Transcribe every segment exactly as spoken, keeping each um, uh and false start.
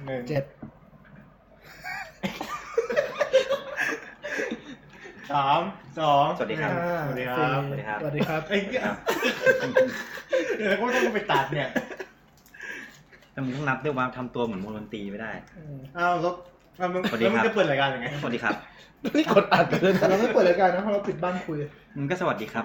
เจ็ดสามสองสวัสดีครับสวัสดีครับสวัสดีครับสวัสดีครับไอ้เหี้ยเดี๋ยวก็ไม่ต้องไปตัดเนี่ยแต่มึงต้องนับด้วยว่าทำตัวเหมือนวงดนตรีไม่ได้อ้าวแล้วแล้วมึงแล้วมึงจะเปิดรายการยังไงสวัสดีครับนี่กดอัดเลยเราไม่เปิดรายการนะเพราะเราปิดบ้านคุยมึงก็สวัสดีครับ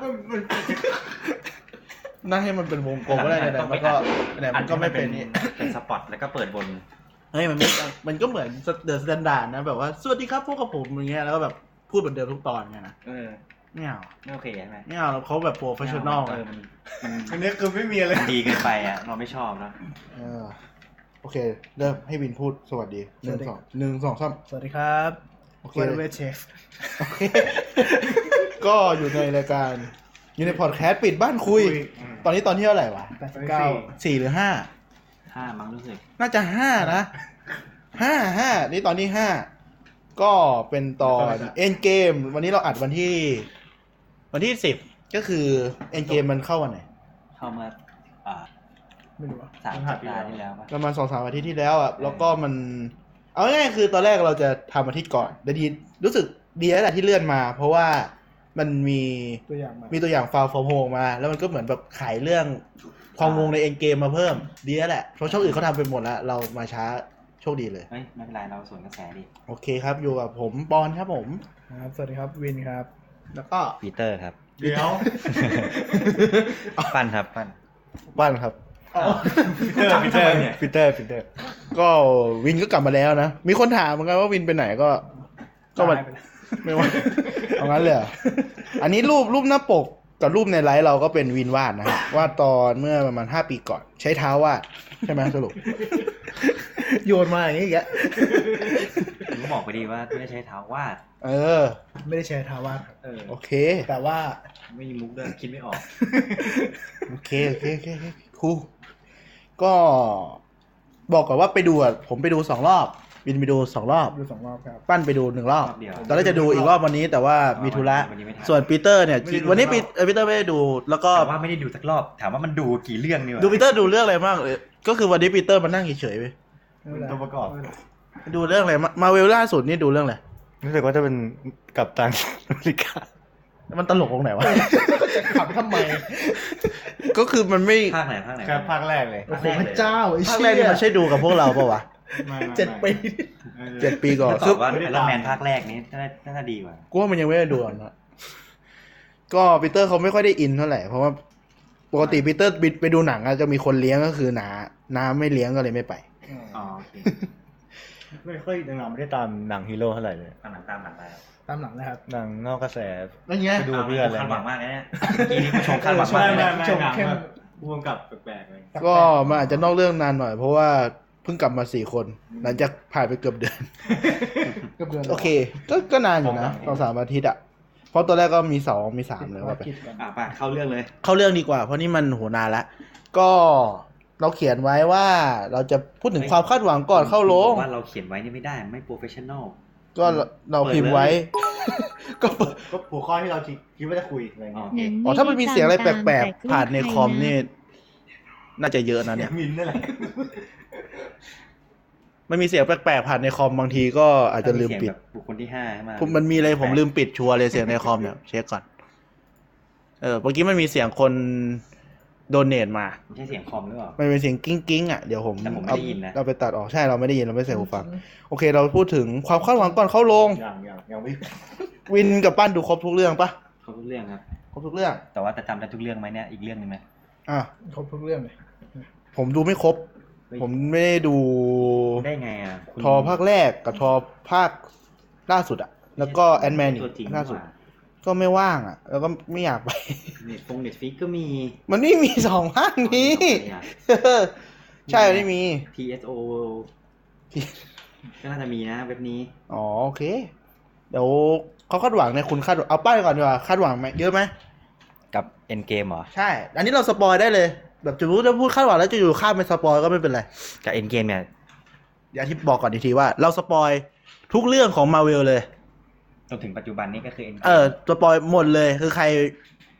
นั่งให้มันเป็นวงกลมก็ได้ไหนๆมันก็ไหนมันก็ไม่เป็นนี่เป็นสปอตแล้วก็เปิดบนเฮ้ยมันไม่มันก็เหมือนเดอะสแตนดาร์ดนะแบบว่าสวัสดีครับพวกกับผมอย่างเงี้ยแล้วก็แบบพูดเหมือนเดิมทุกตอนไงนะเออไม่เอาไม่โอเคใช่ไหมไม่เอาแล้วเขาแบบโปรเฟชชั่นอลเออมันมันอันนี้คือไม่มีอะไรมันดีเกินไปอ่ะเราไม่ชอบนะเออโอเคเริ่มให้วินพูดสวัสดีหนึ่งสองหนึ่งสองสามสวัสดีครับโอเควันเวทเชฟโอเคก็อยู่ในรายการอยู่ในพอดแคสต์ปิดบ้านคุย ตอนนี้ตอนที่เท่าไหร่วะแปดสิบเก้าสี่หรือห้าห้ามั้งรู้สึกน่าจะห้านะห้าห้านี่ตอนที่ห้าก็เป็นตอนเอ็นเกมวันนี้เราอัดวันที่ วันที่สิบก็คือเอ็นเกมมันเข้าวันไหนเข้ามาอ่าไม่รู้ว่าสามสัปดาห์ที่แล้วป่ะประมาณสองสามอาทิตย์ที่แล้วอ่ะแล้วก็มัน เอาง่ายๆคือตอนแรกเราจะทำอาทิตย์ก่อนแต่ดีรู้สึกดีแล้วแหละที่เลื่อนมา เพราะว่ามันมีตัวอย่างมามีตัวอย่างฟาวฟอร์โฮมา แล้วมันก็เหมือนแบบขายเรื่องความงงในเอ็นเกมมาเพิ่มดีแล้วแหละเพราะช่องอื่นเขาทำไปหมดแล้วเรามาช้าโชคดีเลยเฮ้ยไม่เป็นไรเราสวนกระแสดิโอเคครับอยู่กับผมปอนครับผมครับสวัสดีครับวินครับแล้วก็ปีเตอร์ครับเดี๋ยวปั้นครับปั้นบ้านครับพีเตอร์พีเตอร์เนี่ยปีเตอร์ปีเตอร์ก็วินก็กลับมาแล้วนะมีคนถามเหมือนกันว่าวินไปไหนก็ ก็มันตายไปแล้วไม่ว่าเอางั้นเลยเหรออันนี้รูปรูปหน้าปกกับรูปในไลฟ์เราก็เป็นวินวาดนะฮะวาดตอนเมื่อประมาณห้าปีก่อน ใช้เท้าวาดใช่ไหมสรุปโยนมาอย่างนี้อีกแล้วมึงก็บอกไปดีว่าไม่ได้ใช้เท้าวาดเออไม่ได้แชร์ทาวาสครับเออโอเคแต่ว่าไม่มีมุกด้วยคิดไม่ออกโอเคโอเคโอเคโอเคครูก็บอกก่อนว่าไปดูอ่ะผมไปดูสองรอบวินไปดูสองรอบดูสองรอบครับปั้นไปดูหนึ่งรอบรอบเดียวตอนแรกจะดูอีกรอบวันนี้แต่ว่ามีธุระวันนี้ไม่ทันส่วนปีเตอร์เนี่ยวันนี้ปีเอ่อปีเตอร์ไม่ได้ดู แล้วก็แต่ว่าไม่ได้ดูสักรอบถามว่ามันดูกี่เรื่องนี่วะดูปีเตอร์ดูเรื่องอะไรบ้างเออก็คือวันนี้ปีเตอร์มานั่งเฉยๆไปไม่เป็นไรตัวประกอบไม่เป็นไรดูเรื่องอะไรมามาเวลล่าสุดนี่ดูเรื่องอะไรรู้สึกว่าจะเป็นกัปตันอเมริกามันตลกตรงไหนวะจะขำทำไมก็คือมันไม่ภาคไหนภาคไหนแค่ภาคแรกเลยโอ้โหพระเจ้าไอ้ภาคเชี่แรกนี่มันยใช่ดูกับพวกเราปะวะไม่ไม่เจ็ดปีเออเจ็ดปีก่อนตคืออบว่าไอรอนแมนภาคแรกนี้น่าน่าจะดีกว่ากูว่ามันยังไม่ได้ดูอ่ะนะก็ปีเตอร์เขาไม่ค่อยได้อินเท่าไหร่เพราะว่าปกติปีเตอร์ไปดูหนังอะจะมีคนเลี้ยงก็คือน้าน้าไม่เลี้ยงก็เลยไม่ไปอ๋อโอเคไม่ค่อยหนังไม่ได้ตามหนังฮีโร่เท่าไหร่เลยตามหนังตามหนังไปครับตามหลังนะครับหนังนอกกระแสนั่นไงไปดูเพื่อนอะไรคาดหวัเงี้งยมากเลยเนี่ยเมื่อกี้นี้ผู้ชมคาดหวังไม่มากเลยไม่นะไม่ชมหนังเข้มแบบพ่วงกับแปลกๆเลยก็มันอาจจะนอกเรื่องนานหน่อย เพราะว่าเพิ่งกลับมาสี่คน หลังจากผ่านไปเกือบเดือนก็เบื่อโอเคก็ก็นานอยู่นะสองสามอาทิตย์อ่ะเพราะตัวแรกก็มีสองมีสามเลยภารว่าไปกิจกันอ่ะไปเข้าเรื่องเลยเข้าเรื่องดีกว่าเพราะนี่มันโหนานละก็เราเขียนไว้ว่าเราจะพูดถึงความคาดหวังก่อนเข้าโรงว่าเราเขียนไว้นี่ไม่ได้ไม่โปรเฟชชั่นอลก็เราพิมพ์ไว้ ก็เปิดก็หัวข้อที่เราคิดว่าจะคุยอะไรอ๋อเงี้ยโอเคอ๋อถ้ามันมีเสียงอะไรแปลกๆผ่านในคอมนี่น่าจะเยอะนะเนี่ยมินนั่นแหละมันมีเสียงแปลกๆผ่านในคอมบางทีก็อาจจะลืมปิดเสียงแบบบุคคลที่ห้าใช่ไหมผมมันมีอะไรผมลืมปิดชัวร์เลยเสียงในคอมเนี่ยเช็คก่อนเออเมื่อกี้มันมีเสียงคนโดเนทมาไม่ใช่เสียงคอมหรือเปล่ามันเป็นเสียงกิ้งกิ้งๆอ่ะเดี๋ยวผมแต่ผมไม่เอาได้ยินนะเราไปตัดออกใช่เราไม่ได้ยินเราไม่ใส่หูฟังโอเค เราพูดถึงความคาดหวังก่อนเข้าโรงอย่างอย่างอย่างไม่วินกับปั้นดูครบทุกเรื่องปะเขาทุกเรื่องครับครบทุกเรื่องแต่ว่าจะจำได้ทุกเรื่องไหมเนี่ยอีกเรื่องหนึงไหมอ่ะครบทุกเรื่องเลยผมดูไม่ครบเฮ้ยผมไม่ได้ดูได้ไงอ่ะคุณทอภาคแรกกับทอภาคล่าสุดอ่ะ แล้วก็แอนแมนอีกตัวจริงล่าสุด ก็ไม่ว่างอ่ะ แล้วก็ไม่อยากไปเน็ตฟงเน็ตฟิกก็มีมันไม่มีสองภาคนี้ ใช่มันไม่มีที เอส โอ ก็น่าจะมีนะเว็บนี้อ๋อโอเค เดี๋ยวเขาคาดหวังเนี่ยคุณคาดเอาป้ายก่อนดีกว่าคาดหวังไหมเยอะไหมกับเอ็นเกมเหรอใช่ อันนี้เราสปอยได้เลย แบบจะรู้จะพูดคาดหวังแล้วจะอยู่ข้ามไปสปอยก็ไม่เป็นไรกับเอ็นเกมเนี่ยเดี๋ยวที่บอกก่อนอีกทีว่า เราสปอยทุกเรื่องของมาเวลเลยจนถึงปัจจุบันนี้ก็คือ Endgame เออสปอยหมดเลยคือใคร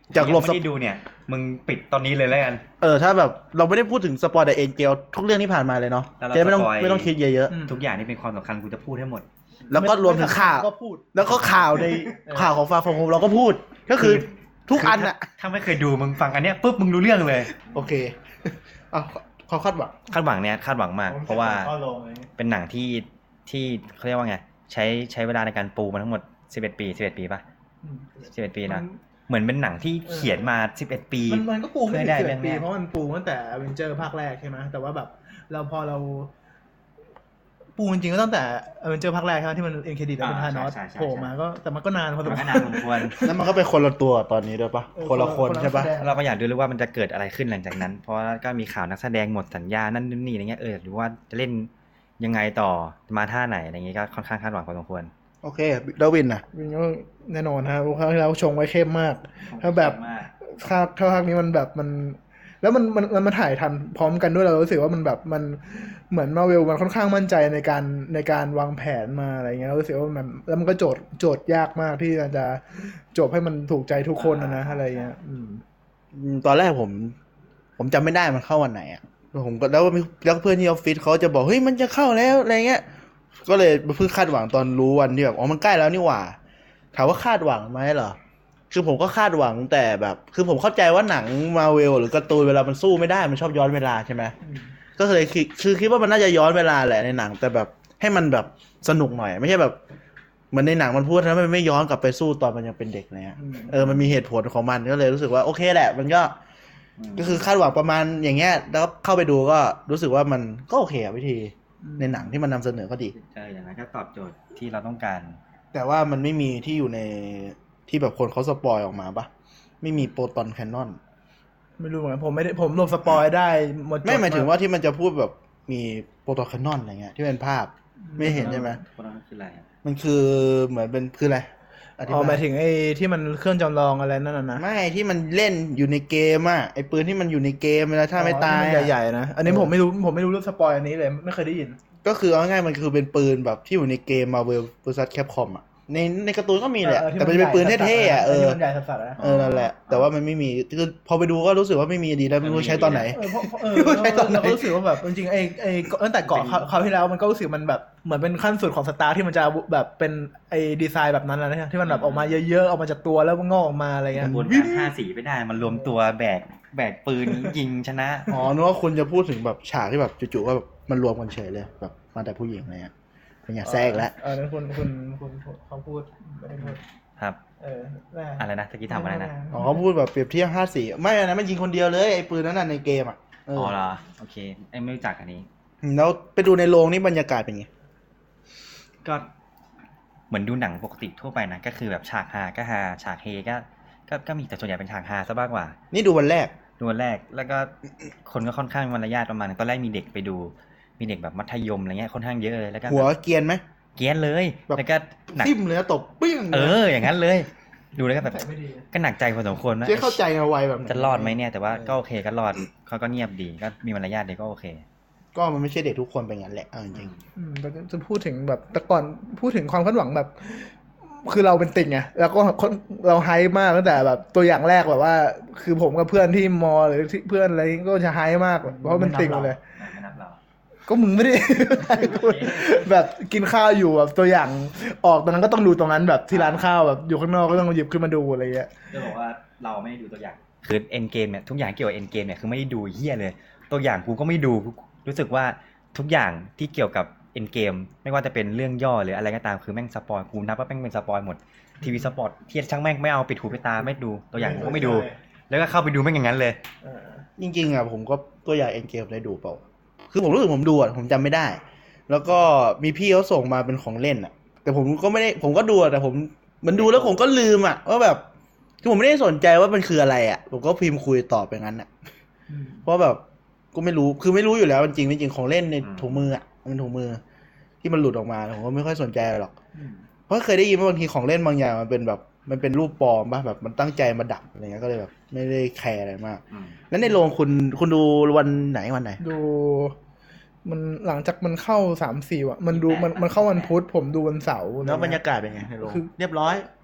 จากหลบไม่ได้ดูเนี่ยมึงปิดตอนนี้เลยแล้วกันเออถ้าแบบเราไม่ได้พูดถึงสปอยแต่เอ็นเกลทุกเรื่องที่ผ่านมาเลยเนาะแล้วเราจะไม่ต้องสปอยไม่ต้องคิดเยอะทุกอย่างที่เป็นความสำคัญกูจะพูดให้หมดๆแล้วก็รวมถึงข่าวก็พูดแล้วก็ข่าวในข่าวของฟาฟงเราก็พูด ก็คือทุกอันอะถ้าไม่เคยดูมึงฟังอันเนี้ยปุ๊บมึงรู้เรื่องเลยโอเคเอาเขาคาดหวังคาดหวังเนี่ยคาดหวังมาก เพราะว่าก็ลงอะไรเงี้ยเป็นหนังที่ที่เขาเรียกว่าไงใช้ใช้เวลาในการปูมาทั้งหมดสิบเอ็ดปีสิบเอ็ดปีป่ะสิบเอ็ดปีนะเหมือนเป็นหนังที่เขียนมาสิบเอ็ดปีมันมันก็ปูไม่เพื่อได้ได้เรื่เรื่ออง งเนี้ปียเพราะมันปูตั้งแต่อเวนเจอร์ภาคแรกใช่ไหมแต่ว่าแบบเราพอเราปูจริงๆก็ตั้งแต่อเวนเจอร์ภาคแรกใช่ไหมที่มันเอ็นเครดิตแล้วเป็นอ่าธานอสใช่ใช่ใช่โผล่มาก็แต่มันก็นานพอสมมันคก็วรนานพอสมควรแล้วมันก็เป็นคนละตัวตอนนี้ด้วยปะเออคนละคนคนละใช่ปะคนละแสดงเราก็อยากดูเลยว่ามันจะเกิดอะไรขึ้นหลังจากนั้น เพราะว่าก็มีข่าวนักแสดงหมดสัญญานั่นนี่อะไรเงี้ยเออหรือว่าจะเล่นยังไงต่อมาท่าไหนอะไรเงี้ยก็ค่อนข้างคาดหวังพอสมควรโอเคดาวินน่ะวินก็แน่นอนฮะคราวที่แล้วชงไว้เข้มมากถ้าแบบมากภาคภาคนี้มันแบบมัน แล้วมันมันมันมาถ่ายทันพร้อมกันด้วยเรารู้สึกว่ามันแบบมันเหมือนมาเวลมันค่อนข้างมั่นใจในการในการวางแผนมาอะไรเงี้ยเรารู้สึกว่ามันแล้วมันก็โจทย์โจทย์ยากมากที่จะจบให้มันถูกใจทุกคนนะนะอะไรเงี้ยอืมอืมตอนแรกผม ผมจำไม่ได้มันเข้าวันไหนอ่ะผมก็แล้วมีแล้วเพื่อนที่ออฟฟิศเขาจะบอกเฮ้ยมันจะเข้าแล้วอะไรเงี้ยก็เลยเพิ่งคาดหวังตอนรู้วันที่แบบอ๋อมันใกล้แล้วนี่หว่าถามว่าคาดหวังไหมเหรอคือผมก็คาดหวังแต่แบบ คือผมเข้าใจว่าหนังมาเวลหรือการ์ตูนเวลามันสู้ไม่ได้มันชอบย้อนเวลาใช่ไหมก็เลยคือคือคิดว่ามันน่าจะย้อนเวลาแหละในหนังแต่แบบให้มันแบบสนุกหน่อยไม่ใช่แบบเหมือนในหนังมันพูดนะมันไม่ย้อนกลับไปสู้ตอนมันยังเป็นเด็กเนี่ยเออมันมีเหตุผลของมันก็เลยรู้สึกว่าโอเคแหละมันก็ก็คือคาดหวังประมาณอย่างเงี้ยแล้วเข้าไปดูก็รู้สึกว่ามันก็โอเคอะวิธีในหนังที่มันนำเสนอก็ดีเอออย่างนั้นก็ตอบโจทย์ที่เราต้องการแต่ว่ามันไม่มีที่อยู่ในที่แบบคนเขาสปอยออกมาปะไม่มีโปรตอนแคนนอนไม่รู้เหมือนกันผมไม่ได้ผมหลบสปอยได้หมดจดไม่หมายถึงว่าที่มันจะพูดแบบมีโปรตอนแคนนอนอะไรเงี้ยที่เป็นภาพไม่เห็นใช่ไหมคนนั้นคืออะไรอะมันคือเหมือนเป็นคืออะไรอธิอ๋อบ หมายายถึงไอ้ที่มันเครื่องจำลองอะไรนั่นน่ะนะไม่ที่มันเล่นอยู่ในเกมอ่ะไอ้ปืนที่มันอยู่ในเกมเวลาถ้าไม่ตายอ๋อที่มันใหญ่ๆนะอันนี้ผมไม่รู้ผมไม่รู้เรื่องสปอยอันนี้เลยไม่เคยได้ยินก็คือเอาง่ายๆมันคือเป็นปืนแบบที่อยู่ในเกม Marvel vs Capcom อ่ะในในการ์ตูนก็มีแหละแต่มันจะเป็นปืนเท่ๆอ่ะเออที่มันใหญ่สัสๆนะเออนั่นแหละแต่ว่ามันไม่มีคือพอไปดูก็รู้สึกว่าไม่มีดีแล้วไม่รู้ใช้ตอนไหนเออเพราะเออไม่รู้ใช้ตอนไหนเราก็รู้สึกว่าแบบจริงๆไอ้ไอ้ตั้งแต่เกาะคราวที่แล้วมันก็รู้สึกมันแบบเหมือนเป็นขั้นสุดของสตาร์ที่มันจะแบบเป็นไอ้ดีไซน์แบบนั้นนะที่มันแบบออกมาเยอะๆออกมาจากตัวแล้วมันงอกออกมาอะไรกเงี้ยระบวนการห้าสีไม่ได้มันรวมตัวแบกแบกปืนยิงชนะอ๋อนึกว่าคุณจะพูดถึงแบบฉากที่แบบจู่ๆก็แบบมันรวมกันเฉยเลยแบบมาแต่ผู้หญิงอะไรเงี้ยเป็นอย่างแทรกแล้วเออนั่นคุณคุณคุณเขาพูดไม่ได้พูดครับเออแม่อะไรนะตะกี้ทำอะไรนะอ๋อเขาพูดแบบเปรียบเทียบห้าสี่ไม่อันนั้นมันยิงคนเดียวเลยไอ้ปืนนั้นน่ะในเกมอ่ะเอออ๋อเหรอโอเคไอ้ไม่รู้จักอันนี้แล้วไปดูในโรงนี่บรรยากาศเป็นไงก็เหมือนดูหนังปกติทั่วไปนะก็คือแบบฉากฮาก็ฮาฉากเฮก็ก็ก็มีแต่ส่วนใหญ่เป็นฉากฮาซะมากกว่านี่ดูวันแรกดูวันแรกแล้วก็คนก็ค่อนข้างมารยาทประมาณนึงตอนแรกมีเด็กไปดู มีเด็กแบบมัธยมอะไรเงี้ยค่อนข้างเยอะเลยแล้วก็หัวเกรียนไหมเกรียนเลยแบบแล้วก็หนักทิ่มเลยนะตบปิ้งเอออย่างนั้นเลย ดูแล้วก็แบบใส่ไม่ดีก็หนักใจพอสมควรนะเจ๊เข้าใจเอาไว้แบบนั้นจะรอดไหมเนี่ยแต่ว่าก็โอเคก็รอดเขาก็เงียบดีก็มีมารยาทดีก็โอเคก็มันไม่ใช่เด็กทุกคนเป็นอย่างนั้นแหละเอาจริงอืมแต่จะพูดถึงแบบแต่ก่อนพูดถึงความคาดหวังแบบ คือเราเป็นติ่งไงแล้วก็คนเราไฮป์มากตั้งแต่แบบตัวอย่างแรกแบบว่า คือผมกับเพื่อนที่มอหรือที่เพื่อนอะไรก็จะไฮป์มากเพราะมันติ่งหมดเลยไม่นับเราก็มึงไม่ได้ แบบกินข้าวอยู่แบบตัวอย่างออกตอนนั้นก็ต้องดูตรงนั้นแบบที่ร้านข้าวแบบอยู่ข้างนอกก็ต้องหยิบขึ้นมาดูอะไรเงี้ยจะบอกว่าเราไม่ได้ดูตัวอย่างคือเอ็นเกมเนี่ยทุกอย่างเกี่ยวกับเอ็นเกมเนี่ยคือไม่ได้ดูเฮี้ยเลย ตัวอย่างกูก็ไม่ดูรู้สึกว่าทุกอย่างที่เกี่ยวกับเอ็นเกมไม่ว่าจะเป็นเรื่องย่อหรืออะไรก็ตามคือแม่งสปอยกูนับว่าแม่งเป็นสปอยหมดทีวีสปอร์ตเทียช่างแม่งไม่เอาปิดหูปิดตาไม่ดูตัวอย่างก็ไม่ดู แล้วก็เข้าไปดูแม่งอย่างนั้นเลยๆจริงๆอ่ะผมก็ตัวอย่างเอ็นเกมได้ดูเปล่าคือผมรู้สึกผมดูอ่ะผมจำไม่ได้ แล้วก็มีพี่เขาส่งมาเป็นของเล่นอ่ะ แต่ผมก็ไม่ได้ผมก็ดูอะแต่ผมมันดูแล้วผมก็ลืมอ่ะว่าแบบคือผมไม่ได้สนใจว่ามันคืออะไรอ่ะผมก็พิมพ์คุยตอบไปงั้นอ่ะเพราะแบบก็ไม่รู้คือไม่รู้อยู่แล้วจริงๆไม่จริงของเล่นในถุงมืออ่ะมันถุงมือที่มันหลุดออกมาผมก็ไม่ค่อยสนใจหรอกเพราะเคยได้ยินว่าบางทีของเล่นบางอย่างมันเป็นแบบมันเป็นรูปปลอมป่ะแบบมันตั้งใจมาดักอะไรเงี้ยก็เลยแบบไม่ได้แคร์อะไรมากแล้วในโรงคุณคุณดูวันไหนวันไหนดูมันหลังจากมันเข้าสามสี่ว่ะมันดูมันมันเข้าวันพุธผมดูวันเสาร์แล้วบรรยากาศเป็นไงในโรงคือเรียบร้อย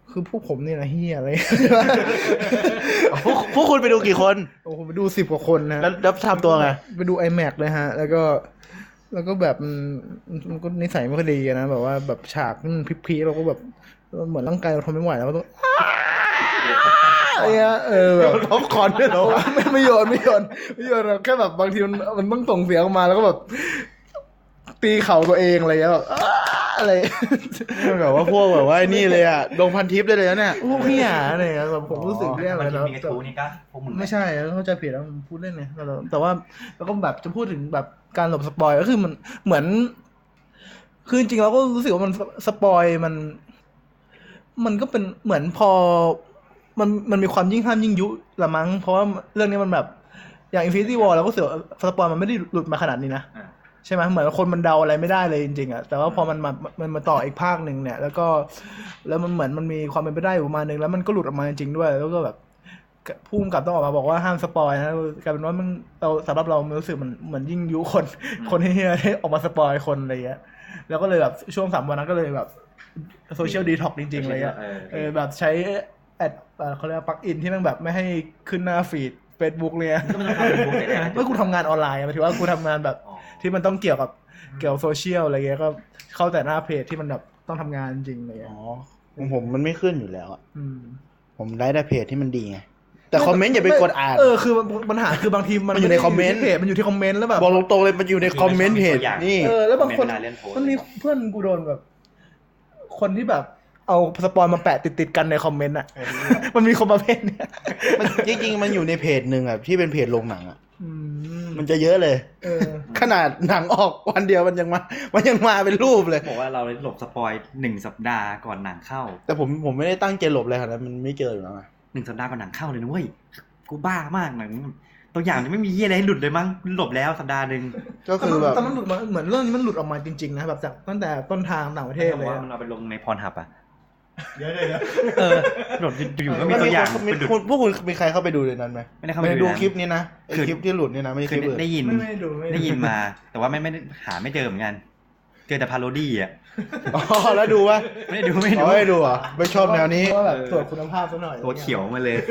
คือพวกผมเนี่ยนะเฮียอะไรพวกพวกคุณไปดูกี่คนโอ้ผมไปดูสิบกว่าคนนะแล้วแล้วทำตัวไงไปดู iMac เลยฮะ แล้วก็ แล้วก็แบบมันมันก็นิสัยไม่ค่อยดีนะแบบว่าแบบฉากมันพีคๆเราก็แบบเหมือนร่างกายเราทนไม่ไหวแล้วก็ต้องอะไรเงี้ยเออแบบป๊อปคอร์นด้วยเหรอไม่ไม่โยนไม่โยนไม่โยนแค่แบบบางทีมันมันต้องส่งเสียงออกมาแล้วก็แบบตีเข่าตัวเองอะไรเงี้ยแบบอะไรนี่มันแบบว่าพวกแบบว่าไอ้นี่เลยอ่ะดงพันทิปได้เลยนะเนี่ยพวกเหี้ยอะไรเงี้ยแบบผมรู้สึกแย่เลมันยนะมีกระทู้นี่ก็พวกมึงไม่ใช่เข้าใจผิดแล้วผมพูดเล่นไงแต่ว่าแต่ว่าแล้วก็แบบจะพูดถึงแบบการหลบสปอยก็คือมันเหมือน คือจริงๆเราก็รู้สึกว่ามันสปอยมัน มันก็เป็นเหมือนพอ มันมันมีความยิ่งห้ามยิ่งยุละมั้งเพราะว่าเรื่องนี้มันแบบอย่าง Infinity War เราก็รู้สึกว่าสปอยมันไม่ได้หลุดมาขนาดนี้นะอ่าใช่ไหมเหมือนคนมันเดาอะไรไม่ได้เลยจริงๆอ่ะแต่ว่าพอมันมามันมาต่ออีกภาคหนึ่งเนี่ย แล้วก็แล้วมันเหมือนมันมีความเป็นไปได้อยู่ประมาณนึงแล้วมันก็หลุดออกมาจริงๆด้วย แล้วก็แบบผู้กำกับต้องออกมาบอกว่าห้ามสปอยนะกลายเป็นว่ามันเราสำหรับเรามันรู้สึกมันเหมือนยิ่งยุคน คนที่ให้ออกมาสปอยคนอะไรเงี้ยแล้วก็เลยแบบช่วงสามวันนั้นก็เลยแบบโซเชียลดีท็อกจริงๆเลยอ่ะเออแบบใช้แอดเขาเรียกว่าปลั๊กอินที่มันแบบไม่ให้ขึ้นหน้าฟีด Facebook เลยก็ไม่ต้องทำเป็นบุ๊กเลยนะเมื่อกูทำงานออนไลน์หมายถึงว่ากูทำงานแบบอ๋อที่มันต้องเกี่ยวกับเกี่ยวกับโซเชียลอะไรเงี้ยก็เข้าแต่หน้าเพจที่มันแบบต้องทำงานจริงอะไรเงี้ยอ๋อของผมมันไม่ขึ้นอยู่แล้วอ่ะอืมผมได้แต่เพจที่มันดีไงแต่คอมเมนต์อย่าไปกดอ่านเออคือปัญหาคือบางทีมันมันอยู่ในคอมเมนต์เพจมันอยู่ที่คอมเมนต์แล้วแบบบอกตรงๆเลยมันอยู่ในคอมเมนต์เพจนี่เออแล้วบางคนเวลาเล่นโพสต์มันมีเพื่อนกูโดนแบบ คนที่แบบเอาสปอยมาแปะติดๆกันในคอมเมนต์อ่ะ มันมีคนประเภทเนี้ยมันจริงๆมันอยู่ในเพจหนึ่งอ่ะที่เป็นเพจโรงหนังอ่ะอืมมันจะเยอะเลยเออขนาดหนังออกวันเดียวมันยังมา มันยังมาเป็นรูปเลยบอกว่าเราหลบสปอยหนึ่งสัปดาห์ก่อนหนังเข้าแต่ผมผมไม่ได้ตั้งใจหลบเลยครับมันไม่เจออยู่แล้วไงหนึ่งสัปดาห์ก่อนหนังเข้าเลยนะเว้ยกูบ้ามากหนังตัวอย่างยังไม่มีเยี่ยอะไรให้หลุดเลยมั้งหลบแล้วสัปดาห์หนึ่งก็คือแบบแต่มันหลุดมาเหมือนเรื่องนี้มันหลุดออกมาจริงๆนะแบบจากตั้งแต่ต้นทางต่างประเทศเลยว่าอะมันเอาไปลงในพรหับอ่ะเดี๋ยวเดี๋ยวเดี๋ยวเออหลบอยู่ก็มีตัวอย่างมีเป็นหลุดคนพวกคุณมีใครเข้าไปดูในนั้นไหมไม่ได้เข้าไปไม่ดูดูนะคลิปนี้นะไอคือคลิปที่หลุดนี่นะไม่ใช่คืคอลิปอื่นได้ยินไม่ไม่ดูไม่ได้ยินมา แต่ว่าไม่ไม่ได้หาไม่เจอเหมือนกันเจอแต่พาโรดี้อ่ะอ๋อแล้วดูว่าไม่ได้ดูไม่อ๋ดูอไม่ดูเหรอ่ะไม่ชอบแนวนี้ว่าแบบตรวจคุณภาพซะหน่อยตัวเขียวมาเลย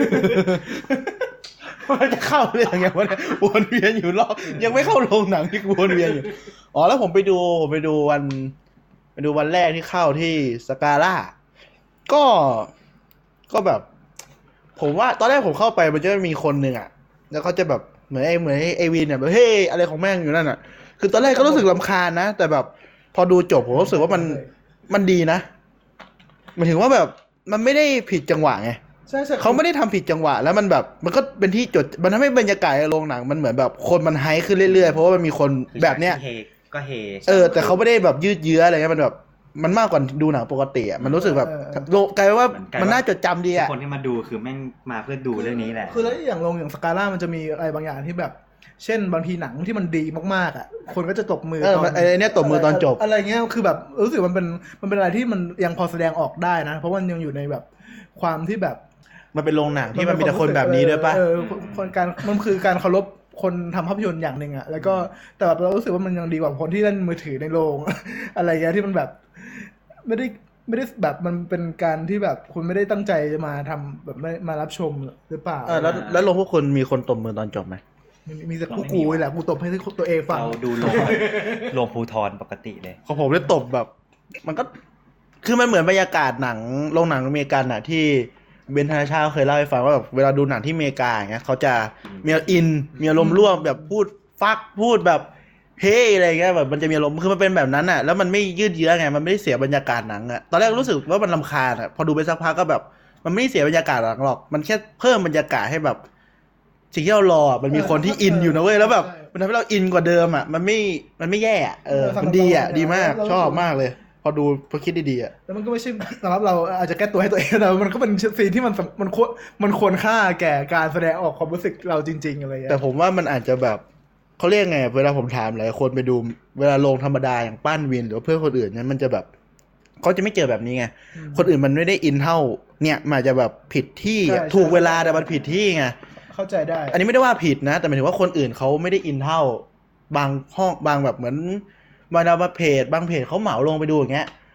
มันจะเข้าเรื่องยังไงวะเนี่ยวนเวียนอยู่รอบยังไม่เข้าโรงหนังที่วนเวียนอยู่อ๋อแล้วผมไปดูผมไปดูวันไปดูวันแรกที่เข้าที่สกาล่าก็ก็แบบ ผมว่าตอนแรกผมเข้าไปมันจะมีคนหนึ่งอ่ะ แล้วเขาจะแบบเหมือนไอ้เหมือนไอ้วินเนี่ยแบบเฮ้ยอะไรของแม่งอยู่นั่นอ่ะ คือตอนแรกก็รู้สึกรำคาญนะแต่แบบพอดูจบผมรู้สึกว่ามันมันดีนะหมายถึงว่าแบบมันไม่ได้ผิดจังหวะไงใช่ใช่เขาไม่ได้ทำผิดจังหวะแล้วมันแบบมันก็เป็นที่จดมันทำให้บรรยากาศในโรงหนังมันเหมือนแบบคนมันไฮขึ้นเรื่อยๆเพราะว่ามันมีคนแบบเนี้ยเฮก็เฮเออแต่เขาไม่ได้แบบยืดเยื้ออะไรเงี้ยมันแบบมันมากกว่าดูหนังปกติอ่ะมันรู้สึกแบบโลกลายเป็นว่ามันน่าจดจำดีทุอ่ะกคนที่มาดูคือแม่งมาเพื่อดูเรื่องนี้แหละคือแล้วอย่างลงอย่างสกาล่ามันจะมีอะไรบางอย่างที่แบบ เช่นบางทีหนังที่มันดีมากๆอ่ะคนก็จะตบมือเออตมันไอ้เนี่ยตบมือตอนจบอะไรเงี้ยคือแบบรู้สึกมันเป็นมันเป็นอะไรที่มันยังพอแสดงออกได้นะ เพราะว่ามันยังอยู่ในแบบความที่แบบมันเป็นโรงหนังที่มันมีแต่คนแบบนี้ด้วยป่ะเออคนการมันคือการเคารพคนทำภาพยนตร์อย่างหนึ่งอ่ะแล้วก็แต่แบบเรารู้สึกว่ามันยังดีกว่าคนที่เล่นมือถือในโรง อะไรเงี้ยที่มันแบบไม่ได้ไม่ได้แบบมันเป็นการที่แบบคุณไม่ได้ตั้งใจจะมาทำแบบไม่มารับชมหรือเปล่าเออแล้วแล้วลงพวกคนมีคนตบมือตอนจบไหมมีมีแต่กูกูแหละกูตบให้ตัวเองฟังเราดูโรงโรงภูทรปกติเลยของผมได้ตบแบบ มันก็คือมันเหมือนบรรยากาศหนังโรงหนังอเมริกันอ่ะที่เบนธนาชาเคยเล่าให้ฟังว่าแบบเวลาดูหนังที่อเมริกาอย่างเงี้ยเขาจะมีอินมีอารมณ์ร่วมแบบพูดฟักพูดแบบเฮ้อะไรเงี้ยแบบมันจะมีอารมณ์คือมันเป็นแบบนั้นอ่ะแล้วมันไม่ยืดเยื้อไงมันไม่ได้เสียบรรยากาศหนังอ่ะตอนแรกรู้สึกว่ามันรำคาญอ่ะพอดูไปสักพักก็แบบมันไม่ได้เสียบรรยากาศหนังหรอกมันแค่เพิ่มบรรยากาศให้แบบสิ่งที่เรารออ่ะมันมีคนที่อินอยู่นะเว้ยแล้วแบบมันทำให้เราอินกว่าเดิมอ่ะมันไม่มันไม่แย่อ่ะเออมันดีอ่ะดีมากชอบมากเลยพอดูพอคิดดีๆอ่ะแล้วมันก็ไม่ใช่สำหรับเราอาจจะแก้ตัวให้ตัวเองแต่มันก็เป็นซีนที่มันมันควรมันควรค่าแก่การแสดงออกความรู้สึกเราจริงๆอะไรอย่างเงี้ยแต่ผมว่ามันอาจจะแบบเขาเรียกไงเวลาผมถามหลายคนไปดูเวลาลงธรรมดาอย่างปั้นวินหรือเพื่อนคนอื่นเนี่ยมันจะแบบเขาจะไม่เจอแบบนี้ไงคนอื่นมันไม่ได้อินเท่าเนี่ยมันอาจจะแบบผิดที่ถูกเวลาแต่มันผิดที่ไงเข้าใจได้อันนี้ไม่ได้ว่าผิดนะแต่หมายถึงว่าคนอื่นเขาไม่ได้อินเท่าบางห้องบางแบบเหมือนบางดาวเพจบางเพจเขาเหมาลงไปดูอย่างเงี้ย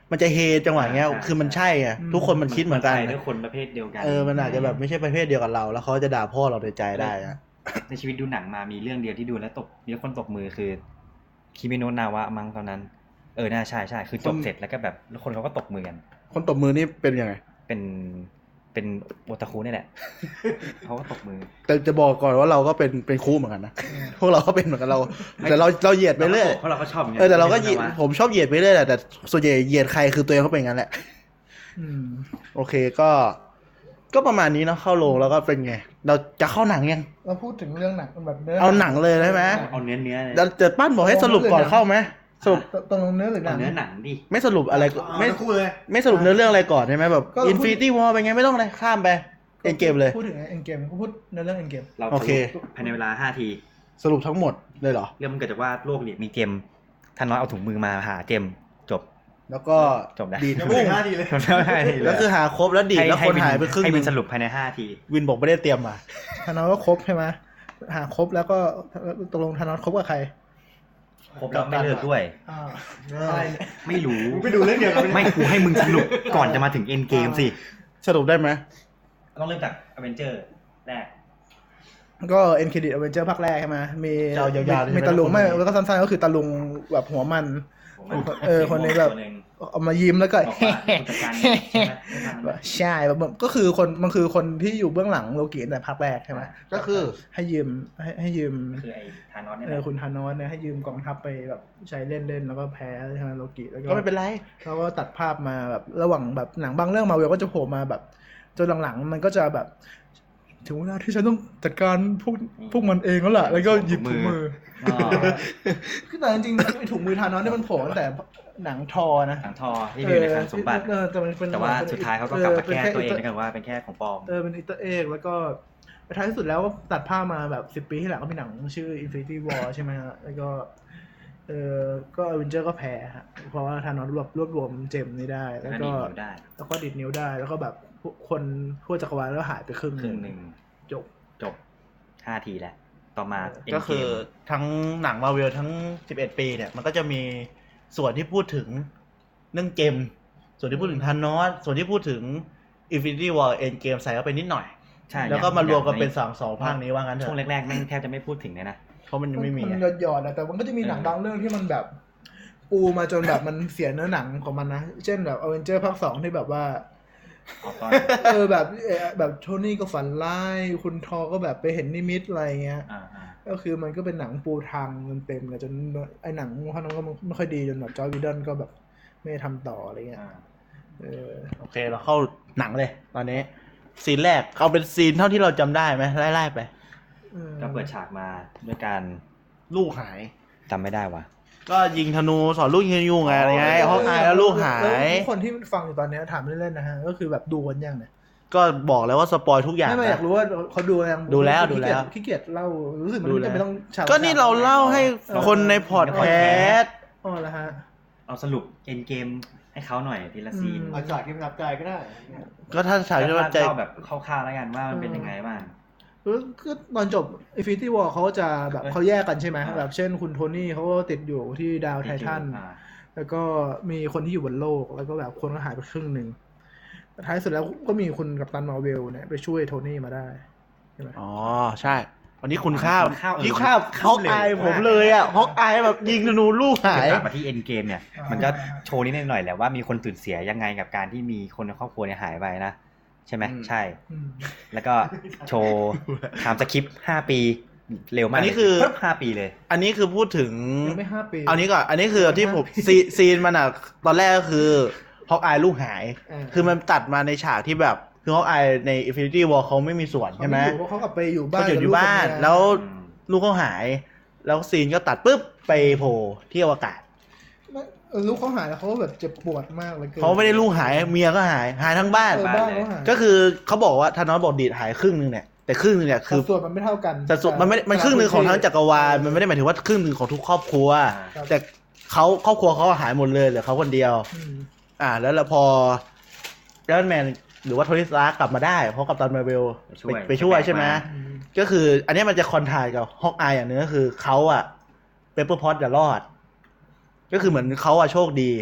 มันจะเฮจังหวะเงี้ยใช่คือมันใช่ไงทุกคนมันคิดเหมือนกันใช่ด้วยคนประเภทเดียวกันเออมันอาจจะแบบไม่ใช่ประเภทเดียวกับเรา แล้วเขาจะด่าพ่อเราในใจได้อะในชีวิตดูหนังมามีเรื่องเดียวที่ดูแล้วตบมีคนตบมือคือคิมิโนะนาวะมั้งตอนนั้นเออน่าใช่ใช่คือจบเสร็จแล้วก็แบบแล้วคนเขาก็ตบมือกันคนตบมือนี่เป็นยังไงเป็นเป็นโอตาคุนี่แหละ เขาก็ตบมือแต่จะบอกก่อนว่าเราก็เป็นเป็นครูเหมือนกันนะ พวกเราก็เป็นเหมือนกันเรา แต่เราเราเหยียดไปเรื่อยเพราะเราก็ชอบย่งงี้ยเออแต่เราก็เหยียดผมชอบเหยียดไปเรื่อยแหละแต่ส่วนใหญ่เหยียดใครคือตัวเองเขาเป็นอย่างนั้นแหละอืมโอเคก็ก็ประมาณนี้เนาะเข้าโรงแล้วก็เป็นไง เราจะเข้าหนังยังเราพูดถึงเรื่องหนังแบบเนื้อเอาหนังเลยได้ไหมเอาเนื้อเนื้อเลยแล้วจะปั้นบอกให้สรุปก่อนเข้าไหมสรุปตรงเนื้อหรือหนัเอางเนื้อหนังดิไม่สรุปอะไรไม่ไม่คู่เลยไม่สรุปเนื้อเรื่องอะไรก่อนใช่ไหมแบบก็ Infinity War เป็นไงไม่ต้องอะไรข้ามไปเอ็นเกมเลยพูดถึงเอ็นเกมก็พูดในเรื่องเอ็นเกมเราโอเคสรุปภายในเวลาห้าทีสรุปทั้งหมดเลยเหรอเรื่องมันเกิดจากว่าโลกเนี่ยมีเจมท่านน้อยเอาถุงมือมาหาเจมจบแล้วก็จบแล้วดีดยังไม่ปุ้ถึงงห้าทีเลยจบแล้วห้าทีแล้วคือหาครบแล้วดีดแล้วคนหายไปครึ่งให้หวินึนงสรุปภายในห้าทีวินบอกไม่ได้เตรียมมาธานอสก็ครบใช่ไหมหาครบแล้วก็ตกลงธานอสครบกับใครครบแล้วไม่เลิกด้วยอ่าอะไรเนี่ยไม่รู้ไปดูเรื่องเดียวกันไม่กูให้มึงสรุปก่อนจะมาถึงเอ็นเกมสิสรุปได้ไหมต้องเริ่มจากอเวนเจอร์แรกก็เอ็นเครดิตอเวนเจอร์ภาคแรกใช่ไหมมีจะเอายาวๆเลยมีใช่ไหมตะลุงไม่คนนี้แล้วก็สั้นๆก็คือตะลุงแบบหัวมัน เออคนนี้แบบตัวหงเอามายิ้มแล้วก็บอกว่าผู้จัดการใช่ไหมใช่แบบก็คือคนมันคือคนที่อยู่เบื้องหลังโลกิตั้งแต่ภาคแรกใช่ไหมก็คือให้ยืมให้ให้ยืมคือไอ้ธานอสเนี่ยเออคุณธานอสเนี่ยให้ยืมกองทัพไปแบบใช้เล่นเล่นๆแล้วก็แพ้ใช่ไหมโลกิแล้วก็ก็ไม่เป็นไรเขาก็ตัดภาพมาแบบระหว่างแบบหนังบางเรื่องมาเวลก็จะโผล่มาแบบจนหลังๆมันก็จะแบบถึงเวลาที่ฉันต้องจัดการพวกพวกมันเองแล้วล่ะแล้วก็หยิบถุงมืออ๋อคือแต่จริงๆไอ้ถุงมือธานอสเนี่ยมันโผล่ตั้งแต่หนังทอนะหนังทอที่อยู่ในคลังสมบัติเออแต่มันเป็นแต่ว่าสุดท้ายเขาก็กลับมาแก้เออตัวเองป็ด้วยกันว่าเป็นแค่ของปลอมเออเป็นอิตาเอกแล้วก็ท้ายที่สุดแล้วตัดภาพมาแบบสิบปีที่หลังก็มีหนังชื่อ Infinity War ใช่ไหมฮะแล้วก็เออก็อเวนเจอร์ก็แพ้ฮะเพราะว่าธานอสรวบรวบรวมเจมนี้ได้ แล้วก็แล้วก็ดีดนิ้วได้แล้วก็ดิดนิ้วได้แล้วก็แบบคนทั่วจักรวาลแล้วหายไปครึ่งครึ่งหนึ่งจบจบห้าทีแหละ ต่อมาก็คือทั้งหนังมาเวลทั้งสิบเอ็ดปีเนี่ย มันก็จะมีส่วนที่พูดถึงเรื่องเกม ส่วนที่พูดถึงธานอสส่วนที่พูดถึง Infinity War Endgame ใส่เข้าไปนิดหน่อยใช่แล้วก็มารวมกันเป็นสองสองภาคนี้ว่างั้นเถช่วงอะแรกๆแม่งแทบจะไม่พูดถึงเลยนะเพราะมันยังไม่มีมันอะหยอดๆนะแต่มันก็จะมีหนังเออบางเรื่องที่มันแบบปูมาจนแบบมันเสียเนื้อหนังของมันนะเช่นแบบอเวนเจอร์ภาคสองที่แบบว่าเอาตอนเออแบบเออแบบโทนี่ก็ฝันร้ายคุณทอก็แบบไปเห็นนิมิตอะไรเงี้ยอ่าอ่าก็คือมันก็เป็นหนังปูทางเต็มๆเลยจนไอ้หนังพวกนั้นก็ไม่ค่อยดีจนแบบจอร์จวิดดอนก็แบบไม่ได้ทำต่ออะไรเงี้ยอ่าเออโอเคเราเข้าหนังเลย ตอนนี้ ซีนแรกเอาเป็นซีนเท่าที่เราจำได้ไหมไล่ๆไปออก็เปิดฉากมาด้วยการลูกหายจำไม่ได้ว่ะก็ยิงธนูสอนลูกยิงธนูไงอะไรไงฮอกอายแล้วลูกหายแล้วทุกคนที่ฟังอยู่ตอนเนี้ยถามเล่นๆนะฮะก็คือแบบดูกันยังเนี่ยก็บอกแล้วว่าสปอยทุกอย่างไม่ไม่อยากรู้ว่าเขาดูยังดูแล้วขี้ดูเกียจแล้วขี้เกียจเล่ารู้สึกมันดูไม่แล้วจำเป็นต้องฉากก็นี่เราเล่าให้คนในพอดแคสต์อ๋อแล้วฮะเอาสรุปเอ็นเกมให้เขาหน่อยทีละซีนอืมเอาฉากที่ประทับใจก็ได้ก็ถ้าฉากที่ว่าใจเล่าแบบคร่าวๆแล้วกันว่ามันเป็นยังไงบ้างคือคือตอนจบ Infinity War เขาจะแบบเอ้ยเขาแยกกันใช่ไหมอ่าแบบเช่นคุณโทนี่เขาก็ติดอยู่ที่ดาวไททันอ่าแล้วก็มีคนที่อยู่บนโลก แล้วก็แบบคนก็หายไปครึ่งหนึ่งท้ายสุดแล้วก็มีคุณกัปตันมาร์เวลเนี่ยไปช่วยโทนี่มาได้ใช่ไหมอ๋อใช่ วันนี้คุณข้าวคุณข้าวเออนี่ข้าวฮอกอายผมเลยอ่ะฮอกอายแบบยิงธนูลูกหายกลับมาที่เอ็นเกมเนี่ย มันก็โชว์นิดหน่อยแหละว่ามีคนสูญเสียยังไงกับการที่มีคนในครอบครัวเนี่ยหายไปนะ ใช่ไหมอืมใช่อืมแล้วก็โชว์ไทม์สคริปต์ห้าปีเร็วมากอันนี้คือปึ๊บห้าปีเลยอันนี้คือพูดถึงยังไม่ห้าปีเอานี้ก่อน อันนี้คือที่ผมซีซีนมันอ่ะ ตอนแรกก็คือฮอกอายลูกหายเออคือมันตัดมาในฉากที่แบบ คือฮอกอายใน Infinity War เขาไม่มีส่วนเขาใช่ไหมไม่อยู่เพราะเขากลับไปอยู่บ้านเขาอยู่ที่บ้านกับลูกกับเมียแล้วอืมลูกเขาหาย แล้วซีนก็ตัดปุ๊บไปโผล่ที่อวกาศไม่เออลูกเขาหายแล้วเขาก็แบบเจ็บปวดมากเลยเขาไม่ได้ลูกหายเมียก็หายหายทั้งบ้านเออบ้านเขาหายก็คือเขาบอกว่าธานอสบอกดีดหายครึ่งหนึงเนี่ยแต่ครึ่งหนึงเนี่ยคือสัดส่วนมันไม่เท่ากันแต่ส่วนมันไม่มันครึ่งหนึ่งของทั้งจักรวาลมันไม่ได้หมายถึงว่าครึ่งหนึ่งของทุกครอบครัวครับแต่เขาครอบครัวเขาหายหมดเลยเหลือเขาคนเดียวอืมอ่า แล้วแล้วพอไอรอนแมนหรือว่าโทนี่สตาร์กกลับมาได้เพราะกัปตันมาร์เวลไปช่วยไปช่วยใช่ไหมอืมก็คือ อันนี้มันจะคอนทรายกับฮอกอายอย่างหนึงก็คือเขาอะเปเปอร์พอตจะรอด ก็คือเหมือนเขาอะโชคดี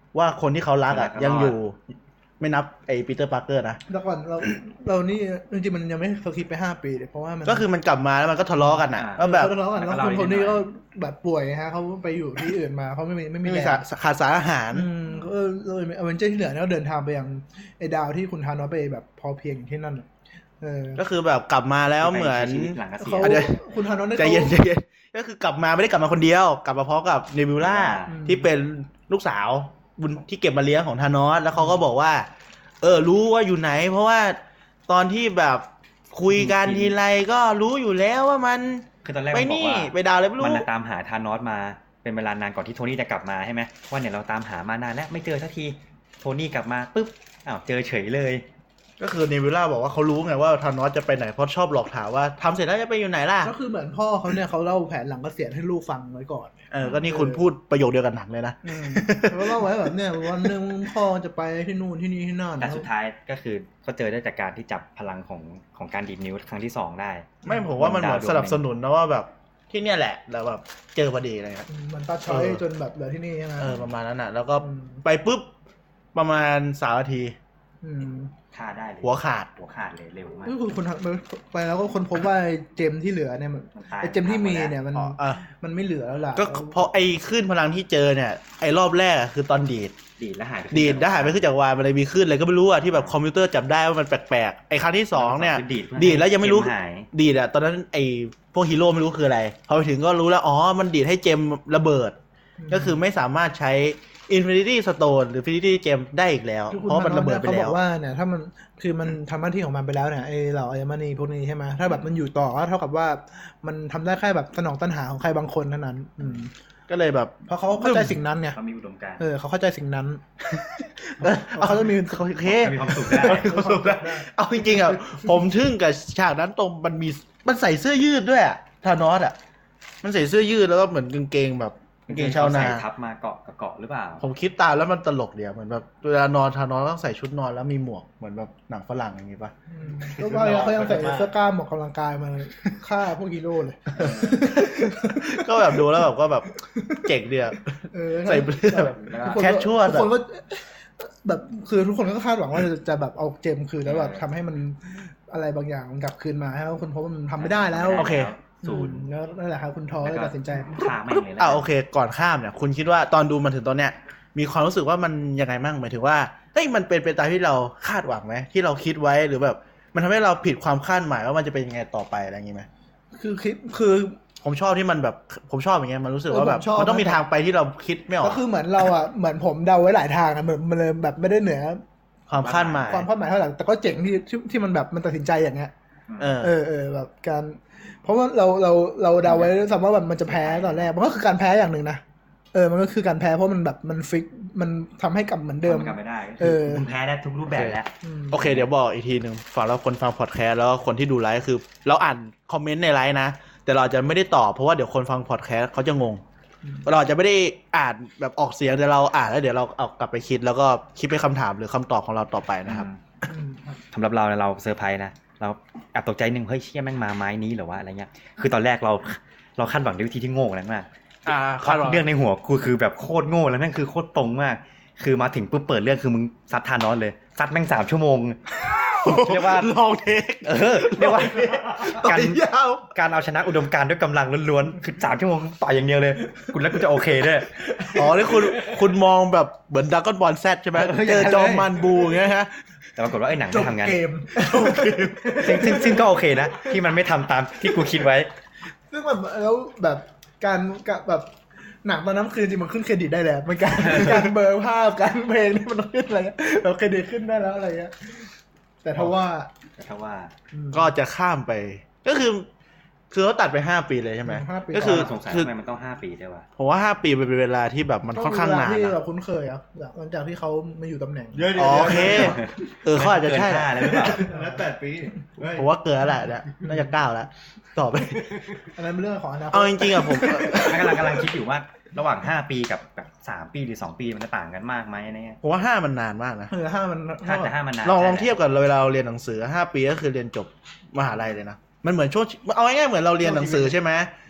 ว่าคนที่เขารักอ่ะคนรักก็ยังรอดอยู่ ไม่นับไอ้ปีเตอร์ปาร์เกอร์นะแต่ก่อนเราเรานี่จริงๆมันยังไม่สคิปไปห้าปีเลยเพราะว่ามันก็คือมันกลับมาแล้วมันก็ทะเลาะกันอ่ะอ่าแล้วแบบเขาทะเลาะกันแล้วคุณคนนี้ก็แบบป่วยฮะเขาไปอยู่ที่อื่นมาเขาไม่มีไม่มีไม่มีแรงสาขาดสารอาหารอืมก็เลยอเวนเจอร์ที่เหลือเนี่ยก็เดินทางไปยังไอ้ดาวที่คุณทานอสไปแบบพอเพียงอยู่ที่นั่นน่ะเออก็คือแบบกลับมาแล้วเหมือนไปใช้ชีวิตหลังเกษียเขาณอ่ะเดี๋ยวคุณทานอสได้ใจเย็นใจเย็นก็คือกลับมาไม่ได้กลับมาคนเดียว กลับมาพร้อมกับเนบิวล่าอืมที่เป็นลูกสาวบุญที่เก็บมาเลี้ยงของธานอสแล้วเขาก็บอกว่า เออรู้ว่าอยู่ไหน เพราะว่าตอนที่แบบคุยกันทีไรก็รู้อยู่แล้วว่ามันคือตอนแรกไปมันบอกนี่ว่าไปดาวอะไรไม่รู้มันน่ะตามหาธานอสมาเป็นเวลานานก่อนที่โทนี่จะกลับมาใช่ไหมว่าเนี่ยเราตามหามานานแล้วไม่เจอสักทีโทนี่กลับมาปุ๊บอ้าวเจอเฉยเลยก็คือเนบิวล่าบอกว่าเขารู้ไงว่าธานอสจะไปไหนเพราะชอบหลอกถามว่าทำเสร็จแล้วจะไปอยู่ไหนล่ะก็คือเหมือนพ่อเขาเนี่ยเขาเล่าแผนหลังเกษียณให้ลูกฟังไว้ก่อนเออก็นี่คุณพูดประโยคเดียวกันหนังเลยนะอืมเขาเล่าไว้แบบเนี่ยวันหนึ่งพ่อจะไปที่นู่นที่นี่ที่นั่นแต่สุดท้ายก็คือเขาเจอได้จากการที่จับพลังของของการดีดนิ้วครั้งที่สองได้ไม่ผมว่ามันเหมือนสนับสนุนนะว่าแบบที่เนี่ยแหละแล้วแบบเจอพอดีอะไรเงี้ยอืมมันตัดช้อยเออจนแบบเหลือที่นี่ใช่ไหมเออประมาณนั้นอ่ะ แล้วก็อืมไปปุ๊บประมาณสามนาทีอืมฆ่าได้เลยหัวขาดหัวขาดเลยเร็วมากก็คือคุณทำไปแล้วก็คนพบว่าเจมที่เหลือเนี่ยมันมันตายไอเจมที่มีเนี่ยมันอ๋ออ่ะมันไม่เหลือแล้วล่ะก็เพราะไอ้ขึ้นพลังที่เจอเนี่ยไอ้รอบแรกอะคือตอนดีดดีดแล้วหายไปดีดได้หายไปขึ้นจากวายมันเลยมีขึ้นเลยก็ไม่รู้อ่ะที่แบบคอมพิวเตอร์จับได้ว่ามันแปลกๆไอ้ครั้งที่สองเนี่ยคือดีดเพื่อดีดแล้วยังไม่รู้เกหายดีดอ่ะตอนนั้นไอ้พวกฮีโร่ไม่รู้คืออะไรพอไปถึงก็รู้แล้วอ๋อมันดีดให้เจมระเบิด ก็คือไม่สามารถใช้ Infinity Stone หรือ Infinity Gem ได้อีกแล้วคือเพคุณราะมันระเบิดไปเขาบแล้อวกว่าเนี่ยถ้ามันคือมันทำหน้าที่ของมันไปแล้วเนี่ยไอเหล่าอัญมณีพวกนี้ใช่ไหมถ้าแบบมันอยู่ต่อก็เท่ากับว่ามันทำได้แค่แบบสนองตัณหาของใครบางคนเท่านั้น อืมก็เลยแบบเพราะเขาเข้าใจสิ่งนั้นเนี่ยเขามีอุดมการณ์เออเขาเข้าใจสิ่งนั้นเออเขาจะมีโอเคมีความสุขได้มีความสุขได้เอาจริงๆอ่ะผมทึ่งกับฉากนั้นตรงมันมีมันใส่เสื้อยืดด้วยอ่ะธานอสอ่ะมันใส่เสื้อยืดแล้วก็เหมือนกางเกงแบบกางเกงชาวนาใส่ทับมาเกาะกับเกาะหรือเปล่าผมคิดตามแล้วมันตลกเดียวเหมือนแบบเวลานอนธานอสต้องใส่ชุดนอนแล้วมีหมวกเหมือนแบบหนังฝรั่งอย่างงี้ป่ะอืมก็ว่าเขายังใส่เสื้อกล้ามออกกำลังกายมาฆ่าพวกฮีโร่เลยก็แบบดูแล้วแบบก็แบบเจ๋งเดียวเออใส่เสื้อแบบทุกนก็แคชชวลทุกคนก็แบบคือทุกคนก็คาดหวังว่าจะจะแบบเอาเจมคืนแล้วแบบทำให้มันอะไรบางอย่างมันกลับคืนมาให้คุณพบว่ามันทำไม่ได้แล้วโอเคศูนย์อืมแล้วนั่นแหละครับคุณทอแล้วเลยก็ตัดสินใจฆ่าแม่งเลยนะอ่าโอเค ก่อนข้ามเนี่ย คุณคิดว่าตอนดูมันถึงตอนเนี้ยมีความรู้สึกว่ามันยังไงมั่งหมายถึงว่าเฮ้ยมันเป็นไปตามที่เราคาดหวังไหมที่เราคิดไว้หรือแบบ มันทำให้เราผิดความคาดหมายว่ามันจะเป็นยังไงต่อไปอะไรอย่างงี้ไหมคือคิดคือผมชอบที่มันแบบผมชอบอย่างเงี้ยมันรู้สึกว่าแบบเออผมชอบมันต้องมีทางไปที่เราคิดไม่ออก็กคือเหมือนเราอ่ะเหมือนผมเดาไว้หลายทางอ่ะเหมือนมันเลยแบบไม่ได้เหนือความคาดหมายความคาดหมายเท่าไหร่แต่ก็เจ๋งที่ที่ที่มันแบบมันตัดสินใจอย่างเงี้ยเออเออเออแบบการ เพราะว่าเราเราเราเดาไว้ด้วยซ้ำว่าแบบมันจะแพ้ตอนแรกมันก็คือการแพ้อย่างหนึ่งนะเออมันก็คือการแพ้เพราะมันแบบมันฟิกมันทำให้กลับเหมือนเดิมทำกลับไม่ได้เออคุณแพ้ได้ทุกรูปแบบแล้วมโอเคเดี๋ยวบอกอีกทีหนึ่งฝั่งเราคนฟังพอดแคสต์แล้วก็คนที่ดูไลฟ์คือ เราอ่านคอมเมนต์ในไลฟ์นะ แต่เราอาจจะไม่ได้ตอบเพราะว่าเดี๋ยวคนฟังพอดแคสต์เขาจะงง เราอาจจะไม่ได้อ่านแบบออกเสียงแต่เราอ่านแล้วเดี๋ยวเราเอากลับไปคิดแล้วก็คิดเป็นคำถามหรือคำตอบของเราต่อไปนะครับอืมครับสำหรับเราเนี่ยเราเซอร์ไพรส์นะเราแอบตกใจหนึ่งเฮ้ยเชี่ยแม่งมาไม้นี้เหรอวะอะไรเงี้ยคือตอนแรกเราเราคาดหวังด้วยวิธีที่โง่แล้วมากอ่าคาดหวังเรื่องในหัวกูคือแบบโคตรโง่แล้วนั่นคือโคตรตรงมาก คือมาถึงปุ๊บเปิดเรื่องคือมึงซัดทานอสเลยซัดแม่งสามชั่วโมงเรียกว่าลองเทคเออเรียกว่าต่การอยยาวการเอาชนะอุดมการณ์ด้วยกำลังล้วนๆคือสามชั่วโมงต่อยอย่างเดียวเลยกูแล้วกูจะโอเคด้วยอ๋อนี่คุณคุณมองแบบเหมือนดักกอนบอลแซดใช่ไหมเออเจอจอมมันบูอย่างเงี้ยฮะแต่ปรากฏว่าไอ้หนังจไม่บทำงานเกมซึ่งซึ่งซึ่งก็โอเคนะที่มันไม่ทำตามที่กูคิดไว้ซึ่งแบบแล้วแบบการกับแบบหนังตอนนั้นคือจริงมันขึ้นเครดิตได้แล้วมันการการเบลอร์ภาพการเพลงนี่มันขึ้นอะไรเงี้ยเราเครดิตขึ้นได้แล้วอะไรเงี้ยแต่ถ้าว่าแต่ถ้าว่าก็จะข้ามไป ก็คือ คือเขาตัดไปห้าปีเลยใช่ไหมห้าปีก็คือสงสัยคือทำไมมันต้องห้าปีด้วยวะผมว่าห้าปีเป็นเวลาที่แบบมันค่อนข้างนานที่นะเราคุ้นเคยอ่ะหลังจากที่เขามาอยู่ตำแหน่งเยอะอ๋อโอเค เออเขาอาจจะใช่เกินห้าแล้วหรือเปล่าแล้วแปดปีเฮ้ยผมว่าเกินแล้วแหละเนี่ยน่าจะเก้าแล้ว ต่อไปอันนั้นเป็นเรื่องของอนาคตเอาจริงๆอะผมกำลังกำลังคิดอยู่ว่าระหว่างห้าปีกับแบบสามปีหรือสองปีมันจะต่างกันมากไหมอะไรเงี้ยผมว่าห้ามันนานมากนะเออห้ามันถ้าแต่ห้ามันนานลองลองใช่เทียบกับเวลาเราเรียนหนังสือห้าปีก็คือเรียนจบมหาลัยเลยนะ มันเหมือนช่วงเอาง่ายๆเหมือนเราเรียนหนังสือใช่ไหม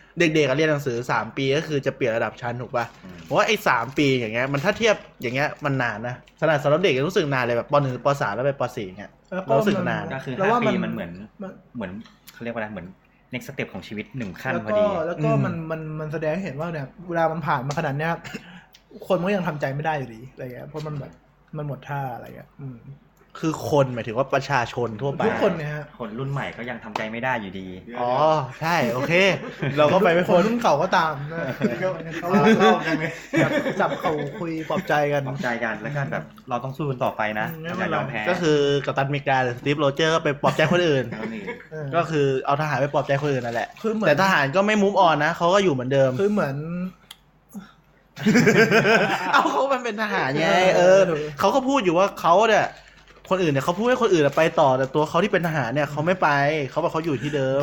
เด็กๆอะเรียนหนังสือสามปีก็คือจะเปลี่ยนระดับชั้นถูกป่ะอืมเพราะว่าไอ้สามปีอย่างเงี้ยมันถ้าเทียบอย่างเงี้ยมันนานนะขนาดสำหรับเด็กยังรู้สึกนานเลยแบบปหนึ่งปสามแล้วไปปสี่เงี้ยแล้วเรารู้สึกนานก็คือแล้วห้าว่าปีมันเหมือนมันเหมือนเขาเรียกว่าอะไรเหมือน next step ของชีวิตหนึ่งขั้นแล้วพอก็ดีแล้วก็อืมมันมันมันแสดงให้เห็นว่าเนี่ยเวลามันผ่านมาขนาดเนี้ยคนมันก็ยังทำใจไม่ได้อยู่ดีอะไรเงี้ยเพราะมันแบบมันหมดท่าอะไรเงี้ยอืมคือคนหมายถึงว่าประชาชนทั่วไปทุกคนเนี่ยฮะคนรุ่นใหม่ก็ยังทำใจไม่ได้อยู่ดีอ๋อใช่โอเค เราก็ไปไม่คพ้นนรุ่นเก่าก็ตามนะเขาเล่ากันไหมจับจับเขาคุยปลอบใจกันปลอบใจกันแล้วก็แบบเราต้องสู้กันต่อไปนะอืมอย่ายอมแพ้ก็คือกัปตันอเมริกาหรือสตีฟโรเจอร์ก็ไปปลอบใจคนอื่นแล้วนี่เออก็คือเอาทหารไปปลอบใจคนอื่นนั่นแหละคือเหมือนแต่ทหารก็ไม่มูฟออนนะเขาก็อยู่เหมือนเดิมคือเหมือนเอาเขามันเป็นทหารไงเอเอออเขาก็พูดอยู่ว่าเขาเนี่ยคนอื่นเนี่ยเขาพูดให้คนอื่นไปต่อแต่ตัวเขาที่เป็นทหารเนี่ยเขาไม่ไปเขาบอกเขาอยู่ที่เดิม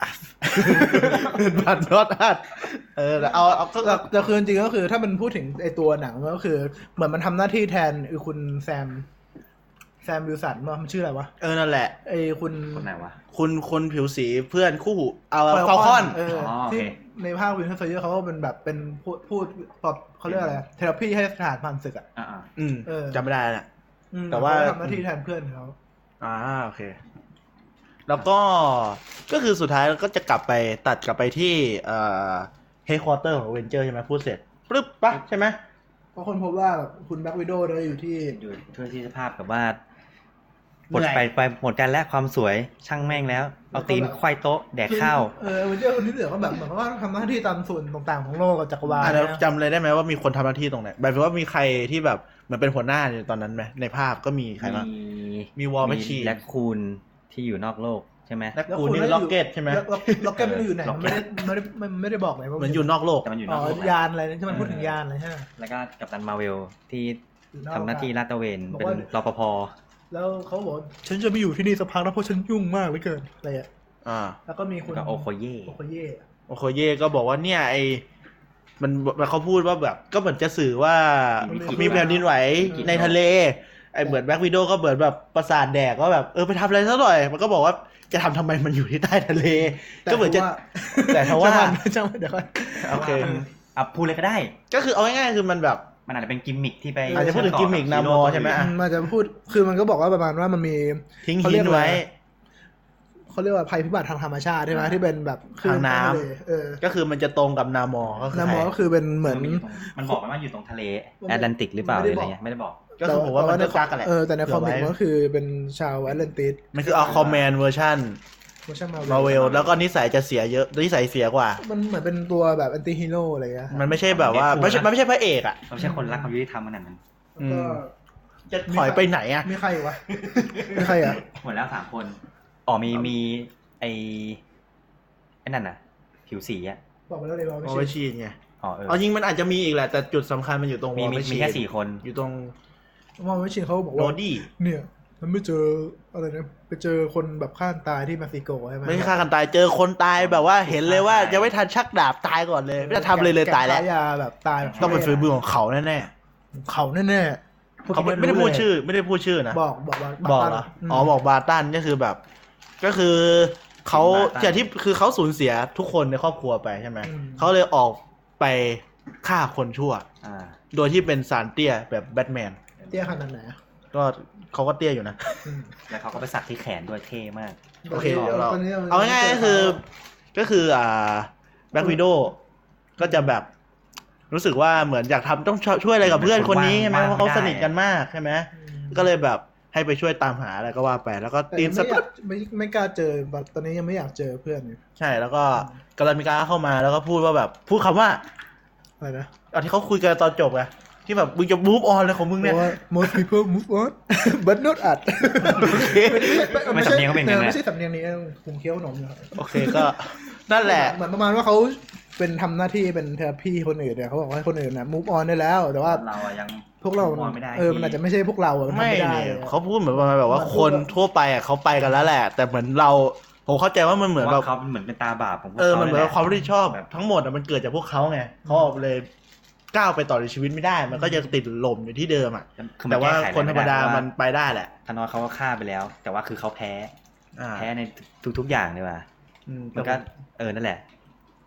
บัตรนอตอัดเออแต่เอาเอาก็แต่แต่คือจริงๆก็คือถ้ามันพูดถึงไอตัวหนังมันก็คือ เหมือนมันทำหน้าที่แทนไอคุณแซมแซมวิลสันว่ามันชื่ออะไรวะเออนั่นแหละไอคุณคนไหนวะคุณคนผิวสีเพื่อนคู่หูเอาฟฟาคอนเอออ๋อโอเคที่ในภาควินเทอร์โซลเยอร์เขาก็เป็นแบบเป็นพูดพูดปรับเขาเรียกอะไรเทอราพีให้ทหารผ่านศึกอ่ะอ่าอืมเออจำไม่ได้แล้วอืมแต่ว่าเขทำหน้าที่แทนเพื่อนเขาอ่าโอเค แล้วก็ก็คือสุดท้ายก็จะกลับไปตัดกลับไปที่เอ่อเฮดควอเตอร์ของเวนเจอร์ใช่ไหมพูดเสร็จปึ๊บปะใช่ไหมเพราะคนพบว่าแบบคุณแบ็กวิโดว์ได้อยู่ที่ๆอยู่เพื่อที่สภาพกับว่าหมดไปไปหมดกันและความสวยช่างแม่งแล้ว เอาตีนควายโต๊ะแดกข้าวเออเวนเจอร์คนที่เหลือก็แบบเหมือนกับว่าทำหน้าที่ตามส่วนต่างๆของโลกกับจักรวาลอ่ะแล้วนะจำเลยได้ไหมว่ามีคนทำหน้าที่ตรงไหนหมายถึงว่ามีใครที่แบบเหมือนเป็นหัวหน้าอยู่ตอนนั้นไหมในภาพก็มีใครบ้าง มี War Machine แล็กคูนที่อยู่นอกโลกใช่ไหมและกูนี่ล็อกเก็ตใช่ไหมแล้วแล้วล็อกเก็ตมันอยู่ไหนล็อกมันเก็ไม่ตได้ไม่ได้ไม่ไม่ได้บอกเลยว่าเหมือนอยู่นอกโลกแต่มันอยู่นอ๋อกอโลกยานอะไรที่มันพูดถึงยานอะไรใช่ไหมแล้วก็กัปตันมาเวลที่อยู่นอกทำหน้าที่ลาดตระเวนบอกเป็นว่ารปภแล้วเขาบอกว่าฉันจะไม่อยู่ที่นี่สักพักนะเพราะฉันยุ่งมากเหลือเกินอะไรอ่ะอ่าแล้วก็มีคุณกับโอโคเย่โอโคเย่โอโคเย่ก็บอกว่าเนี่ยไอมันมันเขาพูดว่าแบบก็เหมือนจะสื่อว่ามีแผ่นดินไหวในทะเลไอเหมือนแบ็กวิดโอก็เหมือนแบบประสาทแดกก็แบบเออไปทำอะไรซะหน่อย มันก็บอกว่าจะทำทำไมมันอยู่ที่ใต้ทะเล ก็เหมือนจะ แต่ถ้าว่าจังเดี๋ยวก่อนโอเคอ่ะพูดเลยก็ได้ก็คือเอาง่ายๆคือมันแบบมันอาจจะเป็นกิมมิคที่ไปอาจจะพูดถึงกิมมิคนามอใช่ไหมอ่ะมันจะพูดคือมันก็บอกว่าประมาณว่ามันมีทิ้งเขาหิเรียนกอะไรไว้เขาเรียกว่าภัยพิบัติทางธรรมชาติใช่ไหมที่เป็นแบบคลื่ทางน้ำใต้ทะเลเออก็คือมันจะตรงกับนามอก็คือน้ำมอก็คือเป็นเหมือนมันบอกว่าอยู่ตรงทะเลแอตแลนติกหรือเปล่าหรืออะไรเงี้ยไม่ได้บอกก็คือผมว่ามันจะจักกันแหละเออแต่ในคอมิกก็คือเป็นชาวแอตแลนติสมันคือเอาคอมแมนเวอร์ชันเวอร์ชันมามาเวลแล้วก็นิสัยจะเสียเยอะนิสัยเสียกว่ามันเหมือนเป็นตัวแบบแอนตี้ฮีโร่อะไรเงี้ยมันไม่ใช่แบบว่าไม่ใช่มันไม่ใช่พระเอกอ่ะเราไม่ใช่คนรักความยุติธรรมขนาดนั้นแล้วก็จะถอยไปไหนอ่ะมีใครวะมีใครอ่ะหมดแล้วสามคน อ๋อมีมีไอไอ้นั่นน่ะ ผิวสีอ่ะบอกไปแล้วเลยว่าไม่โอใช่เวอร์ชีนไงอ๋อเออเอาจริงมันอาจจะมีอีกแหละแต่จุดสำคัญมันอยู่ตรงมีมี War มี Machine แค่สี่คนอยู่ตรงว่าไม่ชินเขาบอกโรว่าดี้เนี่ยมันไม่เจออะไรนะไปเจอคนแบบฆ่าตายที่เม็กซิโกใช่ไหมไม่ใช่ฆ่ากันตายเจอคนตายแบบว่าเห็นเลยว่ายังไม่ทันชักดาบตายก่อนเลยไม่ได้ทำเลยเลยตายแล้วแกะยาแบบตายแบบต้องเป็นฝีมือของเขาแน่เขาแน่ๆๆเขาไม่ไม่ได้พูดชื่อ ไม่ได้พูดชื่อนะบอกบอกว่าบอกเหรออ๋อบอกบาตันก็คือแบบ ก็คือเขาอย่างที่คือเขาสูญเสียทุกคนในครอบครัวไปใช่ไหมเขาเลยออกไปฆ่าคนชั่วอ่าโดยที่เป็นสารเตี้ยแบบแบทแมนเตี้ยขนาดไหนอะก็เขาก็เตี้ยอยู่นะอืมแล้วเขาก็ไปสักที่แขนด้วยเท่มากโอเคเดี๋ยวเราตนนี้เอาง่ายๆก็คือ ก็คืออ่าแบ็กวิดโอก็จะแบบรู้สึกว่าเหมือนอยากทำต้องช่วยอะไรกับเพื่อนคนนี้ใช่ไหมเพราะเขาสนิทกันมากใช่ไหมอืมก็เลยแบบให้ไปช่วยตามหาอะไรก็ว่าไป แล้วก็แต่ตีมยังสไม่อตัยากไม่ไม่กล้าเจอแบบตอนนี้ยังไม่อยากเจอเพื่อนอยู่ใช่แล้วก็กาลามิกาเข้ามาแล้วก็พูดว่าแบบพูดคำว่าอะไรนะเอาที่เขาคุยกันตอนจบไงที่แบบมึงจะ move on เลยของมึงเพเนี่ยราะว่า most people move on but not us ไม่สำเนียงเขาเป็นอย่างนั้นแหละไม่ใช่สำเนียงนี้ผมเคี้ยวขนมอยู่ครับโอเคก็นั่นแหละเหมือนประมาณว่าเขาเป็นทำหน้าที่เป็นเทอราพีคนอื่นเนี่ยเขาบอกว่าให้คนอื่นนะ move on ได้แล้ว แต่ว่าเราอะยังพวกเรามองไม่ได้เออมันอาจจะไม่ใช่พวกเราอะมันทำไม่ไม่ได้เนี่ยอะเขาพูดเหมือนประมาณแบบว่าคนทั่วไปอ่ะเขาไปกันแล้วแหละ แต่เหมือนเราผมเข้าใจว่ามันเหมือนแบบว่าเขาเหมือนเป็นตาบาปของพวกเออเขามันเหมือนแหกับละความรับผิดชอบแบบทั้งหมดอะมันเกิดจากพวกเขาไงเขาออกเลยก้าวไปต่อในชีวิตไม่ได้ มันก็จะติดหล่มอยู่ที่เดิมอ่ะคือแต่มันว่าแก้ไขคนธรรมดาไไมันไปได้แหละธานอสเขาก็ฆ่าไปแล้ว แต่ว่าคือเขาแพ้อ่าแพ้ในทุกๆอย่างเลยว่ะอืมมันก็เออนั่นแหละ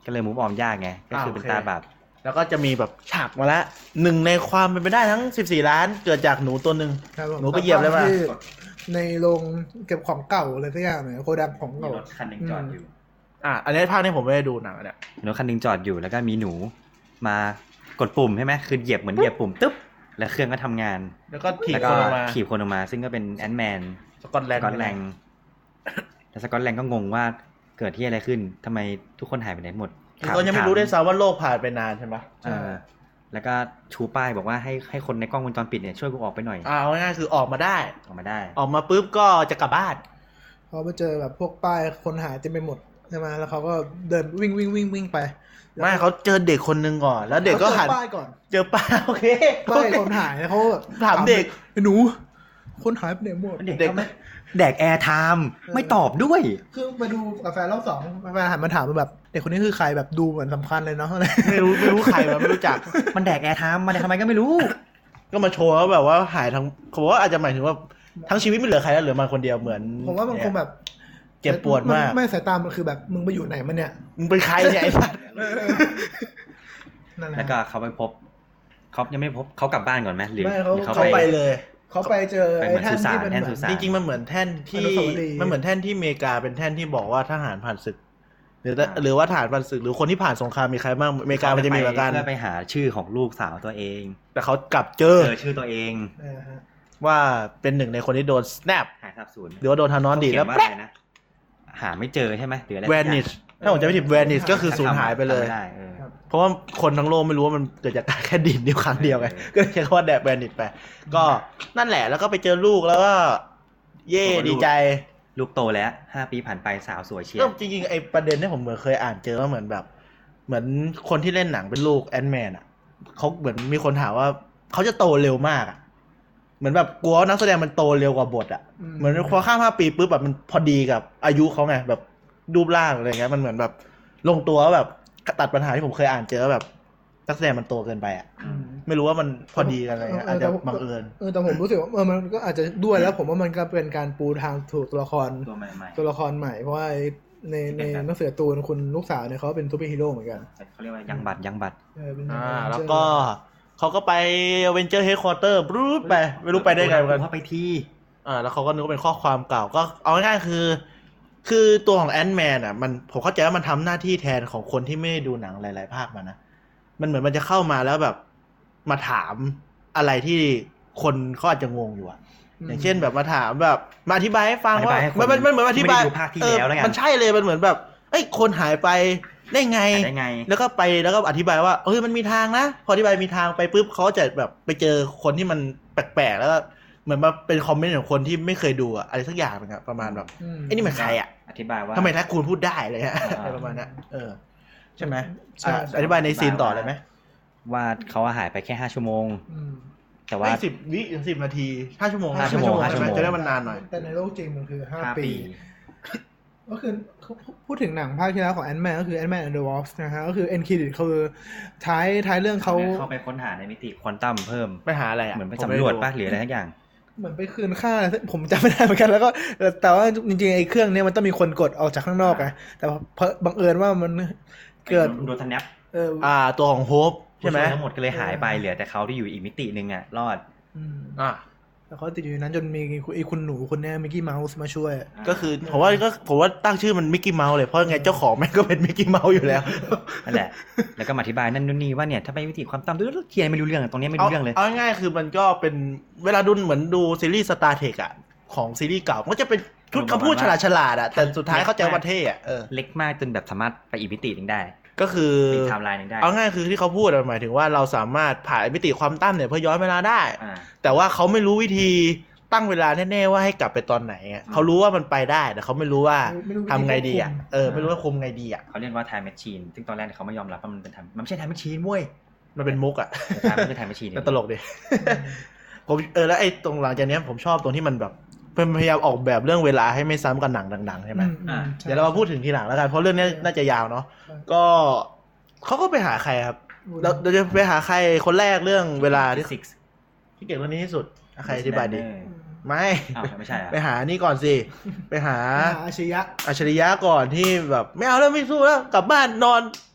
ก็เลยมูฟออนยากไงก็คือเป็นตาบาปแล้วก็จะมีแบบฉากมาละหนึ่งในความเป็นไปได้ทั้งสิบสี่ล้านเกิดจากหนูตัวหนึ่งครับผมหนูไปเหยียบเลยป่ะที่ในโรงเก็บของเก่าอะไรสักอย่างหนึ่งโกดังของมีเก่ารถคันหนึงจอดอยู่อ่ะอันนี้ภาคนี้ผมไม่ได้ดูหนังอันเนี่ยรถคันหนึงจอดอยู่แล้วก็มีหนูมากดปุ่มใช่ไหมคือเหยียบเหมือนเหยียบปุ่มตึ๊บแล้วเครื่องก็ทำงานแล้วก็ถีบแล้วคก็นออกมาถีบคนออกมา ซึ่งก็เป็นแอนด์แมนสกอตแลสนด์กอตแลนด์แล้วสกอตแลนด์ก็งงว่าเกิดที่อะไรขึ้นทำไมทุกคนหายไปไหนหมดคือเขายังไม่รู้ด้วยซ้ำว่าโลกผ่านไปนานใช่ไหมเออแล้วก็ชูป้ายบอกว่าให้ให้คนในกล้องวงจรปิดเนี่ยช่วยกูออกไปหน่อยอ่าเอาง่ายๆคือออกมาได้ออกมาได้ออกมาปุ๊บก็จะกลับบ้านเขาไปเจอแบบพวกป้ายคนหายเต็มไปหมดใช่ไหมแล้วเขาก็เดินวิ่งวิ่งวิ่งวิ่งไปไม่เขาเจอเด็กคนนึงก่อน แล้วเด็กก็หันขาเจอป้ายก่อนเจอป้าโอเคป้ายคนหายแล้วเขาแบบถามเด็กไอ้หนู คนหายไปไหนหมดเด็กเด็กก็ไม่แดกแอร์ไทม์ไม่ตอบด้วยคือมาดูกาแฟรอบสองแฟนหันมาถามแบบเด็กคนนี้คือใครแบบดูเหมือนสำคัญเลยเนาะอะไรไม่รู้ไม่รู้ใครมาไม่รู้จักมันแดกแอร์ไทม์มาทำไมก็ไม่รู้ก็มาโชว์ว่าแบบว่าหายทั้งเขาบอกว่าอาจจะหมายถึงว่าทั้งชีวิตไม่เหลือใครแล้วเหลือมันคนเดียวเหมือนผมว่ามันคงแบบเจ็บปวดมากไม่สายตามันคือแบบมึงไปอยู่ไหนมันเนี่ยมึงเป็นใครเนี่ยไอ้สัสนั่นแหละแล้วก็เขาไปพบเขายังไม่พบเขากลับบ้านก่อนไหมหรือไม่เขาหรือเขาไปเลยเขาไปเจอไปไอ้เหมือนแท่นสุสานที่เป็นแท่นเหมืสุอนสานจริงๆมันเหมือนแท่นที่อนุสาวรีย์มันเหมือนแท่นที่อเมริกาเป็นแท่นที่บอกว่าทหารผ่านศึก หรือหรือว่าทหารผ่านศึกหรือคนที่ผ่านสงครามมีใครบ้างอเมริกามันจะมีเหมือนกันเพื่อไปหาชื่อของลูกสาวตัวเองแต่เขากลับเจอเจอชื่อตัวเองเออฮะว่าเป็นหนึ่งในคนที่โดน snap หายสาบสูญหรือว่าโดนทานอนดีดเขาแล้วเขียนว่าอะไรนะหาไม่เจอใช่ไหมหรืออะไร vanish ถ้าผมจะไม่ผิด vanish ก็คือสูญหายไปเลยทำม่ด้เออเพราะว่าคนทั้งโลกไม่รู้ว่ามันเกิดจากการแค่ดินนิ้วครั้งเดียวไง ก็เลยใช้คำว่าแดดแบนดิตไป ก็นั่นแหละแล้วก็ไปเจอลูกแล้วก็ เย่ดีใจลูกโตแล้วห้าปีผ่านไปสาวสวยเชียก็วจริงๆไอ้ประเด็นที่ผมเหมือนเคยอ่านเจอว่าเหมือนแบบ เหมือนคนที่เล่นหนังเป็นลูกแอนด์แมนอ่ะเขาเหมือนมีคนถามว่าเขาจะโตเร็วมากอ่ะเหมือนแบบกลัวนักแสดงมันโตเร็วกว่าบทอ่ะเหมือนพอข้ามห้าปีปุ๊บแบบมันพอดีกับอายุเขาไงแบบรูปร่างอะไรเงี้ยมันเหมือนแบบลงตัวแบบตัดปัญหาที่ผมเคยอ่านเจอแบบนักแสดงมันโตเกินไปอ่ะอืมไม่รู้ว่ามันพอดีกันอะไรเงี้ยอาจจะบังเอิญเออแต่ผมรู้สึกว่าเออมันก็อาจจะด้วยแล้วผมว่ามันก็เป็นการปูทางถูกตัวละครตัวใหม่ตัวละครใหม่เพราะว่าในในหนังสือการ์ตูนคุณลูกสาวเนี่ยเขาเป็นซูเปอร์ฮีโร่เหมือนกันๆเขาเรียกว่ายังบัตรยังบัตรเออเป็นอ่าแล้วก็เขาก็ไปเวนเจอร์เฮดคอร์เตอร์บรูดไปไม่รู้ไปได้ไงเหมือนกันเขาไปที่อ่าแล้วเขาก็นึกว่าเป็นข้อความเก่าก็เอาง่ายๆคือ คือตัวของแอนด์แมนอ่ะมันผมเข้าใจว่ามันทำหน้าที่แทนของคนที่ไม่ได้ดูหนังหลายๆภาคมานะมันเหมือนมันจะเข้ามาแล้วแบบมาถามอะไรที่คนเขาอาจจะงงอยู่อะอย่างเช่นแบบมาถามแบบมาอธิบายให้ฟังว่ามันมันมันเหมือนอธิบายไม่ได้ดูภาคที่แล้วแล้วไงมันใช่เลยมันเหมือนแบบเอ้ยคนหายไปได้ไงได้ไงแล้วก็ไปแล้วก็อธิบายว่าเฮ้ยมันมีทางนะพออธิบายมีทางไปปุ๊บเขาจะแบบไปเจอคนที่มันแปลกๆแล้วก็เหมือนมาเป็นคอมเมนต์ของคนที่ไม่เคยดูอะอะไรสักอย่างนึงอะประมาณแบบไอ้นี่มันใครอะอธิบายว่าทำไมทักคูณพูดได้อะไรเงี้ยอ่าอะไรประมาณนั้นเออใช่ไหมใช่อ่ะอธิบายในซีนต่อเลยไหมว่าเขาหายไปแค่ห้าชั่วโมงอืมแต่ว่าไม่สิบวิถึงสิบนาทีห้าชั่วโมงห้าชั่วโมงใช่ไหห้าชั่วโมงจะได้มันนานหน่อยแต่ในโลกจริงมันคือห้าห้าปีปีก็คือพูดถึงหนังภาคที่แล้วของแอนด์แมนก็คือแอนด์แมนแอนด์เดอะวอล์ฟนะฮะก็คือเอ็นคิดิคือท้ายท้ายเรื่องเขาเขาไปค้นหาในมิติควอนตัมเพิ่มไปหาอะไรอะเหมือนไปผสำม่รวจดูป่ะหรืออะไรทั้งอย่างเหมือนไปคืนค่าอะไรผมจำไม่ได้เหมือนกันแล้วก็แต่ว่าจริงๆไอ้เครื่องเนี้ยมันต้องมีคนกดออกจากข้างนอกไงแต่เพราะบังเอิญว่ามันเกิดโดนทันแนปเอออ่าตัวของโฮปใช่ไหมทั้งหมดก็เลยหายไปเหลือแต่เขาที่อยู่อีกมิติหนึ่งอ่ะรอดอืมอ่าแล้วเขาติดอยู่ในนั้นจนมีไอ้คุณหนูคนเนี้ยมิกกี้เมาส์มาช่วยก็คือผมว่าก็ผมว่าตั้งชื่อมันมิกกี้เมาส์เลยเพราะไงเจ้าของแม่งก็เป็นมิกกี้เมาส์อยู่แล้วนั่นแหละ แล้วก็มาอธิบายนั่นนู่นนี่ว่าเนี่ยถ้าไปมิติความต่ำดูเทียนไม่รู้เรื่องตรงนี้ไม่รู้เรื่องเลยเอาง่ายๆคือมันก็เป็นเวลาดูเหมือนดูซีรีส์ Star Trek อะของซีรีส์เก่ามันก็จะเป็นชุดคำพูดฉลาดๆอะแต่สุดท้ายเข้าใจว่าเท่อะเออเล็กมากจนแบบสามารถไปอีกมิติหนึ่งได้ก็คืออีกไทม์ไลน์หนึ่งได้เอาง่ายคือที่เขาพูดอะหมายถึงว่าเราสามารถผ่านมิติความตั้มเนี่ยเพื่อย้อนเวลาได้อ่าแต่ว่าเขาไม่รู้วิธีตั้งเวลาแน่ๆว่าให้กลับไปตอนไหนอะเขารู้ว่ามันไปได้แต่เขาไม่รู้ว่าไม่รู้วิธีทำไงดีอะควบคุมเออไม่รู้ว่าคุมไงดีอะเขาเรียกว่า time machine ซึ่งตอนแรกเขาไม่ยอมรับว่ามันเป็น time มันไม่ใช่ time machine เว้ยมันเป็นมุกอะ time มันคือ time machine น่าตลกดิ ผมเออแล้วไอ้ตรงหลังจากเนี้ยผมชอบตรงที่มันแบบพยายามออกแบบเรื่องเวลาให้ไม่ซ้ำกับหนังดังๆใช่ไหมอือือ่าใช่เดี๋ยวเรามาพูดถึงทีหลังแล้วกันเพราะเรื่องนี้น่าจะยาวเนาะใช่ก็เขาก็ไปหาใครครับเราเราจะไปหาใครคนแรกเรื่องเวลาที่ six ที่เก่งเรื่องนี้ที่สุดใครอธิบายดีไม่อ้าวไม่ใช่อ่ะไปหานี่ก่อนสิ ไปหาอาชียะอัจฉริยะก่อนที่แบบไม่เอาแล้วไม่สู้แล้วกลับบ้านนอน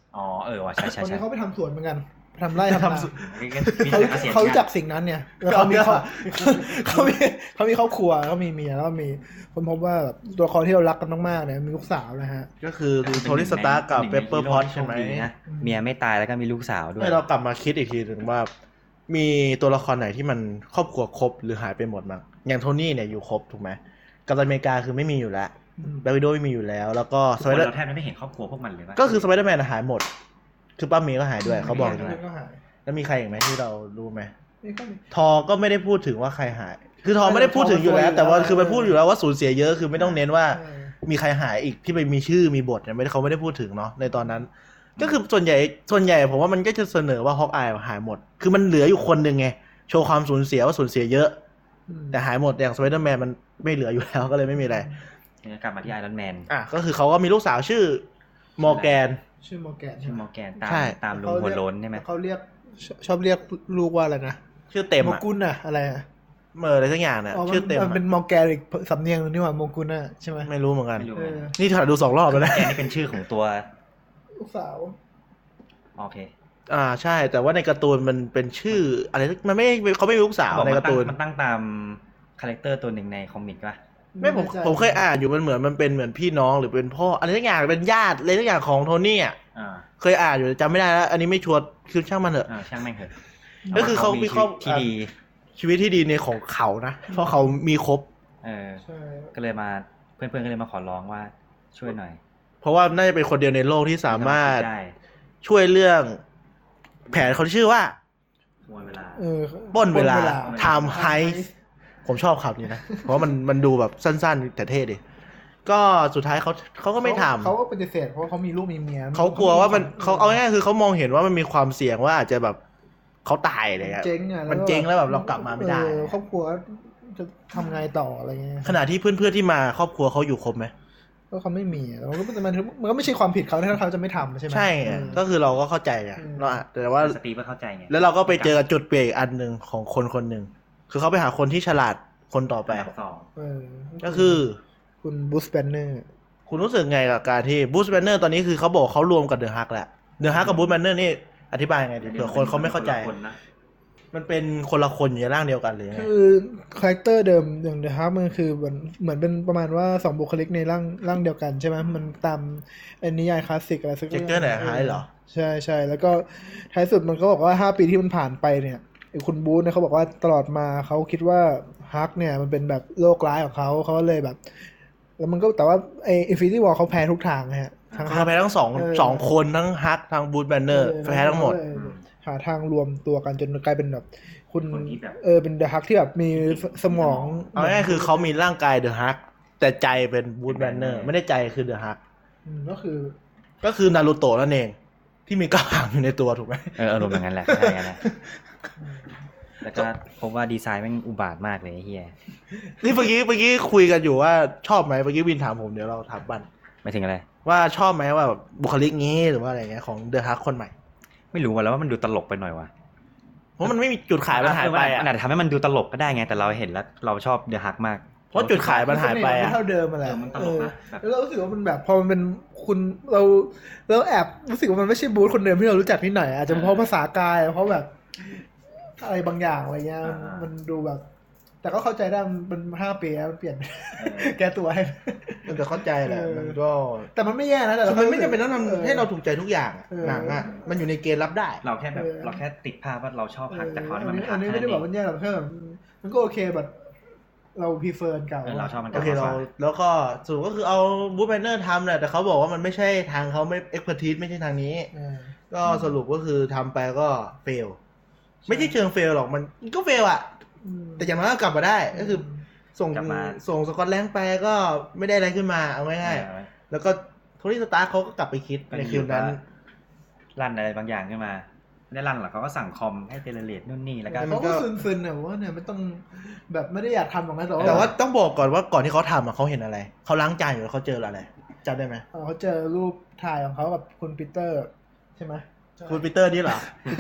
อ๋อเออว่ะใช่ใช่คนใช่นี้เขาไปทำสวนเหมือนกันไปทำไร่ทำนามีเขาแต่เสียงเขารู้จักสิ่งนั้นเนี่ยแล้วเขามีเขาเขามีเขามีครอบครัวเขามีเมียแล้วก็มีคนพบว่าแบบตัวละครที่เรารักกันมากๆเนี่ยมีลูกสาวนะฮะก็คือดูโทนี่สตาร์กับเปเปอร์พอตใช่ไหมเมียไม่ตายแล้วก็มีลูกสาวด้วยให้เรากลับมาคิดอีกทีหนึ่งว่า มีตัวละครไหนที่มันครอบครัวครบหรือหายไปหมดมั้งอย่างโทนี่เนี่ยอยู่ครบถูกไหมกัปตันอเมริกาคือไม่มีอยู่แล้วอืมแบล็ควิโดว์ไม่มีอยู่แล้ว แล้วก็ทุสกไปคนเดอร์เราแทบไม่เห็นครอบครัวพวกมันเลยว่าก็คือสไปเดอร์แมนหายหมด คือป้าเมย์ก็หายด้วยเขาบอกไม่ด้วยก็หายแล้วมีใครอีกไหมที่เรารู้ไหมไม่ก็มีทอก็ไม่ได้พูดถึงว่าใครหาย คือทอไม่ได้พูดถึงอยู่แล้ว แต่ว่าคือมันพูดอยู่แล้วว่าสูญเสียเยอะคือไม่ต้องเน้นว่าเออมีใครหายอีกที่ไปมีชื่อมีบทเนี่ยไม่ได้เขาไม่ได้พูดถึงเนาะในตอนนั้น ก็คือส่วนใหญ่ส่วนใหญ่ผมว่ามันก็จะเสนอว่าฮอกอายหายหมด คือมันเหลืออยู่คนหนึ่งไงโชว์ความสูญเสียว่าสูญเสียเยอะอืมแต่หายหมดอย่างสไปเดอร์แมนมันไม่เหลืออยู่แล้วก็เลยไม่มีอะไรกลับมาที่ไอรอนแมนอ่ะก็คือเขาก็มีลูกสาวชื่อมอร์แกนชื่อมอร์แกนชื่อมอร์แกนตามใช่ตามลุงหัวโล้นใช่ไหมเขาเรียกชชอบเรียกลูกว่าอะไรนะชื่อเต็มโมอะกุนอะอะไรอะเมออะไรสักอย่างเนี่ยอ๋อมันชื่อเต็มมันเป็นอะมอร์แกนอีกสำเนียงนึงนี่หว่าโมกุนอะใช่ไหมไม่รู้เหมือนกันไม่รู้เออนี่ถ่ายดูสองรอบแล้วนะแกนี่เป็นชื่อของตัวลูกสาวโอเคอ่าใช่ แต่ว่าในการ์ตูนมันเป็นชื่ออะไรมันไม่เขาไม่มีลูกสาวบอกในมันการ์ตั้ตูงนมันตั้งตามคาแรคเตอร์ตัวหนึ่งในคอมิกป่ะไม่ผมผมเคยอ่านอยู่มันเหมือนมันเป็นเหมือนพี่น้องหรือเป็นพ่ออะไรสักอย่างเป็นญาติอะไรสักอย่างของโทนี่อ่ะอ่าเคยอ่านอยู่จำไม่ได้แล้ว อันนี้ไม่ชัวร์คือช่างมันเถอะอ่าช่างแม่งเถอะก็คือเขามีครอบชีวิตที่ดีชีวิตที่ดีในของเขานะเพราะเขามีครบเออใช่ก็เลยมาเพื่อนๆก็เลยมาขอร้องว่าช่วยหน่อยเพราะว่าน่าจะเป็นคนเดียวในโลกที่สามารถได้ช่วยเรื่องแผนเขาชื่อว่าขโมยเวลาเออปล้นเวลาปล้น time heist ผมชอบคำนี้นะ เพราะว่ามันมันดูแบบสั้นๆ แต่เท่ดี ก็สุดท้ายเขาเขาก็ไม่ทำเขาก็ปฏิเสธเพราะเขามีลูกมีเมียเขากลัวว่ามันเขาเอาง่ายๆคือเขามองเห็นว่ามันมีความเสี่ยงว่าอาจจะแบบเขาตายอะไรเงี้ยเจ๊งอะมันเจ๊งแล้วแบบเรากลับมาไม่ได้เออครอบครัวจะทำไงต่ออะไรเงี้ยขณะที่เพื่อนๆที่มาครอบครัวเขาอยู่ครบไหมก็เขาไม่มีแล้วก็มันมันก็ไม่ใช่ความผิดเขาถ้าเขาจะไม่ทำใช่ไหมใช่ไงเออก็คือเราก็เข้าใจไงอืมเราอะแต่ว่าสตีฟก็เข้าใจไงแล้วเราก็ไปเจอจุดเปลี่ยนอีกอันหนึ่งของคนคนหนึ่งคือเขาไปหาคนที่ฉลาดคนต่อไปอันดับสองเออก็คือคุณบูสแบนเนอร์คุณรู้สึกไงกับการที่บูสแบนเนอร์ตอนนี้คือเขาบอกเขารวมกับเดอะฮักแล้วเดอะฮักกับบูสแบนเนอร์นี่อธิบายยังไงดีเผื่อคนเขาไม่เข้าใจคนนะมันเป็นคนละคนอยู่ในร่างเดียวกันเลยไงคือคาแรคเตอร์เดิมอย่างเดอะฮักมันคือเหมือนเหมือนเป็นประมาณว่าสองบุคลิกในร่างร่างเดียวกันใช่ไหมมันตามไอ้นิยายคลาสสิกอะไรสักเจคเกอร์ไหนหายเหรอใช่ใช่แล้วก็ท้ายสุดมันก็บอกว่าห้าปีที่มันผ่านไปเนี่ยไอ้คุณบูธเนี่ยเขาบอกว่าตลอดมาเขาคิดว่าฮักเนี่ยมันเป็นแบบโรคร้ายของเขาเขาก็เลยแบบ แล้วมันก็แต่ว่าไอ้อินฟินิตี้วอลเขาแพ้ทุกทางนะฮะทั้งเขาแพ้ทั้งสองเออสองคนทั้งฮักทั้งบูธแบนเนอร์แพ้ทั้งหมดเออหาทางรวมตัวกันจนกลายเป็นแบบคุณคนที่แบบเออเป็นเดอะฮักที่แบบมีสมองเอาง่ายๆคือเขามีร่างกายเดอะฮักแต่ใจเป็นบูธแบนเนอร์ไม่ได้ใจคือเดอะฮักอืมก็คือก็คือนารูโตะนั่นเอง ที่มีกระหังอยู่ในตัวถูกไหมเอออารมณ์อย่างนั้นแหละใช่อย่างนั้นแหละแล้วก็พบว่าดีไซน์แม่งอุบาทมากเลยไอ้เฮียนี่เมื่อกี้เมื่อกี้คุยกันอยู่ว่าชอบไหมเมื่อกี้วินถามผมเดี๋ยวเราถามบันไม่ถึงอะไรว่าชอบไหมว่าแบบบุคลิกงี้หรือว่าอะไรเงี้ยของเดอะฮักคนใหม่ไม่รู้ว่าแล้วว่ามันดูตลกไปหน่อยวะเพราะมันไม่มีจุดขายมันหายไปอ่ะมันอาจจะทำให้มันดูตลกก็ได้ไงแต่เราเห็นแล้วเราชอบเดอะฮักมากเพราะจุดขายมันหายไปม่อ่ะเท่าเดิมมาแหละเออมันตลกนะแบบแล้วเรารู้สึกว่ามันแบบพอมันเป็นคุณเราเราแอบรู้สึกว่ามันไม่ใช่บูธคนเดิมที่เรารู้จักนิดหน่อยอาจจะเพราะภาษากายเพราะแบบอะไรบางอย่างอะไรเงี้ยมันดูแบบ แต่ก็เข้าใจได้มันเป็นห้าปีแล้วมันเปลี่ยน แก้ตัวให้มันจะเข้าใจแหละเออมันก็แต่มันไม่แย่นะแต่คือเรามันไม่จำเป็นต้องออทำให้เราถูกใจทุกอย่างอะเออหนังอ่ะมันอยู่ในเกณฑ์รับได้เราแค่แบบเออเราแค่ติดภาพว่าเราชอบฮักแต่เขาอัมันนี้ไม่ฮัอักนนี้แค่ไม่ได้นั้นบอกเอมันงแย่หรอกแค่แบบมันก็โอเคแบบเราพรีเฟอร์เก่าเออเราชอบมันโอเคเราแล้วก็สรุปก็คือเอาบูธแบนเนอร์ทำแหละแต่เขาบอกว่ามันไม่ใช่ทางเขาไม่เอ็กเพรสทีสไม่ใช่ทางนี้เออก็สรุปก็คือทำไปก็เฟลไม่ใช่เชิงเฟลหรอกมันก็เฟลอะอืมแต่อย่างน้อยก็กลับมาได้ก็คือส่งกลับมาส่งสกอตแลนด์ไปก็ไม่ได้อะไรขึ้นมาเอาง่ายเออๆแล้วก็โทนี่สตาร์เขาก็กลับไปคิดในคืนนั้นลั่นอะไรบางอย่างขึ้นมาไม่ได้ลั่นหรอกเขาก็สั่งคอมให้เจเนเรตนู่นนี่แล้วก็แต่มัเขานก็ก็ซึนๆเนี่ยว่าเนี่ยไม่ต้องแบบไม่ได้อยากทำหรอกนะแต่ว่าแต่ว่าต้องบอกก่อนว่าก่อนที่เขาทำอะเขาเห็นอะไรเขาล้างจานอยู่แล้วเขาเจออะไรจำได้ไหมเออเขาเจอรูปถ่ายของเขากับคุณปีเตอร์ใช่ไหมคุณปีเตอร์นี่เหรอ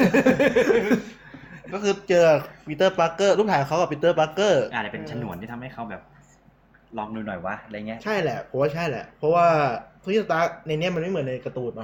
ก็คือเจอปีเตอร์ปาร์เกอร์รูปถ่ายของเขากับปีเตอร์ปาร์เกอร์อาจจะเป็นฉนวนที่ทำให้เขาแบบลองดูหน่อยวะอะไรเงี้ยใช่แหละผมว่าใช่แหละ เพราะว่าโทนี่สตาร์ในเนี้ยมันไม่เหมือนในการ์ตูนเนาะใน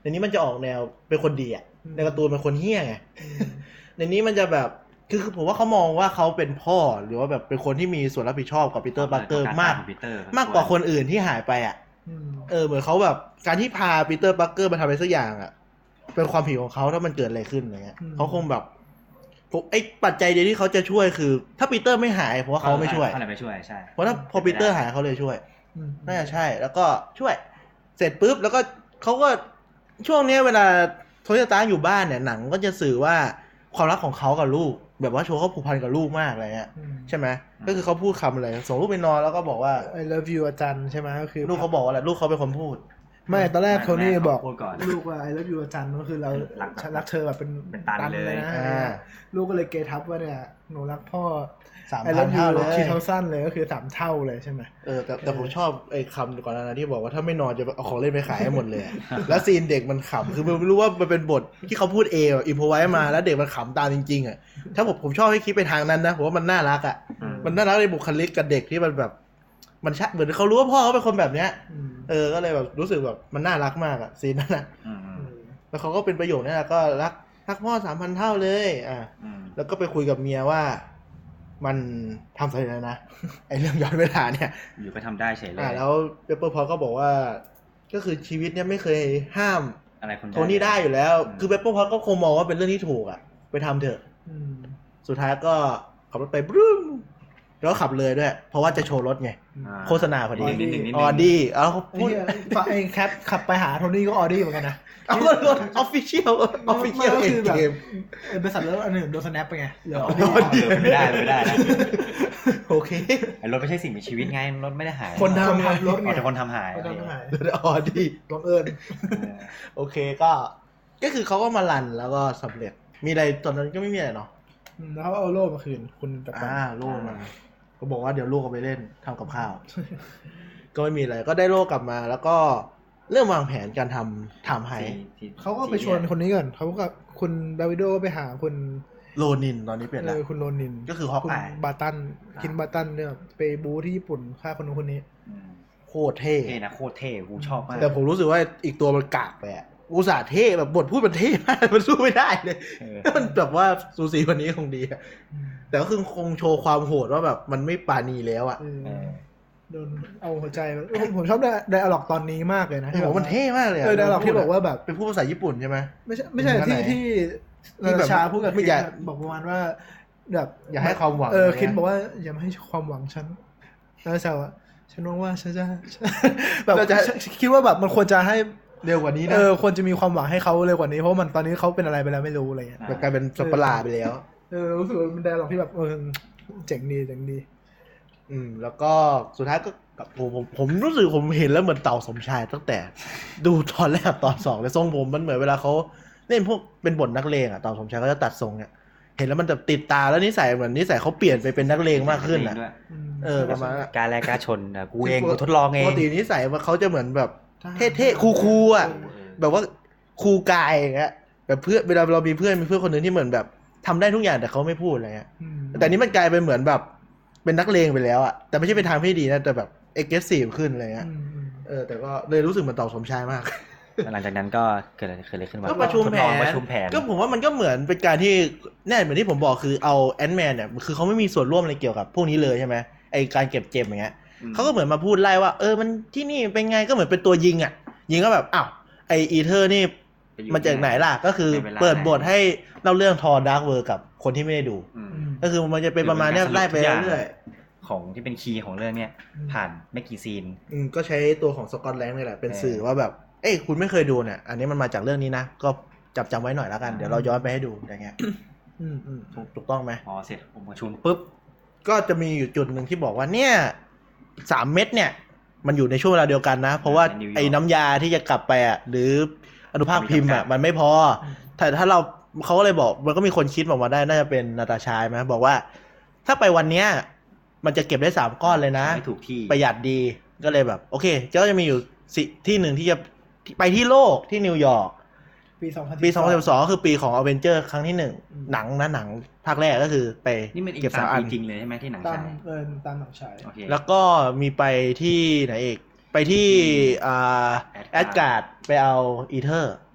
ในนี้มันจะออกแนวเป็นคนดีอ่ะในการ์ตูนเป็นคนเหี้ยไงในนี้มันจะแบบคือคือผมว่าเขามองว่าเขาเป็นพ่อหรือว่าแบบเป็นคนที่มีส่วนรับผิดชอบกับปีเตอร์ปาร์เกอร์มากมากกว่าคนอื่นที่หายไปอ่ะเออเหมือนเขาแบบการที่พาปีเตอร์ปาร์เกอร์มาทำอะไรสักอย่างอ่ะเป็นความผิดของเขาถ้ามันเกิดอะไรขึ้นอะไรเงี้ยเขาคงแบบผมไอ้ปัจจัยเดียวที่เขาจะช่วยคือถ้าปีเตอร์ไม่หายเพราะว่าเขาไม่ช่วยเขาเลยไม่ช่วยใช่เพราะถ้าพอปีเตอร์หายเขาเลยช่วยน่าจะใช่แล้วก็ช่วยเสร็จปุ๊บแล้วก็เขาก็ช่วงนี้เวลาโทนี่สตาร์อยู่บ้านเนี่ยหนังก็จะสื่อว่าความรักของเขากับลูกแบบว่าโชว์เขาผูกพันกับลูกมากอะไรเงี้ยใช่ไหมก็คือเขาพูดคำอะไรส่งลูกไปนอนแล้วก็บอกว่า I love you อาจารย์ใช่ไหมก็คือลูกเขาบอกว่าอะไรลูกเขาเป็นคนพูดไม่ตอนแรกโทนี่บอกก่อนลูกว่า I love you อาจารย์ก็คือเราฉันรักเธอแบบเป็นเป็นตันเลยนะลูกก็เลยเกทับว่าเนี่ยหนูรักพ่อสามพันเท่าเลยคิดเท่าสั้นเลยก็คือสามเท่าเลยใช่ไหมเออแต่แต่ผมชอบไอ้คำก่อนหน้านั้นที่บอกว่าถ้าไม่นอนจะเอาของเล่นไปขายให้หมดเลยแล้วซีนเด็กมันขำคือไม่รู้ว่ามันเป็นบทที่เขาพูดเองอิมพอไว้มาแล้วเด็กมันขำตามจริงๆอ่ะถ้าผมผมชอบให้คิดไปทางนั้นนะผมว่ามันน่ารักอ่ะมันน่ารักในบุคลิกกับเด็กที่มันแบบมันชัดเหมือนเขารู้ว่าพ่อเขาเป็นคนแบบเนี้ยเออก็เลยแบบรู้สึกแบบมันน่ารักมากอ่ะซีนนั้นนะแล้วเขาก็เป็นประโยคนี้แหละก็รักรักพ่อสามพันเท่าเลยอ่ะแล้วก็ไปคุยกับเมียว่ามันทำสำเร็จแล้วนะไอ้เรื่องย้อนเวลาเนี่ยอยู่ก็ทำได้เฉยเลยอ่าแล้วเปเปอร์พอตก็บอกว่าก็คือชีวิตเนี่ยไม่เคยห้ามอะไรคนโทนี่ได้อยู่แล้วคือเปเปอร์พอตก็คงมองว่าเป็นเรื่องที่ถูกอ่ะไปทำเถอะสุดท้ายก็ขับรถไปบรึ้มแล้วขับเลยด้วยเพราะว่าจะโชว์รถไงโฆษณาพอดีออดี้เอาพูดไอ้แคทขับไปหาโทนี่ก็ออดี้เหมือนกันนะเอารถออฟฟิเชียลออฟฟิเชียลเองเกมบริษัทแล้วอันหนึ่งโดนสแนปไปไงเหลือออดี้ไม่ได้ไม่ได้โอเคไอ้รถไม่ใช่สิ่งมีชีวิตไงรถไม่ได้หายคนทำรถไงแต่คนทำหายคนทำหายออดี้บังเอิญโอเคก็ก็คือเขาก็มารันแล้วก็สำเร็จมีอะไรตอนนั้นก็ไม่มีอะไรเนาะแล้วเขาเอาโล่มาคืนคุณตะอ่าโล่มาก็บอกว่าเดี๋ยวลูกเอาไปเล่นทำกับข้าวก็ไม่มีอะไรก็ได้โล่กลับมาแล้วก็เริ่มวางแผนการทำทำให้เขาก็ไปชวนคนนี้ก่อนเขากับคุณดาวิโดไปหาคุณโรนินตอนนี้เปลี่ยนแล้วคุณโรนินก็คือฮอกอายบาตันคินบาตันเนี่ยไปบูที่ญี่ปุ่นฆ่าคนนู้นคนนี้โคตรเท่เท่นะโคตรเท่กูชอบมากแต่ผมรู้สึกว่าอีกตัวมันกากไปอ่ะอุตส่าห์เท่แบบบทพูดมันเท่มากมันสู้ไม่ได้เลยมันแบบว่าซูซีวันนี้คงดีแต่ก็คือคงโชว์ความโหดว่าแบบมันไม่ปาณีแล้วอ่ะโดนเอาหัวใจผมชอบไดอะล็อกตอนนี้มากเลยนะที่บอกมันเท่มากเลยเออไดอะล็อกที่บอกว่าแบบเป็นพูดภาษาญี่ปุ่นใช่ไหมไม่ใช่ไม่ใช่ที่ที่ชาพูดกับคินบอกประมาณว่าแบบอย่าให้ความหวังเออคินบอกว่าอย่ามาให้ความหวังฉันแล้วชาว่าฉันมองว่าฉันจะแบบคิดว่าแบบมันควรจะให้เร็วกว่านี้นะเออควรจะมีความหวังให้เขาเร็วกว่านี้เพราะมันตอนนี้เขาเป็นอะไรไปแล้วไม่รู้อะไรเงี้ยกลายเป็นสัปปะหลาดไปแล้วเออรู้สึกว่ามันไดอะล็อกที่แบบเออเจ๋งดีเจ๋งดีอืมแล้วก็สุดท้ายก็ผมผมผมรู้สึกผมเห็นแล้วเหมือนเต่าสมชายตั้งแต่ดูตอนแรกตอนสองเลยทรงผมมันเหมือนเวลาเขาเล่นพวกเป็นบทนักเลงอ่ะเต่าสมชายก็จะตัดทรงเนี่ยเห็นแล้วมันจะติดตาแล้วนิสัยเหมือนนิสัยเขาเปลี่ยนไปเป็นนักเลงมากขึ้นอ่ะเออประมาณการแลกการชนอ่ะกูเองกูทดลองเองปกตินิสัยว่าเขาจะเหมือนแบบเท่ๆคูลๆอ่ะแบบว่าคูลกายอย่างเงี้ยแบบเพื่อนเวลาเรามีเพื่อนมีเพื่อนคนนึงที่เหมือนแบบทำได้ทุกอย่างแต่เขาไม่พูดอะไรเงี้ยแต่นี้มันกลายเป็นเหมือนแบบเป็นนักเลงไปแล้วอ่ะแต่ไม่ใช่เป็นทางที่ดีนะแต่แบบเอ็กซ์เซสซีฟขึ้นอะไรเงี้ยเออแต่ก็เลยรู้สึกเหมือนเต่าสมชายมากหลังจากนั้นก็เกิดอะไรเกิดอะไรขึ้นก็ประชุมแผนประชุมแผนก็ผมว่ามันก็เหมือนเป็นการที่แน่เหมือนที่ผมบอกคือเอาแอนด์แมนเนี่ยคือเขาไม่มีส่วนร่วมอะไรเกี่ยวกับพวกนี้เลยใช่ไหมไอการเก็บเจมอย่างเงี้ยเขาก็เหมือนมาพูดไล่ว่าเออมันที่นี่เป็นไงก็เหมือนเป็นตัวยิงอ่ะยิงก็แบบอ้าวไออีเทอร์นี่มาจากไหนล่ะก็คือเปิดบทให้เล่าเรื่องทอร์ดาร์กเวิร์กับคนที่ไม่ได้ดูก็คือมันจะเป็นประมาณนี้ไล่ไปเรื่อยๆของที่เป็นคีย์ของเรื่องเนี้ยผ่านไม่กี่ซีนอืมก็ใช้ตัวของสกอตแลนด์นี่แหละเป็นสื่อว่าแบบเอ้ยคุณไม่เคยดูเนี่ยอันนี้มันมาจากเรื่องนี้นะก็จับจำไว้หน่อยแล้วกันเดี๋ยวเราย้อนไปให้ดูอย่างเงี้ยอืมอืมถูกต้องไหมพอเสร็จผมประชุมปุ๊บก็จะมีอยู่จุดหนึ่งที่บอกว่าเนี่ยสามเม็ดเนี่ยมันอยู่ในช่วงเวลาเดียวกันนะเพราะว่าไอ้น้ำยาที่จะกลับไปอ่ะหรืออนุภาคพิมพ์อ่ะมันไม่พอแต่ถ้าเราเขาก็เลยบอกมันก็มีคนคิดออกมาได้น่าจะเป็นนาตาชาไหมบอกว่าถ้าไปวันเนี้ยมันจะเก็บได้สามก้อนเลยนะถูกที่ประหยัดดีก็เลยแบบโอเคก็จะมีอยู่ที่หนึ่งที่จะไปที่โลกที่นิวยอร์กปีสองพันปีสองพันสิบสองก็คือปีของอเวนเจอร์ครั้งที่หนึ่งหนังนะหนังภาคแรกก็คือไปเก็บสามอันจริงเลยใช่ไหมที่หนังฉายเออตามหนังฉายแล้วก็มีไปที่ไหนอีกไปที่อ่าแอดการ์ดไปเอาอีเทอร์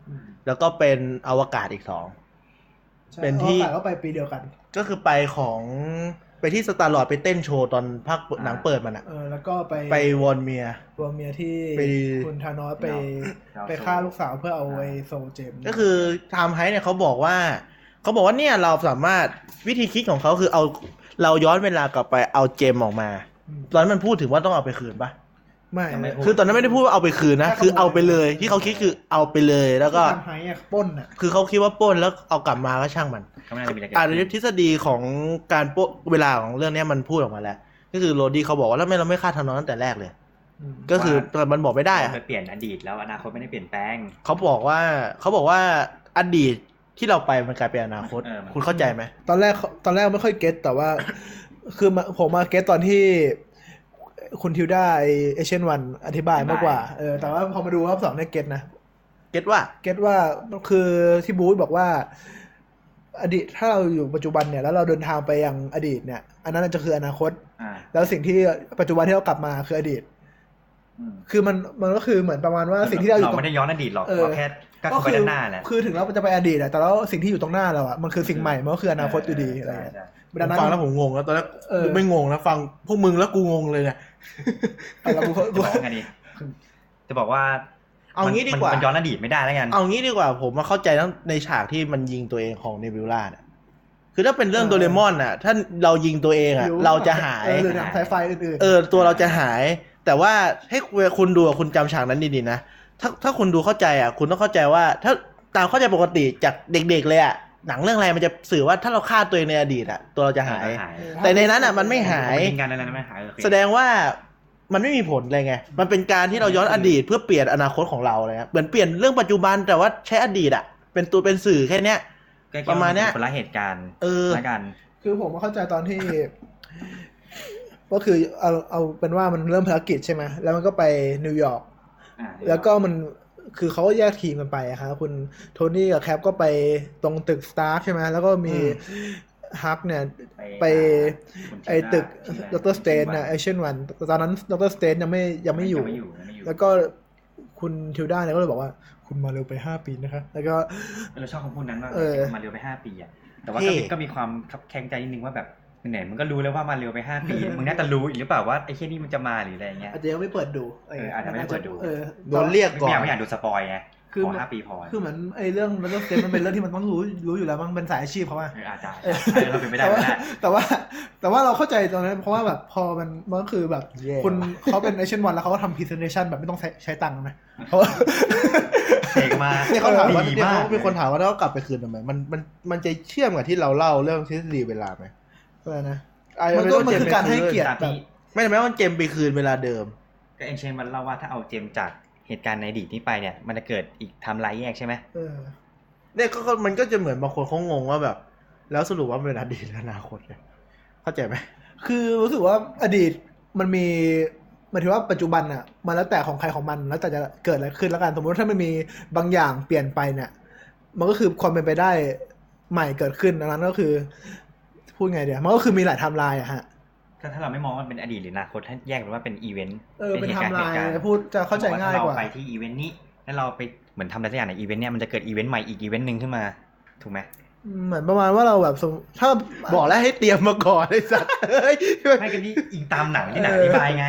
แล้วก็เป็นอวกาศอีกสองเป็นที่อวกาศก็ไปปีเดียวกันก็คือไปของไปที่สตาร์ลอร์ดไปเต้นโชว์ตอนภาคหนังเปิดมันอะเออแล้วก็ไปไปวอนเมียตัวเมียที่ไปคุณธานอสไปไปฆ่าลูกสาวเพื่อเอาไอ้โซลเจมก็คือไทม์ไฮเนี่ยเขาบอกว่าเขาบอกว่าเนี่ยเราสามารถวิธีคิดของเขาคือเอาเราย้อนเวลากลับไปเอาเจมออกมาตอนนั้นมันพูดถึงว่าต้องเอาไปคืนปะไม่ไม่คือตอนนั้นไม่ได้พูดว่าเอาไปคืนนะคือเอาไปเลยที่เขาคิดคือเอาไปเลยแล้วก็ทำไฮอ่ะปล้นอ่ะคือเขาคิดว่าปล้นแล้วเอากลับมาก็ช่างมันก็ไม่น่าจะมีอะไรเกิดอ่าขึ้นทฤษฎีของการปล้นเวลาของเรื่องนี้มันพูดออกมาแล้วก็คือโรดี้เขาบอกว่าแล้วทำไมเราไม่ฆ่าธานอสตั้งแต่แรกเลย ก็คือมันบอกไม่ได้อะไปเปลี่ยนอดีตแล้วอนาคตไม่ได้เปลี่ยนแปลงเขาบอกว่าเขาบอกว่าอดีตที่เราไปมันกลายเป็นอนาคตเออมันคุณเข้าใจไหมตอนแรกตอนแรกไม่ค่อยเก็ตแต่ว่า คือมาผมมาเก็ตตอนที่คุณทิวด้าไอเอเชียนวันอธิบายมากกว่าเออแต่ว่าพอมาดูรอบสองเนี่ยเก็ตนะเก็ตว่าเก็ตว่าคือที่บูธบอกว่า อดีตถ้าเราอยู่ปัจจุบันเนี่ยแล้วเราเดินทางไปยังอดีตเนี่ย อันนั้นจะคืออนาคตอ่าแล้วสิ่งที่ปัจจุบันที่เรากลับมาคืออดีตอืมคือมันมันก็คือเหมือนประมาณว่าสิ่งที่เราอยู่เราไม่ได้ย้อนอดีตหรอกเออเราแค่ก็คือไปด้านหน้าแหละคือถึงเราจะไปอดีตอะแต่แล้วสิ่งที่อยู่ตรงหน้าเราอะมันคือสิ่งใหม่มันก็คืออนาคตอยู่ดีอะไรอย่างเงี้ยใช่ผมฟังแล้วผมงงแล้วตอนแรกเออไม่งงนะฟังพวกมึงแล้วกูงงเลยเนี่ยเอาละกูจะบอกว่าไงดีจะบอกว่าเอางี้ดีกว่ามันย้อนอดีตไม่ได้แล้วกันเอางี้ดีกว่าผมมาเข้าใจทั้งในฉากที่มันยิงตัวเองของเนบิวล่าเนี่ยคือถ้าเป็นเรื่องโดเรมอนอ่ะถ้าเรายิงตัวเองอ่ะเราจะหายเออหรือหนังไซไฟอื่นๆเออตัวเราจะหาย แต่ว่าให้คุณดูอะคุณจำฉากนั้นดีๆนะถ้าถ้าคุณดูเข้าใจอ่ะคุณต้องเข้าใจว่าถ้าตามเข้าใจปกติจากเด็กๆเลยอ่ะหนังเรื่องอะไรมันจะสื่อว่าถ้าเราฆ่าตัวเองในอดีตอ่ะตัวเราจะหายหายแต่ในนั้นอ่ะมันไม่หายยิงกันอะไรนั้นไม่หายโอเคแสดงว่ามันไม่มีผลเลยไงมันเป็นการที่เราย้อนอดีตเพื่อเปลี่ยนอนาคตของเราเลยครับเหมือนเปลี่ยนเรื่องปัจจุบันแต่ว่าใช้อดีตอ่ะเป็นตัวเป็นสื่อแค่เนี้ยก็คิดประมาณเนี้ยคนละเหตุการณ์เออละกันคือผมเข้าใจตอนที่ ก็คือเอาเอาเป็นว่ามันเริ่มภารกิจใช่ไหมแล้วมันก็ไปนิวยอร์กอ่าแล้วก็มันคือเขาก็แยกทีมกันไปอะครับคุณโทนี่กับแคปก็ไปตรงตึกสตาร์ใช่ไหมแล้วก็มีฮักเนี่ยไปไอตึกดรสเตนนะเอเชียนวันตอนนั้นดรสเตนยังไม่ยังไม่อยู่ยังไม่อยู่ยังไม่อยู่แล้วก็คุณทิวด้าเนี่ยก็เลยบอกว่าคุณมาเร็วไปห้าปีนะคะแล้วก็เราชอบคำพูดนั้นมากเออมาเร็วไปห้าปีอ่ะแต่ว่าก็มีก็มีความคับแข็งใจนิดนึงว่าแบบไหนๆมึงก็รู้แล้วว่ามาเร็วไปห้าปีมึงน่าจะรู้อีกหรือเปล่าว่าไอ้เช่นนี้มันจะมาหรืออะไรเงี้ยอาจจะยังไม่เปิดดูเอออาจจะไม่ได้เปิดดูเออโดนเรียกก่อไม่อยาน กไม่อยากดูสปอยไงคือขอห้าปีพอคือเหมือนไอ้เรื่องดรสเตนมันเป็นเรื่องที่มันต้องรู้รู้อยู่แล้วมันเป็นสายอาชีพเขาว่าเอออาจจะเออเออเราเป็นไม่ได้แต่ไม่ว่าได้แต่ว่าแต่ว่าเราเข้าใจตอนนั้นเพราะว่าแบบพอมันมันก็คือแบบแย่คุณเขาเป็นเอเชียนวันแล้วเขาก็ทำพรีเซนเทชันแบบไม่ต้องใช้ใช้ตังค์นะเพราะเสกมาเนี่ยเขาถามว่าดีเนี่ยมากเขาเป็นคนถามว่าถ้าเขากลับไปคืนทำไมมันมันมันจะเชื่อมกับที่เราเล่าเรื่องทฤษฎีเวลาไหมอะไรนะไอ้มันก็มันคือการให้เกียรติจากที่ไม่ใช่ไหมว่าเจมไปคืนเวลาเดิมก็เอ็นเชนมันเล่าว่าถ้าเอาเจมส์จากเหตุการณ์ในอดีตนี้ไปเนี่ยมันจะเกิดอีกไทม์ไลน์แยกใช่ไหมเออเนี่ยก็ก็มันก็จะเหมือนบางคนเขางงว่าแบบ แล้วสรุปว่ามันเป็นอดีตหรืออนาคตเนี่ยเข้าใจไหมคือรู้สึกว่าอดีตมันมีหมายถึงว่าปัจจุบันอ่ะมันแล้วแต่ของใครของมันแล้วแต่จะเกิดอะไรขึ้นแล้วกันสมมติถ้ามันมีบางอย่างเปลี่ยนไปเนี่ยมันก็คือความเป็นไปได้ใหม่เกิดขึ้นดังนั้นก็คือพูดไงเดี๋ยวมันก็คือมีหลายไทม์ไลน์อะฮะก็ถ้าเราไม่มองว่าเป็นอดีตหรืออนาคตถ้าแยกเป็นว่าเป็นอีเวนต์เออเป็นหไทตุม์กไลรณ์น์พูดจะเข้าใจง่ายกว่าเรไปที่อีเวนต์นี้แล้วเราไปเหมือนทำอะไรสักอย่างในอีเวนต์เนี้ยมันจะเกิดอีเวนต์ใหม่อีกอีเวนต์หนึ่งขึ้นมาถูกไหมเหมือนประมาณว่าเราแบบสมถ้าบอกแล้วให้เตรียมมาก่อนไอ้สัตว์เฮ้ยไม่ก็นี่อิงตามหนังที่หนังอธิบายไง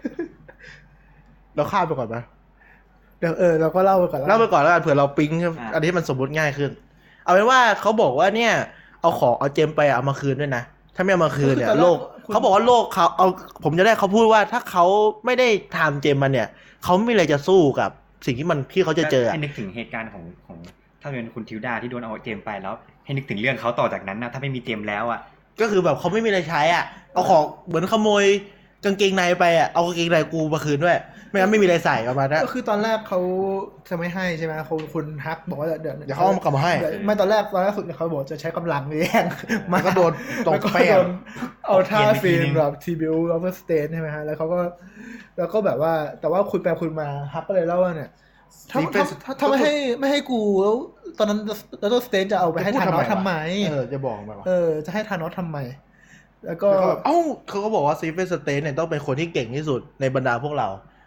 เราข้ามไปก่อนไหมเดี๋ยวเออเราก็เล่าไปก่อนเล่าไปก่อนแล้วกันเผื่อเราปิ๊งอ่าอันนี้มันสมมติง่ายขึ้น เอาเป็นว่าเขาบอกว่าเนี่ย เอาของเอาเจมไปเอามาคืนด้วยนะถ้าไม่เอามาคืนเนี่ยโลกเขาบอกว่าโลกเขาเอาผมจะได้เขาพูดว่าถ้าเขาไม่ได้ทำเจมมันเนี่ยเขาไม่มีอะไรจะสู้กับสิ่งที่มันที่เขาจะเจอให้นึกถึงเหตุการณ์ของของถ้าเป็นคุณทิวดาที่โดนเอาเจมไปแล้ว ให้นึกถึงเรื่องเขาต่อจากนั้นนะถ้าไม่มีเจมแล้วอ่ะก็คือแบบเขาไม่มีอะไรใช้อ่ะเอาของเหมือนขโมยกางเกงในไปอ่ะเอากางเกงในกูมาคืนด้วยไม่งั้นไม่มีอะไรใส่ประมาณนั้นก็คือตอนแรกเขาจะไม่ให้ใช่ไหมคุณคุณฮักบอกว่าเดี๋ยวเดี๋ยวเขาเอามากลับมาให้เดี๋ยวไม่ตอนแรกตอนแรกสุดเนี่ยเขาบอกจะใช้กำลังแย่งมันก็โดนตรงแล้วก็แป้งโดนเอาท่าเปลี่ฟิยนล์ไปทีนึงมแบบทีบิวลอฟสเตนใช่ไหมฮะแล้วเขาก็แล้วก็แบบว่าแต่ว่าคุยไปคุยมาฮักก็เลยเล่าว่าเนี่ยถ้าถ้าถ้าถ้าไม่ให้ไม่ให้กูแล้วตอนนั้นดรสเตนจะเอาไปให้ธานอสทำไมเออจะบอกมาว่าเออจะให้ธานอสทำไม แล้วก็เอ้าเขาก็บอกว่าซีเฟนสเตนเนี่ยต้องเป็นคนที่เก่งที่สุดในบรรดาพวกเรา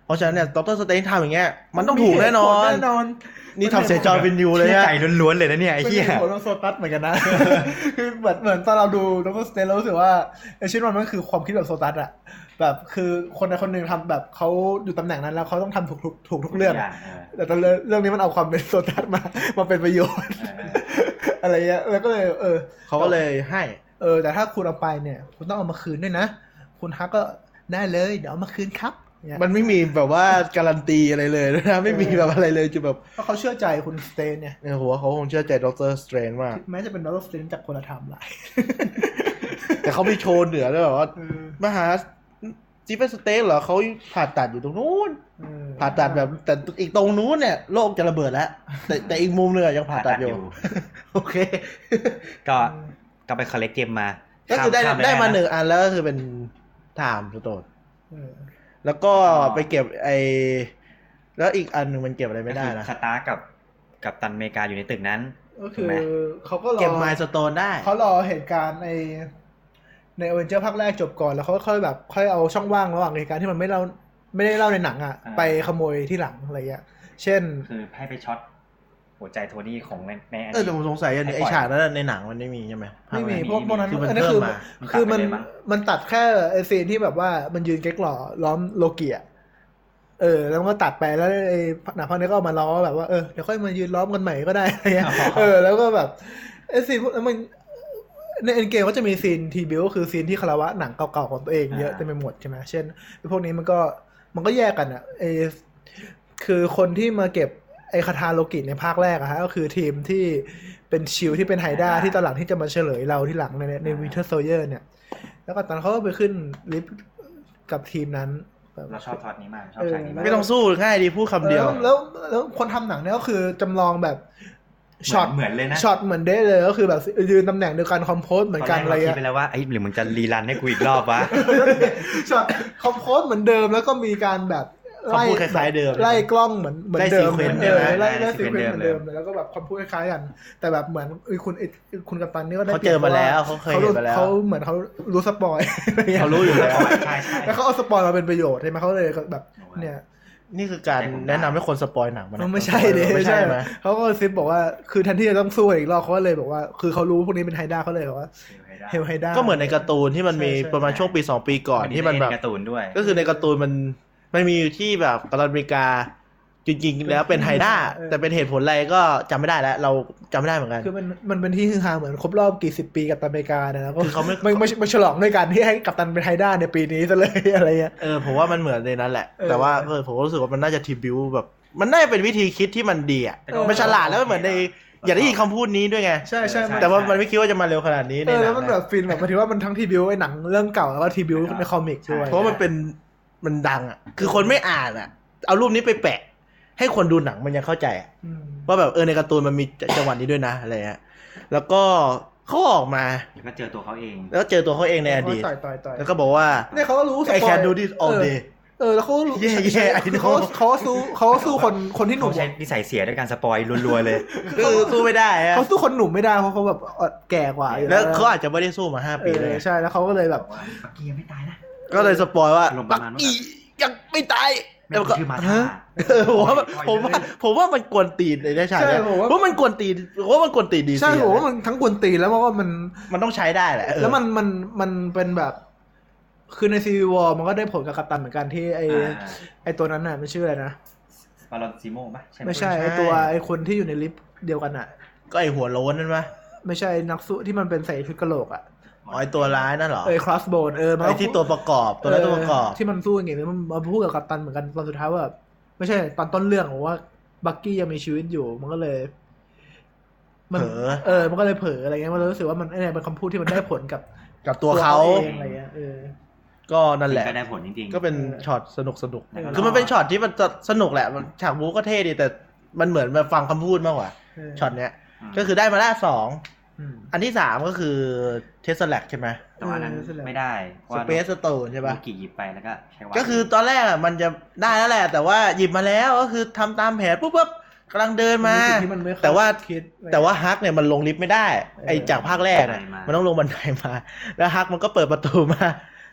เพราะฉะนั้นเนี่ยด็อกเตอร์สเตนทำอย่างเงี้ยมันต้องถูกแน่นอนแน่นอนนี่ทำเสียจอร์วินยูเลยเชื่อฮะใจล้วนๆเลยนะเนี่ยไอ้เป็นเหี้ยผลของโซตัสเหมือนกันนะ คือเหมือนเหมือนตอนเราดูด็อกเตอร์สเตนเรารู้สึกว่าไอชิ้นมันมันคือความคิดแบบโซตัสอะแบบคือคนใดคนหนึ่งทำแบบเขาอยู่ตำแหน่งนั้นแล้วเขาต้องทำถูกถูกถูกทุกเรื่องย่างเออแต่ตอนเรื่องนี้มันเอาความเป็นโซตัสมามาเป็นประโยชน์เอออะไรเงี้ยแล้วก็เลยเออเขาก็เลยให้เออแต่ถ้าคุณเอาไปเนี่ยคุณต้องเอามาคืนด้วยนะคุณฮักก็ได้เลยเดี๋ยวเอามาคืนครับเนี่ยมันไม่มีแบบว่าการันตีอะไรเลยนะไม่มีแบบอะไรเลยจะแบบเพราะเขาเชื่อใจคุณสเตนเนี่ยเนี่ยผมว่าเขาคงเชื่อใจด็อกเตอร์สเตรนมากแม้จะเป็นด็อกเตอร์สเตนจากคนละไทม์ไลน์แต่เขาไปโชว์เหนือด้วยแบบว่าเออมาหาจีเฟสสเตนเหรอเขาผ่าตัดอยู่ตรงนู้นเออผ่าตัดแบบแต่อีกตรงนู้นเนี่ยโลกจะระเบิดแล้ว แต่แต่อีกมุมนึงอะยังผ่าตัดอยู่ โอเคก็ก็ไปคอลเลกเกมมาก็คือได้ข้ปได้มาะหนึ่งอันแล้วก็คือเป็นไทม์สโตนเออแล้วก็ไปเก็บไอแล้วอีกอันหนึ่งมันเก็บอะไรไม่ได้นะสตาร์กับกับตันอเมริกาอยู่ในตึกนั้นก็คืถูกอไหมเขาก็รอเก็บไมล์สโตนได้เขารอเหตุการณ์ในในอเวนเจอร์ภาคแรกจบก่อนแล้วเขาค่อยแบบค่อยเอาช่องว่างระหว่างเหตุการณ์ที่มันไม่เล่าไม่ได้เล่าในหนังอ่ะอ่าไปขโมยที่หลังอะไรเงี้ยเช่นคือให้ไปช็อตหัวใจโทนี่ของในในอันเออแต่นี้ผมสงสัยอันให้ไอปล่อยฉากนั้นในหนังมันไม่มีใช่ไหมไม่มีภาคแรกพวกพวกนั้นคือมันอันนี้คือเพิ่มมาคือมันมันตัดไปเลยมั้งมันตัดแค่ไอซีนที่แบบว่ามันยืนเก๊กหล่อล้อมโลเกียเออแล้วก็ตัดไปแล้วไอ้หนังภาคนี้ก็เอามาล้อแบบว่าเออเดี๋ยวค่อยมายืนล้อมกันใหม่ก็ได้อะไรเงี้ยเออแล้วก็แบบไอซีนพวกนั้นมันในเอ็นเกมก็จะมีซีนทีบิวก็คือซีนที่คารวะหนังเก่าๆของตัวเองเยอะเต็มไปหมดใช่ไหมเช่นพวกนี้มันก็มันก็แยกกันอ่ะไอคือคนที่มาเก็บไอคาทาโลกิในภาคแรกอะฮะก็คือทีมที่เป็นชิลที่เป็นไฮด้าที่ตอนหลังที่จะมาเฉลยเราที่หลังในในวินเทอร์โซเยอร์เนี่ยแล้วก็ตอนเขาก็ไปขึ้นลิฟต์กับทีมนั้นเราชอบท็อตนี้มากชอบฉากนี้มากไม่ต้องสู้ง่ายดีพูดคำเดียวแล้วแล้วแล้วคนทำหนังเนี่ยก็คือจำลองแบบช็อตเหมือนเลยนะช็อตเหมือนเด้เลยก็คือแบบยืนตำแหน่งเดียวกันคอมโพสเหมือนกันอะไรตแรกเราคิดเงี้ยไปแล้วว่าไอ้หรือมึงจะรีรันให้กูอีกรอบวะช็อตคอมโพสเหมือนเดิมแล้วก็มีการแบบไล่คำพูดคล้ายๆเดิมไล่กล้องเหมือนเหมือนเดิมไล่ sequence เออใช่ไหมไล่ไล่ไล่ซีเควน sequence ต์เหมือนเดิมเลยแล้วก็แบบคำพูดคล้ายๆกัน แต่แบบเหมือนเอ้ยคุณไอ้คุณกัปตันนี่ก็ได้เขาเจอมาแล้วเขาเคยเห็นมาแล้วเขาเหมือนเขารู้สปอยเขารู้อยู่แล้วใช่ใช่แล้วเขาเอาสปอยมาเป็นประโยชน์ใช่ไหมเขาเลยแบบเนี่ยนี่คือการแนะนำให้คนสปอยหนังมันไม่ใช่ดิไม่ใช่ไหมเขาก็ซิปบอกว่าคือแทนที่จะต้องสู้อีกรอบเขาก็เลยบอกว่าคือเขารู้พวกนี้เป็นไฮด้าเขาเลยบอกว่าเฮลไฮด้าก็เหมือนในการ์ตูนที่มันมีใช่ใช่ประมาณช่วงปีสองปีก่อนที่มันแบบการ์ตูนด้วยก็คือในการ์ตูนมันมันมีอยู่ที่แบบกัปตันอเมริกาจริงๆแล้วเป็นไฮด้าแต่เป็นเหตุผลอะไรก็จำไม่ได้แล้ว เราจำไม่ได้เหมือนกันคือมันมันเป็นที่ฮือฮาเหมือนครบรอบกี่สิบปีกับตันอเมริกาเนี่ยแล้วก็คือเขาไม่ไม่ไม่ไม่ฉลองด้วยกันที่ให้กัปตันเป็นไฮด้าในปีนี้ซะเลย อะไรเงี้ยเออผมว่ามันเหมือนในนั้นแหละเออแต่ว่าเออผมรู้สึกว่ามันน่าจะทีบิวแบบ มันน่าจะเป็นวิธีคิดที่มันดีอ่ะแต่ก็มันฉลาดแล้วมันเหมือนในอย่าได้ยินคำพูดนี้ด้วยไงใช่ใช่ใช่แต่ว่ามันไม่คิดว่าจะมาเร็วขนาดนี้ในเออหนัแล้วงมันนะแบบฟินแบบหมายถึงว่ามันทั้งทีบิวไอ้หนังเรื่องเก่าแล้วก็ทีบิวในคอมิกด้วยเพราะว่ามันเป็นมันดังอ่ะ คือคนไม่อ่านอ่ะ เอารูปนี้ไปแปะ ให้คนดูหนังมันยังเข้าใจอะอืมว่าแบบเออในการ์ตูนมันมีจังหวะนี้ด้วยนะอะไรเงี้ยแล้วก็เขาออกมาแล้วก็เจอตัวเขาเองแล้วเจอตัวเขาเองในอดีตต่อยต่อยต่อยแล้วก็บอกว่าเนี่ยเขาก็รู้สปอย I can do this all day เออแล้วเขาก็รู้เย่เย่ไอ้นี่เขาเขาก็สู้เขาก็สู้คนคนที่หเขานุ่มใช้นิสัยเสียด้วยการสปอยรัวๆเลยคือสู้ไม่ได้อะเขาสู้คนหนุ่มไม่ได้เพราะเขาแบบแก่กว่าอยู่แล้วเขาอาจจะไม่ได้สู้มาห้าเอปีเลยอใช่แล้วเขาก็เลยแบบปักกี้ยังไม่ตายนะก็เลยสปอยว่าอารมณ์ปปัระกมาณว่ากี้ยังไม่ตายแม่แล้วงก็ชื่อมาฮะธาเออผมว่าผมว่าผมว่ามันกวนตีนในได้ฉากเนี่ยเพราะมันกวนตีนเพราะมันกวนตีนดีใช่ซีผมว่ามันทั้งกวนตีนแล้วมันก็มันมันต้องใช้ได้แหละเออแล้วมันมันมันเป็นแบบ คือในซีวีวอลมันก็ได้ผลกับกัปตันเหมือนกันที่ไออ่าไอตัวนั้นน่ะมันชื่ออะไรนะบาลอนซิโม่ปะใช่ไหมไม่ใช่ไอตัวไอคนที่อยู่ในลิฟต์เดียวกันอ่ะก็ไอหัวโล้นนั่นปะไม่ใช่นักสู้ที่มันเป็นใส่ชุดกะโหลกอ่ะอ๋อไอตัวร้ายนั่นเหรอเออครอสโบนเออมันไอก็ที่ตัวประกอบตัวนั้นตัวประกอบเที่มันสู้อย่างเงี้ยมันมาพูดกับกัปตันเหมือนกันตอนสุดท้ายว่าแบบไม่ใช่ตอนต้นเรื่องบอกว่าบักกี้ยังมีชีวิตอยู่มันก็เลย มันเผลอเออมันก็เลยเผลออะไรเงี้ยมันรู้สึกว่ามันไอเนี่ยเป็นคำพูดที่มันได้ผลกับกับตัวเขาเองอะไรเงี้ยเออก็นั่นแหละก็ได้ผลจริงๆก็เป็นช็อตสนุกสนุกเออคือมันเป็นช็อตที่มันจะสนุกแหละมันฉากบู๊ก็เท่ดีแต่มันเหมือนมาฟังคำพูดมากกว่าเออช็อตเนี้ยอืมก็คือได้มาแล้วสองอืมอันที่สามก็คือเทสแลกใช่ไหมแต่ว่านั้นเออไม่ได้พราะสว่าเปซสโตนใช่ปะลูกกี่หยิบไปแล้วก็ใช้วางก็คือตอนแรกอะมันจะได้แล้วแหละ แต่ว่าหยิบมาแล้วก็คือทำตามแผนปุ๊บปุ๊บกำลังเดินมานเป็นสิ่งที่มันไม่คดแต่ว่าคิดแต่ว่าฮักเนี่ยมันลงลิฟต์ไม่ได้เออไอจากภาคแรกน่ะมันต้องลงบันไดมา แล้วฮักมันก็เปิดประตูมา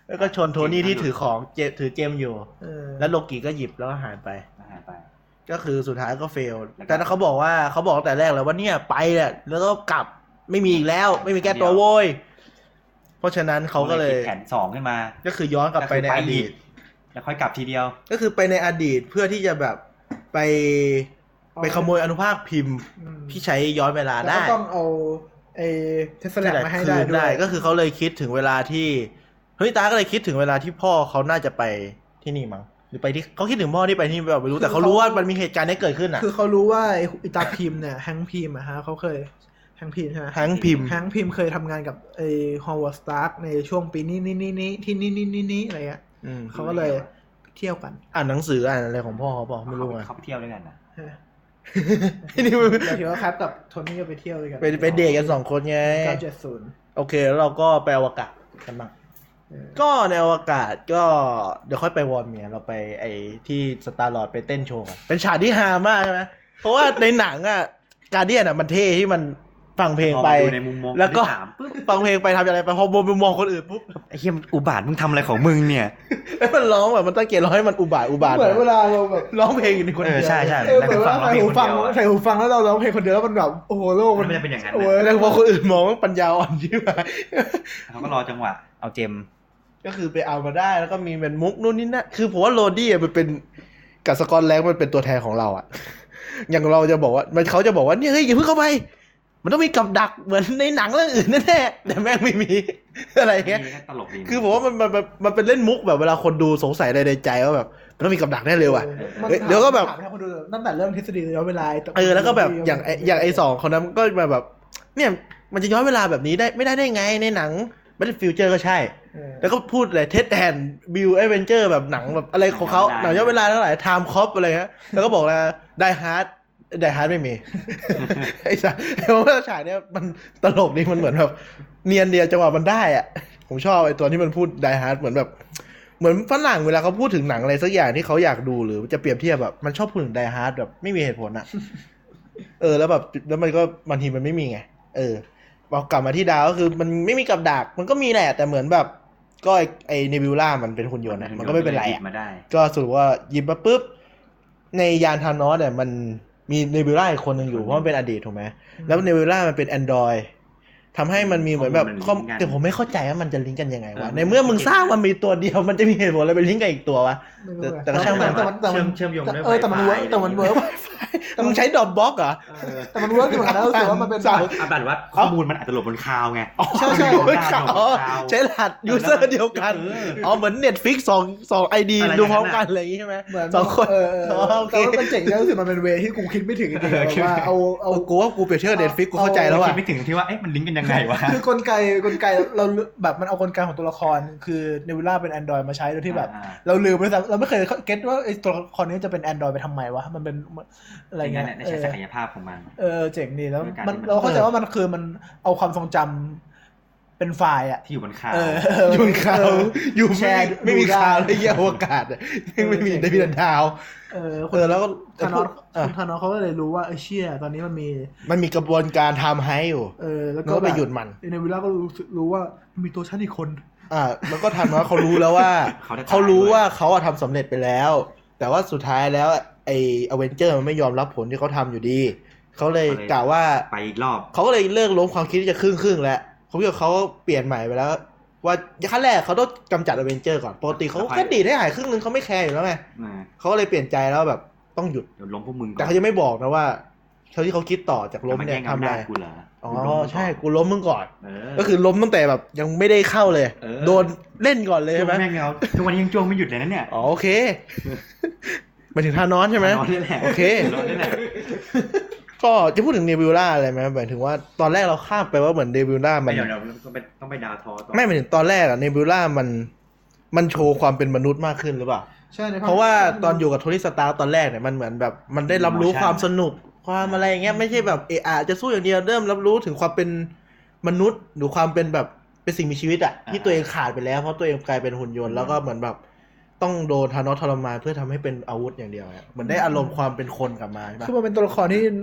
แล้วก็ชนโทนี่ที่ถือของเจถือเจมอยู่เออแล้วโลกิก็หยิบแล้วก็หายไปอาหารไปก็คือสุดท้ายก็เฟลแล้วก็แต่เขาบอกว่าเขาบอกตั้งแต่แรกแล้วว่าเนี่ยไปแหละแล้วก็กลับไม่มีอีกแล้ว ไม่มีแก้ตัวโว้ยเพราะฉะนั้นเขาก็เลยคิดแผนสองขึ้นมาก็คือย้อนกลับไปในอดีตแล้วค่อยกลับทีเดียวก็คือไปในอดีตเพื่อที่จะแบบไปไปขโมยอนุภาคพิมพ์อืมที่ใช้ย้อนเวลาแล้วได้ก็ต้องเอาไอ้เทสลามาให้ได้คืนด้วยก็คือเขาเลยคิดถึงเวลาที่เฮ้ยตาก็เลยคิดถึงเวลาที่พ่อเขาน่าจะไปที่นี่มั้งหรือไปที่เขาคิดถึงพ่อที่ไปที่นี่แบบไม่รู้แต่เขารู้ว่ามันมีเหตุการณ์นี้เกิดขึ้นอ่ะคือเขารู้ว่าไอ้อิตาพิมพ์เนี่ยแฮงค์พิมพ์อะฮะเขาเคยแฮงค์พิมพ์ใช่ไหมแฮงค์พิมพ์แฮงค์พิมพ์เคยทำงานกับไอ้ฮาวเวิร์ดสตาร์กในช่วงปีนี้นี้นี้นี้ที่นี่นี่นี่นี่อะไรเงี้ยอืมเขาก็เลยเที่ยวกันอ่านหนังสืออ่านอะไรของพ่อเขาบอกไม่รู้ไงเขาไปเที่ยวด้วยกันนะนี่มันเดี๋ยวถือว่าครับกับโทนี่ก็ไปเที่ยวด้วยกันไปไปเดทกันสองคนไงเก้าเจ็ดศูนย์โอเคแล้วเราก็ไปอวกาศกันบ้างก็ในอวกาศก็เดี๋ยวค่อยไปวอร์เมียเราไปไอ้ที่สตาร์ลอร์ดไปเต้นโชว์กันเป็นฉากที่ฮามากใช่ไหมเพราะว่าในหนังอ่ะการเดียนอ่ะมันเท่ที่มันฟังเพลงไปพอมาดูในมุมมองแล้วก็ที่สามปุ๊บฟังเพลงไปทำอะไรไปพอมุมมองคนอื่นปุ๊บไอ้เหี้ยมันอุบาทมึงทำอะไรของมึงเนี่ยแล้วมันร้องแบบมันตั้งใจร้องให้มันอุบาทอุบาทเหมือนเวลาเราแบบร้องเพลงอยู่ในคนเอเดีอยวใช่ใช่เออเหมือนว่าใส่หูฟังคนเดียวอะใส่หูฟังแล้วเราร้องเพลงคนเดียวแล้วมันแบบโอ้โหโลกมัมัน นไม่ได้เป็นอย่างนั้นโอ้นะยแล้วพอคนอื่นมองว่าปัญญาอ่อนใช่ไหมเขาก็รอจังหวะเอาเจมก็คือไปเอามาได้แล้วก็มีเป็นมุกนู่นนี่นั่นคือผมว่าโรดี้อะมันเป็นกับสกอตแลนด์มันเป็นตัวแทนของเราอะ อย่างเราจะบอกว่ามันเขาจะบอกว่าเนี่ยเฮ้ยอย่าเพิ่งเข้าไป มันต้องมีกับดักเหมือนในหนังเรื่องอื่นแน่ๆแต่แม่งไม่มี อะไรเงี้ยนี่ก็ตลกดีคือผมว่ามันมันมันมันเป็นเล่นมุกแบบเวลาคนดูสงสัยอะไรในใจว่าแบบมันต้องมีกับดักแน่เลยว่ะมันเฮ้ยเดี๋ยวก็แบบถามให้คนดูตั้งแต่เรื่องทฤษฎีย้อนเวลาเออแล้วก็แบบอย่างไออย่างไอสองคนนั้นก็มาแบบ เนี่ยมันจะย้อนเวลาแบบนี้ได้ไม่ได้ได้ไงในหนังไม่ได้ฟิวเจอร์ก็ใช่เออแล้วก็พูดเลยเท็ดแอนบิวเอเวนเจอร์แบบหนังแบบอะไรของเขาหนังย้อนเวลาทั้งหลายไทม์คอปอะไรเงี้ยแล้วก็บอกแล้วไดฮาร์ดไดฮาร์ดไม่มี ไอ้สัสเพราะว่าฉากเนี้ยมันตลกดีมันเหมือนแบบเนียนเดียวจังหวะมันได้อ่ะผมชอบไอ้ตัวที่มันพูดไดฮาร์ดเหมือนแบบเหมือนฝรั่งเวลาเขาพูดถึงหนังอะไรสักอย่างที่เขาอยากดูหรือจะเปรียบเทียบแบบมันชอบพูดถึงไดฮาร์ดแบบไม่มีเหตุผลอ่ะ เออแล้วแบบแล้วมันก็บางทีมันไม่มีไงเออบอกกลับมาที่ดาวก็คือมันไม่มีกับดักมันก็มีแหละแต่เหมือนแบบก็ไอไอเนบิวล่ามันเป็นหุ่นยนต์อะมันก็ไม่เป็นไรอ่ะมาได้ก็สรุปว่าหยิบมาปุ๊บในยานธานอสเนี่ยมันมีเนบิวล่าอีกคนหนึ่งอยู่เพราะมันเป็นอดีตถูกไหมแล้วเนบิวล่ามันเป็น Android ทำให้มันมีเหมือนแบบข้อแต่ผมไม่เข้าใจว่ามันจะลิงก์กันยังไงวะในเมื่อมึงสร้างมันมีตัวเดียวมันจะมีเหตุผลอะไรไปลิงก์กับอีกตัววะ แต่แต่ก็ช่างมันแต่มันแต่มันเชื่อมเชื่อมโยงด้วยเออแต่มันเวิร์ก Wi-Fi แต่มันเวิร์กมึงใช้ดอทบล็อกเหรอแต่มันเวิร์กอยู่เหมือนกันนะรู้สึกว่ามันเป็นสามอ่ะแบบว่าข้อมูลมันอาจจะหลบบนคลาวด์ไงใช่ใช่โอ้ยข่าวอ๋อใช้รหัสยูเซอร์เดียวกันเอออ๋อเหมือน Netflix สองสองไอดีอะไรดูพร้อมอย่างนั้กันนอะไรอย่างงี้ใช่ไหมเหมือนสองคนเออเอออ๋อโอเคแต่ว่ามันเจ๋งนะรู้สึกมันเป็นเวที่กูคิดไม่ถึงจริงๆแบบว่าเอาเอาเอากูว่ากูเปรียบเทียบ Netflix กูเข้าใจแล้วเราว่ะคิดไม่ถึงที่ว่าเอ๊ะมันลิงก์กันยังไงวะคือกลไกกลไกเราแบบมันเอากลไกของตัวละครคือเนวิลล่าเป็น Android มาใช้โดยที่แบบอ่าเราลืมไปซะเราไม่เคยเก็ตว่าไอ้ตัวละครนี้จะเป็น Android ไปทำไมวะมันเป็นอะไรอะไรเงี้เงี้ยยในเอใช้อศักยภาพของมันเออเจ๋งดีแล้วโดยการมันที่มันเราเข้าใจว่ามันคือมันเอาความทรงจำเป็นไฟล์อะที่อยู่บนคลาวเอด์ออยู่บนข่าวอยู่แชไม่ร์มีไม่มีดูได้ข่าวเลยเยี่ยอวกาศอะไม่มีได้มีแต่ดาวเออเออแล้วก็ธานอสอ่ะธานอสเขาก็เลยรู้ว่าเออเชี่ยตอนนี้มันมีมันมีกระบวนการทำให้อยู่เออแล้วก็ก็ไปหยุดมันเนวิลล่าก็รู้สึกรู้ว่ามันมีตัวฉันอีกคนอ่าแล้วก็ทันว่าเขารู้แล้วว่าเขาได้ตายเขารู้ด้วยว่าเขาอะทำสำเร็จไปแล้ว แต่ว่าสุดท้ายแล้วไออเวนเจอร์มันไม่ยอมรับผลที่เขาทำอยู่ดีเขาเลยกล่าวว่าไปอีกรอบเขาก็เลยเลิกล้มความคิดที่จะครึ่งครึ่งๆแล้วเขาคิดว่าเขาเปลี่ยนใหม่ไปแล้ว ว่าขั้นแรกเขาต้องกำจัดอเวนเจอร์ก่อนปกติเขาแค่ดีดให้หายครึ่งนึงเขาไม่แคร์อยู่แล้วไงอ่าเขาก็เลยเปลี่ยนใจแล้วแบบต้องหยุดเดี๋ยวล้มพวกมึงก่อนแต่เขายังไม่บอกนะว่าเขาที่เขาคิดต่อจากล้มเนี่ยจะาทำแย่งอะไรอำนาจกูเหรออ๋อกูล้มมึงก่นใช่กูล้มมึงก่อนเออก็คือล้มตั้งแต่แบบยังไม่ได้เข้าเลยเออโดนเล่นก่อนเลยใช่ไหมแม่งเงาทุกวันนี้ยังจ้วงไม่หยุดเลยนะเนี่ยอ๋อโอเคหมายถึงทานอสใช่ไหมนอนนี่แหละโอเคนอนนี่แหละก็จะพูดถึงเนบิวล่าอะไรไหมหมายถึงว่าตอนแรกเราข้ามไปว่าเหมือนเนบิวล่ามันเดี๋ยวเดี๋ยวต้องไปต้องไปดาวทอต่อไม่หมายถึงตอนแรกอะเนบิวล่ามันมันโชว์ความเป็นมนุษย์มากขึ้นหรือเปล่าใช่ในภคเพราะว่าตอนอยู่กับโทนี่สตาร์ตอนแรกเนี่ยมันเหมือนแบบมันได้รับรู้ความสนุกความอะไรอย่างเงี้ยไม่ใช่แบบเอะอะจะสู้อย่างเดียวเริ่มรับรู้ถึงความเป็นมนุษย์หรือความเป็นแบบเป็นสิ่งมีชีวิตอะที่ตัวเองขาดไปแล้วเพราะตัวเองกลายเป็นหุ่นยนต์แล้วก็เหมือนแบบต้องโดนธานอสทรมานเพื่อทำให้เป็นอาวุธอย่างเดียวอะเหมือนได้อารมณ์ความเป็นคนกลับมาใช่ปะคือมันเป็นตัวละครที่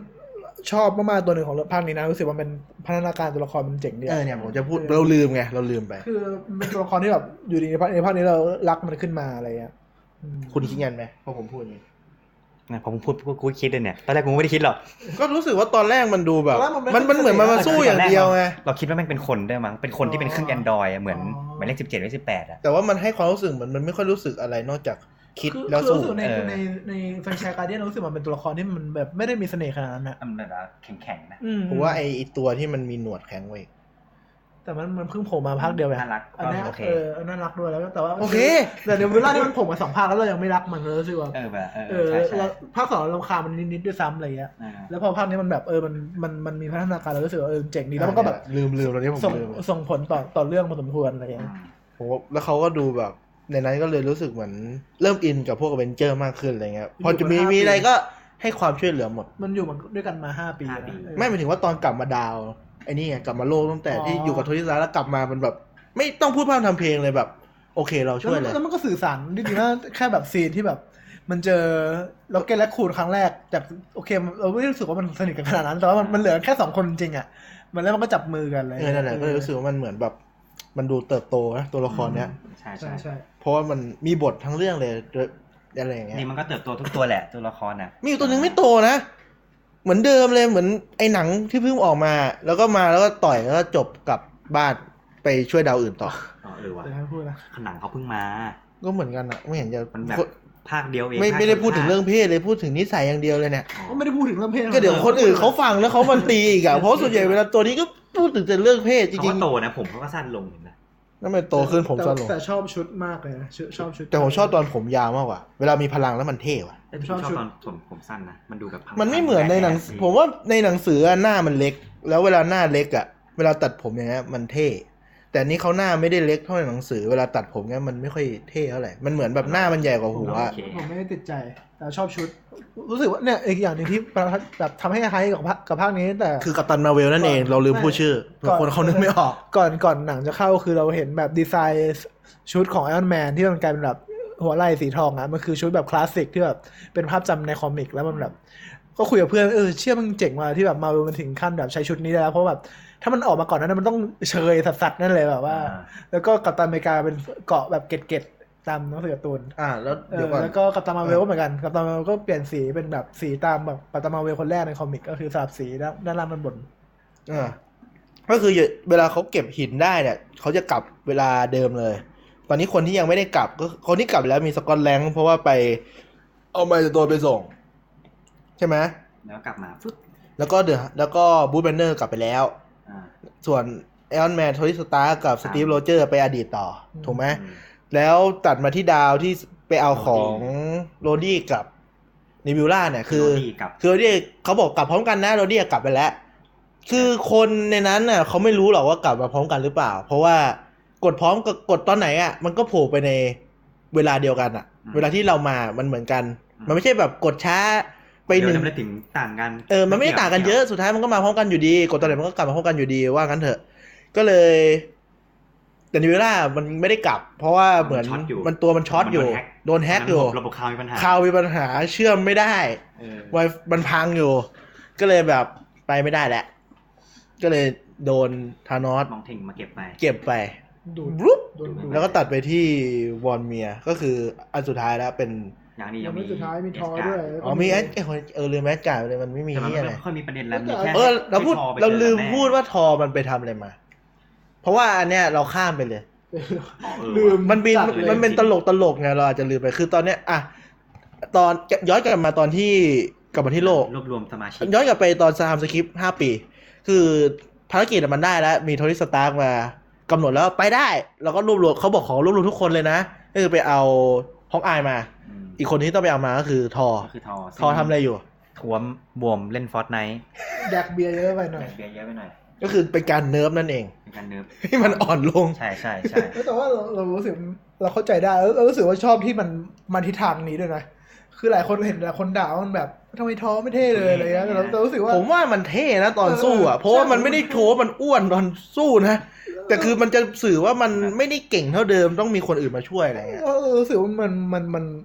ชอบมากๆตัวหนึ่งของภาคนี้นะรู้สึกว่าเป็นพัฒนาการตัวละครมันเจ๋งดีเออเนี่ยผมจะพูดเราลืมไงเราลืมไปคือเป็นตัวละครที่แบบอยู่ดีในภาคในภาคนี้เรารักมันขึ้นมาอะไรเงี้ยอืมคุณคิดงั้นไหมพอผมพูดอย่างนี้นะพอผมพูดกูคิดเลยเนี่ยตอนแรกกูไม่ได้คิดหรอกก็รู้สึกว่าตอนแรกมันดูแบบตอนแรกมันมันมันเหมือนมันมาสู้อย่างเดียวไงเราคิดว่ามันเป็นคนด้วยมั้งเป็นคนที่เป็นเครื่อง Android อะเหมือนอ๋อหมายเลขสิบเจ็ดหรือสิบแปดอะแต่ว่ามันให้ความรู้สึกเหมือนมันไม่ค่อยรู้สึกอะไรนอกจากคิดคือแล้วคือสู้รู้สึกในเออในในแฟรนไชส์การ์เดียนรู้สึกมันเป็นตัวละครที่มันแบบไม่ได้มีเสน่ห์ขนาดนั้นนะมันแบบว่าแข็งๆนะอืมผมว่าไอไอ้ตัวที่มันมีหนวดแข็งไว้แต่มันมันเพิ่งโผล่มาภาคเดียวไงน่ารักอันเนี้ยโอเคเออน่ารักด้วยแล้วก็แต่ว่าโอเคแต่เดี๋ยวเวลาที่มันโผล่มาสองภาคแล้วเรายังไม่รักมันเลยรู้สึกว่าเออแบบเออเอเอออใช่ใช่แล้วภาคสองเรารำคาญมันนิดๆด้วยซ้ำอะไรเงี้ยอ่าแล้วพอภาคนี้มันแบบเออมันมันมันมีพัฒนาการเรารู้สึกว่าเออเจ๋งดีแล้วมันก็แบบลืมลืมตอนนี้ผมส่งลืมส่งผลต่อต่อเรื่องพอสมควรอะไรเงี้ยผมว่าแล้วเขาก็ดูแบบในนั้นก็เลยรู้สึกเหมือนเริ่มอินกับพวกอเวนเจอร์มากขึ้นอะไรเงี้ยพอจะมีมีอะไรก็ให้ความช่วยเหลือหมดมันอยู่มันด้วยกันมาห้าปีห้าปีนะเออไม่หมายถึงว่าตอนกลับมาดาวไอ้นี่ไงกลับมาโลกตั้งแต่อ๋อที่อยู่กับโทนี่สตาร์แล้วกลับมามันแบบ ไม่ต้องพูดพร่ำทำเพลงเลยแบบ โอเคเราช่วยแล้วเลยแล้วมันก็สื่อสารจริงๆนะแค่แบบซีนที่แบบ มันเจอล็อกเก็ตและคูนครั้งแรกจากโอเคเราไม่ได้รู้สึกว่ามันสนิทกันขนาดนั้นแต่ว่ามันมันเหลือแค่สองคนจริงๆอ่ะมันแล้วมันก็จับมือกันเลยเออนั่นแหละก็เลยรู้สึกว่ามันเหมือนแบบ มันดูเติบโตนะตัวละครเนี้ยใช่ใช่ใช่ใช่เพราะว่ามันมีบททั้งเรื่องเลยอะไรอย่างเงี้ยนี่มันก็เติบโตทุกตัวแหละตัวละครน่ะมีอยู่ตัวหนึงไม่โตนะ เหมือนเดิมเลยเหมือนไอ้หนังที่เพิ่งออกมา แล้วก็มาแล้วก็ต่อยแล้วก็จบกลับบ้านไปช่วยดาวอื่นต่ออ๋อเออว่ะเดี๋ยวให้พูดนะขนังเขาเพิ่งมาก็เหมือนกันอะไม่เห็นจะมันแบบภาคเดียวเองไม่ภาคไม่ได้พูดถึงภาคเรื่องเพศเลยพูดถึงนิสัยอย่างเดียวเลยเนี่ยอ๋อก็ไม่ได้พูดถึงเรื่องเพศก็เดี๋ยวคนอื่นเขาฟังแล้วเขามันตีอีกอะเพราะส่วนใหญ่เวลาตัวนี้ก็พูดถึงแต่เรื่องเพศจเขาริก็งโตนะผมเขาก็สั้นลงเห็นไหมๆนั่นมันโตขึ้นผมแต่สั้นลงแต่ชอบชุดมากเลยนะชอบชอบชุดแต่ผมชอบตอนผมยาวมากกว่าเวลามีพลังแล้วมันเท่ว่ะแต่ผมชชออบบ ชุดตอนผมผมสั้นนะมันดูแบบพังมันไม่เหมือนในหนังแบดๆผมว่าในหนังสืออะหน้ามันเล็ก แล้วเวลาหน้าเล็กอะเวลาตัดผมอย่างเงี้ยมันเท่ แต่นี่เขาหน้าไม่ได้เล็กเท่าในหนังสือเวลาตัดผมเงี้ยมันไม่ค่อยเท่เท่าไหร่มันเหมือนแบบหน้ามันใหญ่กว่าหัวอะโอเคผมไม่ได้ติดใจแต่ชอบชุด รู้สึกว่าเนี่ยอีกอย่างหนึ่งที่ประทับแบบทำให้ไฮกับภาคกับภาคนี้แต่คือกัปตันมาร์เวลนั่นเองเราลืมพูดชื่อเผื่อคนเขานึกไม่ออกก่อนก่อนหนังจะเข้าคือเราเห็นแบบดีไซน์ชุดของไอรอนแมนที่มันกลายเป็นแบบหัวไหล่สีทองอ่ะมันคือชุดแบบคลาสสิกที่แบบเป็นภาพจำในคอมิกแล้วมันแบบก็คุยกับเพื่อนเออเชื่อมันเจ๋งว่ะที่แบบมาเวลมันถึงขั้นแบบใช้ชุดนี้ได้แล้วเพราะแบบถ้ามันออกมาก่อนนั้นมันต้องเชยสัสๆนั่นเลยแบบว่าอ่าแล้วก็กัปตันอเมริกาเป็นเกาะแบบเกล็ดๆตามหนังสือการ์ตูนอ่าแล้วเอเดี๋ยวอก่อนแล้วก็กัปตันมาร์เวลก็เหมือนกันกัปตันมาร์เวลก็เปลี่ยนสีเป็นแบบสีตามแบบกัปตันมาร์เวลคนแรกในคอมิกก็คือสลับสีด้านด้านล่างด้านบนอ่าก็คือเวลาเขาเก็บหินได้เนี่ยเขาจะกลับเวลาเดิมเลย ตอนนี้คนที่ยังไม่ได้กลับก็คนที่กลับแล้วมีสกอตแลนด์เพราะว่าไปเอาไมล์ตัวไปส่ง ใช่ไหมแล้วกลับมาฟึ๊บแล้วก็เดอะแล้วก็บูธแบนเนอร์กลับไปแล้วอ่าส่วนไอออนแมนโทนี่สตาร์กับสตีฟโรเจอร์ไปอดีตต่ออมถูกไหมอืมแล้วตัดมาที่ดาวที่ไปเอาของโรดี้กับนิบิวล่าเนี่ยคือโรดี้กับคือโรดี้เขาบอกกลับพร้อมกันนะโรดี้กลับไปแล้ว คือคนในนั้นน่ะเขาไม่รู้หรอกว่ากลับมาพร้อมกันหรือเปล่า เพราะว่ากดพร้อมกับกดตอนไหนอ่ะมันก็โผล่ไปในเวลาเดียวกันอ่ะ เวลาที่เรามามันเหมือนกัน มันไม่ใช่แบบกดช้าไปหนึ่งเดี๋ยวไม่ได้ถึงต่างกันเออ มันไม่ได้ต่างกันเยอะ สุดท้ายมันก็มาพร้อมกันอยู่ดี กดตอนไหนมันก็กลับมาพร้อมกันอยู่ดี ว่างั้นเถอะ ก็เลยแต่นิเวล่ามันไม่ได้กลับ เพราะว่าเหมือนมันตัวมันช็อตอยู่ โดนแฮกอยู่ระบบคลาวมีปัญหาคาวมีปัญหาเชื่อมไม่ได้เออไวมันพังอยู่ ก็เลยแบบไปไม่ได้แหละ ก็เลยโดนธานอสมองเท่งมาเก็บไปเก็บไปดูดบลุ๊บดูดดูดแล้วก็ตัดไปที่วอนเมีย ก็คืออันสุดท้ายแล้วเป็นอย่างนี้ยัยัง งไม่มีสุดท้ายมีทอด้วยอ๋อมีแอดเออลืมแอดการ์ดเลยมันไม่มีแต่มันที่อะไรไม่ค่อยมีประเด็นแล้วมีแค่เออเราพูดให้ทอไปเราลืมจอแพูดว่าทอมันไปทำอะไรมา เพราะว่าอันเนี้ยเราข้ามไปเลยอ๋อเออลืมมันเป็นจัดเลยมันเป็นตลกตลกไงเราอาจจะลืมไปคือตอนเนี้ยอ่ะตอนย้อนกลับมาตอนที่กลับมาที่โลกรวบรวมสมาชิกย้อนกลับไปตอนทำสคริปต์ห้าปี คือภารกิจอะมันได้แล้ว มีโทนี่สตาร์กมากำหนดแล้วไปได้เราก็รวบรวมเขาบอกขอรวบรวมทุกคนเลยนะก็คือไปเอาฮอกอายมาอืมอีกคนที่ต้องไปเอามาก็คือทอก็คือทอทอทำอะไรอยู่ทวมบวมเล่นฟอร์ตไนท์แดกเบียร์เยอะไปหน่อยเบียร์เยอะไปหน่อยก็คือเป็นการเนิร์ฟนั่นเองเป็นการเนิร์ฟให้มันอ่อนลงใช่ใช่ใช่แต่ว่าเราเรารู้สึกเราเข้าใจได้แล้วเรารู้สึกว่าชอบที่มันมาทิศทางนี้ด้วยนะคือหลายคนเห็นหลายคนด่าว่ามันแบบทำไมท้อไม่เท่เลยอะไรเงี้ยแต่เราเรารู้สึกว่าผมว่ามันเท่นะตอนสู้อ่ะเออเพราะว่ามันไม่ได้โชว์ว่ามันอ้วนตอนสู้นะ แต่คือมันจะสื่อว่ามันไม่ได้เก่งเท่าเดิมต้องมีคนอื่นมาช่วยอะไรเงี้ยเออรู้สึกว่ามันมันมัน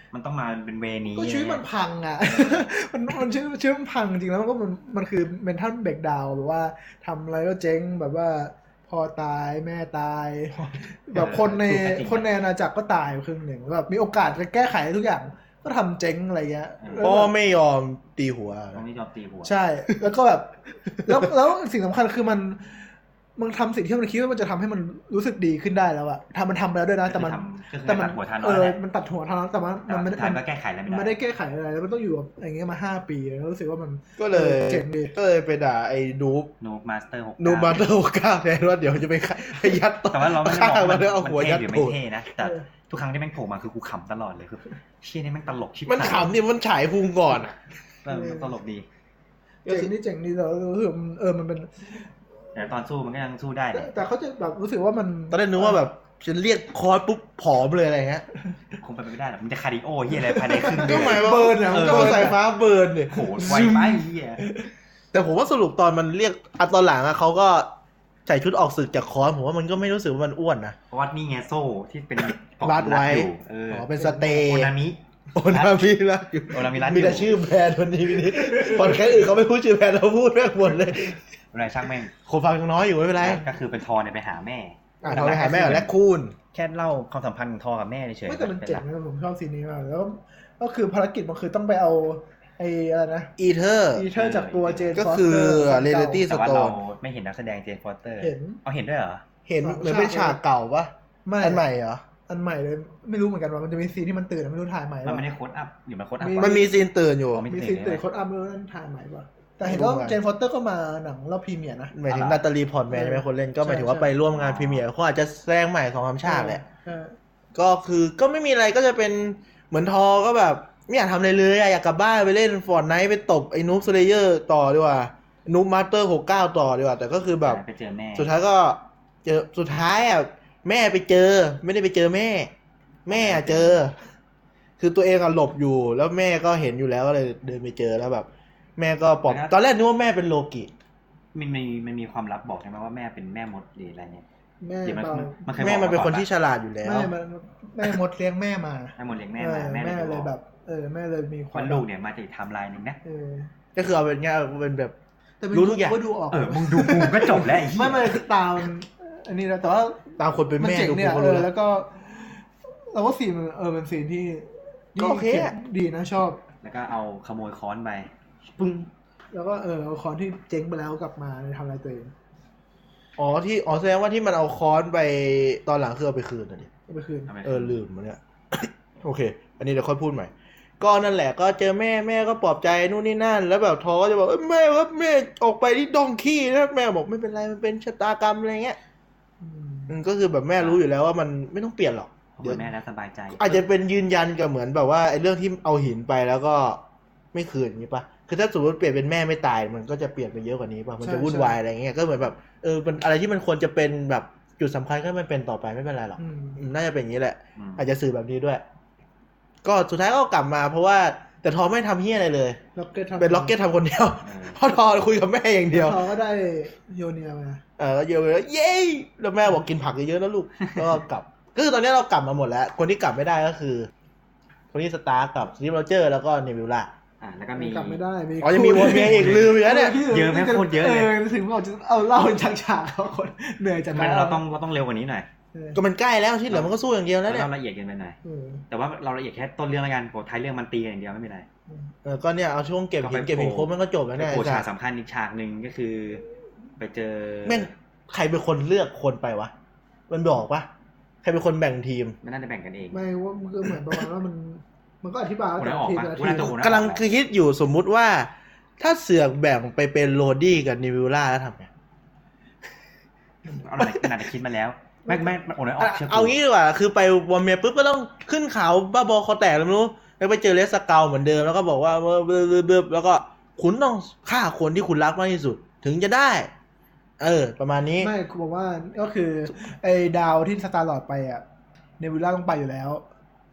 มันต้องมาเป็นเวนี้ก็ชีวิตมันพังอ่ะ มันมันชีวิตชีวิตมันพังจริงแล้วมันก็มันมันคือเมนทัลเบรกดาวน์แบบว่าทำอะไรก็เจ๊งแบบว่าพ่อตายแม่ตายแบบคนในคนในอาณาจักรก็ตายครึ่งหนึ่งแบบมีโอกาสจะแก้ไขทุกอย่างก็ทำเจ๊งอะไรเงี้ยเพราะไม่ยอมตีหัวต้องไม่ยอมตีหัวใช่แล้วก็แบบแล้วแล้วสิ่งสำคัญคือมันมันทำสิ่งที่มันคิดว่ามันจะทำให้มันรู้สึกดีขึ้นได้แล้วอะทำมันทำไปแล้วด้วยนะแต่มันแต่แต่มัมัน นหัวทานเอน้อยอมันตัดหัวทานแต่ว่ามันไม่ได้ทานก็แก้ไขอะไรไม่มันได้ไม่ได้แก้ไขอะไรแล้วมันต้องอยู่กับอย่างเงี้ยมาห้าปีแล้วรู้สึกว่ามันก็เลยเจ๋งดีก็เลยไปด่าไอ้นูบนูบมาสเตอร์หกนูบมาเตอร์หกเก้าแทนว่าเดี๋ยวจะไปฆ่าไปยัดต่อแต่ว่าเราไม่ได้ฆ่าบอกมัมัน นแล้วเอาหัวมันยัเท่ดหรือไม่ตูดเท่นะแต่ทุกครั้งที่แม่งโผล่มาคือกูขำตลอดเลยคือเชี่ยนี่แม่งตลกชิบมันขำดิมันฉายพุงก่อนอะเออมันตลกดีเจ๋งนี่เจ๋งดีแต่ว่ารู้สึกว่ามันเออมันเป็นแต่ตอนสู้มันก็ยังสู้ได้แต่เนี่ยแต่เขาจะแบบรู้สึกว่ามันตอนแรกนึกว่าแบบฉันเรียกคอร์สปุ๊บผอมเลยอะไรเงี้ยคงไปไม่ได้หรอกมันจะคาร์ดิโอเฮียอะไรภายในครึ่งก็เดือนหมายว่าเบิร์นอะก็สายฟ้าเบิร์นเนี่ยโหไวไปเฮียแต่ผมว่าสรุปตอนมันเรียกอะตอนหลังอะเขาก็ใส่ชุดออกศึกจากคอร์สผมว่ามันก็ไม่รู้สึกว่ามันอ้วนนะเพราะว่านี่ไงโซ่ที่เป็นเกาะรัดไว้อยู่เอออ๋อเป็นสเตย์โอนามิโอนามิรักอยู่โอนามิรักอยู่มีแต่ชื่อแบรนด์วันนี้วันนี้ตอนแค่อื่นเขาไม่พูดชื่อแบรนด์เราพูดแม่งหมดเลยอะไรช่างแม่งคนฟังยังน้อยอยู่ไม่เป็นไรก็คือเป็นทอเนี่ยไปหาแม่อ่ะทำไปหาแม่กับแลกคูนแค่เล่าความสัมพันธ์ของทอกับแม่เฉยๆไม่แต่มันเจ๋งป็หลักนะผมชอบซีนนี้มากแล้วก็คือภารกิจมันคือต้องไปเอาไอ้อะไรนะอีเทอร์อีเทอร์จากตัวเจนก็ฟอสคือเตอร์เรเลตี้แต่ว่าเราไม่เห็นนักแสดงเจนฟอสเตอร์เห็นเอาเห็นด้วยเหรอเห็นเหมือนเป็นฉากเก่าปะไม่อันใหม่เหรออันใหม่เลยไม่รู้เหมือนกันว่ามันจะมีซีนที่มันตื่นไม่รู้ถ่ายใหม่มันป่ะไม่ได้โค้ดอัพอยู่มันโค้ดอัพมีก่อมันมีซีนตื่นอยู่อ๋อมีซีนตื่นโคดอัพไม่รู้นั่นถ่ายใหม่ป่ะแต่เห็นว่าเจนฟอสเตอร์ก็มาหนังรอบพรีเมียร์นะหมายถึงนาตาลีพอร์ตแมนใช่ไหมคนเล่นก็หมายถึงว่าใช่ไปร่วมงานพรีเมียร์เขาอาจจะแสดงใหม่สองสามฉากแหละใช่ก็คือก็ไม่มีอะไรก็จะเป็นเหมือนทอก็แบบไม่อยากทำอะไรเลยอะอยากกลับบ้านไปเล่นฟอร์ดไนท์ไปตบไอ้นูบสเลเยอร์ต่อดีกว่านูบมาสเตอร์หกเก้าต่อดีกว่าแต่ก็คือแบบไปเจอแม่สุดท้ายก็เจอสุดท้ายอ่ะแม่ไปเจอ ไม่ได้ไปเจอแม่ แม่อะเจอ คือตัวเองอะหลบอยู่ แล้วแม่ก็เห็นอยู่แล้วก็เลยเดินไปเจอแล้วแบบ แม่ก็ปลอบตอนแรกนึกว่าแม่เป็นโลกิมันมีมันมีความลับบอกใช่ไหมว่าแม่เป็นแม่มดหรืออะไรเนี่ยแม่เดี๋ยวมันเปล่ามันเคยบอกแม่มันเป็นคนที่ก่ฉลาดอยู่แล้วแม่มันแม่มดเลี้ยงแม่มาแม่มดเลี้ยงแม่เอมาอแม่แม่เลเลย ยแบแบบ บเออแม่เลยมีควาว่าม ลูกเนี่ยมาจากไทม์ไลน์หนึ่งนะเออก็คือเอาเป็นเงี้ยเป็นแบบแต่มันรู้ทุกอย่างก็ดูออกเออมึงดูกูก็จบแล้วไอ้เหี้ยไม่ไม่คือตามอันนี้นะแต่ว่าตามคนเป็นมันแม่เจ๋งดูเนี่ยคนเอรู้อแล้แล้ว วก็เราว่าซีนมันเออเป็นซีนที่ก็โอเคที่อะดีนะชอบแล้วก็เอาขโมยค้อนไปปึ้งแล้วก็เออเอาคอนที่เจ๊งไปแล้วกลับมาทำอะไรตัวเองอ๋อที่อ๋อแสดงว่าที่มันเอาค้อนไปตอนหลังคือเอาไปคืนนะดิเอาไปคืนทำไมเออลืมมันเนี่ย โอเค อันนี้เดี๋ยวค่อยพูดใหม่ ก็นั่นแหละก็เจอแม่แม่ก็ปลอบใจนู่นนี่นั่น แล้วแบบทอก็จะบอกเอ้ยแม่ครับแม่ออกไปที่ดองขี้นะแม่บอกไม่เป็นไรมันเป็นชะตากรรมอะไรเงี้ยอืมอืมก็คือแบบแม่รู้อยู่แล้วว่ามันไม่ต้องเปลี่ยนหรอกขอบเดี๋คุยวณแม่แล้วสบายใจอาจจะเป็นยืนยันกับเหมือนแบบว่าไอ้เรื่องที่เอาหินไปแล้วก็ไม่คืนอย่างนี้ปะคือถ้าสมมติเปลี่ยนเป็นแม่ไม่ตายมันก็จะเปลี่ยนไปเยอะกว่านี้ปะมันจะวุ่นวายอะไรเงี้ยก็เหมือนแบบเออมันอะไรที่มันควรจะเป็นแบบจุดสำคัญก็ไม่เป็นต่อไปไม่เป็นไรหรอกอืมอืมน่าจะเป็นอย่างนี้แหละอืมอาจจะสื่อแบบนี้ด้วย ก็สุดท้ายก็กลับมาเพราะว่าแต่ทอไม่ทำเฮี้ยอะไรเลยล็อกเก็ตทำเป็นล็อกเก็ตทำคนเดียวเออเพราะทอคุยกับแม่อย่างเดียวเขาก็ได้โยเนียมาเออเยอะไปแล้วเย้แล้วแม่บอกกินผักเยอะๆนะลูก ก็กลับ ก็คือตอนนี้เรากลับมาหมดแล้ว คนที่กลับไม่ได้ก็คือโทนี่สตาร์กับสตีฟโรเจอร์แล้วก็เนวิลล่าอ่าแล้วก็มีกลับไม่ได้อ๋อจะมีวนเมียอีกลืมอีกแล้วเนี่ยเยอะไหมโคตรเยอะเลยเออถึงบอกจะเอาเล่าเป็นฉากๆเขาคนเหนื่อยจังงั้นเราต้องเราต้องเร็วกว่านี้หน่อยเออก็มันใกล้แล้วที่เหลือมันก็สู้อย่างเดียวแล้วเนี่ยเราละเอียดกันไปหน่อยเออแต่ว่าเราละเอียดแค่ต้นเรื่องแล้วกันโปรท้ายเรื่องมันตีกันอย่างเดียวไม่เป็นไรเออก็เนี่ยเอาช่วงเก็บหินเก็บหินครบมันก็จบแล้วไปเนี่ยโผล่ไอ้ฉาสักสสำคัญอีกฉากหนึ่งก็คือ ไปเจอแม่งใครเป็นคนเลือกคนไปวะมันบอกปะใครเป็นคนแบ่งทีมไม่น่าจะแบ่งกันเองไม่ว่ามันก็เหมือนประมาณว่ามัน มันก็อธิบายว่าโอ้แต่ยละออกทีมมาแต่ละโอ้ยน่าจะทีโอ้มยกำลังคือคิดอยู่สมมุติว่า ถ้าเสือกแบ่งไปเป็นโรดี้กับนิวิลล่าแล้วทำไงเอาหน่อยขนาดคิดมาแล้วไม่ไม่โอ้ยออกเชื่อเอางี้ดีกว่าคือไปวอร์เมียปุ๊บก็ต้องขึ้นเขาบ้าบอคอแตกแล้วไม่รู้แล้วไปเจอเลสสเกลเหมือนเดิมแล้วก็บอกว่าเบลเบลแล้วก็คุณต้องฆ่าคนที่คุณรักมากที่สุดถึงจะได้ เออ ประมาณนี้ไม่คุณบอกว่าก็คือไอ้ดาวที่สตาร์ลอร์ดไปอ่ะเนวิลล่าต้องไปอยู่แล้ว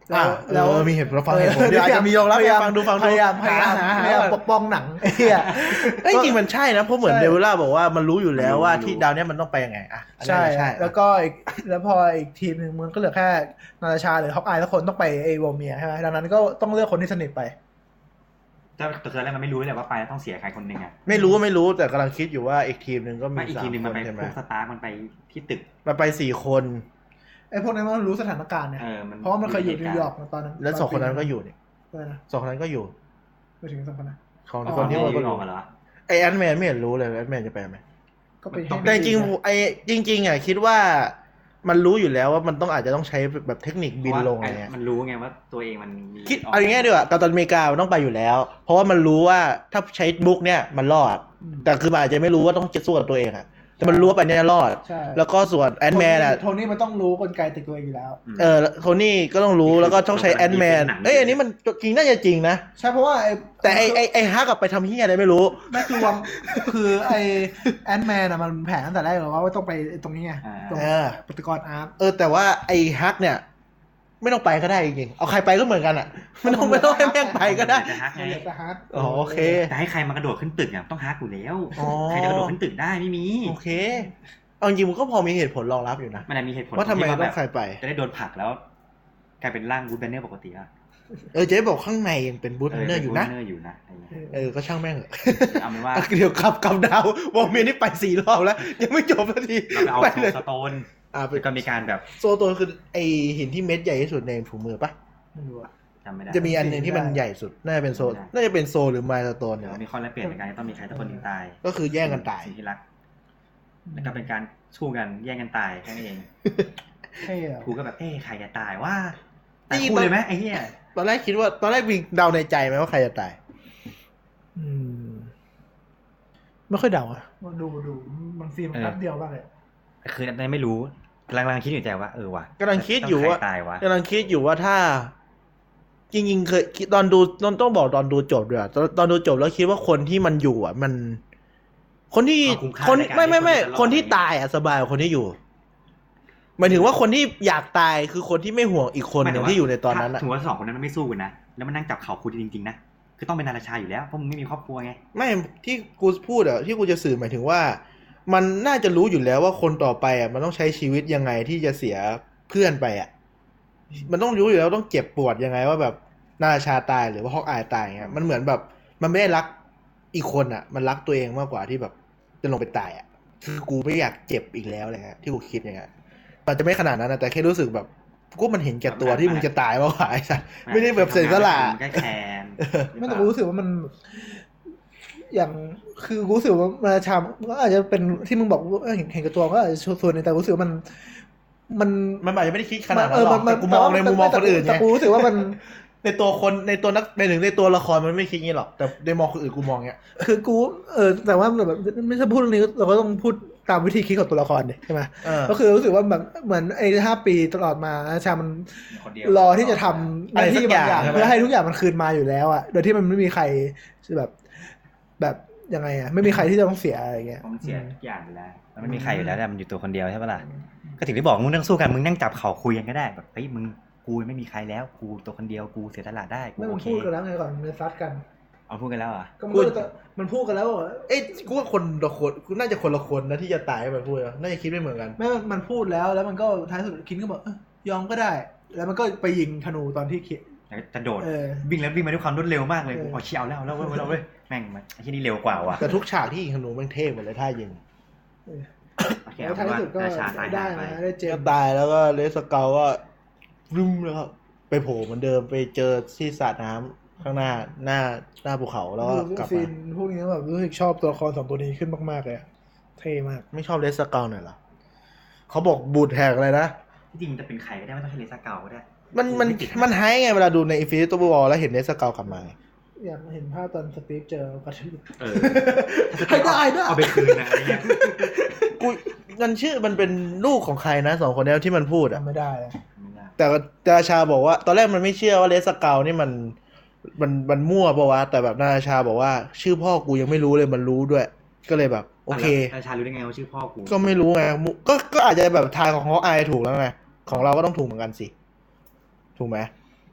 อ่ะแล้วมีเหตุผลฟังเหตุผลเดี๋ยวอาจจะมียอมรับพยายามฟังดูฟังดูพยายามพยายามหาหาพยายามหาปกป้องหนังไอ้เหี้ยเอ้ยจริงมันใช่นะเพราะเหมือนใช่เดวิลล่าบอกว่ามันรู้อยู่แล้วว่ามันรู้ที่ดาวเนี้ยมันต้องไปยังไงอ่ะอันใช่นั้นใช่แล้วก็อีกแล้วพออีกทีมหนึ่งมันก็เหลือแค่นาตาชาหรือฮอกอายแล้วคนต้องไปไอ้โวเมียใช่ไหมดังนั้นก็ต้องเลือกคนที่สนิทไปแต่แต่คือแรกมันไม่รู้เลยว่าไปแล้วต้องเสียใครคนหนึ่งอ่ะไม่รู้ไม่รู้แต่กำลังคิดอยู่ว่าอีกทีมหนึ่งก็มีไม่อีกสาทีมหนึงคมันนไปใช่ไหมพวกสตาร์มันไปที่ตึกมันไปสี่คนไอ้พวกนั้นมันรู้สถานการณ์เนี่ยเออมันเพราะว่ามันเคยอยู่นิวยอร์กมาตอนนั้นแล้วสองคนนั้นก็อยู่เนี่ยเออนะสองคนนั้นก็อยู่ไปถึงสองคนนั้นของอ๋อคนที่ที่ว่าว่าก็ก็อรู้อกมาแล้วไอแอนแมนไม่เห็นรู้เลยแอนแมนจะไปไหมก็ไปมันต้องแต่จริงๆไอจริงๆอ่ะคิดว่ามันรู้อยู่แล้วว่ามันต้องอาจจะต้องใช้แบบเทคนิคบินลงอะไรเงี้ยมันรู้ไงว่าตัวเองมันมีคิดเอาอย่างเงี้ยดีกว่ากัปตันอเมริกามันต้องไปอยู่แล้ว เพราะว่ามันรู้ว่าถ้าใช้มุกเนี่ยมันรอด แต่คือมันอาจจะไม่รู้ว่าต้องจะสู้กับตัวเองอะแต่มันรู้ว่าไปเนี่ยรอดใช่แล้วก็ส่วนแอนแมนอะโทนี่มันต้องรู้กลไกติดตัวเองอยู่แล้วเออโทนี่ก็ต้องรู้แล้วก็ต้องใช้แอนแมนเอ้ยอันนี้มันจริงน่าจะจริงนะใช่เพราะว่าไอ้แต่ไอไอไอฮักกับไปทำเฮียอะไรไม่รู้นั่นคือวางคือไอ้แอนแมนอะมันแผนตั้งแต่แรกเลยว่าต้องไปตรงนี้ไงตรงเออปฏิกรณ์อาร์ตเออแต่ว่าไอฮักเนี่ยไม่ต้องไปก็ได้จริงๆเอาใครไปก็เหมือนกันอ่ะไม่ต้องไม่ต้องให้แม่งไปก็ได้จะฮักไงเหลือแต่ฮาร์ดอ๋อโอเคแต่ให้ใครมากระโดดขึ้นตึกอ่ะต้องฮักอยู่แล้วอ๋อใครจะกระโดดขึ้นตึกได้ไม่มีโอเคเอาจริงๆมันก็พอมีเหตุผลรองรับอยู่นะมันมีเหตุผลว่าทำไมที่ต้องใครไปจะได้โดนผลักแล้วกลายเป็นร่างบูธแบนเนอร์ปกติอ่ะเออเจ๊บอกข้างในยังเป็นบูธเนอร์อยู่นะเนอร์อยู่นะอะไรเงี้ยเออก็ช่างแม่งเหอะเอาเป็นว่าเดี๋ยวขับกำดาววอลเมียนี่ไปสี่รอบแล้ว ยังไม่จบสักทีเราไปเอาไปเลยสโตนอ่าเป็แล้วนก็มีการแบบโซโตนคือไอหินที่เม็ดใหญ่ที่สุดในถุงมือปะไม่รู้อะจำไม่ได้จะมีอันหนึ่งที่มันใหญ่สุดน่าจะเป็นโซไม่ได้น่าจะเป็นโซหรือไมล์สโตนเดี๋เนี่ย ยวมีข้อแลกเปลี่ยนในการที่ต้องมีใครสักคนหนึ่งตายก็คือแย่งกันตายสิ่งที่รักแล้วก็เป็นการสู้กันแย่งกันตายแค่นั้นเองเท่อะกูก็แบบเอ้ใครจะตายว่าจริตายงๆคู่เลยไหมไอ้เหี้ยตอนแรกคิดว่าตอนแรกมีเดาในใจไหมว่าใครจะตายอืมไม่ค่อยเดาอะมันดูดูมันฟิล์มแป๊บเดียวบ้างเลยคืออันนั้นไม่รู้กำลังกำลังคิดอยู่ใจว่าเออว่ะกำลังคิดอยู่ว่าใครตายวะกำลังคิดอยู่ว่าถ้า จริงๆเคยคิดตอนดูตอนต้องบอกตอนดูจบด้วยอะตอนตอนดูจบแล้วคิดว่าคนที่มันอยู่อ่ะ มัน คนที่เอาคุ้มค่าคนในการไม่ไม่ไม่ที่คนจะรอดคนที่ตายอ่ะสบายกว่าคนที่อยู่หมายถึงว่าคนที่อยากตายคือคนที่ไม่ห่วงอีกคนหนึ่งที่อยู่ในตอนนั้นถ้าอ่ะถือว่าสองคนนั้นมันไม่สู้กันนะแล้วมันนั่งจับเข่าคุยจริงๆนะคือต้องเป็นนาราชาอยู่แล้วเพราะมึงไม่มีครอบครัวไงไม่ที่กูพูดอ่ะที่กูจะสื่อหมายถึงว่า มันน่าจะรู้อยู่แล้วว่าคนต่อไปอ่ะมันต้องใช้ชีวิตยังไงที่จะเสียเพื่อนไปอ่ะ มันต้องรู้อยู่แล้วต้องเจ็บปวดยังไงว่าแบบนาราชาตายหรือว่าฮอกอายตายเงี้ยมันเหมือนแบบมันไม่ได้รักอีกคนอ่ะ มันรักตัวเองมากกว่าที่แบบจะลงไปตายอ่ะคือกูไม่อยากเจ็บอีกแล้วอะไรเงี้ยที่กูคิดอย่างเงี้ยมันจะไม่ขนาดนั้นนะแต่แค่รู้สึกแบบกูมันเห็นแก่ตัวที่มึงจะตายมากกว่าไอ้สัสไม่ได้แบบเสียสละมันก็แคนไม่แต่กูรู้สึกว่ามัน อย่างคือกูรู้สึกว่ามาชามก็อาจจะเป็นที่มึงบอกว่าเห็นเห็นกับตัวก็อาจจะส่วนหนึงแต่กูรู้สึกว่ามัน มันมันอาจจะไม่ได้คิดขนาดนั้นหรอกแต่กูมองในมุมมองคนอื่นแต่ไงกูรู้สึกว่ามันในตัวคนในตัวนักในหนึ่งในตัวละครมันไม่คิดงี้หรอกแต่ในมองคนอื่นกูมองเงี้ยคือกูเออแต่ว่าแบบไม่ใช่พูดเรื่องนี้เราก็ต้องพูดตามวิธีคิดของตัวละครดิใช่ไหมเออก็คือรู้สึกว่าแบบเหมือนไอ้ห้าปีตลอดมาอาชามันคนเดียวรอที่จะทำหน้าที่บางอย่างอะไรสักอย่างใช่ไหมเพื่อให้ทุกอย่างมันคืนมาอยู่แล้วอะโดยที่มันไม่มีใครแบบแบบยังไงอะไม่มีใครที่จะต้องเสียอะไรเงี้ยผมเสียทุกอย่างอยู่แล้วแล้วมันมีใครอยู่แล้วแต่มันอยู่ตัวคนเดียวใช่ปะล่ะก็ถึงได้บอกมึงต้องสู้กันมึงนั่งจับเข่าคุยกันก็ได้แบบเฮ้ยมึงกูไม่มีใครแล้วกูตัวคนเดียวกูเสียตลาดได้กูไม่โอมันเคพูดกันแล้วไงก่อนมันซัดกันเอาพูดกันแล้วเหรอ่ะก็มันพูดมันพูดกันแล้วว่าเอ้ยกูว่าคนละคนกูน่าจะคนละคนนะที่จะตายไปพูดอะน่าจะคิดไม่เหมือนกันไม่มันพูดแล้วแล้วมันก็ท้ายสุดคินก็บอกเออยอมก็ได้ แล้วมันก็ไปยิงธนูตอนที่คิดแล้วจะโดดเออวิ่งแล้ววิ่งมาด้วยความรวดเร็วมากเลยเออโอ้เชี่ยวแล้วแล้วเว้ยแล้วเว้ยแม่งมันไอ้ที่นี่เร็วกว่าว่ะแต่ทุกฉากที่ยิงธนูแม่งเท่หมดเลยท่ายิงโอเคแล้วเอาท้ายเป็นว่าสุดก็ราชาตายได้หายไปมาได้เจก็มตายแล้วก็เลสเกลก็รุมแล้วก็ไปโผล่เหมือนเดิมไปเจอที่สระน้ำข้างหน้าหน้าหน้าภูเขาแล้วก็ดูกลับซีมานพวกนี้แบบรู้สึกชอบตัวละครสองตัวนี้ขึ้นมากๆเลยอะเท่มากไม่ชอบเลสเกลหน่อยเหรอเขาบอกบูดแหกอะไรนะจริงๆจะเป็นใครก็ได้ไม่ต้องใช้เลซ่าเก่าก็ได้มันมันไติดะมันไฮไงเวลาดูในอินฟินิตี้วอลแล้วเห็นเลสเกลกลับมาอยากเห็นภาพตอนสตีฟเจอกระทืบเออให้ได้ได้เอาไปคืนนะอะไรเงี้ยกูมันชื่อมันเป็นลูกของใครนะสองคนนี้ที่มันพูดอ่ะจำไม่ได้อะแต่แต่ราชาบอกว่า ตอนแรกมันไม่เชื่อว่าเลสเกลนี่มันมันมันมั่วปะวะแต่แบบนาราชาบอกว่า ชื่อพ่อกูยังไม่รู้เลยมันรู้ด้วย ก็เลยแบบ โอเคราชารู้ได้ไงว่าชื่อพ่อกูก็ไม่รู้ไงมุก็ก็อาจจะแบบทายของฮอคอายถูกแล้วไงของเราก็ต้องถูกเหมือนกันสิถูกไหม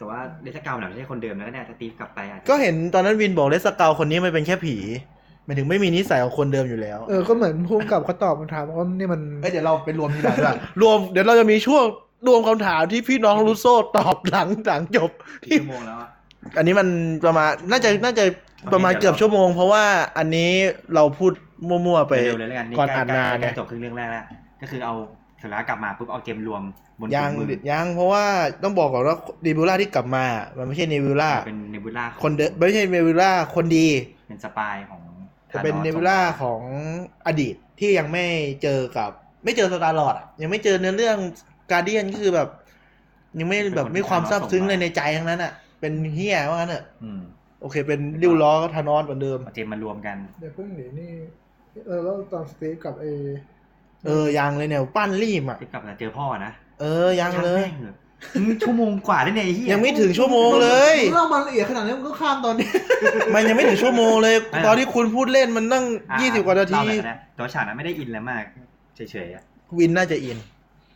แต่ว่าเดสกาวน่ะไม่ใช่คนเดิมแล้วเนี่ยสตีฟกลับไปอาจจะก็เห็นตอนนั้นวินบอกเลสเกาคนนี้มันเป็นแค่ผีหมายถึงไม่มีนิสัยของคนเดิมอยู่แล้วเออก็เหมือนพุ่มกับเขาตอบคำถามว่านี่มันเอ้ยเดี๋ยวเราไปรวมทีหลังด้วยรวมเดี๋ยวเราจะมีช่วงรวมคำถามที่พี่น้องรูโซ่ตอบหลังหลังจบกี่ชั่วโมงแล้วอะอันนี้มันประมาณน่าจะน่าจะประมาณเกือบชั่วโมง เพราะว่าอันนี้เราพูดมั่วๆไปเร็วๆเลยแล้วกันนี่ก่อนใกล้อ่านใกล้นานใกไงล้จบครึ่งเรื่องแรกแล้วก็คือเอาสุรากลับมาปุ๊บเอาเกมรวมบนยังถุมือยังเพราะว่าต้องบอกก่อนว่าเนบิวล่าที่กลับมา มันไม่ใช่เนบิวล่าเป็นเนบูล่าคนเดิมไม่ใช่เนบิวล่าคนดีเป็นสปายของแต่เป็นเนบิวล่าของอดีตที่ยังไม่เจอกับ ไม่เจอสตาร์ลอร์ดยังไม่เจอเนื้อเรื่องการเดียนก็คือแบบ ยังไม่แบบไม่ความซาบซึ้งเลยในใจทั้งนั้นอ่ะ เป็นเฮียว่างั้นเถอะอืมโอเค เป็นริ้วล้อธานอสเหมือนเดิมเอาเจมมารวมกันเดี๋ยวเพิ่งหนีนี่เออแล้วตอนสตีฟกับเอเออยังเลยเนี่ยปั้นรีบอ่ะที่กลับมาเจอพ่อนะเออยังเลยช่างแม่งถอะมึงชั่วโมงกว่าได้ไงไอ้เหี้ยยังไม่ถึงชั่วโมงเลยเล่ามันละเอียดขนาดนี้มันก็ข้ามตอนนี้มันยังไม่ถึงชั่วโมงเลย ตอนที่คุณพูดเล่นมันตั้งอ่ะยี่สิบกว่านาทีเล่หอยก็ได้แตัวฉากนั้นไม่ได้อินแล้วมากเฉยๆอะวินน่าจะอิน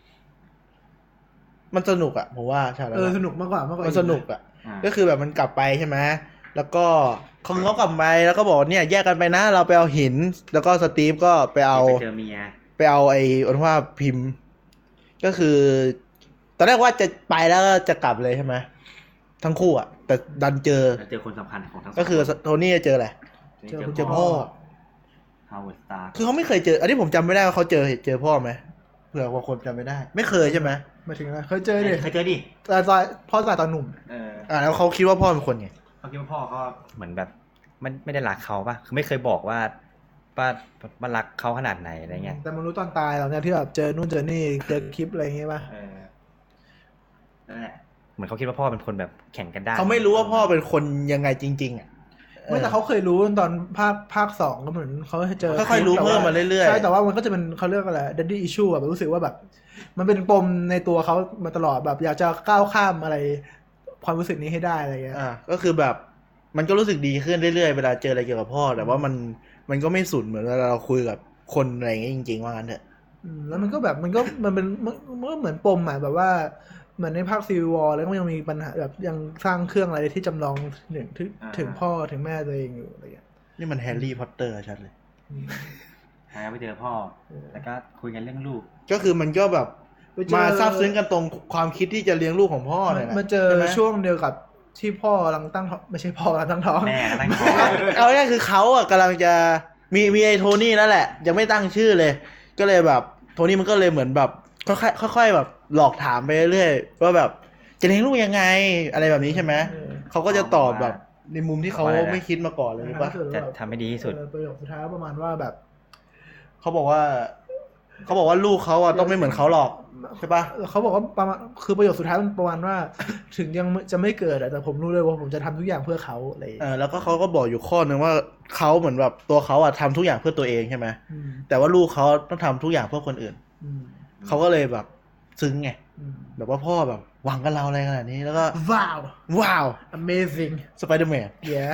มันสนุกอ่ะผมว่าใช่แล้วเออสนุกมากกว่ามากกว่ามันสนุกอ่ะอ่าก็คือแบบมันกลับไปใช่ไหมแล้วก็เขาเขากลับไปแล้วก็บอกเนี่ยแยกกันไปนะ เราไปเอาหิน แล้วก็สตีฟก็ไปเอาไปเจอเมียไปเอาไอ้อนุภาพพิมพ์ ก็คือ ตอนแรกว่าจะไปแล้วก็จะกลับเลยใช่ไหมทั้งคู่อ่ะ แต่ดันเจอแล้วเจอคนสำคัญของทั้งสงก็คือโทนี่จะเจออะไรเจอเจอพ่อฮาวเวิร์ดสตาร์คือเขาไม่เคยเจอ อันนี้ผมจำไม่ได้ว่าเขาเจอเจอพ่อไหมเผื่อว่าคนจำไม่ได้ ไม่เคยใช่ไหมหมายถึงอะไรเคยเจอดิเคยเจอดิแต่ตอนพ่อตายตอนหนุ่มเอออ่าแล้วเขาคิดว่าพ่อเป็นคนไงเขาคิดว่าพ่อก็เหมือนแบบมันไม่ได้รักเขาป่ะคือไม่เคยบอกว่าว่าว่ารักเขาขนาดไหนอะไรเงี้ยแต่มันรู้ตอนตายแล้วเนี่ยที่แบบเจอนู่นเจอนี่เจอคลิปอะไรอย่างเงี้ยป่ะเออนั่นแหละเหมือนเขาคิดว่าพ่อเป็นคนแบบแข่งกันได้เขาไม่รู้ว่าพ่อเป็นคนยังไงจริงๆอ่ะไม่แต่เขาเคยรู้ตอนภาคภาคสองก็เหมือนเขาเจอค่อยๆรู้เพิ่มมาเรื่อยๆใช่แต่ว่ามันก็จะเป็นเขาเรียกอะไร daddy issue แบบรู้สึกว่าแบบ มันเป็นปมในตัวเขามาตลอดแบบอยากจะก้าวข้ามอะไรความรู้สึกนี้ให้ได้อะไรเงี้ยอ่าก็คือแบบมันก็รู้สึกดีขึ้นเรื่อยๆเวลาเจออะไรเกี่ยวกับพ่อ แต่ว่ามันมันก็ไม่สุดเหมือนเวลาเราคุยกับคนอะไรอย่างเงี้ยจริงๆว่างั้นเถอะอืมแล้วมันก็แบบมันก็มันเป็นมันมันก็เหมือนปมอ่ะแบบว่าเหมือนในภาคซีวอลแล้วก็ยังมีปัญหาแบบยังสร้างเครื่องอะไรที่จำลองถึงถึงถึงพ่อถึงแม่ตัวเองอยู่อะไรอย่างเงี้ยนี่มันแฮร์รี่พอตเตอร์ชัดเลยอืมหายไปเจอพ่อ แล้วก็คุยกันเรื่องลูกก็คือมันก็แบบไปเจอมาซาบซึ้งกันตรงความคิดที่จะเลี้ยงลูกของพ่อเนี่ยแหละมาเจอใช่ไหมช่วงเดียวกับที่พ่อกำลังตั้งท้องไม่ใช่พ่อกำลังตั้งท้องแม่ก็ตั้งท้องเอาง่ายๆคือเขาอ่ะกำลังจะมีมีไอ้โทนี่นั่นแหละ ยังไม่ตั้งชื่อเลย ก็เลยแบบโทนี่มันก็เลยเหมือนแบบค่อยๆค่อยๆแบบหลอกถามไปเรื่อยๆว่าแบบจะเลี้ยงลูกยังไงอะไรแบบนี้ใช่ไหมเออเขาก็จะตอบแบบในมุมที่เขาไม่คิดมาก่อนเลยปะจะทำให้ดีที่สุดเออประโยคสุดท้ายประมาณว่าแบบเขาบอกว่า เขาบอกว่าลูกเขาอ่ะต้องไม่เหมือนเขาหรอกใช่ปะเขาบอกว่าประมาณคือประโยคสุดท้ายมันประมาณว่า ถึงยังจะไม่เกิดอะแต่ผมรู้เลยว่าผมจะทำทุกอย่างเพื่อเขาอะไรอย่างเอเงี้ยอแล้วก็เขาก็บอกอยู่ข้อหนึ่งว่าเขาเหมือนแบบตัวเขาอ่ะทำทุกอย่างเพื่อตัวเองใช่ไหมอืมแต่ว่าลูกเขาต้องทำทุกอย่างเพื่อคนอื่นอืมเขาก็เลยแบบซึ้งไงอืมแบบว่าพ่อแบบหวังกับเราอะไรขนาดนี้แล้วก็ว้าวว้าว amazing สไปเดอร์แมน yeah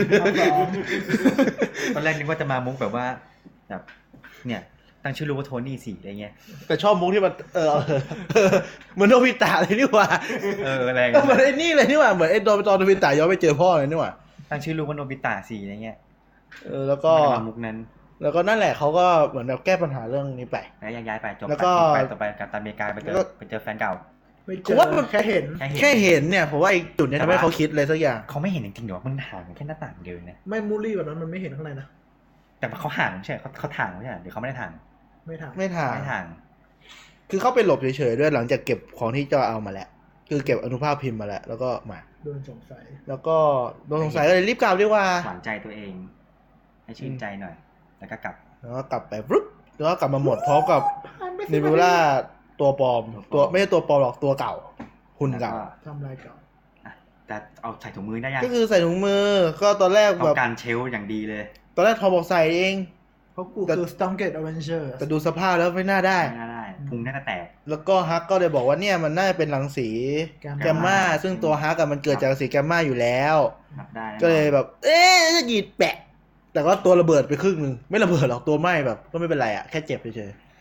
ตอนแรกนึกว่าจะมามุกแบบว่าแบบเนี่ยตั้งชื่อลูกว่าโทนี่สิอะไรเงี้ยแต่ชอบมุกที่มันเออเออเออเหมือนโนบิตะเลยนี่หว่าเอออะไรเหมือนไอ้นี่เลยนี่หว่าเหมือนไอ้โดนตอนโนบิตะย้อนไปเจอพ่อเลยนี่หว่าตั้งชื่อลูกว่าโนบิตะสิอะไรเงี้ยเออแล้วก็ไม่ได้มามุกนั้นแล้วก็นั่นแหละเขาก็เหมือนแบบแก้ปัญหาเรื่องนี้ไปแล้วย้ายๆไปจบแล้วก็ไปต่อไปกับตาอเมริกาไปเจแล้อวก็ไปเจอแฟนเก่าไม่เจกูอว่ามันแค่เห็นแค่เห็นแค่เห็นเนี่ยผมว่าไอ้จุดเนี้ยแต่ทำให้ว่าเขาคิดอะไรสักอย่างเขาไม่เห็นจริงๆหรอมันห่างกันแค่หน้าต่างเดียวนะไม่มูลี่แบบนั้นมันไม่เห็นข้างในนะแต่ว่าเขาห่างใช่เขาเขาถ่างไม่ใช่หรือเขาไม่ได้ถ่างไม่ถามไม่ถ่างไม่ถ่างคือเขาไปหลบเฉยๆด้วยหลังจากเก็บของที่จะเอามาแล้วคือเก็บอนุภาพพิมพ์มาแล้วแล้วก็มาโดนสงสัยแล้วก็โดนสงสัยก็เลยรีบกลับดีกว่าหวานใจตัวเอง ให้ชื่นใจหน่อย แล้วก็กลับแล้วก็กลับไปปุ๊บแล้วก็กลับมาหมดพร้อมกับเนบิวล่าตัวปลอม ตัวไม่ใช่ตัวปลอมหรอกตัวเก่า หุ่นเก่าทำลายเก่าอ่ะแต่เอาใส่ถุงมือได้ยังก็คือใส่ถุงมือ ก็ตอนแรกต้อแบบงการเชลฟ์อย่างดีเลยตอนแรกทอมบอกใส่เองเพราะกูคือ Stormgate Avenger แต่ดูสภาพแล้วไม่น่าได้ไม่น่าได้พุงน่าจะแตกแล้วก็ฮักก็เลยบอกว่าเนี่ยมันน่าจะเป็นรังสีแกมแกมมามาซึ่งตัวฮักอะมันเกิดจากรังสีแกมมาอยู่แล้วนับได้นะก็เลยแบบ เอ๊ะจะหยีดแปะ แต่ก็ตัวระเบิดไปครึ่งหนึ่งไม่ระเบิดหรอกตัวไหม้แบบ ก็ไม่เป็นไรอะแค่เจ็บเฉย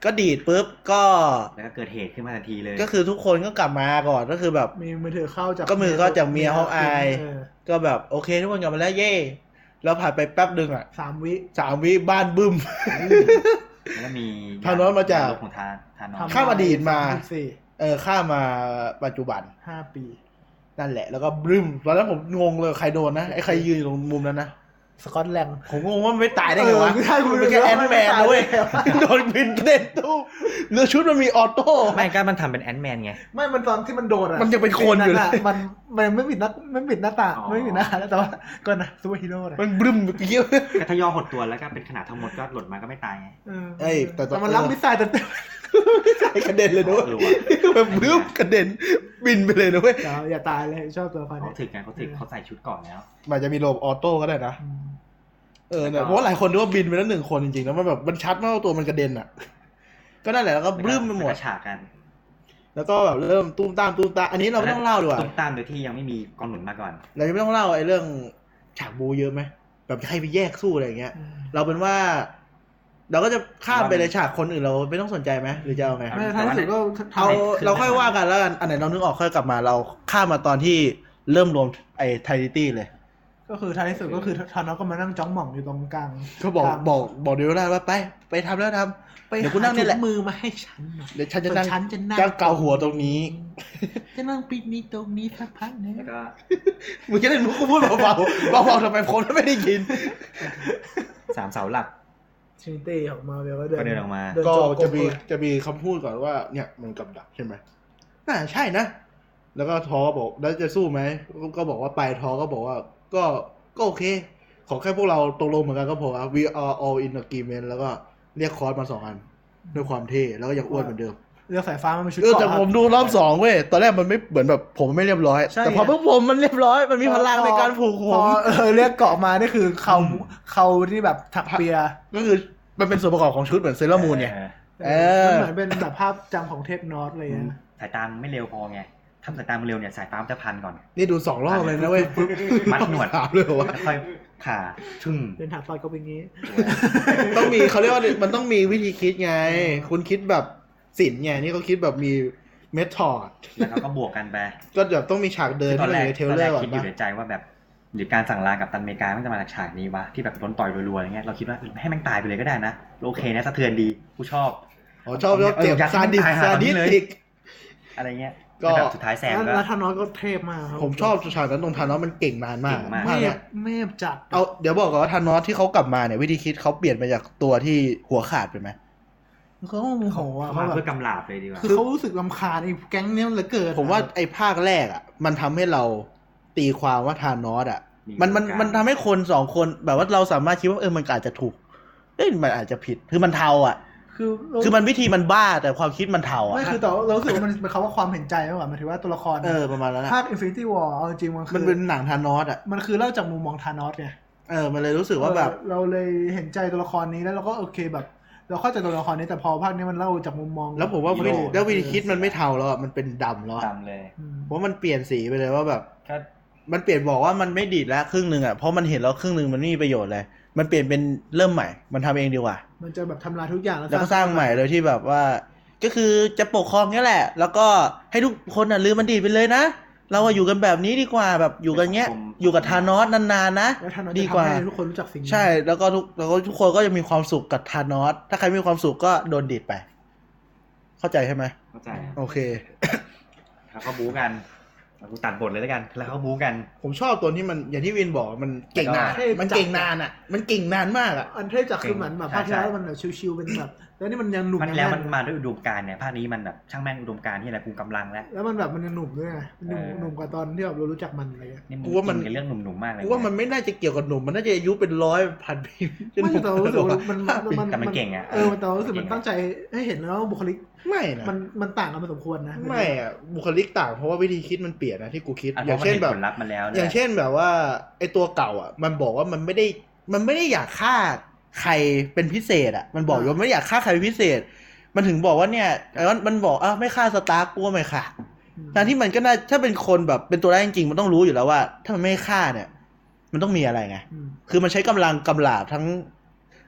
ก็ดีดปุ๊บก็แล้วก็เกิดเหตุขึ้นมาทันทีเลยก็คือทุกคนก็กลับมาก่อนก็คือแบบมีมือถือเข้าจากก็มือเข้าจากเมียฮอกอายเออก็แบบโอเคทุกคนกลับมาแล้วเย่แล้วผ่านไปแป๊บนึงอ่ะสามวิสามวิบ้านบึ้มแล้วก็มีทานอสมาจากลูของทานทานอสข้ามอดีตมาสสิบสี่เออข้ามมาปัจจุบันห้าปีนั่นแหละแล้วก็บึ้มตอนนั้นผมงงเลยใครโดนนะไอ้ใครยืนอยู่ตรงมุมนั้นนะสกอตแลนด์ผมงงว่ามันไม่ตายได้ไงวะเออใช่กูมันแค่นึกแอว่านแมนไม่ตายนะเว้ยได้ไงวะโดนบินกระเด็นตู้เนื้อชุดมันมีออโต้ไม่ก็มันทำเป็นแอนด์แมนไงไม่มันตอนที่มันโดนอ่ะมันยังเป็นคนอยู่เลยะมันมันไม่ปิดหน้าไม่ปิดหน้าตาอ๋อไม่ปิดหน้าแล้วแต่ว่าก็นะซูเปอร์ฮีโร่นะมันบึ้มเมื่อกี้ก็ถ้าย่อหดตัวแล้วก็เป็นขนาดทั้งหมดก็หล่นมาก็ไม่ตายไงเออเอ้ยแต่ตอนแต่มันรับมิสไซล์เต็มใช่กระเด็นเลยนะเว้ยเออว่ะแบบบึ้มกระเด็นบินไปเลยนะเว้ยๆอย่าอย่าตายเลยชอบตัวละครเขานี้ถึกไงเขาถึกเขาใส่ชุดก่อนแล้วมันจะมีโลบออโต้ก็ได้นะอืมเออเนี่ยเพราะว่าหลายคนนึกว่าบินไปแล้วหนึ่งคนจริงๆแล้วมันแบบมันชัดมากว่าตัวมันกระเด็นอ่ะ ก็นั่นแหละแล้วก็บึ้มไปหมดแล้วก็ฉากกันแล้วก็แบบเริ่มตุ้มตามตุ้มตามอันนี้เราไม่ต้องเล่าดีกว่าตุ้มตามโดยที่ยังไม่มีกองหนุนมาก่อนเราจะไม่ต้องเล่าไอ้เรื่องฉากบูเยอะไหมแบบใครไปแยกสู้อะไรอย่างเงี้ยอืมเราเป็นว่า เราก็จะข้ามไปเลยฉากคนอื่นเราไม่ต้องสนใจไหมหรือจะเอาไงไม่ท้ายที่สุดก็เอาทำเราค่อยว่ากันแล้วกันอันไหนเรานึกออกค่อยกลับมาเราข้ามมาตอนที่เริ่มรวมไอ้ไทนิตี้เลยก็คือท้ายที่สุดก็คือทานอสก็มานั่งจ้องหม่องอยู่ตรงกลางก็บอกลางบอกบอกเดี๋ยวได้ว่าไปไปทำแล้วทำไปเดี๋ยวกูนั่งนี่แหละถุมือมาให้ฉันหน่อยเดี๋ยวฉันจะนั่งฉันจะนั่งจะเกาหัวตรงนี้จะนั่งปิกนิกตรงนี้สักพักหนึงแล้วก็มึงจะเล่นมุกกูพูดเบาๆเบาๆทำไมผมไม่ได้ยินสามเสาหลักทรินิตี้ออกมาเวลก็เดินก็เดินออกมาเดินก็โจจะมีโกโก้จะมีคำพูดก่อนว่าเนี่ยมันกับดักใช่ไหมน่าใช่นะ แล้วก็ทอบอกแล้วจะสู้ไหมก็บอกว่าไปทอก็บอกว่า ก็ก็โอเค ขอแค่พวกเราตกลงเหมือนกันก็พอ we are all in agreement แล้วก็เรียกคอร์สมาสองอันด้วยความเท่แล้วก็ยังอ้วนเหมือนเดิมเลือกสายฟ้ามันเป็นชุดเออเกาะแต่ผมดูรอบสองเว้ยตอนแรกมันไม่เหมือนแบบผมไม่เรียบร้อยใช่แต่พอพวกผมมันเรียบร้อยมันมีพลังในการผูกผพอมเออเรียกเกาะมานี่คือเขาเขาที่แบบถักเปียก็คือมันเป็นส่วนประกอบของชุดเหมือนเซเลอร์มูนไง เออมันเหมือนเป็นแบบภาพจำของเทพนอตอะไรอย่างเงี้ยสายตาไม่เร็วพอไงทำสายตามันเร็วเนี่ยสายตามันจะพันก่อนนี่ดูสองรอบเลยนะเว้ยมัดหนวดถามเลยเหรอวะแล้วค่อยผ่าทึ่งเป็นถักซอยก็เป็นงี้ต้องมีเขาเรียกว่ามันต้องมีวิธีคิดไง คุณคิดแบบศิลป์ไงนี่เขาคิดแบบมีเมธอดแล้วเขาก็บวกกันไปก็แบบต้องมีฉากเดินตอนแรกในเทรลตอนเลแรอก ร์ก่อคิดนอยู่ปะในใจว่าแบบหรือการสั่งลากับตันอเมริกามันจะมาจากฉากนี้วะที่แบบโดนต่อยรัวๆอะไรเงี้ยเราคิดว่าให้แม่งตายไปเลยก็ได้นะโอเคนะสะเทือนดีกูชอบอ๋อชอบชอบเจ็บอยากให้ซาดิสตายหาซาดิตอนนี้เลยสติกอะไรเงี้ยก็แล้วแบบสุดท้ายแซมก็แล้วทานอสก็เทพมากครับผมชอบฉากนั้นตรงทานอสมันเก่งนานมากเก่งมากภาคเมเนี้ฟยเมฟจัดเอาเดี๋ยวบอกก่อนว่าทานอสที่เขากลับมาเนี่ยวิธีคิดเขาเปลี่ยนไปจากตัวที่หัวขาดไปไหมเขาโมโหอ่ะเขาเขามาแบบเพื่อกำลาบเลยดีกว่าคือเขารู้สึกรำคาญไอ้แก๊งเนี้ยเหลือเกินผมว่าไอ้ภาคแรกอ่ะ มันทำให้เราตีความว่าทานอสอ่ะ มันมันมันทำให้คนสองคนแบบว่าเราสามารถคิดว่าเออมันอาจจะถูกเอ้ยมันอาจจะผิดคือมันเทาอ่ะคือคือมันวิธีมันบ้าแต่ความคิดมันเทาอ่ะไม่คือแต่เรารู้สึกว่ามันเป็นคำว่าความเห็นใจมากกว่าหมายถึงว่าตัวละครเออประมาณนั้นภาอะค Infinity War เอาจริงๆมันคือมันเป็นหนังทานอสอ่ะมันคือเล่าจากมุมมองทานอสไงเออมันเลยรู้สึกว่าแบบเออเราเลยเห็นใจตัวละครนี้แล้วเราก็โอเคแบบ เราเข้าใจตัวละครนี้แต่พอภาคนี้มันเล่าจากมุมมองแล้วผมว่าฮีวิโร่แล้ววิธีคิดมันไม่เทาแล้วอะมันเป็นดำแล้วอะตามเลยอืมเพราะมันเปลี่ยนสีไปเลยว่าแบบก็มันเปลี่ยนบอกว่ามันไม่ดีดแล้วครึ่งหนึ่งอ่ะเพราะมันเห็นแล้วครึ่งหนึ่งมันไม่มีประโยชน์เลยมันเปลี่ยนเป็นเริ่มใหม่มันทำเองดีกว่ามันจะแบบทำลายทุกอย่างแล้วก็สร้างใหม่โดยที่แบบว่า ก็คือจะปกครองนี่แหละ แล้วก็ให้ทุกคนอ่ะลืมมันดีไปเลยนะเราอะอยู่กันแบบนี้ดีกว่าแบบอยู่กันเงี้ยอยู่กับทานอสนานๆนะแล้วทานอสดีจะกว่าทำให้ทุกคนรู้จักสิ่งนี้ใช่แล้วก็ทุกแล้วก็ทุกคนก็จะมีความสุขกับทานอสถ้าใครมีความสุขก็โดนดีดไป เข้าใจใช่ไหมเข้าใจโอเคแล้วก็บู๊กันเรากูตัดบทเลยแล้วกันแล้วเขาบู๊กันผมชอบตัวที่มันอย่างที่วินบอกมันเก่งนานมันเก่งนานอ่ะ มันเก่งนานมากอ่ะอันเทพจากคือเหมือนแบบภาคที่แล้วมันแบบชิวๆเป็นแบบแล้วนี่มันยังหนุ่มมันยังแล้วน่มันมาด้วยอุดมการณ์เนี่ยภาคนี้มันแบบช่างแม่งอุดมการณ์ที่อะไรกูกำลังแล้วแล้วมันแบบมันยังหนุ่มด้วยไงมันหนุ่มเออหนุ่มกว่าตอนที่แบบเรารู้จักมันอะไรเงี้ยนี่กูว่ามันอิกับเรื่องหนุ่มๆมากเลยกูว่ามันไม่น่าจะเกี่ยวกับหนุ่มมันน่าจะอายุเป็นร้อยพันปีไม่แต่เรารู้สึกว่ามันมันแต่มันเก่งอ่ะเออแต่เรารู้สึกมันตั้งใจให้เห็นแล้วบุคลิกไม่นะมันมันต่างกันพอสมควรนะไม่อ่ะบุคลิกต่างเพราะว่าวิธีคิดมันเปลี่ยนนะที่กูคิดอ่ะอย่างเช่นพแบราะบมันห็ผลลัพธ์มาแล้วอย่างเช่นแบบว่าไอตัวเก่าอ่ะ มันบอกว่ามันไม่ได้มันไม่ได้อยากฆ่าใครเป็นพิเศษอ่ะ มันบอกอยู่ว่าไม่ได้อยากฆ่าใครเป็นพิเศษ มันถึงบอกว่าเนี่ยแล้วมันบอกอ่ะไม่ฆ่าสตาร์กกลัวไม่ค่ะทั้งที่มันก็น่าถ้าเป็นคนแบบเป็นตัวร้ายจริงๆมันต้องรู้อยู่แล้วว่า ถ้ามันไม่ฆ่าเนี่ย มันต้องมีอะไรไงอืมคือมันใช้กำลังกำลาบทั้ง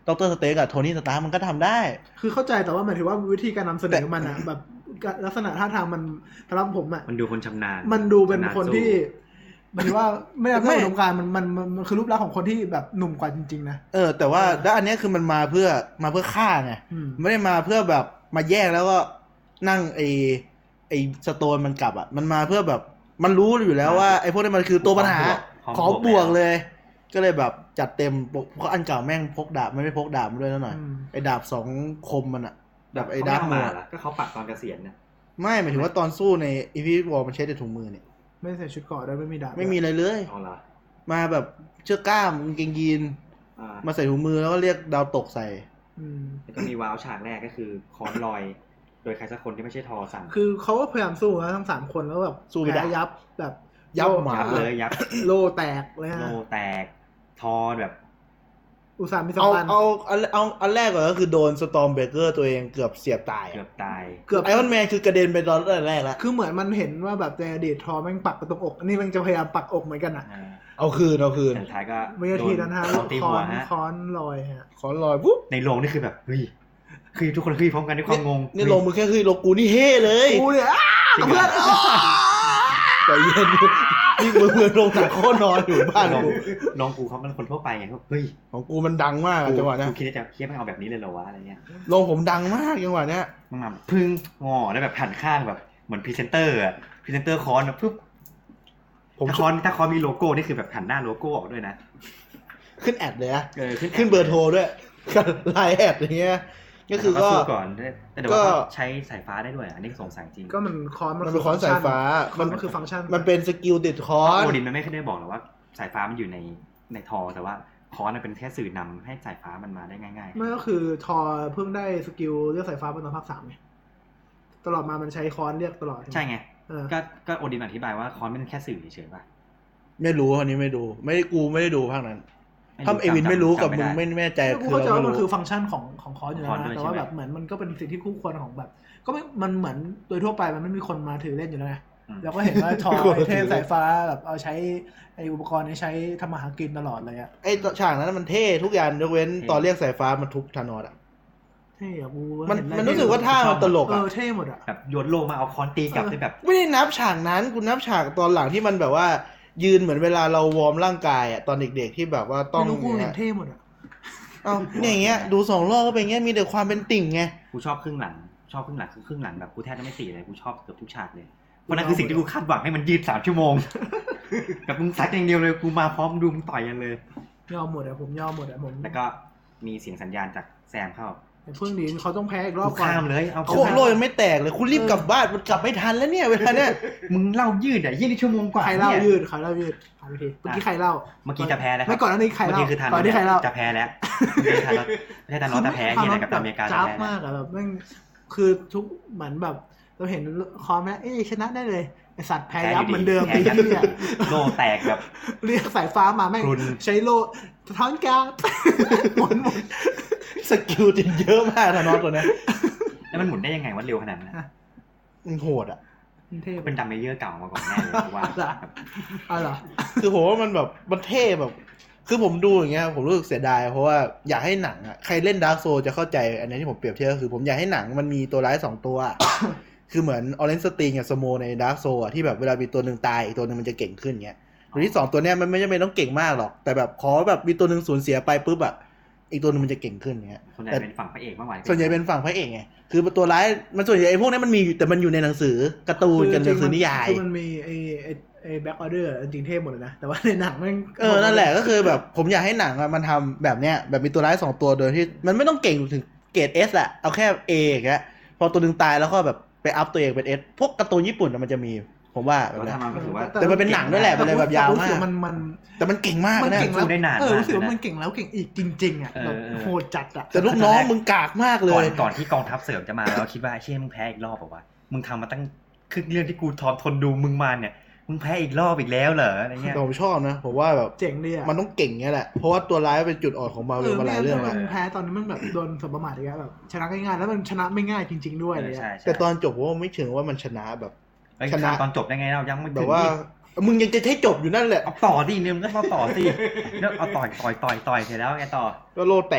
ด็อกเตอร์สเตนกับโทนี่สตาร์มันก็ทำได้คือเข้าใจแต่ว่าหมายถึงว่าวิธีการนำเสนอมันอะแบบลักษณะท่าทางมันสำหรับผมอะมันดูคนชำนาญมันดูเป็นชำาญคนสู้ที่หมายถึงว่าไม่ได้ไม่ไม่อุดมการณ์มันมันมันมันคือรูปลักษณ์ของคนที่แบบหนุ่มกว่าจริงๆนะเออแต่ว่าแล้วอันเนี้ยคือมันมาเพื่อมาเพื่อฆ่าไงอืมไม่ได้มาเพื่อแบบมาแยกแล้วก็นั่งไอไอสโตนมันกลับอ่ะมันมาเพื่อแบบมันรู้อยู่แล้วว่าไอพวกนี้มันคือตัวปัญหาขอบวกเลย ก็เลยแบบจัดเต็มเพราะอันเก่าแม่งพกดาบไม่ได้พกดาบมาด้วยแล้วหน่อยอืมไอดาบสองคมมันอ่ะดาบไอเขาดาไม่บเอาโหมาเหรอก็เขาปักตอนเกษียณเนี่ยไม่หมายถึงว่าตอนสู้ในอีพีวอลมันใช้แต่ถุงมือเนี่ยไม่ใส่ชุดเกราะด้วยไม่มีดาบไม่มีอะไรเลยเอาละมาแบบเชือกกล้ามกางเกงยีนอ่ามาใส่ถุงมือแล้วก็เรียกดาวตกใส่อืมแล้วก็มีว้าวฉากแรกก็คือค้อนลอย โดยใครสักคนที่ไม่ใช่ทอสั่งคือเขาก็พยายามสู้นะทั้งสามคนแล้วแบบสู้ไม่ได้แพ้ยับแบบยับหมายับเลยยับโลแตกเลยโลฮะแตกทอแบบอุตส่าห์มีสอเอางอันเอาเอาเอาอันแรกก่อนก็คือโดนสตอมเบเกอร์ตัวเองเกือบเสียบตายเกือบตายเกือบไอรอนแมนคือกระเด็นไปตอนแรกแล้วคือเหมือนมันเห็นว่าแบบในอดีตทอแม่งปักกระตรงอกอันนี้มันจะพยายามปักอกเหมือนกันอ่ะอ่าเอาคืนเอาคืนแต่สุดท้ายก็วินาทีนั้นฮะโดนตีค้หัอวน ฮะค้อนลอยฮะขอลอยปุ๊บในโรงนี่คือแบบเฮ้ยคือทุกคนคือพร้อมกันด้วยความงงนี่ลงมือแค่คือลงกูนี่เฮ่เลยกูเนี่ยอ้าจริงเพื่อนเหรอใจเย็นนี่มือมือลงหนังโคตรนอนอยู่บ้านน้องกูน้องกูเขาเป็นคนทั่วไปไงเขาเฮ้ยของกูมันดังมากอะกูจังหวะเนี้ยกูคิดว่าจะเคียบไม่เอาแบบนี้เลยเหรอวะอะไรเงี้ยลงผมดังมากจังหวะเนี้ยมึงมาพึ่งงอแล้วแบบหันข้างแบบเหมือนพรีเซนเตอร์อะพรีเซนเตอร์คอนอะปุ๊บผมถ้าคอนถ้าคอนมีโลโก้นี่คือแบบหันหน้าโลโก้ออกด้วยนะขึ้นแอดเลยอะเออขึ้นขึ้นเบอร์โทรด้วยกับไลน์แอดอย่างเงี้ยก็คือก็สู้ก่อนแต่เดี๋ยวก็ว่าเขาใช้สายฟ้าได้ด้วยอันนี้สงสัยจริงก็มันค้อนมันเป็นค้อนสายฟ้าค้อนมันคือฟังก์ชันมันเป็นสกิลติดคอนโอดินมันไม่ได้บอกหรอกว่าสายฟ้ามันอยู่ในในทอแต่ว่าคอนมันเป็นแค่สื่อนำให้สายฟ้ามันมาได้ง่ายไม่ก็คือทอเพิ่งได้สกิลเรียกสายฟ้าเป็นตอนภาคสามไงตลอดมามันใช้ค้อนเรียกตลอดๆใช่ไงเออก็ก็โอดินอธิบายว่าคอนเป็นแค่สื่อเฉยๆป่ะไม่รู้อันนี้ไม่ดู ไม่ได้กูไม่ได้ดูภาคนั้นไม่รู้ถ้าเอวินไม่รู้กับจำมึงด้ไม่ไม่แน่ใจกูคือเข้าใจเราว่าไม่มันรู้คือฟังก์ชันของของคอนอยู่ของแล้วคอนด้วยนะแต่ว่าใช่ไหมแบบเหมือนมันก็เป็นสิ่งที่คู่ควรของแบบ ก็ไม่มันเหมือนโดยทั่วไปมันไม่มีคนมาถือเล่นอยู่แล้วไงอืมแล้วก็เห็นว่าทอไอเทมสายฟ้าแบบเอาใช้ไออุปกรณ์นี้ใช้ทำมาหากินตลอดเลยอะไอ้ฉากนั้นมันเท่ทุกอย่างยกเว้นตอนเรียกสายฟ้ามันทุบธานอสอ่ะเท่อะกูมันเห็มันรู้สึกว่าท่ามันตลกเออ่ะอเท่หมดอะแบบโยนโลมาเอาคอนตีกลับได้แบบไม่ได้นับฉากนั้นกูนับฉากตอนหลังที่มันแบบว่า ยืนเหมือนเวลาเราวอร์มร่างกายอ่ะตอนเด็กๆที่แบบว่าต้องไม่รู้กูอย่างเห็เงี้นยเท่หมดอะเอ้าเนี่ยอย่างเงี้ยดูสองรอบก็เป็นอย่างเงี้ยมีแต่ความเป็นติ่งไงกูชอบครึ่งหลังชอบครึ่งหลังคือครึ่งหลังแบบกูแทบจะไม่ตีเลยกูชอบเกือบทุกฉากเลยเพราะนั่นคือสิ่งที่กูคาดหวังให้มันยืดสามชั่วโมง แบบมึงซัดอย่างเดียวเลยกูมาพร้อมดูมึงต่อยกันเลยยอมหมดอะผมยอมหมดอะผมแล้วก็มีเสียงสัญญาณจากแซมเข้าเพิ่งดีเขาต้องแพ้อีกรอบกูก่อนข้ามเลยเอาโคโลยังไม่แตกเลยคุณรีบกลับบ้านมันกลับไม่ทันแล้วเนี่ยเวลาเนี้ยมึงเล่ายืดอ่ะยี่นี่ชั่วโมงกว่าใครเล่านี่ยืดใครเล่ายืดถามไปทีเมื่อกี้ใครเล่าเมื่อกี้จะแพ้แล้วครับไม่ก่อนอันนี้ใครเมื่อเล่ากี้คือทันก่อนที่ใครเล่าจะแพ้แล้วไม่ใช่ทันไม่ใช่ทันรอจะแพ้ที่อะไรกับตันอเมริกาจะจ้าบแพ้มากอะแบบแม่งคือทุกเหมือนแบบเราเห็นคอมแล้วเอ๊ะชนะได้เลยไอสัตว์แพ้ยับเหมือนเดิมแพ้ไอ้ยับเหี้ยโลแตกแบบเรียกสายฟ้ามาแม่งพรุนใช้โล่สะท้อนกลาง หมุนหมุนสกิลติดเยอะมากธานอสตัวเนี้ยแล้วมันหมุนได้ยังไงว่าเร็วขนาดนั้นมันโหดอ่ะเท่เป็นดัมเมเยอร์เก่ามาก่อนแน่เลยกูว่าอ๋อเหรอคือผมว่ามันแบบมันเท่แบบ คือผมดูอย่างเงี้ยผมรู้สึกเสียดายเพราะว่าอยากให้หนังอ่ะใครเล่นดาร์กโซจะเข้าใจอันนี้ที่ผมเปรียบเทียบก็คือผมอยากให้หนังมันมีตัวร้ายสองตัว คือเหมือนออเรนจ์สตีนกับสโมในดาร์กโซอ่ะที่แบบเวลามีตัวหนึ่งตายอีกตัวหนึ่งมันจะเก่งขึ้นเงี้ยตัวที่สองตัวเนี้ยมันไม่จำเป็นต้องเก่งมากหรอกแต่แบบขอแบบมีตัวหนึ่งสูญเสียไปปุ๊บอ่ะอีกตัวหนึงมันจะเก่งขึ้นเงี้ยส่วนใหญ่เป็นฝั่งพระเอกมากกว่าส่วนใหญ่เป็นฝั่งพระเอกไงคือตัวร้ายมันส่วนใหญ่ไอ้พวกนี้มันมีอยู่แต่มันอยู่ในหนังสือการ์ตูนกับหนังสือนิยายคือมันมีไอไอไอแบ็คออเดอร์จริงๆเท่หมดเลยนะแต่ว่าในหนังมันเออนั่นแหละก็คือแบบผมอยากให้หนังอะมันทำแบบเนี้ยแบบมีตัวร้ายสองตัวโดยที่มันไม่ต้องเก่งถึงเกรด S อะเอาแค่ A อย่างเงี้ยพอตัวหนึ่งตายแล้วก็แบบไปอัพตัวเองเป็น S พวกการ์ตูนญี่ปุ่นอะมันจะมีผมว่าแบบแล้วเนี้ยทำมาก็ถือว่าแต่มันเป็นหนังด้วยแหละเป็นอะไรแบบยาวมากรู้สึมันมันแต่มันเก่งมากมันนะเก่งแล้วสู้ได้นานเออมากรู้สึกว่าเลยนะมันเก่งแล้วเก่งอีกจริงๆอ่ะเออแบบเออโหดจัดอ่ะแต่ลูกน้องมึงกากมากเลก่อนยก่อนที่กองทัพเสริมจะมาเราคิดว่าเชี่ยมึงแพ้อีกรอบแบบว่ามึงทำมาตั้งครึ่งเรื่องที่กูทอนทนดูมึงมาเนี่ยมึงแพ้อีกรอบอีกแล้วเหรออะไรเงี้ยแต่ผมชอบนะผมว่าแบบเจ๋งดีอ่ะมันต้องเก่งเงี้ยแหละเพราะว่าตัวร้ายเป็นจุดอ่อนของมาเวลมาหลายเรื่องมัแล้วนแพ้ตอนนี้มันแบบโดนสมประมาทอย่างเงี้ยแบบชนะง่ายๆแล้วมันชนะไม่ง่ายจริง ๆด้วยเอเลอย ใช่อะใช่แต่ตอนจบผมว่าไม่ถึงว่ามันชนะแบบเอ้ยชนะตอนจบได้ไงเรายังไม่แบถึบงว่าอีกมึงยังจะให้จบอยู่นั่นแหละเอาต่อสิเนี่ยมึงก็เอาต่อสิแล้วเอาต่อยต่อยต่อยต่อยเสร็จแล้วไงต่อก็โลแตก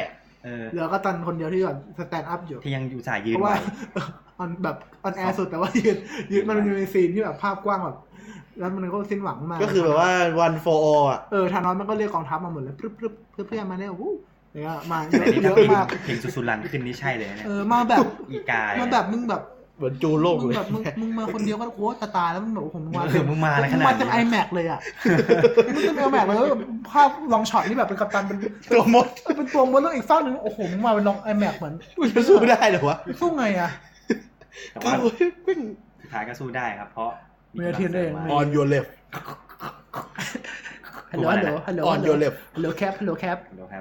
เออเหลือก็ตันคนเดียวที่แบบสแตนด์อัพอยู่ที่ยังอยู่สายยืเพนราะไว้ว่าออนแบบออนแอร์สุดแต่ว่ายืนยืนมันมีซีนที่แบบภาพกว้างแบบแล้วมันก็สิ้นหวังมากก็คือแบบว่า one for all อ่ะเออธานอสมันก็เรียกกองทัพมาหมดเลยพรึบพรึบเพื่อเพื่อมาเนี่ยวู้เนี่ยมาเยแต่อะนี่เยถ้าอะเพลงมากเพลงสุสุรันขึ้นนี่ใช่เลยเนี่ยเออมาแบบอีกายมาแบบมึงแบบเหมือนจูโลกมึงเลยแบบมึงมึงมาคนเดียวก็โคตรตายแล้วมึงแบบผมมาเออมึงมาอะไรขนาดนี้มึงมาเต็มไอแม็กเลยอ่ะมึงเต็มไอแม็กเลยแล้วแบบภาพลองช็อตนี่แบบเป็นกัปตันเป็นตัวมดเป็นตัวมดแล้วอีกฝั่งหนึงโอ้โหมึงมาเป็นลองไอแม็กเหมือนมันจะสู้ได้เหรอวะสู้ไงอ่ะแต่คือว่าเป็นสุดท้ายก็สู้ได้ครับ เพราะมีอาทิตย์เองมี on your left ฮัลโหลฮัลโหลฮัลโหล on your left ฮัลโหลแคปฮัลโหลแคปเดี๋ยวครับ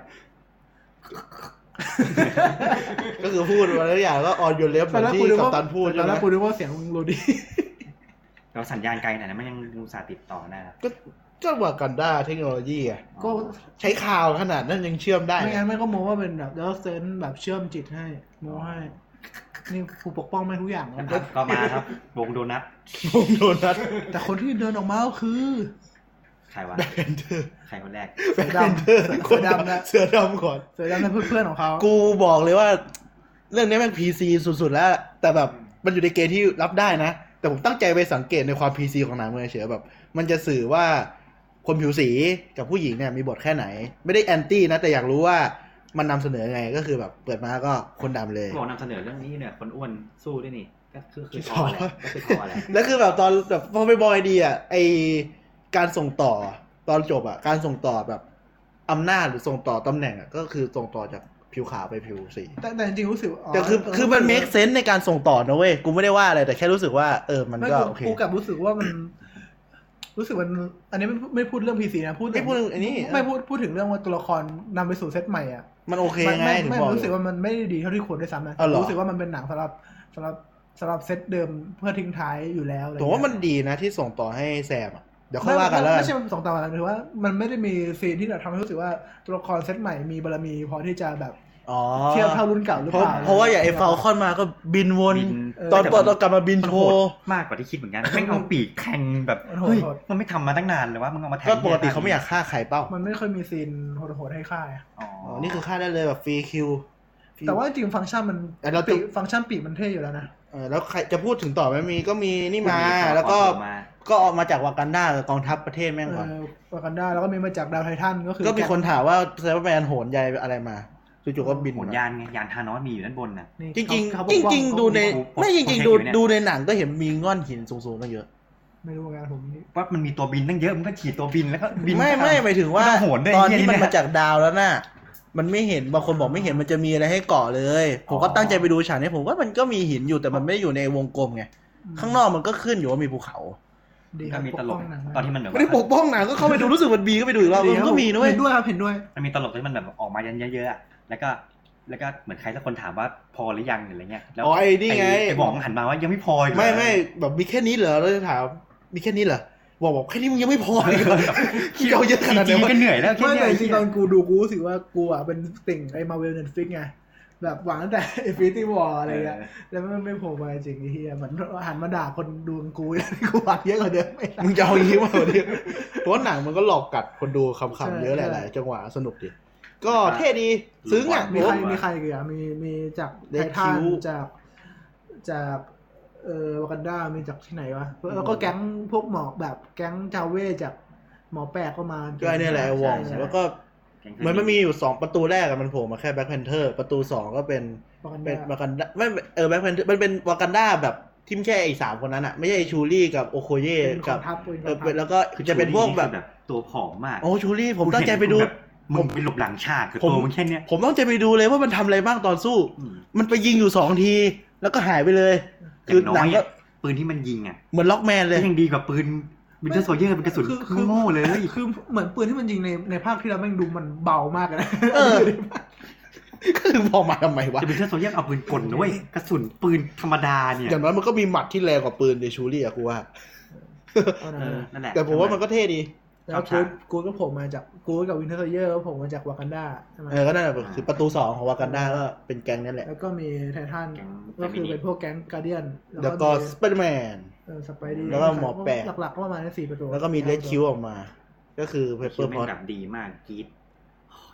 ก็คือพูดมาแล้วอย่างก็ on your left เหมือนที่กัปตันพูดตใช่อนไหแรมกกูนึกว่าเสียงมึงโรดี้แล้วสัญญาณไกลไหนนะมันยังอุตส่าห์ติดต่อได้นะก็ก็วากันดาเทคโนโลยีอ่ะก็ใช้ข่าวขนาดนั้นยังเชื่อมได้ไม่งั้นไม่ก็โมว่าเป็นแบบแล้วเซนแบบเชื่อมจิตให้โมให้นี่กูปกป้องไม่ทุกอย่างนะคแล้รัวบก็มาครับวงโดนัทวงโดนัทแต่คนที่เดินออกมาก็คือใครวะแบ็คแพนเทอร์ใครคนแรกแบ็คแพนเทอร์คนดำนะเสือดำก่อนเสือดำเป็นเพื่อนๆของเขากูบอกเลยว่า เรื่องนี้แม่ง พี ซี สุดๆแล้ว แต่แบบมันอยู่ในเกณฑ์ที่รับได้นะ แต่ผมตั้งใจไปสังเกตในความ พี ซี ของหนังเมื่อเฉยแบบ มันจะสื่อว่าคนผิวสีกับผู้หญิงเนี่ยมีบทแค่ไหน ไม่ได้แอนตี้นะ แต่อยากรู้ว่ามันนำเสนอไงก็คือแบบเปิดมาก็คนดำเลยบอกนำเสนอเรื่องนี้เนี่ยคนอ้วนสู้ด้วยนี่ก็คือคือคือทอแหละก็คือทอแหละแล้วคือแบบตอนแบบพอไปบอยดีอ่ะไอการส่งต่อตอนจบอ่ะการส่งต่อแบบอำนาจหรือส่งต่อตำแหน่งอ่ะก็คือส่งต่อจากผิวขาวไปผิวสีแต่แต่จริงๆรู้สึกแต่คือคือมัน make sense ในการส่งต่อนะเว้ยกูไม่ได้ว่าอะไรแต่แค่รู้สึกว่าเออมันไม่ก็กูโอเคกูกลับรู้สึกว่ามัน รู้สึกมันอันนี้ไม่ไม่พูดเรื่องพีซีนะพูดไม่พูดอันนี้ไม่พูดพูดถึงเรื่องว่าตัวละครนำไปสู่เซตใหม่อ่ะมันโอเคมันไงไม่ถึงไม่บอกรู้สึกว่ามันไม่ได้ดีเท่าที่ควรด้วยซ้ำนะอ๋อเหรอรู้สึกว่ามันเป็นหนังสำหรับสำหรับสำหรับเซตเดิมเพื่อทิ้งท้ายอยู่แล้วอะไรผมเงี้ยว่ามันดีนะที่ส่งต่อให้แซมอ่ะเดี๋ยวค่อยว่ากันไม่แล้วไม่ใช่สองตาหรือว่ามันไม่ได้มีซีนที่เราทำให้รู้สึกว่าตัวละครเซตใหม่มีบารมีพอที่จะแบบอ๋อเทียบเท่ารุ่นเก่าหรือเพเปราะล่าเพราะว่าอย่างไอ้ฟาลคอนมาก็บินวนบินตอนแต่ตอนมันตอนกลับมาบินมันโชโหดว์มากกว่าที่คิดเหมือนกันแม่งเอาปีกแทงแบบมันโหดเฮ้ยโหดมันไม่ทำมาตั้งนานเลยว่ามึงเอามาแทงก็ปกติเขาไม่อยากฆ่าใครเป้ามันไม่ค่อยมีซีนโหดๆให้ค่ายอ๋ออ๋อนี่คือฆ่าได้เลยแบบฟรีคิวแต่ว่าจริงฟังก์ชันมันแต่เราจะปีกฟังก์ชันปีกมันเท่อยู่แล้วนะเออแล้วใครจะพูดถึงต่อไหมมีก็มีนี่มามีตัวแล้วก็มาก็ออกมาจากวากันดากับกองทัพประเทศแม่งเอก่อนอวากันดาแล้วก็มีมาจากดาวไททันก็คือก็มีคนถามว่าไซเบอร์แมนโหนใยอะไรมาจู่ๆก็บินหมุนมายานไงยานทานอสมีอยู่ด้านบนน่ะนี่จริงเขาๆเขาจปกป้อริง ๆ ดูในเขาไม่จริงๆ ดูเขาเห็นอยู่เนี่ยดูในหนังก็เห็นมีง่อนหินสูงๆตั้งเยอะไม่รู้เหมือนกันผมว่ามันมีตัวบินตั้งเยอะมันก็ฉีดตัวบินแล้วก็บินไม่ไม่หมายถึงว่าไม่ต้องโหนด้วยตอนเหี้ยที่มันนี่มาจากดาวแล้วน่ะมันไม่เห็นบางคนบอกไม่เห็นมันจะมีอะไรให้เกาะเลย ผมก็ตั้งใจไปดูฉากนี้ผมว่ามันก็มีหินอยู่แต่มันไม่ได้อยู่ในวงกลมไงข้างนอกมันก็ขึ้นอยู่ว่ามีภูเขาดีคก็รับมีปตกลป้กองหนังตอนที่มันแบบไม่ได้ปกป้องหนังก็เข้าไปดูรู้สึกมันบีก็ไปดูอีกรอบดีมันก็มีนะเว้ยเห็นด้วยครับเห็นด้วยมันมีตลกที่มันแบบออกมาเยอะๆอะแล้วก็แล้วก็เหมือนใครสักคนถามว่าพอหรือยังหรืออะไรเงี้ยแล้วอ๋อไอ้นี่ไงไอ้บอกหันมาว่ายังไม่พออีกเหรอไม่ไม่แบบมีแค่นี้เหรอเราจะถามมีแค่นี้เหรอบอกบอกแค่นี้มึงยังไม่พออีกเหรอคิดเอาเยอะขนาดจรินี้งวะๆก็เหนื่อยแล้วแค่ไม่เนี้แต่ยจริงๆตอนกูดูกูรู้สึกว่ากูอ่ะเป็นติ่งไอ้มาเวลเน็ตฟิกไงแบบหวังตั้งแต่ Infinity War อะไรเงี้ยแล้วมันไม่โผล่มาจริงไอ้เหี้ยเหมือนหันมาด่าคนดูกู กูหวังเยอะกว่าเดิมไม่ได้มึงจะเอาอย่างนี้มาเหรอเนี่ยเพราะหนังมันก็หลอกกัดคนดูคำใช่ๆเยอะหใช่ลายๆจังหวะสนุกดีก็เท่ดีซึ้งอ่ะมีใครมีใครอีกอ่ะมีมีจากเด็ไทกทันคิ้วจากจากเอ่อวากันดามีจากที่ไหนวะแล้วก็แก๊งพวกหมอแบบแก๊งจาเว่จากหมอแปลกก็มาก็ไอ้เนี่ยแหละไอ้วองใช่แล้วก็เหมือนมันมีอยู่สองประตูแรกอะมันโผล่มาแค่แบ็คแพนเทอร์ประตูสองก็เป็นวากันเป็นดาวากันดาไม่เออแบ็คแพนเทอร์มันเป็นวากันดาแบบที่ไม่ใช่ไอ้สามคนนั้นอะไม่ใช่ไอ้ชูรี่กับโอโคเย่เป็นกกัอบ งทัพเป็นกเออองทัพแล้วก็จะเป็นพวกแบบตัวผอมมากโอ้ชูรี่ผมตั้งใจไปดูมึงไปหลบหลังฉากคือผมตัวมึงแค่เนี้ยผมต้องจะไปดูเลยว่ามันทำอะไรบ้างตอนสู้อืมมันไปยิงอยู่สองที แล้วก็หายไปเลยอคือย่างน้หนัอง ยก็อะปืนที่มันยิงอ่ะเหมือนล็อกแมนเลยก็ยังดีกว่าปืนวินเทอร์โซเยอร์เป็นกระสุนคือคือโง่เลยคือเหมือนปืนที่มันยิงในในภาคที่เราแม่งดูมันเบามากเลยนะเออ ก็คือพอมาทำไมวะจะเป็นวินเทอร์โซเยอร์เอาปืนกลนะเว้ยกระสุนปืนธรรมดาเนี่ยอย่างน้อยมันก็มีหมัดที่แรงกว่าปืนในชูรี่อะกูว่าเอานะเออนั่นแหละแต่ผมว่ามันก็เท่ดีแล้วกูกูก็โผล่มาจากกูกับวินเทอร์โซเยอร์ก็โผล่มาจากวากันดาใช่ไหมเออก็นั่นแหละคือประตูสองของวากันดาก็เป็นแก๊งนั่นแหละแล้วก็มีไททันแก๊งก็คือเป็นพวกแก๊งการเดียนแล้วก็สไปเดอร์แมนเออสไปดี้แล้วก็หมอแปลกหลักๆก็ประมาณนี้สี่ประตูแล้วก็มีเลดคิวออกมา ก็คือเพเปอคิวร์พแม่อง ตแบบดีมากกรีด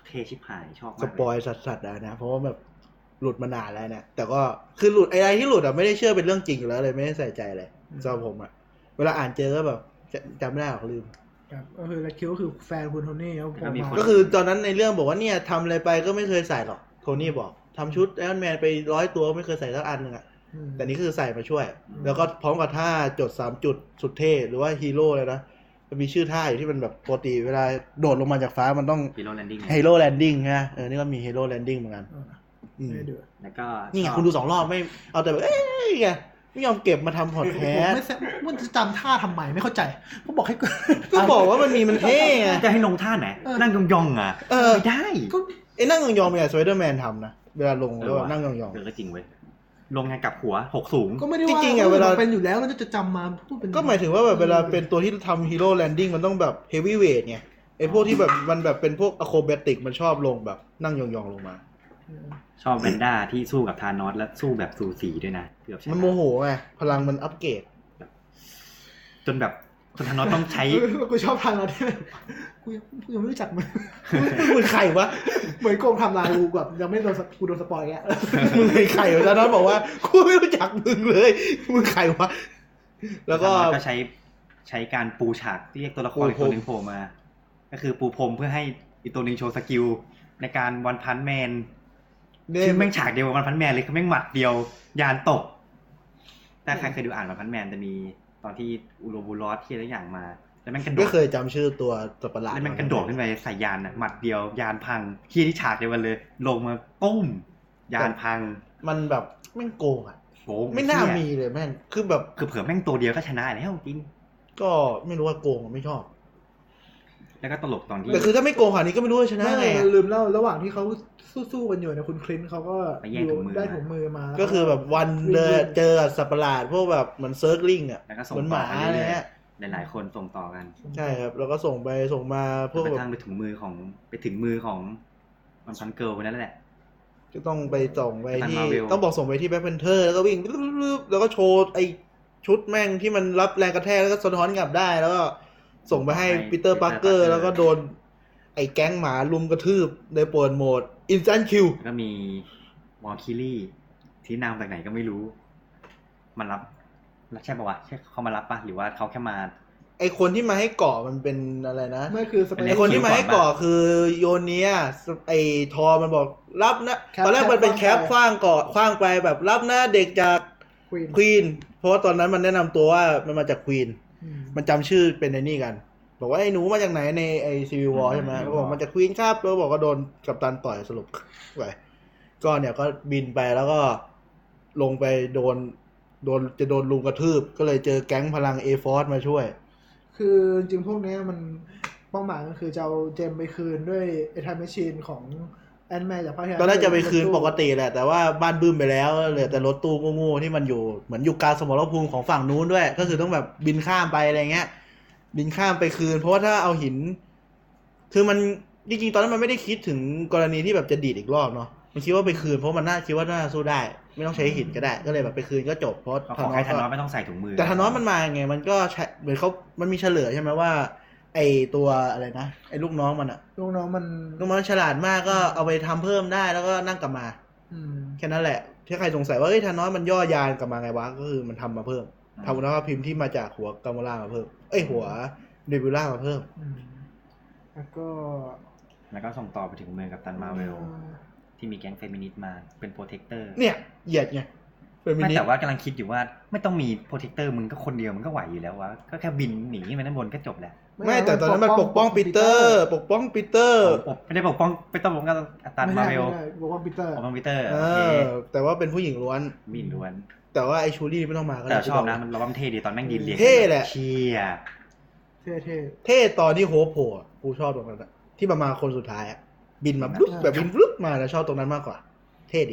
เทชิบหายชอบสมากปอยสัสๆนะเพราะว่าแบบหลุดมานานแล้วเนี่ยแต่ก็คือหลุดอะไรที่หลุดอ่ะไม่ได้เชื่อเป็นเรื่องจริงอยู่แล้วเลยไม่ได้ใส่ใจเลยสำหรับผมอ่ะเวลาอ่านเจอก็แบบจะจำไม่ได้หรอกลืมครับก็คือแล้วคิวก็คือแฟนคุณโทนี่เขาบอกมาก็คือตอนนั้นในเรื่องบอกว่าเนี่ยทำอะไรไปก็ไม่เคยใส่หรอกโทนี่บอกทำชุดไอรอนแมนไปร้อยตัวไม่เคยใส่สักอันหนึ่งอ่ะอืมแต่นี่คือใส่มาช่วย แล้วก็พร้อมกับท่าจดสามจุดสุดเท่หรือว่าฮีโร่เลยนะมันมีชื่อท่าอยู่ที่มันแบบปกติเวลาโดดลงมาจากฟ้ามันต้องฮีโร่แลนดิ้งฮีโร่แลนดิ้งฮะเออนี่ก็มีฮีโร่แลนดิ้งเหมือนกันอ่าอืมไม่เดือดแล้วก็นี่ไงชอบคุณดูสองรอบไม่เอาแต่แบบเอ้ยไงไม่ยอมเก็บมาทำพอดแคผมสต์ไม่แซ่มันจะจำท่าทำไมไม่เข้าใจเขาบอกให้ก็บอกว่ามันมีมันเท่ไงจะให้ลงท่าไหนเออนั่งยองๆอ่ะเออไม่ได้ก็ไอ้นั่งยองๆเนี่ยสไปเดอร์แมนทำนะเวลาลงเอแล้วอแบบว่ะนั่งยองเออก็จริงเว้ยลงไงกับหัวหกสูงก็ไม่ได้ว่าจริงๆอะเวลาเป็นอยู่แล้วมันจะจำมาพูดเป็นๆก็หมายถึงว่าแบบเวลาเป็นตัวที่ทำฮีโร่แลนดิ้งมันต้องแบบเฮฟวี่เวทไงไอ้พวกที่แบบมันแบบเป็นพวกอะโครแบติกมันชอบลงแบบนั่งยองๆลงมาชอบแวนด้าที่สู้กับธานอสและสู้แบบสูสีด้วยนะเกือบชนะมันโมโหไงพลังมันอัปเกรดจนแบบจนธานอสต้องใช้เออกูชอบทางเราเนี่ยกูยังกูยังไม่รู้จักมันมึงใครวะเหมือนโกงทำลายกูแบบยังไม่โดนสกูโดนสปอยแกแล้วมึงเป็นใครวะแล้วน้องบอกว่ากูไม่รู้จักมึงเลยมึงใครวะแล้วก็ธานอสก็ใช้ใช้การปูฉากที่เรียกตัวละครอีกตัวหนึ่งโผล่มา ก็คือปูพรมเพื่อให้อีกตัวหนึ่งโชว์สกิลในการวันพันแมนเนี่ยซึ่งแม่งฉากเดียวกับวันพันแมนเลยคือแม่งหมัดเดียวยานตกถ้าใครเคยดูอ่านวันพันแมนจะมีตอนที่อูโรบูลอสที่อะไรอย่างมาแล้วแม่งกระโดไม่ดเคยจำชื่อตัวตัวประหลาดแล้วแม่งกระโดดขึ้นไปใส่ยานน่ะหมัดเดียวยานพังที่ที่ฉากเดียวกันเลย ลงมาปุ้มยานพังมันแบบแม่งโกงอ่ะโอ้ไม่น่ามีเลยแม่งคือแบบคือเผื่อแม่งตัวเดียวก็ชนะแล้วจริงก็ไม่รู้ว่าโกงไม่ชอบแล้วก็ตลกตอนที่แต่คือถ้าไม่โกงขนาดนี้ก็ไม่รู้ว่าชนะไม่ไงอะลืมเล่าระหว่างที่เขาสู้ๆกันอยู่เนี่ยคุณคลินต์เขาก็ไปแย่งถุงมือได้ถุงมือมาก็คือแบบวันเดินเจอสัตว์ประหลาดพวกแบบเหมือนเซิร์กลิงอ่ะแล้วก็ส่เหงมือนหต่อมากันอะไรเรื่อยเงี้ยๆหลายๆคนส่งต่อกันใช่ครับแล้วก็ส่งไปส่งมาพวกไปแบบทางไปถึงมือของไปถึงมือของวันพันเกิร์ลคนนั้นแหละก็ต้องไปส่งไปที่กัปตัน Marvel ต้องบอกส่งไปที่แบ็คแพนเทอร์แล้วก็วิ่งแล้วก็โชว์ไอชุดแม่งที่มันรับแรงกระแทกแล้วก็สะท้อนกลับได้ แล้วก็ส่งไปให้ให้ปีเตอร์ Peter ปาร์เกอร์ Parker แล้วก็โดนไอแก๊งหมาลุมกระทืบในเปิดโหมดอินสแตนคิวแล้วก็มีวอลคิลี่ที่นำจากไหนก็ไม่รู้มารับใช่ปะวะใช่เขามารับปะหรือว่าเขาแค่มาไอคนที่มาให้เกาะมันเป็นอะไรนะไม่คือสไปเป็ไอคนที่มาให้เกาะคือโยเนียไอทอมันบอกรับนะตอนแรกมันเป็นแคปคว้างเกาะคว้างไปแบบรับนะเด็กจากควีนควีนเพราะว่าตอนนั้นมันแนะนำตัวว่ามันมาจากควีน มันจำชื่อเป็นไอ้นี่กัน บอกว่าไอ้หนูมาจากไหนในไอซีวีวอลใช่ไหมเขาบอกมาจากควีนครับแล้วบอกว่าโดนกัปตันต่อยสรุปไปก็เนี่ยก็บินไปแล้วก็ลงไปโดนโดนจะโดนลุมกระทืบ ก็เลยเจอแก๊งพลังเอฟอร์สมาช่วยคือจริงๆพวกเนี้ยมันเป้าหมายก็คือจะเอาเจมไปคืนด้วยไอ้ไทม์แมชชีนของแอนแมนจากภาคที่แล้วตอนแรกจะไปคืนปกติแหละ แต่ว่าบ้านบึ้มไปแล้วเหลือแต่รถตู้โง่ๆที่มันอยู่เหมือนอยู่กลางสมรภูมิของฝั่งนู้นด้วย ก็คือต้องแบบบินข้ามไปอะไรเงี้ย บินข้ามไปคืน เพราะว่าถ้าเอาหิน คือมันจริงๆตอนนั้นมันไม่ได้คิดถึงกรณีที่แบบจะดีดอีกรอบเนาะมันคิดว่าไปคืนเพราะมันน่าคิดว่าน่าสู้ได้ ไม่ต้องใช้หินก็ได้ ก็เลยแบบไปคืนก็จบเพราะก็ขอให้ธานอสไม่ต้องใส่ถุงมือแต่ธานอสมันมาไงมันก็ใช้เหมือนเขามันมีเฉลยใช่ไหมว่า ไอตัวอะไรนะไอลูกน้องมันอะลูกน้องมันลูกน้องฉลาดมากก็เอาไปทำเพิ่มได้แล้วก็นั่งกลับมาอืมแค่นั้นแหละถ้าใครสงสัยว่าเฮ้ยธานอสมันย่อยานกลับมาไงวะก็คือมันทำมาเพิ่มทำแล้วก็พิมพ์ที่มาจากหัวกาโมล่ามาเพิ่มเอ้ยหัวเดบิวล่ามาเพิ่มอืมแล้วก็แล้วก็ส่งต่อไปถึงมือกับตันมาเวลที่มีแก๊งเฟมินิสต์มาเป็นโปรเทคเตอร์เนี่ยเหยียดไงเป็นมิไม่นิแต่ว่ากำลังคิดอยู่ว่าไม่ต้องมีโปรเทคเตอร์มึงก็คนเดียวมันก็ไหวอยู่แล้ววะก็แค่บินหนีไปด้านบนก็จบแล้วไม่แต่ตอนนั้นมันปกป้องปีเตอร์ ปกป้องปีเตอร์ปกไม่ได้ปกป้องไม่ต้องปกป้องตันมาเวลไได้ปกป้องปีเตอร์ปกป้องปีเตอร์เอโอเคอแต่ว่าเป็นผู้หญิงล้วนบินล้วนแต่ว่าไอชูรี่ไม่ต้องมาก็แต่ได้ชอบนะมันเราว่ามันเท่ดีตอนแม่งยืนเรียงเท่แหละเชี่ยเท่เท่เท่ตอนที่โฮปโผล่อะกูชอบตรงนั้นอะที่มามาคนสุดท้ายอะบินมาปุ๊บแบบบินปุ๊บมาแล้วชอบตรงนั้นมากกว่า เท่ดี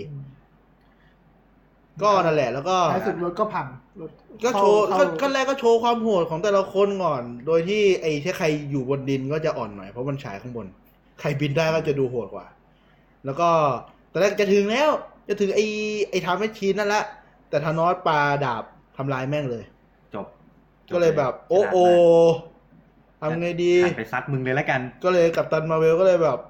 ก็นั่นแหละแล้วก็ท้ายสุดรถก็พังรถก็โชว์เข้าก็ขั้นแรกก็โชว์ความโหดของแต่ละคนก่อน โดยที่ไอ้ถ้าใครอยู่บนดินก็จะอ่อนหน่อยเพราะมันฉายข้างบน ใครบินได้ก็จะดูโหดกว่า แล้วก็ตอนแรกจะถึงแล้ว จะถึงไอ้ไอ้ทำให้ชีนนั่นละแต่ธานอสปาดาบทำลายแม่งเลยจบก็เลยแบบ โอ้โอทำไงดีหันไปซัดมึงเลยแล้วกันก็เลยกัปตันมาร์เวลก็เลยแบบ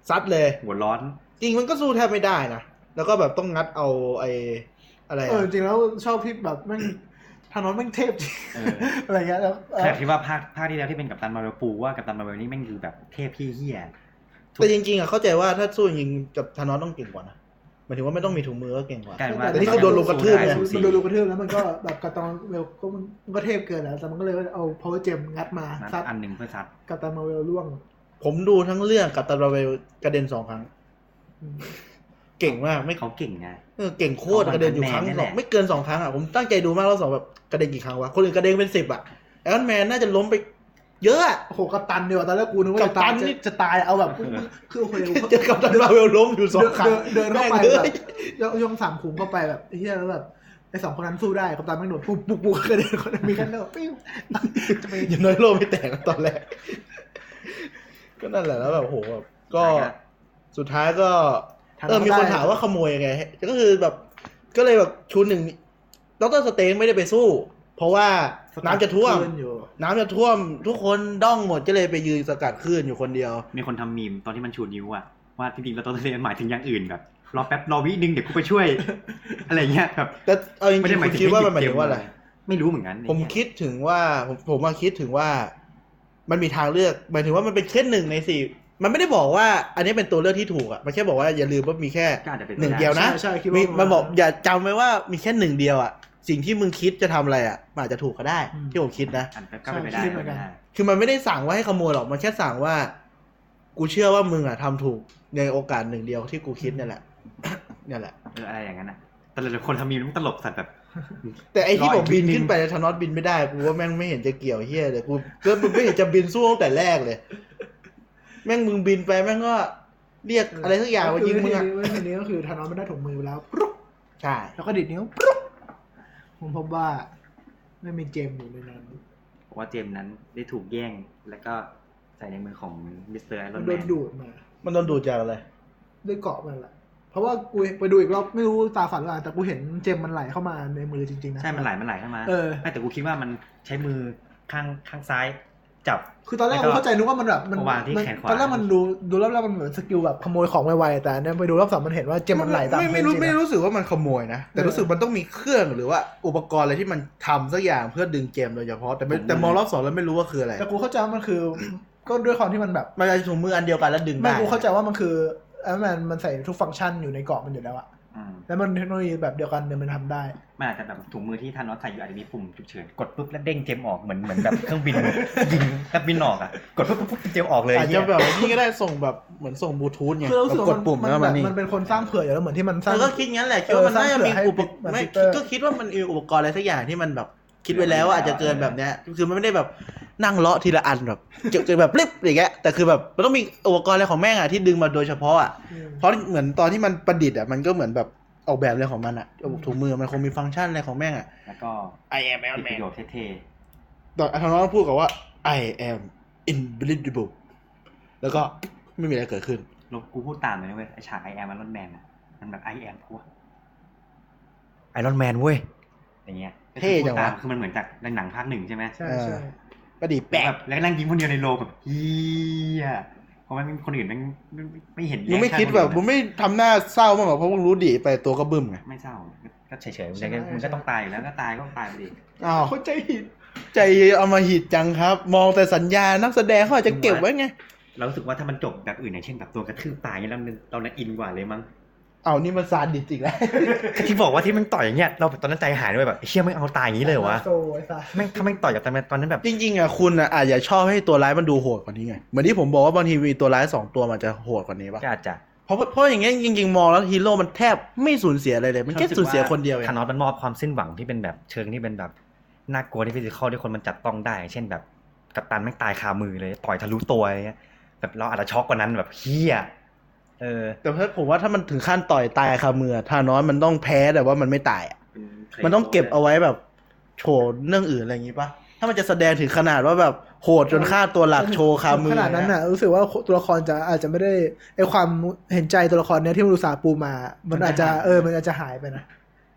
ซัดเลยหัวร้อนจริงมันก็สู้แทบไม่ได้นะแล้วก็แบบต้องงัดเอาไอ้อะไรเออจริงแล้วชอบที่แบบแม่งธานอสแม่งเทพจริงเอออะไรเงี้ยแล้วเออแต่ที่ว่าภาคภาคที่แล้วที่เป็นกัปตันมาร์เวลปูว่ากัปตันมาร์เวลนี่แม่งคือแบบเทพพี่เฮียแต่จริงๆอ่ะเข้าใจว่าถ้าสู้จริงกับธานอสต้องเก่งกว่านะหมายถึงว่าไม่ต้องมีถุงมือก็เก่งกว่ากลายเป็นว่าแต่นี่คือโดนลุมกระทืบไงมันโดนลุมกระทืบแล้วมันก็แบบกัปตันมาร์เวลก็มันก็เทพเกินแล้วแต่มันก็เลยเอา power gem งัดมานัดซัดอันหนึ่งเพื่อซัดกัปตันมาร์เวลล่วงผมดูทั้งเรื่องกับตันมาร์เวลกระเด็นสองครั้ง เก่งมากไม่เขาเก่งไงเออเก่งโคตรกระเด็นอยู่ครั้งเขาสแมนนี่องแหละไม่เกินสองครั้งอ่ะผมตั้งใจดูมากแล้วสองแบบกระเด็นกี่ครั้งวะคนอื่นกระเด็นเป็นสิบอ่ะไอรอนแมนน่าจะล้มไปเยอะอะโอ้โหกัปตันเดียวตอนแรกกูนึกว่ากัปตันจะตายนี่จะจะตายเอาแบบคือโอเคเจอกับตันมาร์เวลล้มอยู่สองครั้งเดินเดินเข้าไปแม่งแบบเลยย่องย่องสามขุมเข้าไปแบบเฮียแล้วแบบไอ้สองคนนั้นสู้ได้กัปตันแม่งโดดปุ๊บปุ๊บปุ๊บกระเด็นคนมีแค่เดินปิ้วจะไปอย่างน้อยโลกไม่แตกตอนแรก ก็นั่นแหละแล้วแบบโหแบบก็สุดท้ายก็เออมีคนถามว่าขโมยยังไงก็คือแบบก็เลยแบบชุดหนึ่งดร.สเตนไม่ได้ไปสู้ เพราะว่าน้ำจะท่วมคลื่นอยู่น้ำจะท่วมทุกคนด้องหมดก็เลยไปยืนสกัดคลื่นอยู่คนเดียวมีคนทำมีมตอนที่มันชูนิ้วอะว่าจริงๆแล้วตัวเรียนหมายถึงอย่างอื่นแบบรอแป๊บรอวินึงเดี๋ยวกูไปช่วย อะไรเงี้ยแบบแต่เอาจริงไม่ได้ๆหคุมายณถึงคิดว่ามันหมายถึงว่าอะไรไม่รู้เหมือนกันผมคิดถึงว่าผมผมมาคิดถึงว่ามันมีทางเลือกหมายถึงว่ามันเป็นแค่หนึ่งในสี่มันไม่ได้บอกว่าอันนี้เป็นตัวเลือกที่ถูกอ่ะมันแค่บอกว่าอย่าลืมว่ามีแค่ก็อาจจะเป็นหนึ่งเดียวนะใช่ใช่คิดมีว่ามันบอกอย่าจำไว้ว่ามีแค่หนึ่งเดียวอ่ะสิ่งที่มึงคิดจะทำอะไรอ่ะมันอาจจะถูกก็ได้อืมที่ผมคิดนะอันก็เป็นไปได้ใช่คิดเป็เหมืนอนไปกันได้คือมันไม่ได้สั่งว่าให้ขโมยหรอกมันแค่สั่งว่า กูเชื่อว่ามึงอ่ะทำถูกในโอกาสหนึ่งเดียวที่กูคิดเนี่ยแหละ เนี่ยแหละเอออะไรอย่างนั้นนะแต่ละคนทำมีมมันตลกสัตว์แบบแต่ไอ้ที่รอผอีมกบินนิดนึงขึ้นไปธานอสบินไม่ได้กูว่าแม่งไม่เห็นจะเกี่ยวเฮียเลยกูก็ไม่เห็นจะบินสู้ตั้งแต่แรกเลย แม่งมึงบินไปแม่งก็เรียกอะไรสักอย่างมายิงมึงอ่ะวิธีนี้ก็คือธานอสไม่ได้ถุงมือไปแล้วปุ๊บใช่แล้วก็ดิดนิ้วปุ๊บผมพบว่าไม่มีเจมอยู่ในนั้นเพราะว่าเจมส์นั้นได้ถูกแย่งแล้วก็ใส่ในมือของมิสเตอร์ไอรอนโดแมนนดูดมามันโดนดูดจากอะไรด้วยเกาะมันแหละเพราะว่ากูไปดูอีกรอบไม่รู้ตาฝันหรือเปล่าแต่กูเห็นเจมมันไหลเข้ามาในมือจริงๆนะใช่มันไหลมันไหลเข้ามาเออไม่แต่กูคิดว่ามันใช้มือข้างข้างซ้ายจับคือตอนแรกแล้วก็กูเข้าใจนึกว่ามันแบบมันวางที่มันแขนขวาตอนแรกมันดูดูรอบแรกมันเหมือนสกิลแบบขโมยของไวๆแต่อันเนี่ยไปดูรอบสองมันเห็นว่าเจมมันไหลตามไม่ไม่รู้พื้นจงๆไม่นะรู้สึกว่ามันขโมยนะแต่รู้สึกมันต้องมีเครื่องหรือว่าอุปกรณ์อะไรที่มันทำสักอย่างเพื่อดึงเกมโดยเฉพาะแต่ไม่แต่มองรอบสองแล้วไม่รู้ว่าคืออะไรแต่กูเข้าใจว่ามันคือ ก็ด้วยความที่มันแบบมันจะถุงมืออันเดียวกันแล้วดึงไม่ได้กูเข้าใจว่ามันคือไอ้มันมันใส่ทุกฟังก์ชันอยู่ในเกาะมันอยู่แล้วอะอืมแล้วมันเทคโนโลยีแบบเดียวกันเนี่ยมันทำได้มันอาจจะแบบถุงมือที่ท่านน็อตใส่อยู่อาจจะมีปุ่มฉุกเฉินกดปุ๊บแล้วเด้งเจมออกเหมือนเหมือนแบบเครื่องบิน ยิงนักบินออกอ่ะกดปุ๊บปุ๊บปุ๊บเจมออกเลยอาจจะแบบนี่ก็ได้ส่งแบบเหมือนส่งบลูทูธไงคือเรารู้สึกกว่าดมันปุ่มมันแล้วแบมันบนี่มันเป็นคนสร้างเผื่ออยู่แล้วเหมือนที่มันสร้างเออก็คิดงั้นแหละคิดว่ามันน่าจะมีอุปกรณ์เออไม่สร้างเผื่อให้ก็คิดว่ามันมีอุปกรณ์อะไรสักอย่างที่มันแบบคิดไว้แล้วว่าอาจจะเกินแบบเนี้ยคือมันไม่ได้แบบนั่งเลาะทีละอันแบบเจอแบบริบอย่างเงี้ยแต่คือแบบมันต้องมีอุปกรณ์อะไรของแม่งอ่ะที่ดึงมาโดยเฉพาะอ่ะอืมเพราะเหมือนตอนที่มันประดิษฐ์อ่ะมันก็เหมือนแบบออกแบบอะไรของมันอ่ะถุงมือมันคงมีฟังก์ชันอะไรของแม่งอ่ะแล้วก็ I am มี Iron ประ Man โยชน์เท่ตอนทางน้องพูดกับว่า I am invincible แล้วก็ไม่มีอะไรเกิดขึ้นๆเรากูพูดตามเลยนะเว้ยไอฉากไอแอมไอรอนแมนอ่ะมันแบบไอแอมพวกไอรอนแมนเว้ยอย่างเงี้ยเท่จังวะคือมันเหมือนจากในหนังภาคหนึ่งใช่ไหมใช่ใช่ก็ดีแปแปะบแล้วก็นั่งยิ้มคนเดียวในโรงแบบเฮียเพราะมันคนอื่นมันไม่ไม่เห็นมึงไม่คิดแบบมึงไม่ทำหน้าเศร้าบ้างหรอเพราะมึงรู้ดีไปตัวก็บึ้มไงไม่เศร้าก็เฉยๆมันก็มันก็ต้องตายอยู่แล้วก็ตายก็ตายไปดิอ้าวเขาใจหิดใจเอามาหิดจังครับ มองแต่สัญญานักแสดงเขาอาจจะเก็บไว้ไงเรารู้สึกว่าถ้ามันจบแบบอื่นอย่างเช่นแบบตัวกระทืบตายเนี่ยเราเราน่าอินกว่าเลยมั้งเอานี่มันซาดิสอีกแล้วที่บอกว่าที่มันต่อยอย่างเงี้ยเราตอนนั้นใจหายด้วยแบบเชี่ยไม่เอาตายอย่างนี้เลยเหรอวะโซไอ้สัสแม่งถ้าแม่งต่อยจากตอนนั้นตอนนั้นแบบจริงๆอ่ะคุณอ่ะอาจจะชอบให้ตัวร้ายมันดูโหดกว่านี้ไงเหมือนที่ผมบอกว่าบางทีมีตัวร้ายสองตัวมันจะโหดกว่านี้ปะก็อาจจะเพราะเพราะอย่างเงี้ยจริงๆมองแล้วฮีโร่มันแทบไม่สูญเสียอะไรเลยมันแค่สูญเสียคนเดียวเองธานอสมันมอบความสิ้นหวังที่เป็นแบบเชิงที่เป็นแบบน่ากลัวที่ฟิสิคอลที่คนมันจับต้องได้ เช่นแบบกัปตันแม่งตายคามือเลยต่อยทะลุตัวอะไรเงี้ยแบบเราอาจจะช็อกกว่านั้นแบบเฮียเออแต่ถ้าผมว่าถ้ามันถึงขั้นต่อยตายคามือธานอสมันต้องแพ้แต่ว่ามันไม่ตายอะมันต้องเก็บเอาไว้แบบโชว์เรื่องอื่นอะไรอย่างงี้ปะถ้ามันจะแสดงถึงขนาดว่าแบบโหดจนฆ่าตัวหลักโชว์คามือขนาดนั้นน่ะรู้สึกว่าตัวละครจะอาจจะไม่ได้ไอความเห็นใจตัวละครเนี้ยที่มันอุตส่าห์ปูมา มันอาจจะเออมันอาจจะหายไปนะ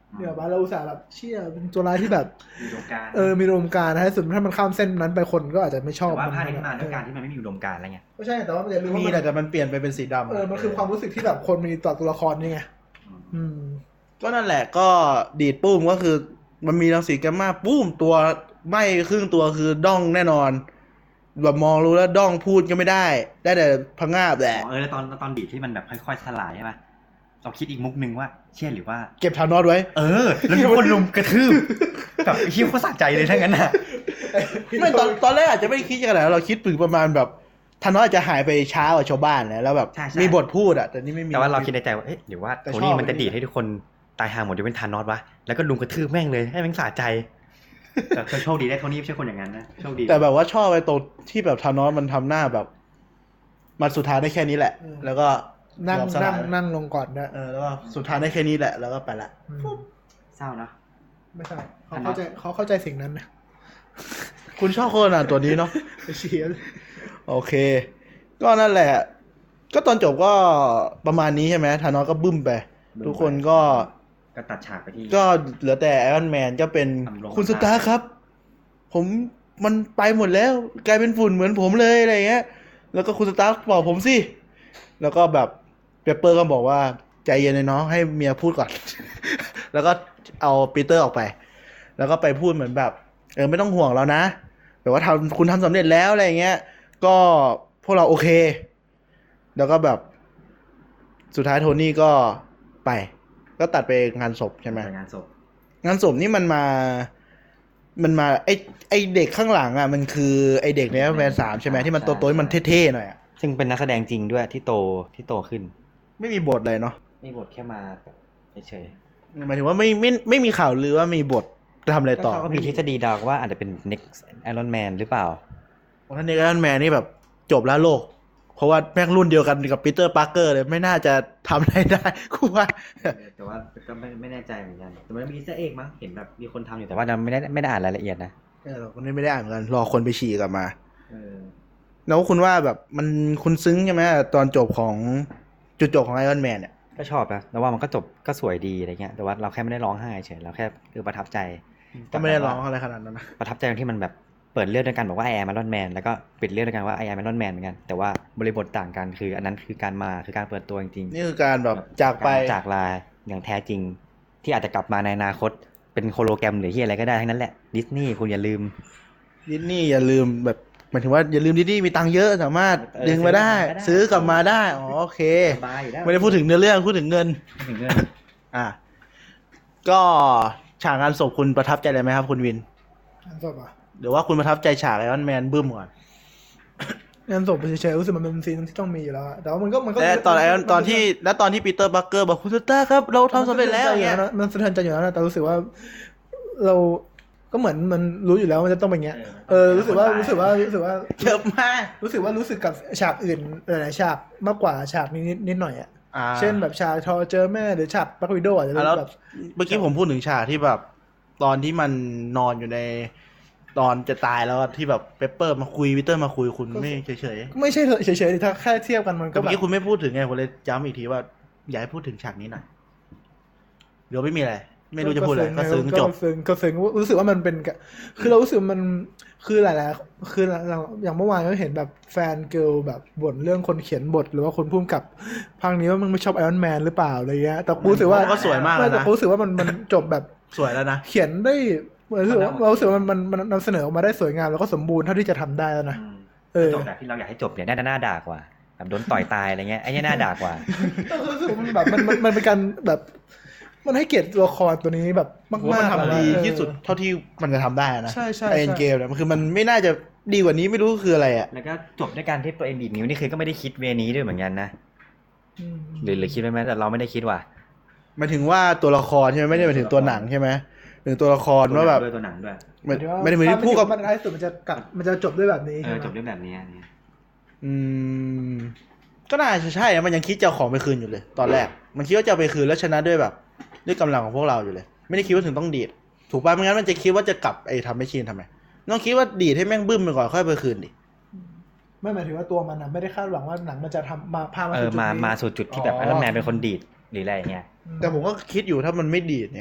เดี๋ยวบ้านเราอุตส่าห์แบบเชี่ยเป็นตัวร้ายที่แบบมีอุดมการณ์เออมีอุดมการณ์นะสุดถ้ามันข้ามเส้นนั้นไปคนก็อาจจะไม่ชอบแต่ว่าภาคนี้มัมาด้วยการที่มันไม่มีอุดมการณ์อะไรเงี้ยก็ใช่แต่ว่ามันจะรู้ว่ามีมันแต่มันเปลี่ยนไปเป็นสีดำเออมันคือความรู้สึกที่แบบคนมีต่อตัวละครนี่ไงอืมก็นั่นแหละก็ดีดปุ้มก็คือมันมีรังสีแกมมาปุ้มตัวไหม้ครึ่งตัวคือด้องแน่นอนแบบมองรู้แล้วด้องพูดก็ไม่ได้ ได้แต่พังงาบแหอ๋ละอเออแล้วตอนแล้วตอนดีดที่มันแบบค่อยๆสลายใช่ป่ะเราคิดอีกมุกนึงว่าเชี่ยหรือว่าเก็บทานอสไว้เออ แล้วทุกคนลุมกระทืบแบบไอ้เหี้ยโคตรสะใจเลยทั้งนั้นน่ะไม่ตอนตอนแรกอาจจะไม่คิดขนาดนั้นเราคิดถึงประมาณแบบทานอสอาจจะหายไปช้ากว่าชาวบ้านนะแล้วแบบใช่ใช่มีบทพูดอ่ะแต่นี่ไม่มีแต่ว่าเราคิดในใจว่าเอ๊ะหรือว่าแต่โทชอบนี่มันจะไอ้นี่ดีดให้ทุกคนตายห่าหมดเดี๋ยวเป็นทานอสวะแล้วก็ลุมกระทืบแม่งเลยให้แม่งสะใจแต่เธอโชคดีได้โทนี่ไม่ใช่คนอย่างนั้นนะโชคดีแต่แบบว่าชอบไอ้ตรงที่แบบทานอสมันทำหน้าแบบมันสุดท้ายได้แค่นี้แหละอืมแล้วก็นั่งยอมสนั่ลาง ยนั่งลงก่อนนะเออแล้วก็สุดท้ายได้แค่นี้แหละแล้วก็ไปละอืมเศร้านะไม่ใช่เขาเข้าใจเขาเข้าใจสิ่งนั้นนะคุณชอบโคนันตัวนี้เนาะเชียร์โอเค ก็นั่นแหละ ก็ตอนจบก็ประมาณนี้ใช่ไหมธานอสก็บึ้มไปบึ้มไปทุกคนก็ก็ตัดฉากไปที่ก็เหลือแต่ไอรอนแมนก็เป็นทำโรงคุณสตาร์ครับ ผมมันไปหมดแล้วกลายเป็นฝุ่นเหมือนผมเลยอะไรเงี้ย แล้วก็คุณสตาร์บอกผมสิ แล้วก็แบบเปเปอร์ก็บอกว่าใจเย็นเลยน้องให้เมียพูดก่อน แล้วก็เอาปีเตอร์ออกไป แล้วก็ไปพูดเหมือนแบบ เออไม่ต้องห่วงแล้วนะแบบว่าทำคุณทำสำเร็จแล้วอะไรเงี้ย ก็พวกเราโอเค แล้วก็แบบสุดท้ายโทนี่ก็ไป ก็ตัดไปงานศพใช่ไหมงานศพงานศพนี่มันมา มันมาไอไอเด็กข้างหลังอ่ะมันคือไอเด็กในแมนสามใช่ไหมที่มันโตๆมันเท่ๆหน่อยอ่ะซึ่งเป็นนักแสดงจริงด้วยที่โตที่โตขึ้นไม่มีบทเลยเนาะนี่บทแค่มาแบบเฉยหมายถึงว่าไม่ไม่ไม่มีข่าวลือว่ามีบทจะทำอะไรๆต่อก็มีทฤษฎีเดาว่าอาจจะเป็น next Iron Man หรือเปล่าเพราะท่านเนกไอรอนแมนนี่แบบจบแล้วโลก เพราะว่าแม่งรุ่นเดียวกันกับปีเตอร์ปาร์เกอร์เลยไม่น่าจะทำอะไรได้กูว่าแต่ว่าก็ไม่ไม่แน่ใจเหมือนกันแต่มันมีอีสเตอร์เอ็กมั้งเห็นแบบมีคนทำอยู่แต่แต่ว่าว่าเราไม่ได้ไม่ได้อ่านรายละเอียดนะเออเราคนนี้ไม่ได้อ่านเหมือนกันรอคนไปฉี่กลับมาเออแล้วคุณว่าแบบมันคุณซึ้งใช่ไหมตอนจบของจุดจบของไอรอนแมนเนี่ยก็ชอบนะแล้วว่ามันก็จบก็สวยดีอะไรเงี้ยแต่ว่าเราแค่ไม่ได้ร้องไห้เฉยเราแค่คือประทับใจก็ไม่ได้ร้องอะไรขนาดนั้นนะประทับใจตรงที่มันแบบเปิดเรื่องด้วยกันบอกว่าไอแอมไอรอนแมนแล้วก็ปิดเรื่องด้วยกันว่าไอแอมไอรอนแมนเหมือนกันแต่ว่าบริบทต่างกันคืออันนั้นคือการมาคือการเปิดตัวจริงนี่คือการแบบจากไปรจากลาอย่างแท้จริง ที่อาจจะกลับมาในอนาคตเป็นโฮโลแกรมหรือที่อะไรก็ได้ทั้งนั้นแหละดิสนีย์คุณอย่าลืมดิสนีย์อย่าลืมแบบหมายถึงว่าอย่าลืมดิสนีย์มีตังค์เยอะสามารถเออดึงมาได้ซื้ซื้ออก กลัลับบมามาได้ได้อ๋อโอเคสบายอยู่แล้วไม่ได้พูดถึงเนื้อเรื่องพูดถึงเงินไม่ถึงเรื่องอ่ะก็ฉากงานศพคุณประทับใจอะไรไหมครับคุณวินงานศพอ่ะหรือว่าคุณประทับใจฉากไอรอนแมนบึ้มก่อนงานศพเฉยๆรู้สึกมันเป็นซีนที่ต้องมีอยู่แล้วอะแต่ว่ามันก็มันก็แต่ตอนไอรอนตอนที่แล้วตอนที่ปีเตอร์บัคเกอร์บอกคุณสตาร์ครับเราทำสำเร็จแล้วมันเงี้ยมันสะเทือนใจอยู่แล้วนะแต่รู้สึกว่า เราก็เหมือนมันรู้อยู่แล้วมันจะต้องเป็นอย่างเงี้ยเออรู้สึกว่ารู้สึกว่ารู้สึกว่าเยอะมากรู้สึกว่ารู้สึกกับฉากอื่นหลายๆฉากมากกว่าฉากนี้นิดนิดหน่อยอ่ะอ่าเช่นแบบฉากทอเจอแม่หรือฉากบัควิโดอาจจะอ่ะแล้วแบบเมื่อกี้ผมพูดถึงฉากที่แบบ ตอนที่มันนอนอยู่ในตอนจะตายแล้วอะที่แบบเปปเปอร์มาคุยปีเตอร์มาคุยคุณไม่เฉยๆไม่ใช่เฉยๆดิถ้าแค่เทียบกันมันก็ก็เมื่แบอบ กี้คุณไม่พูดถึงไงผมเลยย้ำอีกทีว่าอยากให้พูดถึงฉากนี้หน่อยเดี๋ยวไม่มีอะไรไม่รู้จะพูดอะไรก็ซึ้งจบก็ซึ้งก็ซึ้งรู้สึกว่ามันเป็นกะคือเรารู้สึกมันคือหลายๆคือเราอย่างเมื่อวานก็เห็นแบบแฟนเกิร์ลแบบบ่นเรื่องคนเขียนบทหรือว่าคนพุ่มกับภาคนี้ว่ามึงไม่ชอบไอรอนแมนหรือเปล่าอะไรเงี้ยแต่กูรู้สึกว่าก็สวยมากแล้วนะแต่กูรู้สึกว่ามันมันจบแบบสวยแล้วนะเขียนได้รู้สึกว่าเรารู้สึกว่ามันมันมันนำเสนอออกมาได้สวยงามแล้วก็สมบูรณ์เท่าที่จะทำได้แล้วนะ เออจบแบบที่เราอยากให้จบจบเนี่ยน่าจะน่าด่ากว่าแบบโดนต่อยตายอะไรเงี้ยไอ้เนี่ยน่าด่ากว่ารู้สึกว่ามันแบบมันมันมันเป็นการแบบ มันให้เกียรติตัวละครตัวนี้แบบมากว่ามันๆทำดีเออที่สุดเท่าที่มันจะทำได้นะใช่ใช่ไอเอ็นใช่เกมเนี่ยมันคือมันไม่น่าจะดีกว่านี้ไม่รู้คืออะไรอ่ะแล้วก็จบด้วยการที่ตัวเองดีดนิ้วนี่คือก็ไม่ได้คิดเวนี้ด้วยเหมือนกันนะอืมหรือหรือคิดไว้ไหมแต่เราไม่ได้คิดว่ะหมายถึงว่าตัวละครใช่ไหมไม่ได้หมายถึงตัวหนังใช่ไหมถึงตัวละครว่าแบบด้วยตัวหนังด้วยไม่ไม่ได้เหมือนที่พูดกับมันท้ายสุดมันจะกลับมันจะจบด้วยแบบนี้เออใช่ไหมจบด้วยแบบนี้อันนี้อืมก็น่าจะใช่นะมันยังคิดจะเอาของไปคืนอยู่เลย ตอนแรก มันคิดว่าจะเอาไปคืนแล้วชนะด้วยแบบด้วยกำลังของพวกเราอยู่เลย ไม่ได้คิดว่าถึงต้องดีดถูกป่ะไม่งั้นมันจะคิดว่าจะกลับไอ้ทำไม่ชินทำไมต้องคิดว่าดีดให้แม่งบึ้มไปก่อนค่อยไปคืนดิไม่หมายถึงว่าตัวมันนะไม่ได้คาดหวังว่าหนังมันจะทำมาพามาเอสู่อจุดมานี้มาสู่จุดที่แบบอ๋อไอรอนแมนเป็นคนดีดหรืออะไรอย่างเงี้ยแต่ผมก็คิดอยู่ถ้ามันไม่ดีดเนี่ย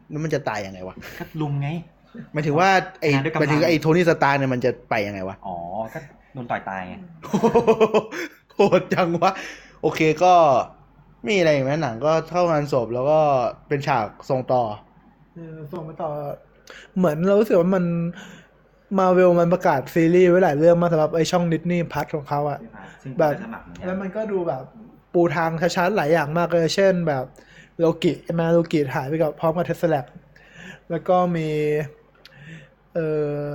แล้วมันจะตายยังไงวะก็ลุมไงหมายถึงว่าไอ้งานด้วยกำลังหมายถึงไอ้โทนี่สตาร์เนี่ยมันจะไปยังไงวะอ๋อก็โดนต่อยตายไงโหดจังวะโอเคก็มีอะไรอย่างนั้นหนังก็เข้างานศพแล้วก็เป็นฉากส่งต่อเออส่งมาต่อเหมือนเรารู้สึกว่ามันมาเวลมันประกาศซีรีส์ไว้หลายเรื่องมากสำหรับไอช่องดิสนีย์พัทของเขาอะซึ่งแบบจะสมัครเหมือนกัแล้วนมันก็ดูแบบปูทางชัดๆหลายอย่างมากเลยเช่นแบบโลกิใช่ไหมโลกิหายไปกับพร้อมกับเทสลาแล้วก็มีเออ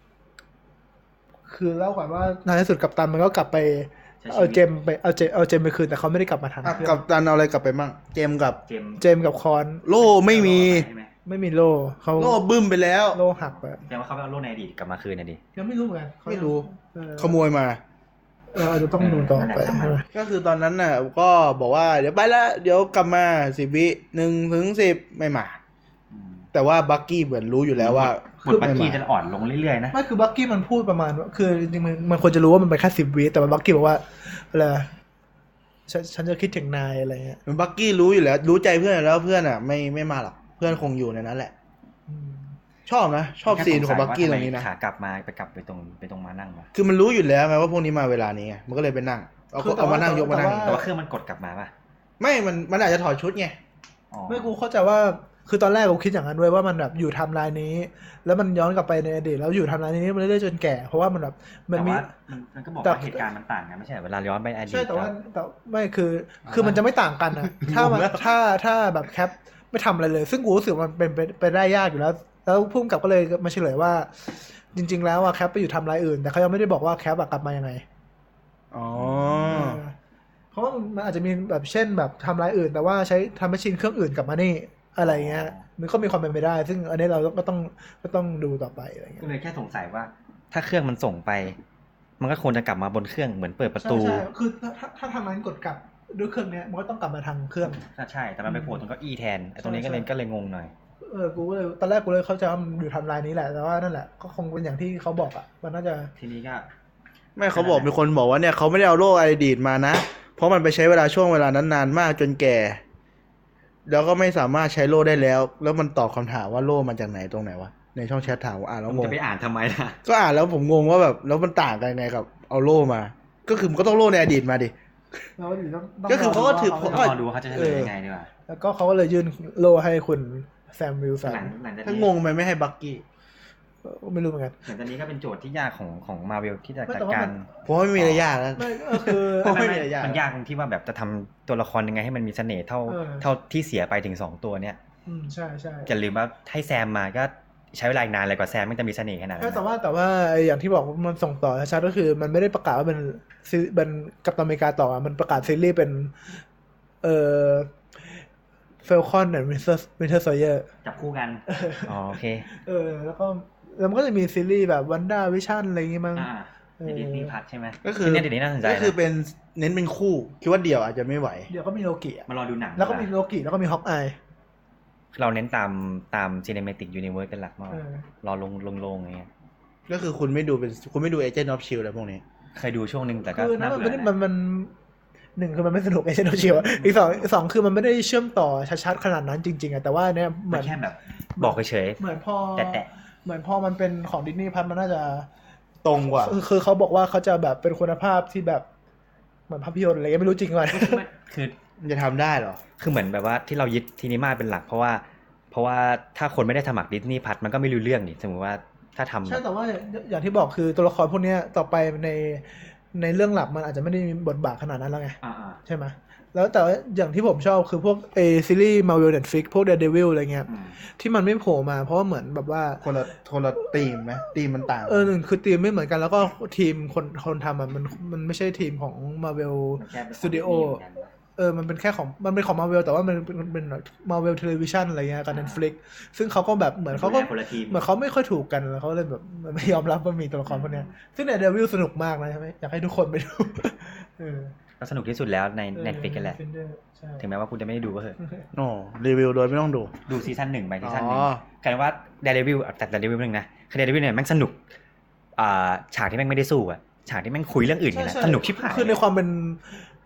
คือเล่าก่อนว่าในที่สุดกัปตันมันก็กลับไปเอาเจมไปเอาเจเอาเจมไปคืนแต่เขาไม่ได้กลับมาทันอ่ะกับตันเอาอะไรกลับไปมั่งเจมส์กับเจมส์เจมกับคอนโล่ไม่มีใช่ไหมไม่มีโล่เขาโล่บึ้มไปแล้วโล่หักไปแสดงว่าเขาไปเอาโล่ในอดีตกลับมาคืนน่ะดิยังไม่รู้เหมือนกันเขาไม่รู้เออขโมยมาเอออาจจะต้องดูต่อไปใช่ไหมก็คือตอนนั้นน่ะก็บอกว่าเดี๋ยวไปละเดี๋ยวกลับมาสิบวิหนึ่งถึงสิบไม่มาอืมแต่ว่าบักกี้เหมือนรู้อยู่แล้วว่าบทบักกี้จะอ่อนลงเรื่อยๆนะไม่คือบักกี้มันพูดประมาณว่าคือจริงๆมันมันควรจะรู้ว่ามันเป็นแค่สิบวิแต่ว่าบักกี้บอกว่าอะไรฉันฉันจะคิดถึงนายอะไรเงี้ยมันบักกี้รู้อยู่แล้ว รู้ใจเพื่อนอยู่แล้วเพื่อนอ่ะไม่ไม่มาหรอกเพื่อนคงอยู่ในนั้นแหละอืมชอบนะชอบซีนของบักกี้ตรงนี้นะขากลับมาไปกลับไปตรงไปตรงมานั่งวะคือมันรู้อยู่แล้วไงว่าพวกนี้มาเวลานี้ไงมันก็เลยไปนั่งเอาเอามานั่งยกมานั่งแต่ว่าเครื่องมันกดกลับมาป่ะไม่มันมันอาจจะถอดชุดไงอ๋อไม่กูเข้าใจว่าคือตอนแรกกูคิดอย่างนั้นด้วยว่ามันแบบอยู่ไทม์ไลน์นี้ แล้วมันย้อนกลับไปในอดีตแล้วอยู่ไทม์ไลน์นี้มาเรื่อยๆจนแก่เพราะว่ามันแบบมันแต่มีว่ามันมันก็บอกแต่ว่าเหตุการณ์มันต่างกันไม่ใช่เหรอเวลาย้อนไปอดีตใช่แต่ว่าครับแต่ไม่คือคือมันจะไม่ต่างกันอะถ้ามันถ้าถ้าแบบแคปไม่ทำอะไรเลย ซึ่งกูรู้สึกมันเป็นไปไปได้ยากอยู่แล้ว แล้วพุ่มกับก็เลยมาเฉลยว่า จริง ๆ แล้วอะแคปไปอยู่ไทำลายอื่น แต่เขายังไม่ได้บอกว่าแคปอะกลับมายังไงอ๋อเพราะว่ามันอาจจะมีแบบเช่นแบบทำลายอื่น แต่ว่าใช้ทำแมชชีนเครื่องอื่นกลับมานี่อะไรเงี้ยมันก็มีความเป็นไปได้ ซึ่งอันนี้เราก็ต้องก็ต้องดูต่อไปอะไรเงี้ก็ยเลยแค่สงสัยว่าถ้าเครื่องมันส่งไป มันก็ควรจะกลับมาบนเครื่องเหมือนเปิดประตูใช่ใช่คือถ้าถ้าถ้าทำนั้นกดกลับด้วยเครื่องเนี้ยมันก็ต้องกลับมาทางเครื่องถ้าใช่แต่มันไปโผล่ตรงเก็อีแทนไอ้ตรงนี้ก็เลยใช่ก็เลยงงหน่อยเออกูก็เลยตอนแรกกูเลยเข้าใจว่ามันอยู่ไทำลายนี้แหละแต่ว่านั่นแหละก็คงเป็นอย่างที่เขาบอกอ่ะมันน่าจะทีนี้ก็ไม่เขาบอกมีคนบอกว่าเนี่ยเขาไม่ได้เอาโล่อดีตมานะ เพราะมันไปใช้เวลาช่วงเวลานั้นนานมากจนแก่ แล้วก็ไม่สามารถใช้โล่ได้แล้ว แล้วมันตอบคำถามว่าโล่มาจากไหนตรงไหนวะในช่องแชทถามว่าอ่านแล้วมึงงงจะไปอ่านทำไมล่ะก็อ่านแล้วผมงงว่าแบบแล้วมันต่างกันไงกับเอาโล่มา ก็คือมันก็ต้องโล่ในอดีตมาดิเราก็ต้องต้องก็คือเขาก็ถือรเขาต้องรอดูว่าเขาจะเฉลยยังไงดีกว่าแล้วก็เขาก็เลยยื่นโล่ให้คุณแซมวิลสันหลังหลังจากถ้านี้งงไปไม่ให้บักกี้ไม่รู้เหมือนกันหลังจากนี้ก็เป็นโจทย์ที่ที่ยากของของมาเวลที่จะไม่จัดแต่ว่าการมันผมว่าไม่มีอะไรยากแล้วไม่ก็คือเพราะไม่ไม่ไม่มีอะไรยากมันยากตรงที่ว่าแบบจะทำตัวละครยังไงให้มันมีเสน่ห์เท่าเออเท่าที่เสียไปถึงสองตัวเนี้ยอืมใช่ใช่อย่าลืมว่าให้แซมมาก็ใช้เวลาอีกนานเลยกว่าแซมมันจะมีเสน่ห์ขนาดนั้ไม่นแต่ว่าแต่ว่าไอ้อย่างที่บอกว่ามันส่งต่อชัดๆก็คือ มันไม่ได้ประกาศว่าเป็นซีเป็นกัปตันอเมริกาต่อมันประกาศซีรีส์เป็นเอ่อเฟลคอนและวินเทอร์วินเทอร์โซเยอร์จับคู่กันอ๋อโอเคเออแล้วก็แล้วมันก็จะมีซีรีส์แบบวันด้าวิชั่นอะไรอย่างงี้มั้งอ่าในดิสนีย์พัทใช่ไหมก็คือที่เนี่ยเดี๋ยวนี้น่าสนใจก็คือนะเป็นเน้นเป็นคู่คิดว่าเดี่ยวอาจจะไม่ไหวเดี๋ยวก็มีโลกิอะมารอดูหนังแล้วก็มีโลกิแล้วก็มีฮอกอายเราเน้นตามตามซีนิเมติกยูนิเวิร์สเป็นหลักมากเออรอลงลงลงอย่างเงี้ยก็คือคุณไม่ดูเป็นคุณไม่ดูเอเจนต์ออฟชิลอะไรพวกนี้เคยดูช่วงหนึ่งแต่ก็คือนั่น่านมันเบื่ไม่อได้นะมันมันหนึ่งคือมันไม่สนุกไอเชนโนชิวอีกสองอีกสองคือมันไม่ได้เชื่อมต่อชัดๆขนาดนั้นจริงๆอะแต่ว่าเนี่ยเหมืมัอน นแค่แบบบอกเฉยเหมือนพอแต่แต่เหมือนพอมันเป็นของดิสนีย์พัทมันน่าจะตรงกว่าคือคือเขาบอกว่าเขาจะแบบเป็นคุณภาพที่แบบเหมือนภาพยนตร์อะไรเงี้ยไม่รู้จริงก่อนคือมันจะทำได้เหรอคือเหมือนแบบว่าที่เรายึดทีนิมาเป็นหลัก เพราะว่า เพราะว่าถ้าคนไม่ได้สมัครดิสนีย์พัทมันก็ไม่รู้เรื่องนี่สมมติว่าถ้าทำใช่แต่ว่าอย่างที่บอกคือตัวละครพวกเนี้ยต่อไปในในเรื่องหลักมันอาจจะไม่ได้มีบทบาทขนาดนั้นแล้วไงอ่าใช่ไหมแล้วแต่ว่าอย่างที่ผมชอบคือพวกเอซีรีส์ Marvel Netflix พวก Daredevil อะไรเงี้ยๆอืมที่มันไม่โผล่มาเพราะว่าเหมือนแบบว่าคนละคนละทีมไหมทีมมันต่างเออหนึ่งคือทีมไม่เหมือนกันแล้วก็ทีมคนคนทำอ่ะมันมันไม่ใช่ทีมของ Marvel มันแค่เป็น Studio ของ Disney เหมือนกันเออมันเป็นแค่ของมันเป็นของ Marvel แต่ว่ามันเป็นมันเป็น Marvel Television อะไรเงี้ยกับ Netflix ซึ่งเขาก็แบบเหมือนเขาก็คนละทีมเหมือนเขาไม่ค่อยถูกกันแล้วเขาเลยแบบไม่ยอมรับว่ามีตัวละครพวกเนี้ยซึ่งใน Devil สนุกมากนะใช่ไหมอยากให้ทุกคนไปดู เออก็สนุกที่สุดแล้วใน Netflix กันแหละ Defender ใช่ถึงแม้ว่าคุณจะไม่ได้ดูก็เถอะโอ้รีวิวโดยไม่ต้องดูดูซีซั่นหนึ่งไปซีซั่นหนึ่งอ๋อกลายเป็นว่า Daredevil แต่ Daredevil นึงนะคือ Daredevil เนี่ยแม่งสนุกอ่าฉากที่แม่งไม่ได้สู้อะฉากที่แม่งคุยเรื่องอื่นกันนะใช่สนุกชิบหายคือในความเป็น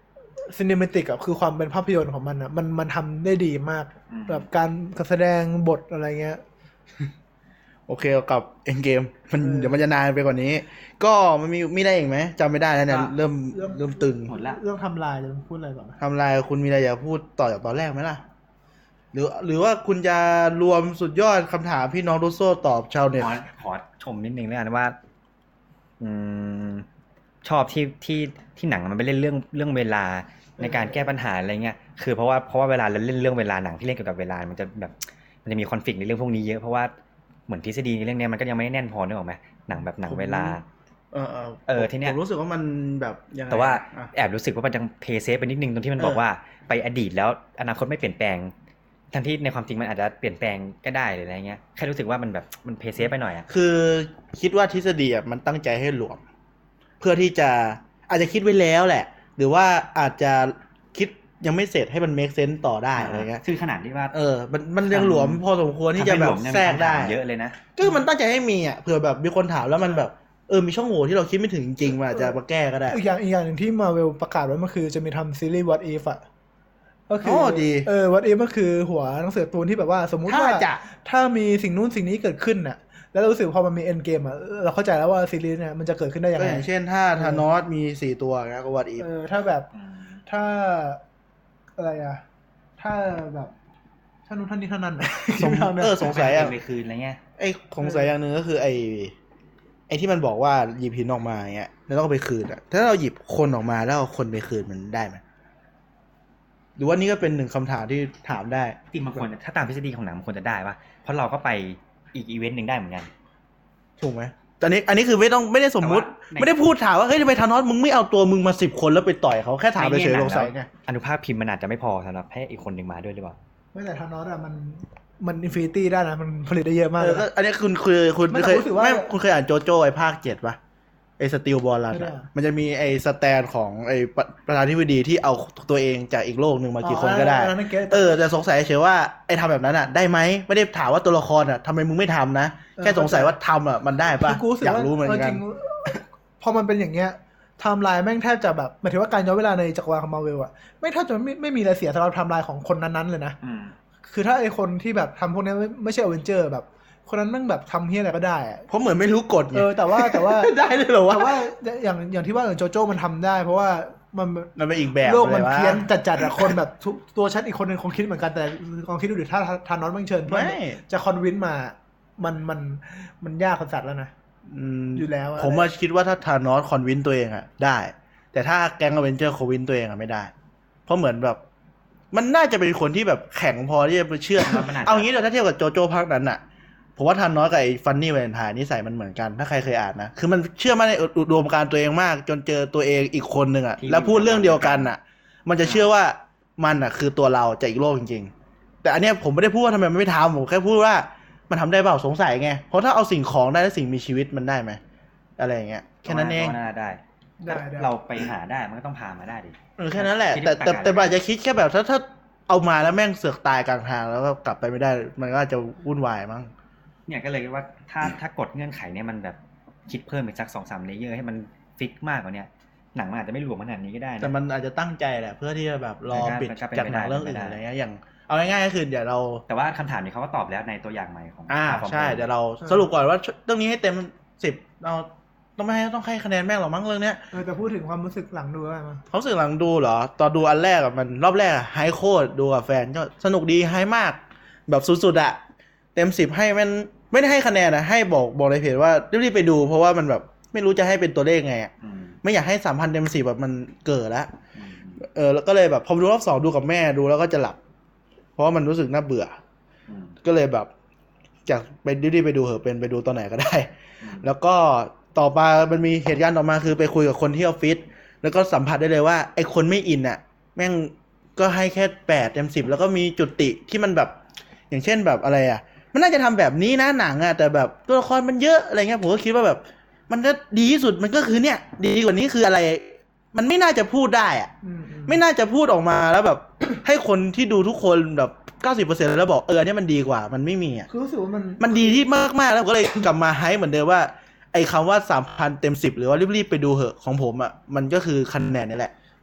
ซีนิเมติกอะคือความเป็นภาพยนตร์ของมันอะมันมันทำได้ดีมากอืมแบบการแสดงบทอะไรเงี้ยโอเคกับเอ็นเกมมันเออเดี๋ยวมันจะนานไปกว่านี้ ก็มันมีมีได้อีกไหมจำไม่ได้แล้วเนี่ยก็เริ่มเรื่องเริ่มตึงหมดละเรื่องทำลายจะพูดอะไรก่อนนะทำลายคุณมีอะไรอยากพูดต่อจากตอนแรกไหมล่ะ หรือหรือว่าคุณจะรวมสุดยอดคำถามพี่น้องรุโซตอบชาวเน็ตขอขอชมนิดนึงแล้วกันว่า อืม ชอบที่ที่ที่หนังมันไปเล่นเรื่องเรื่องเวลาในการแก้ปัญหาอะไรเงี้ยคือเพราะว่าเพราะว่าเวลาเราเล่นเรื่องเวลาหนังที่เล่นเกี่ยวกับเวลามันจะแบบมันจะมีคอนฟ lict ในเรื่องพวกนี้เยอะเพราะว่าเหมือนทฤษฎีในเรื่องเนี้ยมันก็ยังไม่แน่นพอนึกออกไหมหนังแบบหนังเวลาเออเออเออทีเนี้ยผมรู้สึกว่ามันแบบยังไงแต่ว่าอ่ะแอบรู้สึกว่ามันยังเพย์เซฟไปนิดนึงตรงที่มันเออบอกว่าไปอดีตแล้วอนาคตไม่เปลี่ยนแปลงทั้งที่ในความจริงมันอาจจะเปลี่ยนแปลงก็ได้หรืออะไรเงี้ยแค่รู้สึกว่ามันแบบมันเพย์เซฟไปหน่อยอ่ะคือคิดว่าทฤษฎีอ่ะมันตั้งใจให้หลวม เพื่อที่จะอาจจะคิดไว้แล้วแหละ หรือว่าอาจจะคิดยังไม่เสร็จให้มัน make sense ต่อได้อะไรเงี้ยคือขนาดที่ว่าเออ มันมันยังหลวมพอสมควรที่จะแบบแทรกได้เยอะเลยนะก็มันตั้งใจให้มีอ่ะเผื่อแบบมีคนถามแล้วมันแบบเออมีช่องโหว่ที่เราคิดไม่ถึงจริงๆมันอาจจะมาแก้ก็ได้อีกอย่างอีกอย่างหนึ่งที่มาเวลประกาศไว้มันคือจะมีทำซีรีส์ What If อะก็คือ๋อดีเออ What If ก็คือหัวหนังสือการ์ตูนที่แบบว่าสมมุติถ้าว่าจะถ้ามีสิ่งนู้นสิ่งนี้เกิดขึ้นน่ะ แล้วเรารู้สึกพอมันมี End Game อะเราเข้าใจแล้วว่าซีรีส์เนี่ยมันจะเกิดขึ้นได้ยังก็ไงอย่างเช่นถ้าธานอสมีสี่ตัวนะก็วัดอีฟเออถ้าแบบถ้าอะไรอะถ้าแบบถ้านู้นท่านนี้ท่านนั้นน่ะสงคิดไม่ออกนะเออสงสัยอ่ะไปคืนอะไรเงี้ยไอ้สงสัยอย่างหนึ่งก็คือไอ้ไอ้ที่มันบอกว่าหยิบหินออกมาอย่างเงี้ยแล้วต้องเอาไปคืนอ่ะถ้าเราหยิบคนออกมาแล้วเอาคนไปคืนมันได้ไหมหรือว่านี่ก็เป็นหนึ่งคำถามที่ถามได้จริงมันควรจะถ้าตามทฤษฎีของหนังมันควรจะได้ปะเพราะเราก็ไปอีกอีเวนต์หนึ่งได้เหมือนกันถูกไหมตอนนี้อันนี้คือไม่ต้องไม่ได้สมมุติแต่ว่าในไม่ได้พูดถามว่าเฮ้ยทำไมธานอสมึงไม่เอาตัวมึงมาสิบคนแล้วไปต่อยเขาแค่ถามในเฉแง่ยหนัๆงสงสัยแล้วไงอนุภาคพิมพ์มันอาจจะไม่พอสำหรับให้อีกคนหนึ่งมาด้วยหรือเปล่าไม่แต่ทานอสอะมันมันอินฟินิตี้ได้นะมันผลิตได้เยอะมากเอเลอย ก็นะอันนี้คุณคือคุณไม่แต่เคยรู้สึกว่าไม่คุณเคยอ่านโจโจ้ไอ้ภาคเจ็ดปะไอ้สตีลบอลลันไม่ได้มันจะมีไอ้สแตนของไอ้ประประธานาธิบดีที่เอาตัวเองจากอีกโลกหนึ่งมากี่คนก็ได้อ๋ออันนั้นเก็ตเออแต่สงสัยเฉยว่าไอ้ทำแบบนั้นอ่ะได้ไหมไม่ได้ถามว่าตัวละครอ่ะทำไมมึงไม่ทำนะ แค่สงสัยว่าทำอ่ะมันได้ปะคือกูรู้สึกอยากว่ารู้เหมือนกันจริงๆพอมันเป็นอย่างเงี้ยไทม์ไลน์แม่งแทบจะแบบหมายถึงว่าการย้อนเวลาในจักรวาลของมาเวลอะไม่แทบจะไม่ไม่มีอะไรเสียสำหรับไทม์ไลน์ของคนนั้นๆเลยนะอืมคือถ้าไอคนที่แบบทำพวกเนี้ยไม่ไม่ใช่อเวนเจอร์แบบ คนนั้นแม่งแบบทำเฮี้ยอะไรก็ได้อะเพราะเหมือนไม่รู้กฎไงเออแต่ว่าแต่ว่าได้เลยเหรอวะแต่ว่าอย่างอย่างที่ว่าอย่างโจโจ้มันทำได้ เพราะว่ามันมันเป็นอีกแบบโลกมันลยวะเพี้ยนจัดๆอะคนแบบทุกตัวชัดอีกคนหนึ่งคงคิดเหมือนกันแต่ลองคิดดูดิถ้าทานอสแม่งเชิญเพื่อนไม่จะคอนวินมา มันมันมันยากสัสๆแล้วนะอืมอยู่แล้วอะผมว่าคิดว่าถ้าธานอสคอนวินตัวเองอ่ะได้ แต่ถ้าแก๊งอเวนเจอร์คอนวินตัวเองอ่ะไม่ได้ เพราะเหมือนแบบ มันน่าจะเป็นคนที่แบบแข็งพอที่จะไปเชื่อมันอาจจะเอางี้เดี๋ยวถ้าเทียบกับโจโจ้ภาคนั้นอ่ะผมว่าธานอสกับไอ้ฟันนี่เวนทายนิสัยมันเหมือนกัน ถ้าใครเคยอ่านนะคือมันเชื่อมั่นในอุดมการณ์ตัวเองมาก จนเจอตัวเองอีกคนหนึ่งอ่ะที่แล้วพูดเรื่องเดียวกันอ่ะ มันจะเชื่อว่ามันอ่ะคือตัวเราจากอีกโลกจริงๆ แต่อันเนี้ยผมไม่ได้พูดว่าทำไมมันไม่ทำผมแค่พูดว่ามันทำได้เปล่าสงสัยไงเพราะถ้าเอาสิ่งของได้แล้วสิ่งมีชีวิตมันได้ไหมอะไรอย่างเงี้ยแค่นั้นเองก็น่าได้ได้ได้เราไปหาได้มันก็ต้องพามาได้ดิเออแค่นั้นแหละที่แต่แต่ประกาศแต่อาจจะคิดแค่แบบถ้าถ้าเอามาแล้วแม่งเสือกตายกลางทางแล้วก็กลับไปไม่ได้ มันก็อาจจะวุ่นวายมั้งเนี่ยก็เลยว่าถ้าถ้ากดเงื่อนไขเนี่ยมันแบบคิดเพิ่มอีกสักสองสามเลเยอร์ให้มันฟิกมากกว่าเนี้ยหนังมันอาจจะไม่หลวมขนาดนี้ก็ได้นะแต่มันอาจจะตั้งใจแหละเพื่อที่จะแบบรอมันก็ปิดมันก็เป็นจากหนังไปได้เรื่องอื่นเป็นไปได้อะไรเงี้ยอย่างเอาง่ายๆก็คือเดี๋ยวเราแต่ว่าคำถามนี้เขาก็ตอบแล้วในตัวอย่างใหม่ของอ่า Far From ใช่ Home เดี๋ยวเราสรุปก่อนว่าเรื่องนี้ให้เต็มสิบเราต้องไม่ให้ต้องให้คะแนนแม่งหรอกมั้งเรื่องเนี้ยเออแต่พูดถึงความรู้สึกหลังดูอะไรมาเขาสื่อหลังดูเหรอ ตอนดูอันแรกอะมันรอบแรกอะไฮโคตรดูกับแฟนก็สนุกดีไฮมาก แบบสุดๆอะเต็มสิบให้มันไม่ได้ให้คะแนนนะให้บอกบอกในเพจว่ารีบๆไปดูเพราะว่ามันแบบไม่รู้จะให้เป็นตัวเลขไงอะอืมไม่อยากให้สามพันเต็มสิบแบบมันเกิดแล้วอืมเออแล้วก็เลยแบบพอดูรอบสองดูกับแม่ดูแล้วก็จะหลับ เพราะว่ามันรู้สึกน่าเบื่ออืมก็เลยแบบจากไปรีบๆไปดูเหอะเป็นไปดูตอนไหนก็ได้อืมแล้วก็ต่อมามันมีเหตุการณ์ต่อมาคือไปคุยกับคนที่ออฟฟิศแล้วก็สัมผัสได้เลยว่าไอ้คนไม่อินอ่ะ แม่งก็ให้แค่แปดเต็มสิบแล้วก็มีจุดติที่มันแบบอย่างเช่นแบบอะไรอ่ะ มันน่าจะทำแบบนี้นะหนังอ่ะแต่แบบตัวละครมันเยอะอะไรเงี้ยผมก็คิดว่าแบบ มันก็ดีที่สุดมันก็คือเนี่ย ดีกว่านี้คืออะไร มันไม่น่าจะพูดได้อ่ะอืมอืมไม่น่าจะพูดออกมาแล้วแบบ ให้คนที่ดูทุกคนแบบเก้าสิบเปอร์เซ็นต์แล้วบอกเออเนี่ยมันดีกว่ามันไม่มีอ่ะคือรู้สึกว่ามันมันดีที่มากๆแล้วผมก็เลยกลับมาไฮป์เหมือนเดิมว่าไอ้คำว่าสามพันเต็มสิบหรือว่ารีบๆไปดูเหอะของผมอ่ะมันก็คือคะแนนนี่แหละ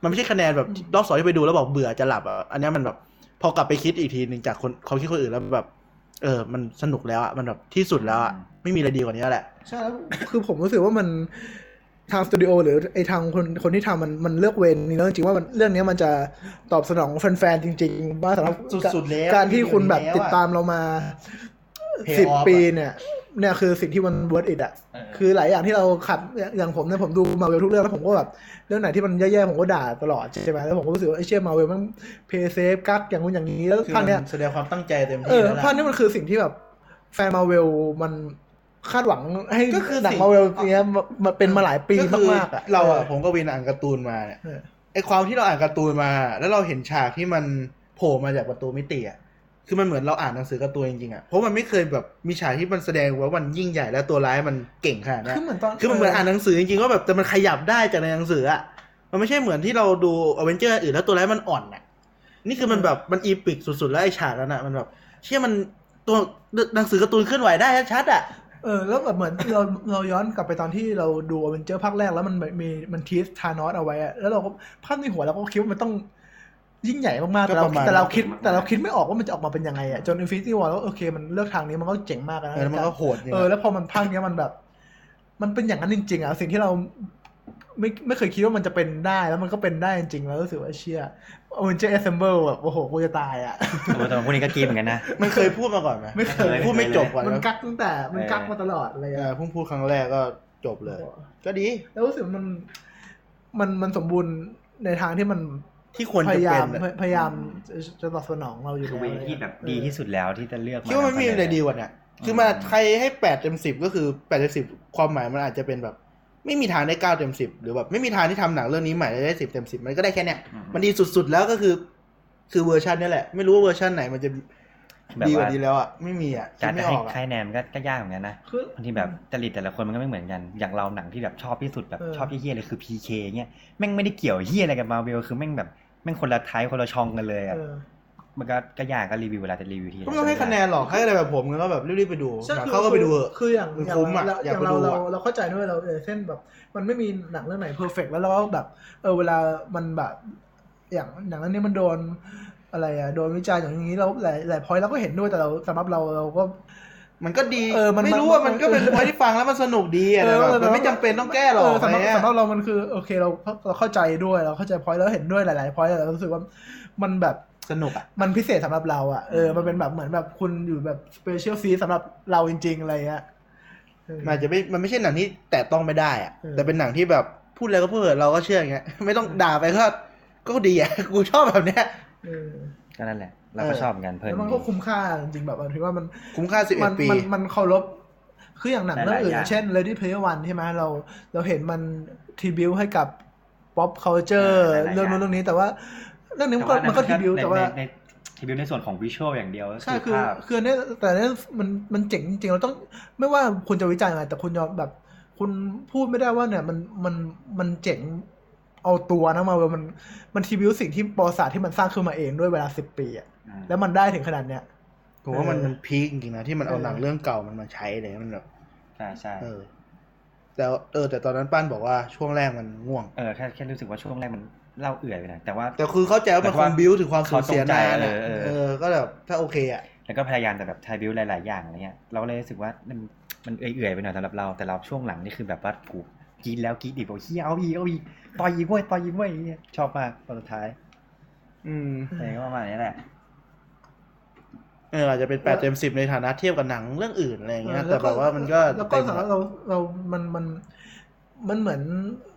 มันไม่ใช่คะแนนแบบรอบสองที่ไปดูแล้วบอกเบื่อจะหลับอ่ะอันนี้มันแบบพอกลับไปคิดอีกทีนึงจากคนเขาคิดคนอื่นแล้วแบบเออมันสนุกแล้วอ่ะมันแบบที่สุดแล้วอ่ะไม่มีอะไรดีกว่านี้แหละใช่แล้วคือผมรู้สึกว่ามันทางสตูดิโอหรือไอทางคนคนที่ทำมันมันเลือกเวรนี่แล้วจริงๆว่ามันเรื่องนี้มันจะตอบสนองแฟนๆจริงๆว่าสำหรับสุดๆแล้วการที่คุณแบบติดตามเรามาสิบปีเนี่ยเนี่ยคือสิ่งที่มัน worth it อ่ะคือหลายอย่างที่เราขัดอย่างผมเนี่ยผมดูมาเวลทุกเรื่องแล้วผมก็แบบเรื่องไหนที่มันแย่ๆผมก็ด่าตลอดใช่ไหมแล้วผมก็รู้สึกว่าไอ้เชี่ยมาเวลมันเพย์เซฟกักอย่างนู้นอย่างนี้แล้วภาคเนี้ยแสดงความตั้งใจเต็มที่เออแล้วภาคนี้มันคือสิ่งที่แบบแฟนมาเวลมันคาดหวังให้ก็คือหนังมาเวลเนี้ยมาเป็นมาหลายปีมากๆอ่ะเราอ่ะผมก็วินอ่านการ์ตูนมาเนี่ยไอความที่เราอ่านการ์ตูนมาแล้วเราเห็นฉากที่มันโผล่มาจากประตูมิติอ่ะคือมันเหมือนเราอ่านหนังสือการ์ตูนจริงๆอ่ะเพราะมันไม่เคยแบบมีฉากที่มันแสดงว่ามันยิ่งใหญ่และตัวร้ายมันเก่งขนาดนั้นคือเหมือนตอนคือมันเหมือนอ่านหนังสือจริงๆว่าแบบแต่มันขยับได้จากในหนังสืออ่ะมันไม่ใช่เหมือนที่เราดูอเวนเจอร์อื่นแล้วตัวร้ายมันอ่อนอ่ะนี่คือมันแบบมันอีพิกสุดๆแล้วไอฉากนั้นอ่ะมันแบบเชื่อมันตัวหนังสือการ์ตูนเคลื่อนไหวได้ชัดๆอ่ะเออแล้วแบบเหมือนเราเราย้อนกลับไปตอนที่เราดูอเวนเจอร์ภาคแรกแล้วมันมีมันทีสทานอสเอาไว้อะแล้วเราก็ภาพในหัวเราก็คิดว่ามันต้องยิ่งใหญ่มากๆแต่เราแต่เราคิดแต่เราคิดไม่ออกว่ามันจะออกมาเป็นยังไงอะจน Infinity War แล้วโอเคมันเลือกทางนี้มันก็เจ๋งมากนะแล้วมันก็โหดเออแล้วพอมันภาคนี้มันแบบมันเป็นอย่างนั้นจริงๆอะสิ่งที่เราไม่ไม่เคยคิดว่ามันจะเป็นได้แล้วมันก็เป็นได้จริงๆแล้วรู้สึกว่าเชี่ยอเวนเจอร์แอสเซมเบิลแบบโอ้โหกูจะตายอ่ะโอ้แต่พวกนี้ก็กีเหมือนกันนะมันเคยพูดมาก่อนไหมไม่เคยพูดไม่จบก่อนมันกักตั้งแต่มันกักมาตลอดอะไรเออเพิ่งพูดครั้งแรกก็จบเลยก็ดีแล้วรู้สึกมันมันมันสมบูรณ์ในทางที่มันที่ควรจะเป็นพยายามจะตอบสนองเราอยู่แล้วเวที่แบบดีที่สุดแล้วที่จะเลือกคิดว่ามันมีอะไรดีกว่าเนี่ยคือมาใครให้แปดเต็มสิบก็คือแปดเต็มสิบความหมายมันอาจจะเป็นแบบไม่มีทางได้เก้าเต็มสิบหรือแบบไม่มีทางที่ทำหนังเรื่องนี้ใหม่ได้สิบเต็มสิบมันก็ได้แค่เนี้ยมันดีสุดๆแล้วก็คือคือเวอร์ชันนี้แหละไม่รู้ว่าเวอร์ชันไหนมันจะดีกว่านี้แล้วอ่ะไม่มีอ่ะการจะให้ใครแนมก็ก็ยากเหมือนกันนะบางทีแบบจริตแต่ละคนมันก็ไม่เหมือนกันอย่างเราหนังที่แบบชอบที่สุดแบบชอบเฮี้ยๆเลยคือ พี เค เงี้ยแม่งไม่ได้เกี่ยวเฮี้ยอะไรกับ Marvel คือแม่งแบบแม่งคนละไทป์คนละช่องกันเลยอ่ะมันก็ก็ยากก็รีวิวเวลาจะรีวิวทีก็ไม่ต้องให้คะแนนหรอกให้อะไรแบบผมก็แบบรีบๆไปดูเขาก็ไปดูคืออย่างอย่างเราเราเราเข้าใจด้วยเราเช่นแบบมันไม่มีหนังเรื่องไหนเพอร์เฟกต์แล้วเราแบบเออเวลามันแบบอย่างหนังเรื่องนี้มันโดนอะไรอะโดนวิจารณ์อย่างนี้เราหลายหลายพอยต์เราก็เห็นด้วยแต่เราสำหรับเราเราก็มันก็ดีไม่รู้ว่ามันก็เป็นพอยที่ฟังแล้วมันสนุกดีอะไรแบบมันไม่จำเป็นต้องแก้หรอกสำหรับสำหรับเรามันคือโอเคเราเราเข้าใจด้วยเราเข้าใจพอยต์แล้วเห็นด้วยหลายๆพอยต์เรารู้สึกว่ามันแบบสนุกอ่ะมันพิเศษสำหรับเราอ่ะเออมันเป็นแบบเหมือนแบบคุณอยู่แบบสเปเชียลฟีสำหรับเราจริงๆอะไรเงี้ยมันจะไม่มันไม่ใช่หนังที่แตะต้องไม่ได้อ่ะแต่เป็นหนังที่แบบพูดอะไรก็พูดเราก็เชื่ออย่างเงี้ยไม่ต้องด่าไปก็ก็ดีอ่ะกูชอบแบบเนี้ยก็นั่นแหละเราก็ชอบเหมือนกันเพิ่มมันก็คุ้มค่าจริงๆแบบถือว่ามันคุ้มค่าสิบเอ็ดปีมันมันเคารพคืออย่างหนังเรื่องอื่นเช่น Ready Player One ใช่ไหมเราเราเห็นมันทริบิวให้กับ pop culture เรื่องนู้นเรื่องนี้แต่ว่าเรื่องนี้มันก็มันก็ทริบิวแต่ว่าทริบิวในส่วนของวิชวลอย่างเดียวใช่คือคือเนี่ยแต่เนี่ยมันมันเจ๋งจริงๆเราต้องไม่ว่าคุณจะวิจารณ์อะไรแต่คุณยอมแบบคุณพูดไม่ได้ว่าเนี่ยมันมันมันเจ๋งเอาตัวนะมาว่ามันมันทริบิวสิ่งที่ประวัติศาสตร์ที่มันสร้างขึ้นมาเองด้วยเวลาสิบปีอ่ะแล้วมันได้ถึงขนาดเนี้ยผมว่ามันมันพีคจริงๆนะที่มันเอาหนังเรื่องเก่ามันมาใช้เลยมันแบบใช่ใช่เออแต่เออแต่ตอนนั้นปั้นบอกว่าช่วงแรกมันง่วงเออแค่แค่รู้สึกว่าช่วงแรกมันเล่าเอื่อยไปหน่อยแต่ว่าแต่คือเข้าใจว่ามันความบิ้วถึงความสูญเสียนานเออเออก็แบบถ้าโอเคอ่ะแล้วก็พยายามแต่แบบไทยบิ้วหลายๆอย่างอะไรเงี้ยเราเลยรู้สึกว่ามันมันเอื่อยๆไปหน่อยสำหรับเราแต่เราช่วงหลังนี่คือแบบว่ากูกินแล้วกินอีกบอกเฮียเอาอีกเอาอีกต่อยอีกเว้ยต่อยอีกเว้ยชอบมากตอนสุดท้ายอืมอะไรก็ประมาณนี้แหละเอออาจจะเป็นแปดเต็มสิบในฐานะเทียบกับหนังเรื่องอื่นอะไรอย่างเงี้ยแต่แบบว่ามันก็แล้วก็สำหรับเราเรามันมันมันเหมือน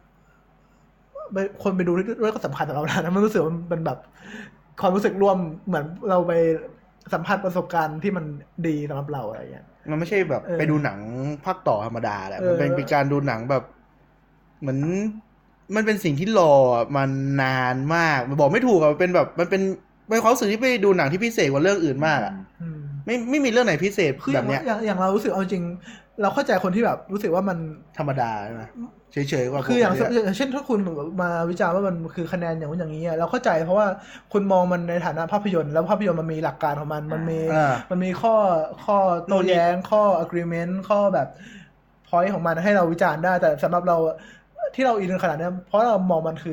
คนไปดูด้วยก็สำคัญสำหรับเรานะมันรู้สึกมันเป็นแบบความรู้สึกร่วมเหมือนเราไปสัมผัสประสบการณ์ที่มันดีสำหรับเราอะไรอย่างเงี้ยมันไม่ใช่แบบไปดูหนังภาคต่อธรรมดาแหละมันเป็นการดูหนังแบบเหมือนมันเป็นสิ่งที่รอมันนานมากบอกไม่ถูกอะเป็นแบบมันเป็นเป็นความรู้สึกที่ไปดูหนังที่พิเศษกว่าเรื่องอื่นมากอ่ะไม่ไม่มีเรื่องไหนพิเศษแบบเนี้ยอย่างอย่างเรารู้สึกเอาจริงเราเข้าใจคนที่แบบรู้สึกว่ามันธรรมดาใช่ไหมเฉยๆกว่าคืออย่างเช่นถ้าคุณมาวิจารณ์ว่ามันคือคะแนนอย่างนู้นอย่างนี้เราเข้าใจเพราะว่าคุณมองมันในฐานะภาพยนตร์แล้วภาพยนตร์มันมีหลักการของมันมันมีมันมีข้อข้อโต้แย้งข้อ agreement ข้อแบบ point ของมันให้เราวิจารณ์ได้แต่สำหรับเราที่เราอินขนาดนี้เพราะเรามองมันคือ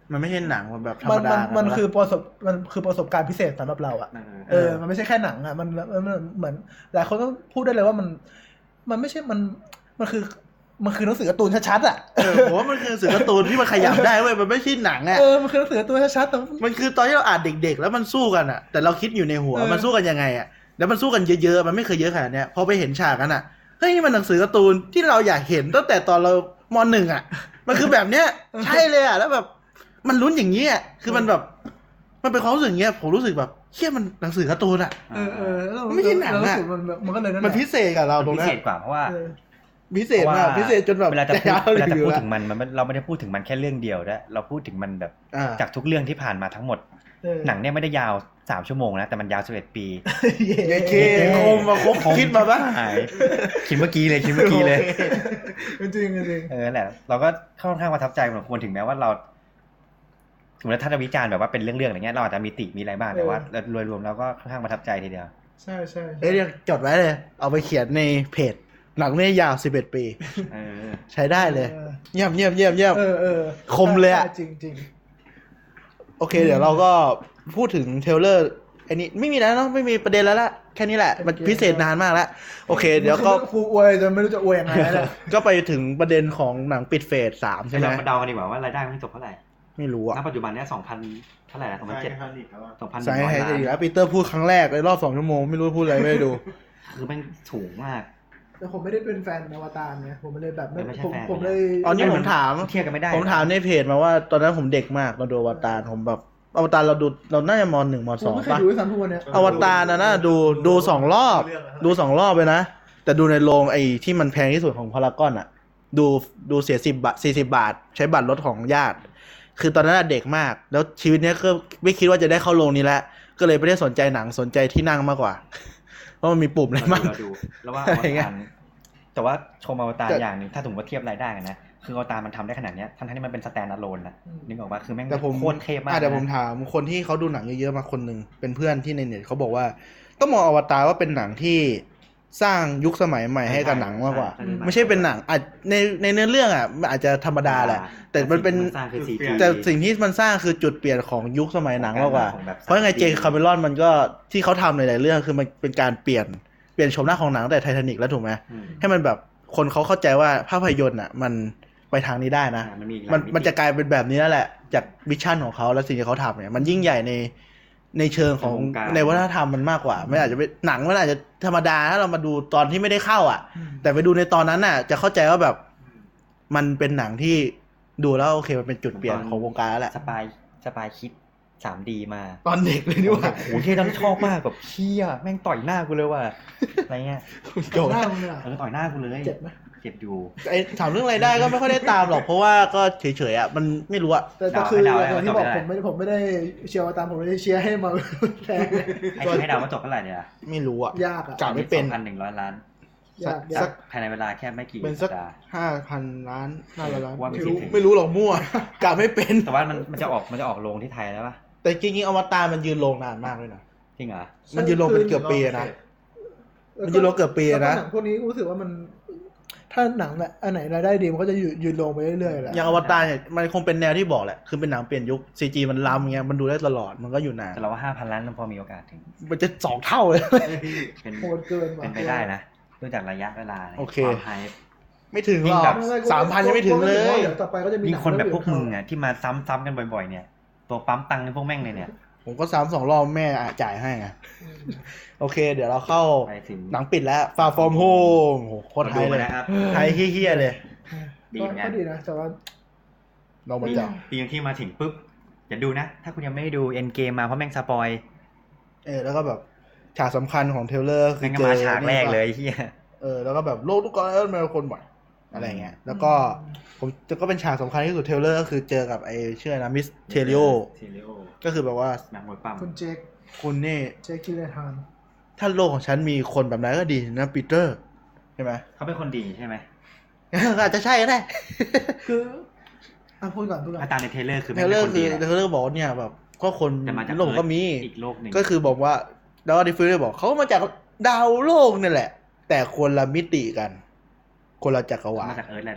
มันไม่ใช่หนังมันแบบธรรมัมนดามันมันนะคือประสบมันคือประสบการณ์พิเศษสำหรับเราอ่ะเออเออ มันไม่ใช่แค่หนังอ่ะ มันมันมันเหมือนหลายคนก็พูดได้เลยว่ามัน มันไม่ใช่มันมันคือมันคือหนังสือการ์ตูนชัดๆอ่ะเออผมว่ามันคือหนังสือการ์ตูนที่มันขยับได้เว้ยมันไม่ใช่หนังอ่ะเออมันคือหนังสือการ์ตูนชัดๆแต่มันคือตอนที่เราอ่านเด็กๆแล้วมันสู้กันอ่ะ แต่เราคิดอยู่ในหัวเออมันสู้กันยังไงอ่ะแล้วมันสู้กันเยอะๆมันไม่เคยเยอะขนาดเนี้ยพอไปเห็นฉากนั้นอ่ะเฮ้ยนี่มันหนังสือการ์ตูนที่เราอยากเห็นตั้งแต่ตอนเรามหนึ่งอ่ะ มันคือแบบเนี้ยใช่เลยอ่ะแล้วแบบมันลุ้นอย่างนี้อ่ะคือมันแบบมันเป็นความรู้สึกอย่างเงี้ยผมรู้สึกแบบเชี่ยมันหนังสือการ์ตูนอ่ะเออเออแล้วมันไม่ใช่หนังอะเรารู้สึกมันมันก็เลยนั่นแหมันละพิเศษกับเราตรงพินั้เศนษกว่าเพราะว่าเออพิเศษมากพิเศษจนแบบเวลาจะพูดเวลาจะพูดแล้วถึงมันมันเราไม่ได้พูดถึงมันแค่เรื่องเดียวนะเราพูดถึงมันแบบอ่าจากทุกเรื่องที่ผ่านมาทั้งหมดเออหนังเนี่ยไม่ได้ยาวสามชั่วโมงนะแต่มันยาวสิบเอ็ดปีเย้เยเคคมมาครบคิดมาปะหายคิดเมื่อกี้เลยคิดเมื่อกี้เลยจริงจริงจริงเออนั่นแหละเราก็ค่อนข้างประทับใจพอสมควรถึงแม้ว่าเราสมมติถ้าจะวิจารณ์แบบว่าเป็นเรื่องๆอะไรเงี้ยเราอาจจะมีติมีอะไรบ้างแต่ว่าโดยรวมเราก็ค่อนข้างประทับใจทีเดียวใช่ใช่เอ้ยเดี๋ยวจดไว้เลย เอาไปเขียนในเพจหนังเนี่ยยาวสิบเอ็ดปีเออใช้ได้เลย เยี่ยมเยี่ยมเยี่ยมเยี่ยมเออเออคมเลยอะจริงจริงโอเค เดี๋ยวเราก็พูดถึงเทรลเลอร์อันนี้ไม่มีแล้วเนาะไม่มีประเด็นแล้วละแค่นี้แหละมันพิเศษนานมากแล้วโอเค เดี๋ยวก็ครูอวยจะไม่รู้จะอวยยังไงแล้วแหละก็ไปถึงประเด็นของหนังปิดเฟสสามใช่ไหมเรามาเดากันดีกว่าว่ารายได้มันจบเท่าไหร่ไม่รู้อะณปัจจุบันเนี้ยสองพันเท่าไหร่ละสองพันเจ็ดสองพันหนึ่สายงร้อยแฮชล้าอีกนแล้วปีเตอร์พูดครั้งแรกในรอบสองชั่วโมงไม่รู้พูดอะไรไม่ได้ดูคือแม่งสูงมากแต่ผมไม่ได้เป็นแฟนอวตารไงผมเลยแบบไม่ไม่ใช่ผมแฟนผมเลยอ๋อนี่ผมถามเทียบกันไม่ได้ผมถามในเพจมาว่าตอนนั้นผมเด็กมากเราดูอวตารผมแบบอวตารเราดูเราน่าจะมหนึ่งมผสมองไม่เคยป่ะดูด้วยซ้ำทุกวันเนี้ยอวตารนะนะดูดูสองรอบ ดูสองรอบไปนะ แต่ดูในโรงไอ้ที่มันแพงที่สุดของพารากอนอ่ะ ดูดูเสียสิบบาทสี่สิบาท ใช้บัตรรถของญาติ คือตอนนั้นอะเด็กมาก แล้วชีวิตเนี้ยก็ไม่คิดว่าจะได้เข้าโรงนี้แล้วก็เลยไม่ได้สนใจหนังสนใจที่นั่งมากกว่า เพราะมันมีปุ่มอะไรเรามากดูเราดูแล้วว่าอะไรเงี้อวย ตารแต่ว่าชมอวตารแต่อย่างหนึ่งถ้าสมมติว่าเทียบรายได้กันนะคืออวตารมันทำได้ขนาดเนี้ยทั้งๆที่มันเป็นสแตนด์อะโลนนะนึกออกว่าคือแม่งแต่ผมโคตรเทพมากอ่ะเดี๋ยวผมนะถามคนที่เขาดูหนังเยอะๆมาคนหนึ่งเป็นเพื่อนที่ในเน็ตเขาบอกว่า ต้องมองอวตารว่าเป็นหนังที่สร้างยุคสมัยใหม่ให้กับหนังมากกว่า ไม่ใช่เป็นหนังอาจในในเนื้อเรื่องอ่ะมันอาจจะธรรมดาแหละ แต่มันเป็นสร้างคือ ซี จีแต่สิ่งที่มันสร้างคือจุดเปลี่ยนของยุคสมัยหนังมากกว่าของแบบเพราะยังไงเจคาเมรอนมันก็ที่เขาทำหลายๆเรื่องคือมันเป็นการเปลี่ยนเปลี่ยนชมหน้าของหนังแต่ไททานิกแล้วถูกไหมอืมให้มันแบบคนเขาเข้าใจว่าภาพยนตร์อ่ะมันไปทางนี้ได้นะอ่ามันมีอีกหลายมันมิติมันจะกลายเป็นแบบนี้แล้วแหละ จากวิชั่นของเขาและสิ่งที่เขาทำเนี่ยมันยิ่งใหญ่ในในเชิงของในวงการในวัฒนธรรมมันมากกว่าไม่อาจจะเป็นหนังมันอาจจะธรรมดาถ้าเรามาดูตอนที่ไม่ได้เข้าอ่ะ แต่ไปดูในตอนนั้นน่ะ จะเข้าใจว่าแบบมันเป็นหนังที่ดูแล้วโอเคมันเป็นจุดเปลี่ยนของวงการแล้วแหละสปายสปายคิด สามดี มาตอนเด็กเลยนี่หว่าโอ้โหที่ตอนนั้นชอบมากแบบเชี่ยแม่งต่อยหน้ากูเลยว่ะอะไรเงี้ยโจหน้ามึงเนี่ยเออต่อยหน้ากูเลยเจ็บไหมเจ็บอยู่ไอ้ถามเรื่องรายได้ก็ไม่ค่อยได้ตามหรอกเพราะว่าก็เฉยๆอ่ะมันไม่รู้อ่ะแต่แต่คือเดาให้อย่างเดาที่บอกให้ผมไม่ได้ผมไม่ได้เชียร์มาตามผมไม่ได้เชียร์ให้มาแทงให้ให้เดาว่าจบเท่าไหร่เนี่ยไม่รู้อ่ะยากอ่ะกะไม่เป็นสองพันหนึ่งร้อยล้านยากสัยาก กภายในเวลาแค่ไม่กี่เป็นสัสัปกดาห์ห้าพันล้านห้าร้อยล้านว่าไม่ไม่ถึรู้งไม่รู้หรอกมั่วกะไม่เป็นแต่ว่ามันมันจะออกมันจะออกโรงที่ไทยแล้วป่ะแต่จริงๆอวตารมันยืนโรงนานมากเลยนะจริงเหรอมันยืนโรงเป็นเกือบปีอะนะ มันยืนโรงเกือบปีอะนะแล้วก็หนังพวกนี้รู้สึกว่ามัน ถ้าหนังแบบอันไหนรายได้ดีมันก็จะยืนยืนลงไปเรื่อยๆแหละอย่างอวตารเนี่ยมันคงเป็นแนวที่บอกแหละคือเป็นหนังเปลี่ยนยุคซีจีมันล้ำเงี้ยมันดูได้ตลอดมันก็อยู่นานแต่เราว่าห้าพันล้านมันพอมีโอกาสถึงมันจะสองเท่าเลยเป็นโหดเกินว่ะเป็นไปได้นะดูจากระยะเวลานี่ยโอเคความไฮไม่ถึงหรอกยิ่งไไสามพันยังไม่ถึงเลยเดี๋ยวต่อไปก็จะมียิ่งคนแบบพวกมึงอ่ะอ่ะที่มาซ้ำๆกันบ่อยๆเนี่ย ตัวปั๊มตังค์ในพวกแม่งเลยเนี่ยผมก็ซ้ำสองรอบแม่อ่ะจ่ายให้ไงโอเค เดี๋ยวเราเข้าไปถึงหนังปิดแล้ว Far From Home โหโคตรไทยเลยนะครับไทยเฮี้ยๆเลยดีเหมือนกันก็ดีนะแต่ว่าลองมาปีจับปีที่มาถึงปุ๊บอย่าดูนะถ้าคุณยังไม่ได้ดูเอ็นเกมมาเพราะแม่งสปอยเออแล้วก็แบบฉากสำคัญของเทรลเลอร์คืแม่องก็เจอมาฉากแรกเลยเฮียเออแล้วก็แบบโลกทุกคนเป็นคนบ่อยอะไรเงี้ยแล้วก็ผมจะก็เป็นฉากสำคัญที่สุดเทรลเลอร์ก็คือเจอกับไอ้ชื่ออะไรนะมิสเทริโอเทเรโอก็คือแบบว่าหนังมวยปั้มคุณเจคคุณนี่เจคคิเลทานถ้าโลกของฉันมีคนแบบนั้นก็ดีนะปีเตอร์ใช่ไหมเขาเป็นคนดีใช่ไหมอาจจะใช่ก็ได้คืออ่ะพูดก่อนพูดก่อนอาตามในเทรลเลอร์คือเทไม่รลเลเป็อน ร์คนคืดีอแหละเทรลเลอร์บอกว่าเนี่ยแบบก็คนแต่มาจากโลกก็มีอีกโลกหนึ่งก็คือบอกว่าแล้วดิฟิวเลยบอกเขามาจากดาวโลกนี่แหละ แต่คนละมิติกัน คนละจักรวาลมาจากเอิร์ธเลยนะ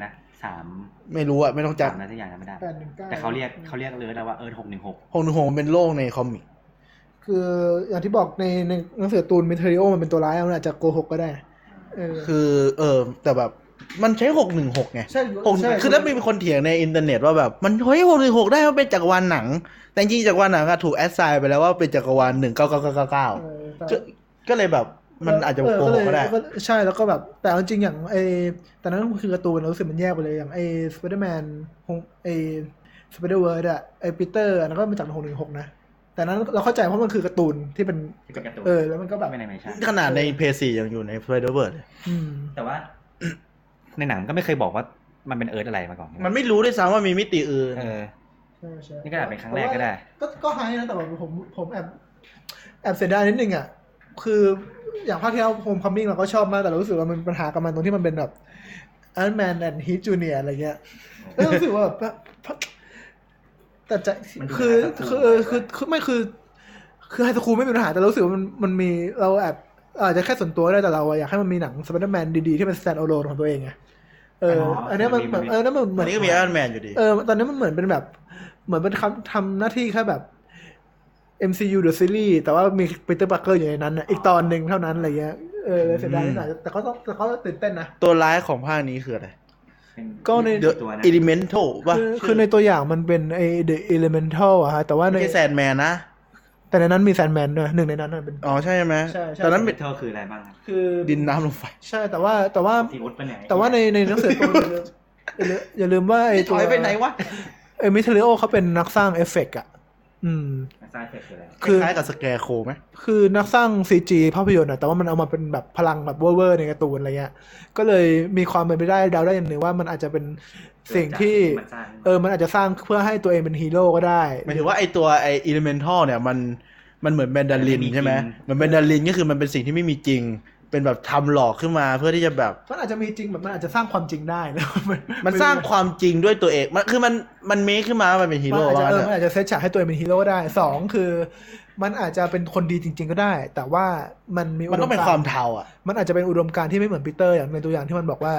สามไม่รู้อะไม่ต้องจำจำนะทุกอย่างจำไม่ได้แปดหนึ่งเก้าแต่เขาเรียกเขาเรียกเลยนะว่าเอิร์ธหกหนึ่งหกหกหนึ่งหกเป็นโลกในคอมิกคืออย่างที่บอกในในหนังสือการ์ตูนมิเทอริโอมันเป็นตัวร้ายมันอาจจะโกหกก็ได้เออคือเออแต่แบบมันใช้หกหนึ่งหกไงใช่หกใช่คือแล้วมีคนเถียงในอินเทอร์เน็ตว่าแบบมันเฮ้ยหกหนึ่งหกได้มันเป็นจักรวาลหนัง แต่จริงๆจักรวาลหนังอะถูกแอดไซน์ไปแล้วว่าเป็นจักรวาลหนึ่งเก้าเก้าเก้าเก้าเก้าเออแต่ก็ก็เลยแบบมันอาจจะโกหกก็ได้เออเลยใช่แล้วก็แบบแต่เอาจริงอย่างไอแต่นั้นคือการ์ตูนรู้สึกมันแยกไปเลยอย่างไอสไปเดอร์แมนไอสไปเดอร์เวิร์ดอะไอปีเตอร์อันนั้นก็มาจากหกหนึ่งหกนะแต่นั้นเราเข้าใจเพราะมันคือการ์ตูนที่เป็นที่เป็นการ์ตูนเออแล้วมันก็แบบไม่ในไม่ใช่ขนาดในเพย์ซียังอยู่ในไฟเดอร์เบิร์ดอืมแต่ว่า ในหนังก็ไม่เคยบอกว่ามันเป็นเอิร์ธอะไรมาก่อนมันไม่รู้ด้วยซ้ำว่ามีมิติอื่นเออใช่ใช่นี่ก็อาจเป็นครั้งแรกก็ได้ก็ก็ไฮนะแต่ว่าผมผมแอบแอบเสียดายนิดนึงอ่ะคืออย่างภาคที่แล้วโฮมคัมมิ่งเราก็ชอบมากแต่เรารู้สึกว่ามันปัญหากับมันตรงที่มันเป็นแบบอันแมนแอนด์ฮีทจูเนียอะไรเงี้ยแล้วรู้สึกว่าแบบแต่ใจมันดูคือน่าจะคือเออคือคือไม่คือ คือไฮสคูลไม่มีปัญหาแต่เรารู้สึกว่ามันมันมีเราแอบอาจจะแค่ส่วนตัวได้แต่เราอยากให้มันมีหนังสไปเดอร์แมนดีๆที่เป็น stand alone ของตัวเองไงเอออันนี้มันเหมือนเออนั่นมันเหมือัอน นนี้ก็มีไอรอนแมนอยู่ดีเออตอนนี้มันเหมือนเป็นแบบเหมือนเป็นคำทำหน้าที่แค่แบบ เอ็ม ซี ยู The Series แต่ว่ามีปีเตอร์ ปาร์เกอร์อยู่ในนั้นนะอีกตอนหนึ่งเท่านั้นอะไรเงี้ยเออเสียดายนิดหน่อยแต่ก็ต้องแต่ก็ตื่นเต้นนะตัวร้ายของภาคนี้คืออะไรเป็นก็ใน The ตัวนะ Elemental ป่ะคือคือในตัวอย่างมันเป็นไอ้ The Elemental อะฮะแต่ว่าในไม่ใช่แซนแมนนะแต่ในนั้นมีแซนแมนด้วยหนึ่งในนั้นน่ะเป็นอ๋อใช่ไหมใช่ใช่ตอนนั้นเมเป็นทัลคืออะไรบ้างครับคือดินน้ำลมไฟใช่แต่ว่าแต่ว่าซีอุดเป็นไหนแต่ว่าในในหนังสือตัวอย่าลืมอย่าลืมอย่าลืมว่าไอ้ถตัวอยไปไหนวะไอ้มิเทอริโอเขาเป็นนักสร้างเอฟเฟกต์อ่ะอืมสร้างเสร็จคืออะไรคือคล้ายๆกับสแกร์โคไหมคือนักสร้าง ซี จี ภาพยนตร์อะแต่ว่ามันเอามาเป็นแบบพลังแบบเวอร์ๆในการ์ตูนอะไรเงี้ยก็เลยมีความเป็นไปได้เดาได้อย่างหนึ่งว่ามันอาจจะเป็นสิ่งที่มันสร้างเออมันอาจจะสร้างเพื่อให้ตัวเองเป็นฮีโร่ก็ได้หมายถึงว่าไอตัวไอ Elemental เนี่ยมันมันเหมือนแมนดารินใช่ไหมเหมือนแมนดารินก็คือมันเป็นสิ่งที่ไม่มีจริง เป็นแบบทำหลอกขึ้นมาเพื่อที่จะแบบมันอาจจะมีจริงแบบมันอาจจะสร้างความจริงได้นะมันสร้างความจริงด้วยตัวเองมันคือมันมันเมคขึ้นมาว่ามันเป็นฮีมันโร่อาจจะว่าเอองั้นมันอะอาจจะเซตฉากให้ตัวเองเป็นฮีโร่ได้สองคือ มันอาจจะเป็นคนดีจริง ๆ ก็ได้ แต่ว่ามันมีมันต้องเป็นความเทาอ่ะมันอาจจะเป็นอุดมการณ์ที่ไม่เหมือนปีเตอร์อย่างในตัวอย่างที่มันบอกว่า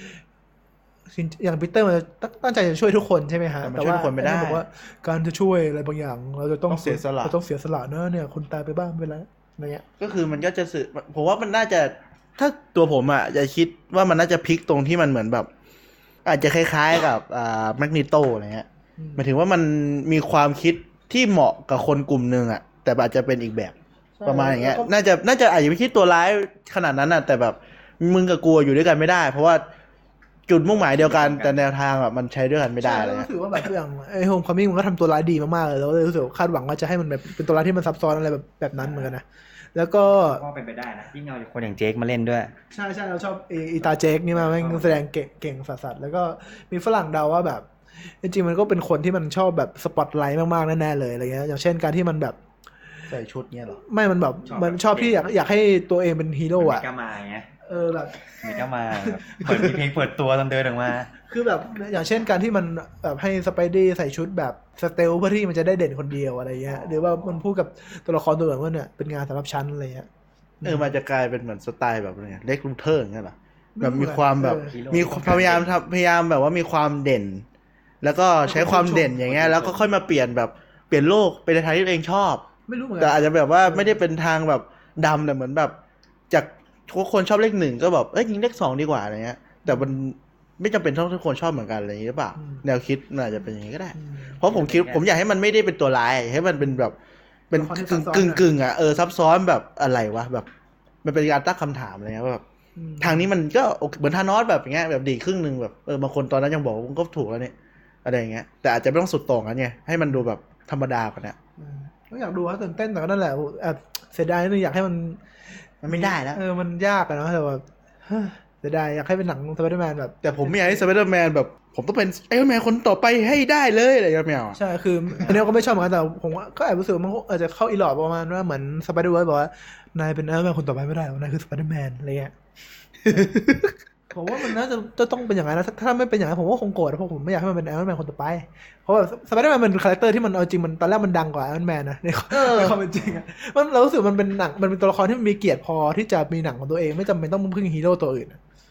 อย่างปีเตอร์มันตั้งใจจะช่วยทุกคนใช่ไหมฮะแต่มันช่วยทุกคนไม่ได้อับอกว่าการจะช่วยอะไรบางอย่าง เราจะต้องต้องเสียสละเราต้องเสียสละเนอะเนี่ยคนตายไปบ้างไม่เป็นไรอะไรเงี้ยก็คือมันก็จะสื่อผมว่ามันน่าจะถ้าตัวผมอ่ะจะคิดว่ามันน่าจะพลิกตรงที่มันเหมือนแบบ อาจจะคล้ายๆกับอ่าแมกนีโตอะไรเงี้ยหมายถึงว่ามันมีความคิดที่เหมาะกับคนกลุ่มหนึ่งอ่ะแต่อาจจะเป็นอีกแบบประมาณอย่างเงี้ยน่าจะน่าจะอาจจะไม่คิดตัวร้ายขนาดนั้นอ่ะแต่แบบมึงกับกูอยู่ด้วยกันไม่ได้ เพราะว่าจุดมุ่งหมายเดียวกันแต่แนวทางอ่ะมันใช้ด้วยกันไม่ได้ใช่อะไรแล้วเงี้ยรู้สึกว่าแบบอย่างไอ้โฮมคัมมิ่งมันก็ทำตัวร้ายดีมากๆเลยแล้วเลยรู้สึกว่าคาดหวังว่าจะให้มันแบบเป็นตัวร้ายที่มันซับซ้อนอะไรแบบแบบนั้นเหมือนกันนะแล้วก็ก็เป็นไปได้นะยิ่งเอาคนอย่างเจคมาเล่นด้วยใช่ใช่เราชอบไอ้อีตาเจคนี่มาแม่งแสดงเก่งเก่งสัสๆแล้วก็มีฝรั่งเดาว่าแบบจริงๆมันก็เป็นคนที่มันชอบแบบสปอตไลท์มากๆแน่ๆเลยอะไรเงี้ยอย่างเช่นการที่มันแบบใส่ชุดเงี้ยหรอไม่มันแบบชอบมันชอบที่อยากอยากให้ตัวเองเป็นฮีโร่เมอะกามาไงเออแบบมีก็มาแบบเปิดมีเพลงเปิดตัวตอนเดินออกมาคือแบบอย่างเช่นการที่มันแบบให้สไปดี้ใส่ชุดแบบสเตลเพื่อที่มันจะได้เด่นคนเดียวอะไรเงี้ยหรือว่ามันพูดกับตัวละครตัวอื่นว่าเนี่ยเป็นงานสำหรับฉันอะไรเงี้ยเออมันจะกลายเป็นเหมือนสไตล์แบบอะไรเงี้ยเล็กลูเทอร์อย่างเงี้ยเหรอแบบมีความแบบเออมีพยายามทำพยายามแบบว่ามีความเด่น แล้วก็ใช้ความเด่นอย่างเงี้ยแล้วก็ค่อยมาเปลี่ยนแบบเปลี่ยนโลกไปในทางที่ตัวเองชอบไม่รู้เหมือนแต่กัอาจจะแบบว่าไม่ได้เป็นทางแบบดำแต่เหมือนแบบจากทุกคนชอบเลขหนึ่งก็แบบเอ้ยยิงเลขสองดีกว่าอะไรเงี้ยแต่มันไม่จำเป็นต้องทุกคนชอบเหมือนกันอะไรอย่างนี้หรือเปล่าแนวคิดมันอาจจะเป็นอย่างนี้ก็ได้อืมเพราะผมคิดผมอยากให้มันไม่ได้เป็นตัวร้ายให้มันเป็นแบบเป็นตัวละครที่กึ่งซับซ้อนกึ่งกึ่งอ่ะเออซับซ้อนแบบอะไรวะแบบ มันเป็นการตั้งคำถามอะไรเงี้ยว่าแบบอืมทางนี้มันก็โอเคเหมือนทานอสแบบอย่างเงี้ยแบบดีครึ่งหนึ่งแบบเออบางคนตอนนั้นยังบอกว่ามันก็ถูกแล้วเนี่ยอะไรอย่างเงี้ยแต่อาจจะไม่ต้องสุดโต่งกันไงให้มันดูแบบธรรมดากว่านี้อืมก็อยากดูว่าตื่นเต้นแต่ก็นั่นแหละแอบเสียดายนิดนึงอยากให้มันมันไม่ได้แล้วเออมันยากอะเนาะแต่แบบเฮ้ยเสียดายอยากให้เป็นหนังสไปเดอร์แมนแบบแต่ผมไม่อยากให้สไปเดอร์แมนแบบผมต้องเป็นไอรอนแมนคนต่อไปให้ได้เลยอะไรอย่างเงี้ยไม่เอาอะใช่คืออันนี้ก็ไม่ชอบเหมือนกันแต่ผมว่าก็แอบรู้สึกว่ามันก็อาจจะเข้าอีหลอดประมาณว่าเหมือนสไปเดอร์เวิร์ดบอกว่านายเป็นไอรอนแมนคนต่อไปไม่ได้หรอกนายคือสไปเดอร์แมนอะไรเงี้ย ผมว่ามันน่าจะจะต้องเป็นอย่างนั้นนะถ้าถ้าไม่เป็นอย่างนั้นผมก็คงโกรธนะเพราะผมไม่อยากให้มันเป็นไอรอนแมนคนต่อไปเพราะว่าสไปเดอร์แมนเป็นคาแรคเตอร์ที่มันเอาจริงมันตอนแรกมันดังกว่าไอรอนแมนนะในในความเป็นจริงอะมันเรารู้สึกมันเป็นหนังมันเป็นตัวละครที่มันมีเกียรติพอที่จะมีหนังของตัวเองไม่จำเป็นต้องพึ่งฮีโร่ตัวอื่นอะ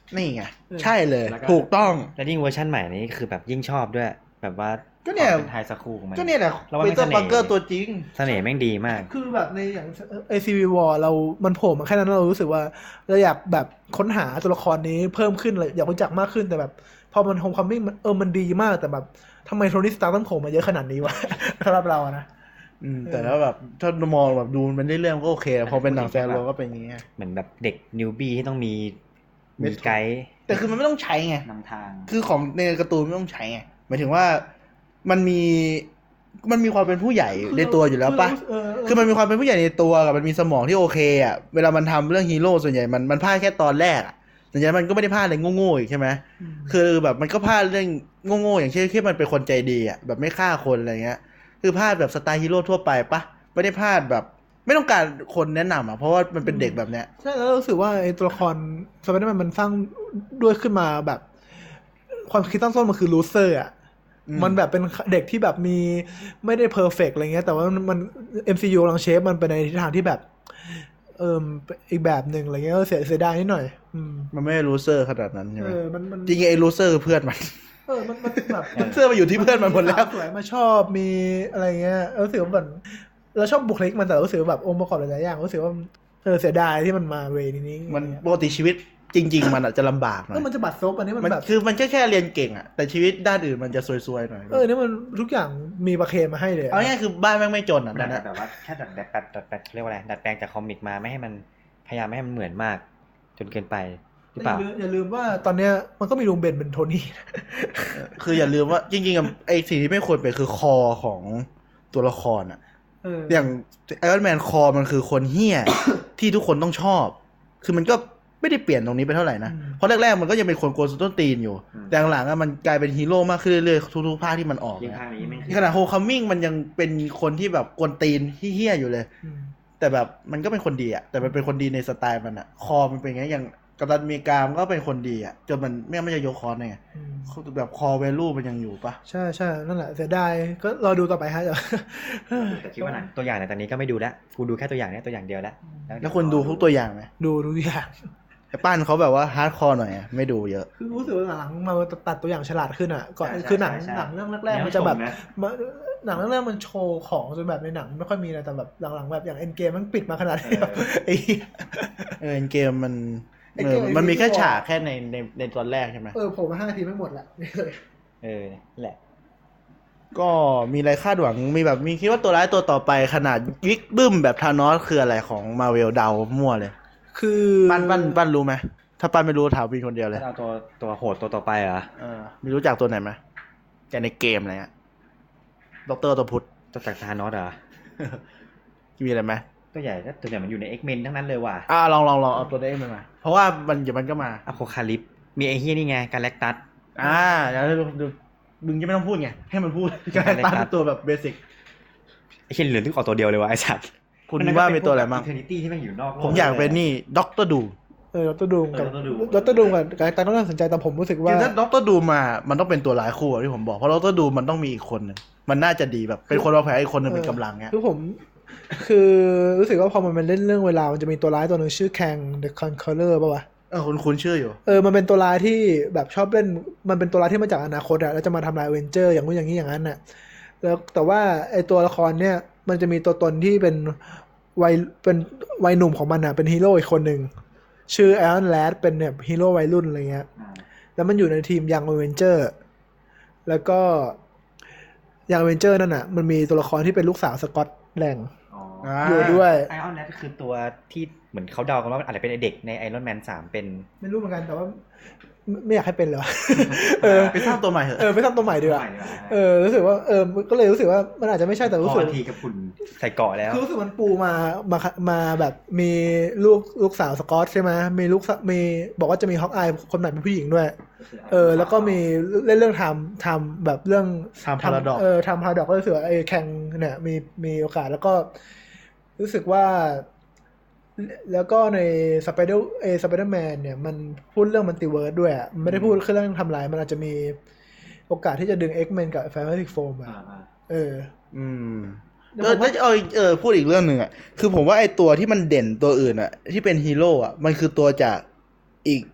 นี่ไงเออใช่เลยแล้วก็ถูกต้องแล้วยิ่งเวอร์ชันใหม่นี้คือแบบยิ่งชอบด้วย แบบว่าก็เนี่ยเป็นไฮสคูลของมันก็เนี่ยแหละเราว่าปีมันเตอร์เสน่ห์ปังเกอร์ตัวจริงเสน่ห์แม่งดีมากคือแบบในอย่างไอซีวีวอเรามันโผล่มาแค่นั้นเรารู้สึกว่าเราอยากแบบค้นหาตัวละครนี้เพิ่มขึ้นเลยอยากรู้จักมากขึ้นแต่แบบพอมันโฮมคัมมิ่งมันเออมันดีมากแต่แบบทำไมโทนี่สตาร์ต้องโผล่มาเยอะขนาดนี้วะ สำหรับเราอะนะอืมแต่แล้วแบบถ้ามองแบบดูมันเรื่อยๆมันก็โอเคแต่พอเป็นหนังแฟนโลก็เป็นอย่างเงี้ยเหมือนแบบเด็กนิวบี้ที่ต้องมีเม็มีดไกด์แต่คือมันไม่ต้องใช้ไงนำทางคือของในการ์ตูนไม่ต้องใช้ไงหมายถึงว่ามันมีมันมีความเป็นผู้ใหญ่ในตัวอยู่แล้วปะเออเออคือมันมีความเป็นผู้ใหญ่ในตัวกับมันมีสมองที่โอเคอ่ะเวลามันทำเรื่องฮีโร่ส่วนใหญ่มันมันพลาดแค่ตอนแรกอ่ะส่วนใหญ่มันก็ไม่ได้พลาดอะไรโง่ๆอีกใช่ไหมคือแบบมันก็พลาดเรื่องโง่ๆอย่างเช่นแค่มันเป็นคนใจดีอ่ะแบบไม่ฆ่าคนอะไรเงี้ยคือพลาดแบบสไตล์ฮีโร่ทั่วไปปะไม่ได้พลาดแบบ ไม่ต้องการคนแนะนำอ่ะเพราะว่ามันเป็นเด็กแบบเนี้ยใช่แล้วรู้สึกว่าไอ้ตัวละครสไปเดอร์แมนมันสร้างด้วยขึ้นมาแบบ ความคิดตั้งต้นมันคือลูเซอร์อ่ะอืมมันแบบเป็นเด็กที่แบบมีไม่ได้เพอร์เฟกต์อะไรเงี้ยแต่ว่ามัน เอ็ม ซี ยู กำลังเชฟมันไปในทิศทางที่แบบเอิมอีกแบบหนึ่งอะไรเงี้ยก็เสียเสียดายนิดหน่อย อืมมันไม่ได้รู้เซอร์ขนาดนั้นใช่ไหมเออมันมันจริงๆไอ้รู้เซอร์คือเพื่อนมันเออมันมันแบบเสื้อมาอยู่ที่เพื่อนมันหมดแล้วสวยมาชอบมีอะไรเงี้ยรู้สึกว่าแบบเราชอบบุคลิกมันแต่รู้สึกว่าแบบองค์ประกอบหลายๆอย่างรู้สึกว่าเออเสียดายที่มันมาเวนี้มันปกติชีวิตจริง ๆ มันอาจจะลำบากหน่อก็ยมันจะบัดซบอันนี้มันมันแบบคือมันแค่แค่เรียนเก่งอ่ะแต่ชีวิตด้านอื่นมันจะซวยๆหน่อยเออเนี่ยมันทุกอย่างมีประเคนมาให้เลยเอาง่ายๆคือบ้านแม่งไม่จนอ่ะดันั่ดนนะแบบว่าแค่ดัดแปลงดัดแปลงเรียกว่าอะไรดัดแปลงจากคอมิกมาไม่ให้มันพยายามไม่ให้มันเหมือนมาก จนเกินไปหรือเปล่าอย่าลืมอย่าลืมว่าตอนเนี้ยมันก็มีลุงเบนเป็นโทนี่คืออย่าลืมว่าจริงๆอะไอ้สิ่งที่ไม่ควรเป็นคือคอของตัวละครอ่ะเอออย่างไอรอนแมนคอมันคือคนเฮี้ย ที่ทุกคนต้องชอบ คือมันก็ไม่ได้เปลี่ยนตรงนี้ไปเท่าไหร่นะ เพราะแรกๆมันก็ยังเป็นคนโกนสุดต้นตีนอยู่ แต่หลังๆอะมันกลายเป็นฮีโร่มากขึ้นเรื่อยๆทุกๆภาคที่มันออกยิ่งนะภาคนี้ไม่ขนาดโฮคัมมิ่งมันยังเป็นคนที่แบบกวนตีนที่เฮี้ยอยู่เลยอืมแต่แบบมันก็เป็นคนดีอะแต่มันเป็นคนดีในสไตล์มันอะคอมันเป็นอย่างเงี้ยอย่างกัปตันอเมริกามันก็เป็นคนดีอะจนมันไม่ไม่จะยกคอนไงอืมแบบคอเวลูมันยังอยู่ปะใช่ใช่นั่นแหละเสียดายก็รอดูต่อไปฮะ เดี๋ยวแต่คิดว่าหนังตัวอย่างในตอนนี้ก็ไม่ดูแล้วกูดูแค่ตัวอย่างเนี้ยตัวอย่างเดียวแล้วแล้วคุณดูทุกตัวอย่างไหมดูทุกอย่างไอ้ป้านเขาแบบว่าฮาร์ดคอร์หน่อยอะไม่ดูเยอะคือรู้สึกว่าหลังๆมาตัดตัวอย่างฉลาดขึ้นอ่ะก่อนใช่ใช่คือหนังใช่หนังเรื่องแรกๆมันจะแบบเยมาหนังเรื่องแรกมันโชว์ของจนแบบในหนังไม่ค่อยมีอะไรแต่แบบหลังๆแบบอย่างเอ็นเกมมันปิดมาขนาดนี้แบบไอ้เหี้ยเออเกมมันไอ้เอเกอมมันมีแค่ไอ้ที่ฉากแค่ในในในตอนแรกใช่ไหมเออผมมาห้านาทีไม่หมดละนี่เลยเออแหละก็มีอะไรคาดหวังมีแบบมีคิดว่าตัวร้ายตัวต่อไปขนาดวิกบึ้มแบบธานอสคืออะไรของมาเวลเดามั่วเลยคือปั้นปั้นปั้นรู้ไหมถ้าปั้นไม่รู้ถามวินคนเดียวเลยเอาตัวตัวโหดตัวต่อไปเหรอเออไม่รู้จักตัวไหนไหมจากในเกมอะไรเงี้ยด็อกเตอร์ตัวพุทธตัวจากทานอสเหรอมีอะไรไหมตัวใหญ่ก็ตัวใหญ่มันอยู่ใน X-Men ทั้งนั้นเลยว่ะอ่าลองลองลองเอาตัวได้มาเพราะว่ามันเดี๋ยวมันก็มาอโพคาลิปมีไอ้เฮียนี่ไงกาแล็กตัสอ่าเดี๋ยวดูดูมึงจะไม่ต้องพูดไงให้มันพูดการปั้นตัวแบบเบสิกไอ้เฮียเหลือที่ออกตัวเดียวเลยวะไอ้สัตว์คุณว่ามีตัวอะไรบ้างอินเทอร์นิตี้ที่มันอยู่นอกโลผมอยากเป็นนี่ด็อกเตอร์ดูเออดรดูมกับเออ Doctor Doom ดรดูมกับการแต่ก็น่าสนใจแต่ผมรู้สึกจว่าริงๆถ้าด็อกเตอร์ดูมา มันต้องเป็นตัวร้ายคู่อะที่ผมบอก เพราะด็อกเตอร์ดูมันต้องมีอีกคนหนึ่งมันน่าจะดีแบบ เป็นคนวางแผนอีกคนหนึ่งเป็นกำลังเงี้ยคือผม คือรู้สึกว่าพอมันเป็นเล่นเรื่องเวลามันจะมีตัวร้ายตัวหนึ่งชื่อแคง The Conqueror ป่ะวะเออคุณคุ้นชื่ออยู่เออมันเป็นตัวร้ายที่แบบชอบเล่นมันเป็นตัวร้ายที่มาจากอนาคตอะแล้วจะมาทำลายเวนเจอร์อย่างนู้นอย่างนี้อย่างนั้นน่ะแล้วแต่ว่าไอตัวละครเนี่ยมันจะมีตัวตนที่เป็นวัยเป็นวัยหนุ่มของมันอะเป็นฮีโร่อีกคนหนึ่งชื่อแอรอนแลดเป็นแบบฮีโร่วัยรุ่นอะไรเงี้ยอ่าแล้วมันอยู่ในทีมยังเวนเจอร์แล้วก็ยังเวนเจอร์นั่นน่ะมันมีตัวละครที่เป็นลูกสาวสกอตแลงอ๋ออยู่ด้วยไอออนแลนคือตัวที่เหมือนเขาเดากันว่ามันอาจจะเป็นไอเด็กในไอรอนแมนสามเป็นไม่รู้เหมือนกันแต่ว่าไม่ไม่อยากให้เป็นเลย เออไปสร้างตัวใหม่เหอะเออไปทำตัวใหม่ดีกว่าใหม่ดีกว่าเออรู้สึกว่าเออก็เลยรู้สึกว่ามันอาจจะไม่ใช่แต่พรู้อสึกวันทีกับคุณใส่เกราะแล้วคือรู้สึกมันปูมามามาแบบมีลูกลูกสาวสกอตใช่ไหมมีลูกสาวมีบอกว่าจะมีฮอกอายคนใหม่เป็นผู้หญิงด้วย เออแล้วก็มีเล่นเรื่องทำทำแบบเรื่องทำ Paradox เออทำพาราดอกก็รู้สึกว่าไอ้แข่งเนี่ยมีมีโอกาสแล้วก็รู้สึกว่า แล้วก็ในสไปเดอร์เอสไปเดอร์แมนเนี่ยมันพูดเรื่องมัลติเวิร์สด้วยอะมันไม่ได้พูดแค่เรื่องทำลายมันอาจจะมีโอกาสที่จะดึง X-Men กับ Fantastic Four มาอ่าอ่าเอออืมเดี๋ยวเออผมว่าถ้าจะเอาเออพูดอีกเรื่องหนึ่งอ่ะ คือผมว่าไอตัวที่มันเด่นตัวอื่นอ่ะ ที่เป็นฮีโร่อ่ะ มันคือตัวจากอีก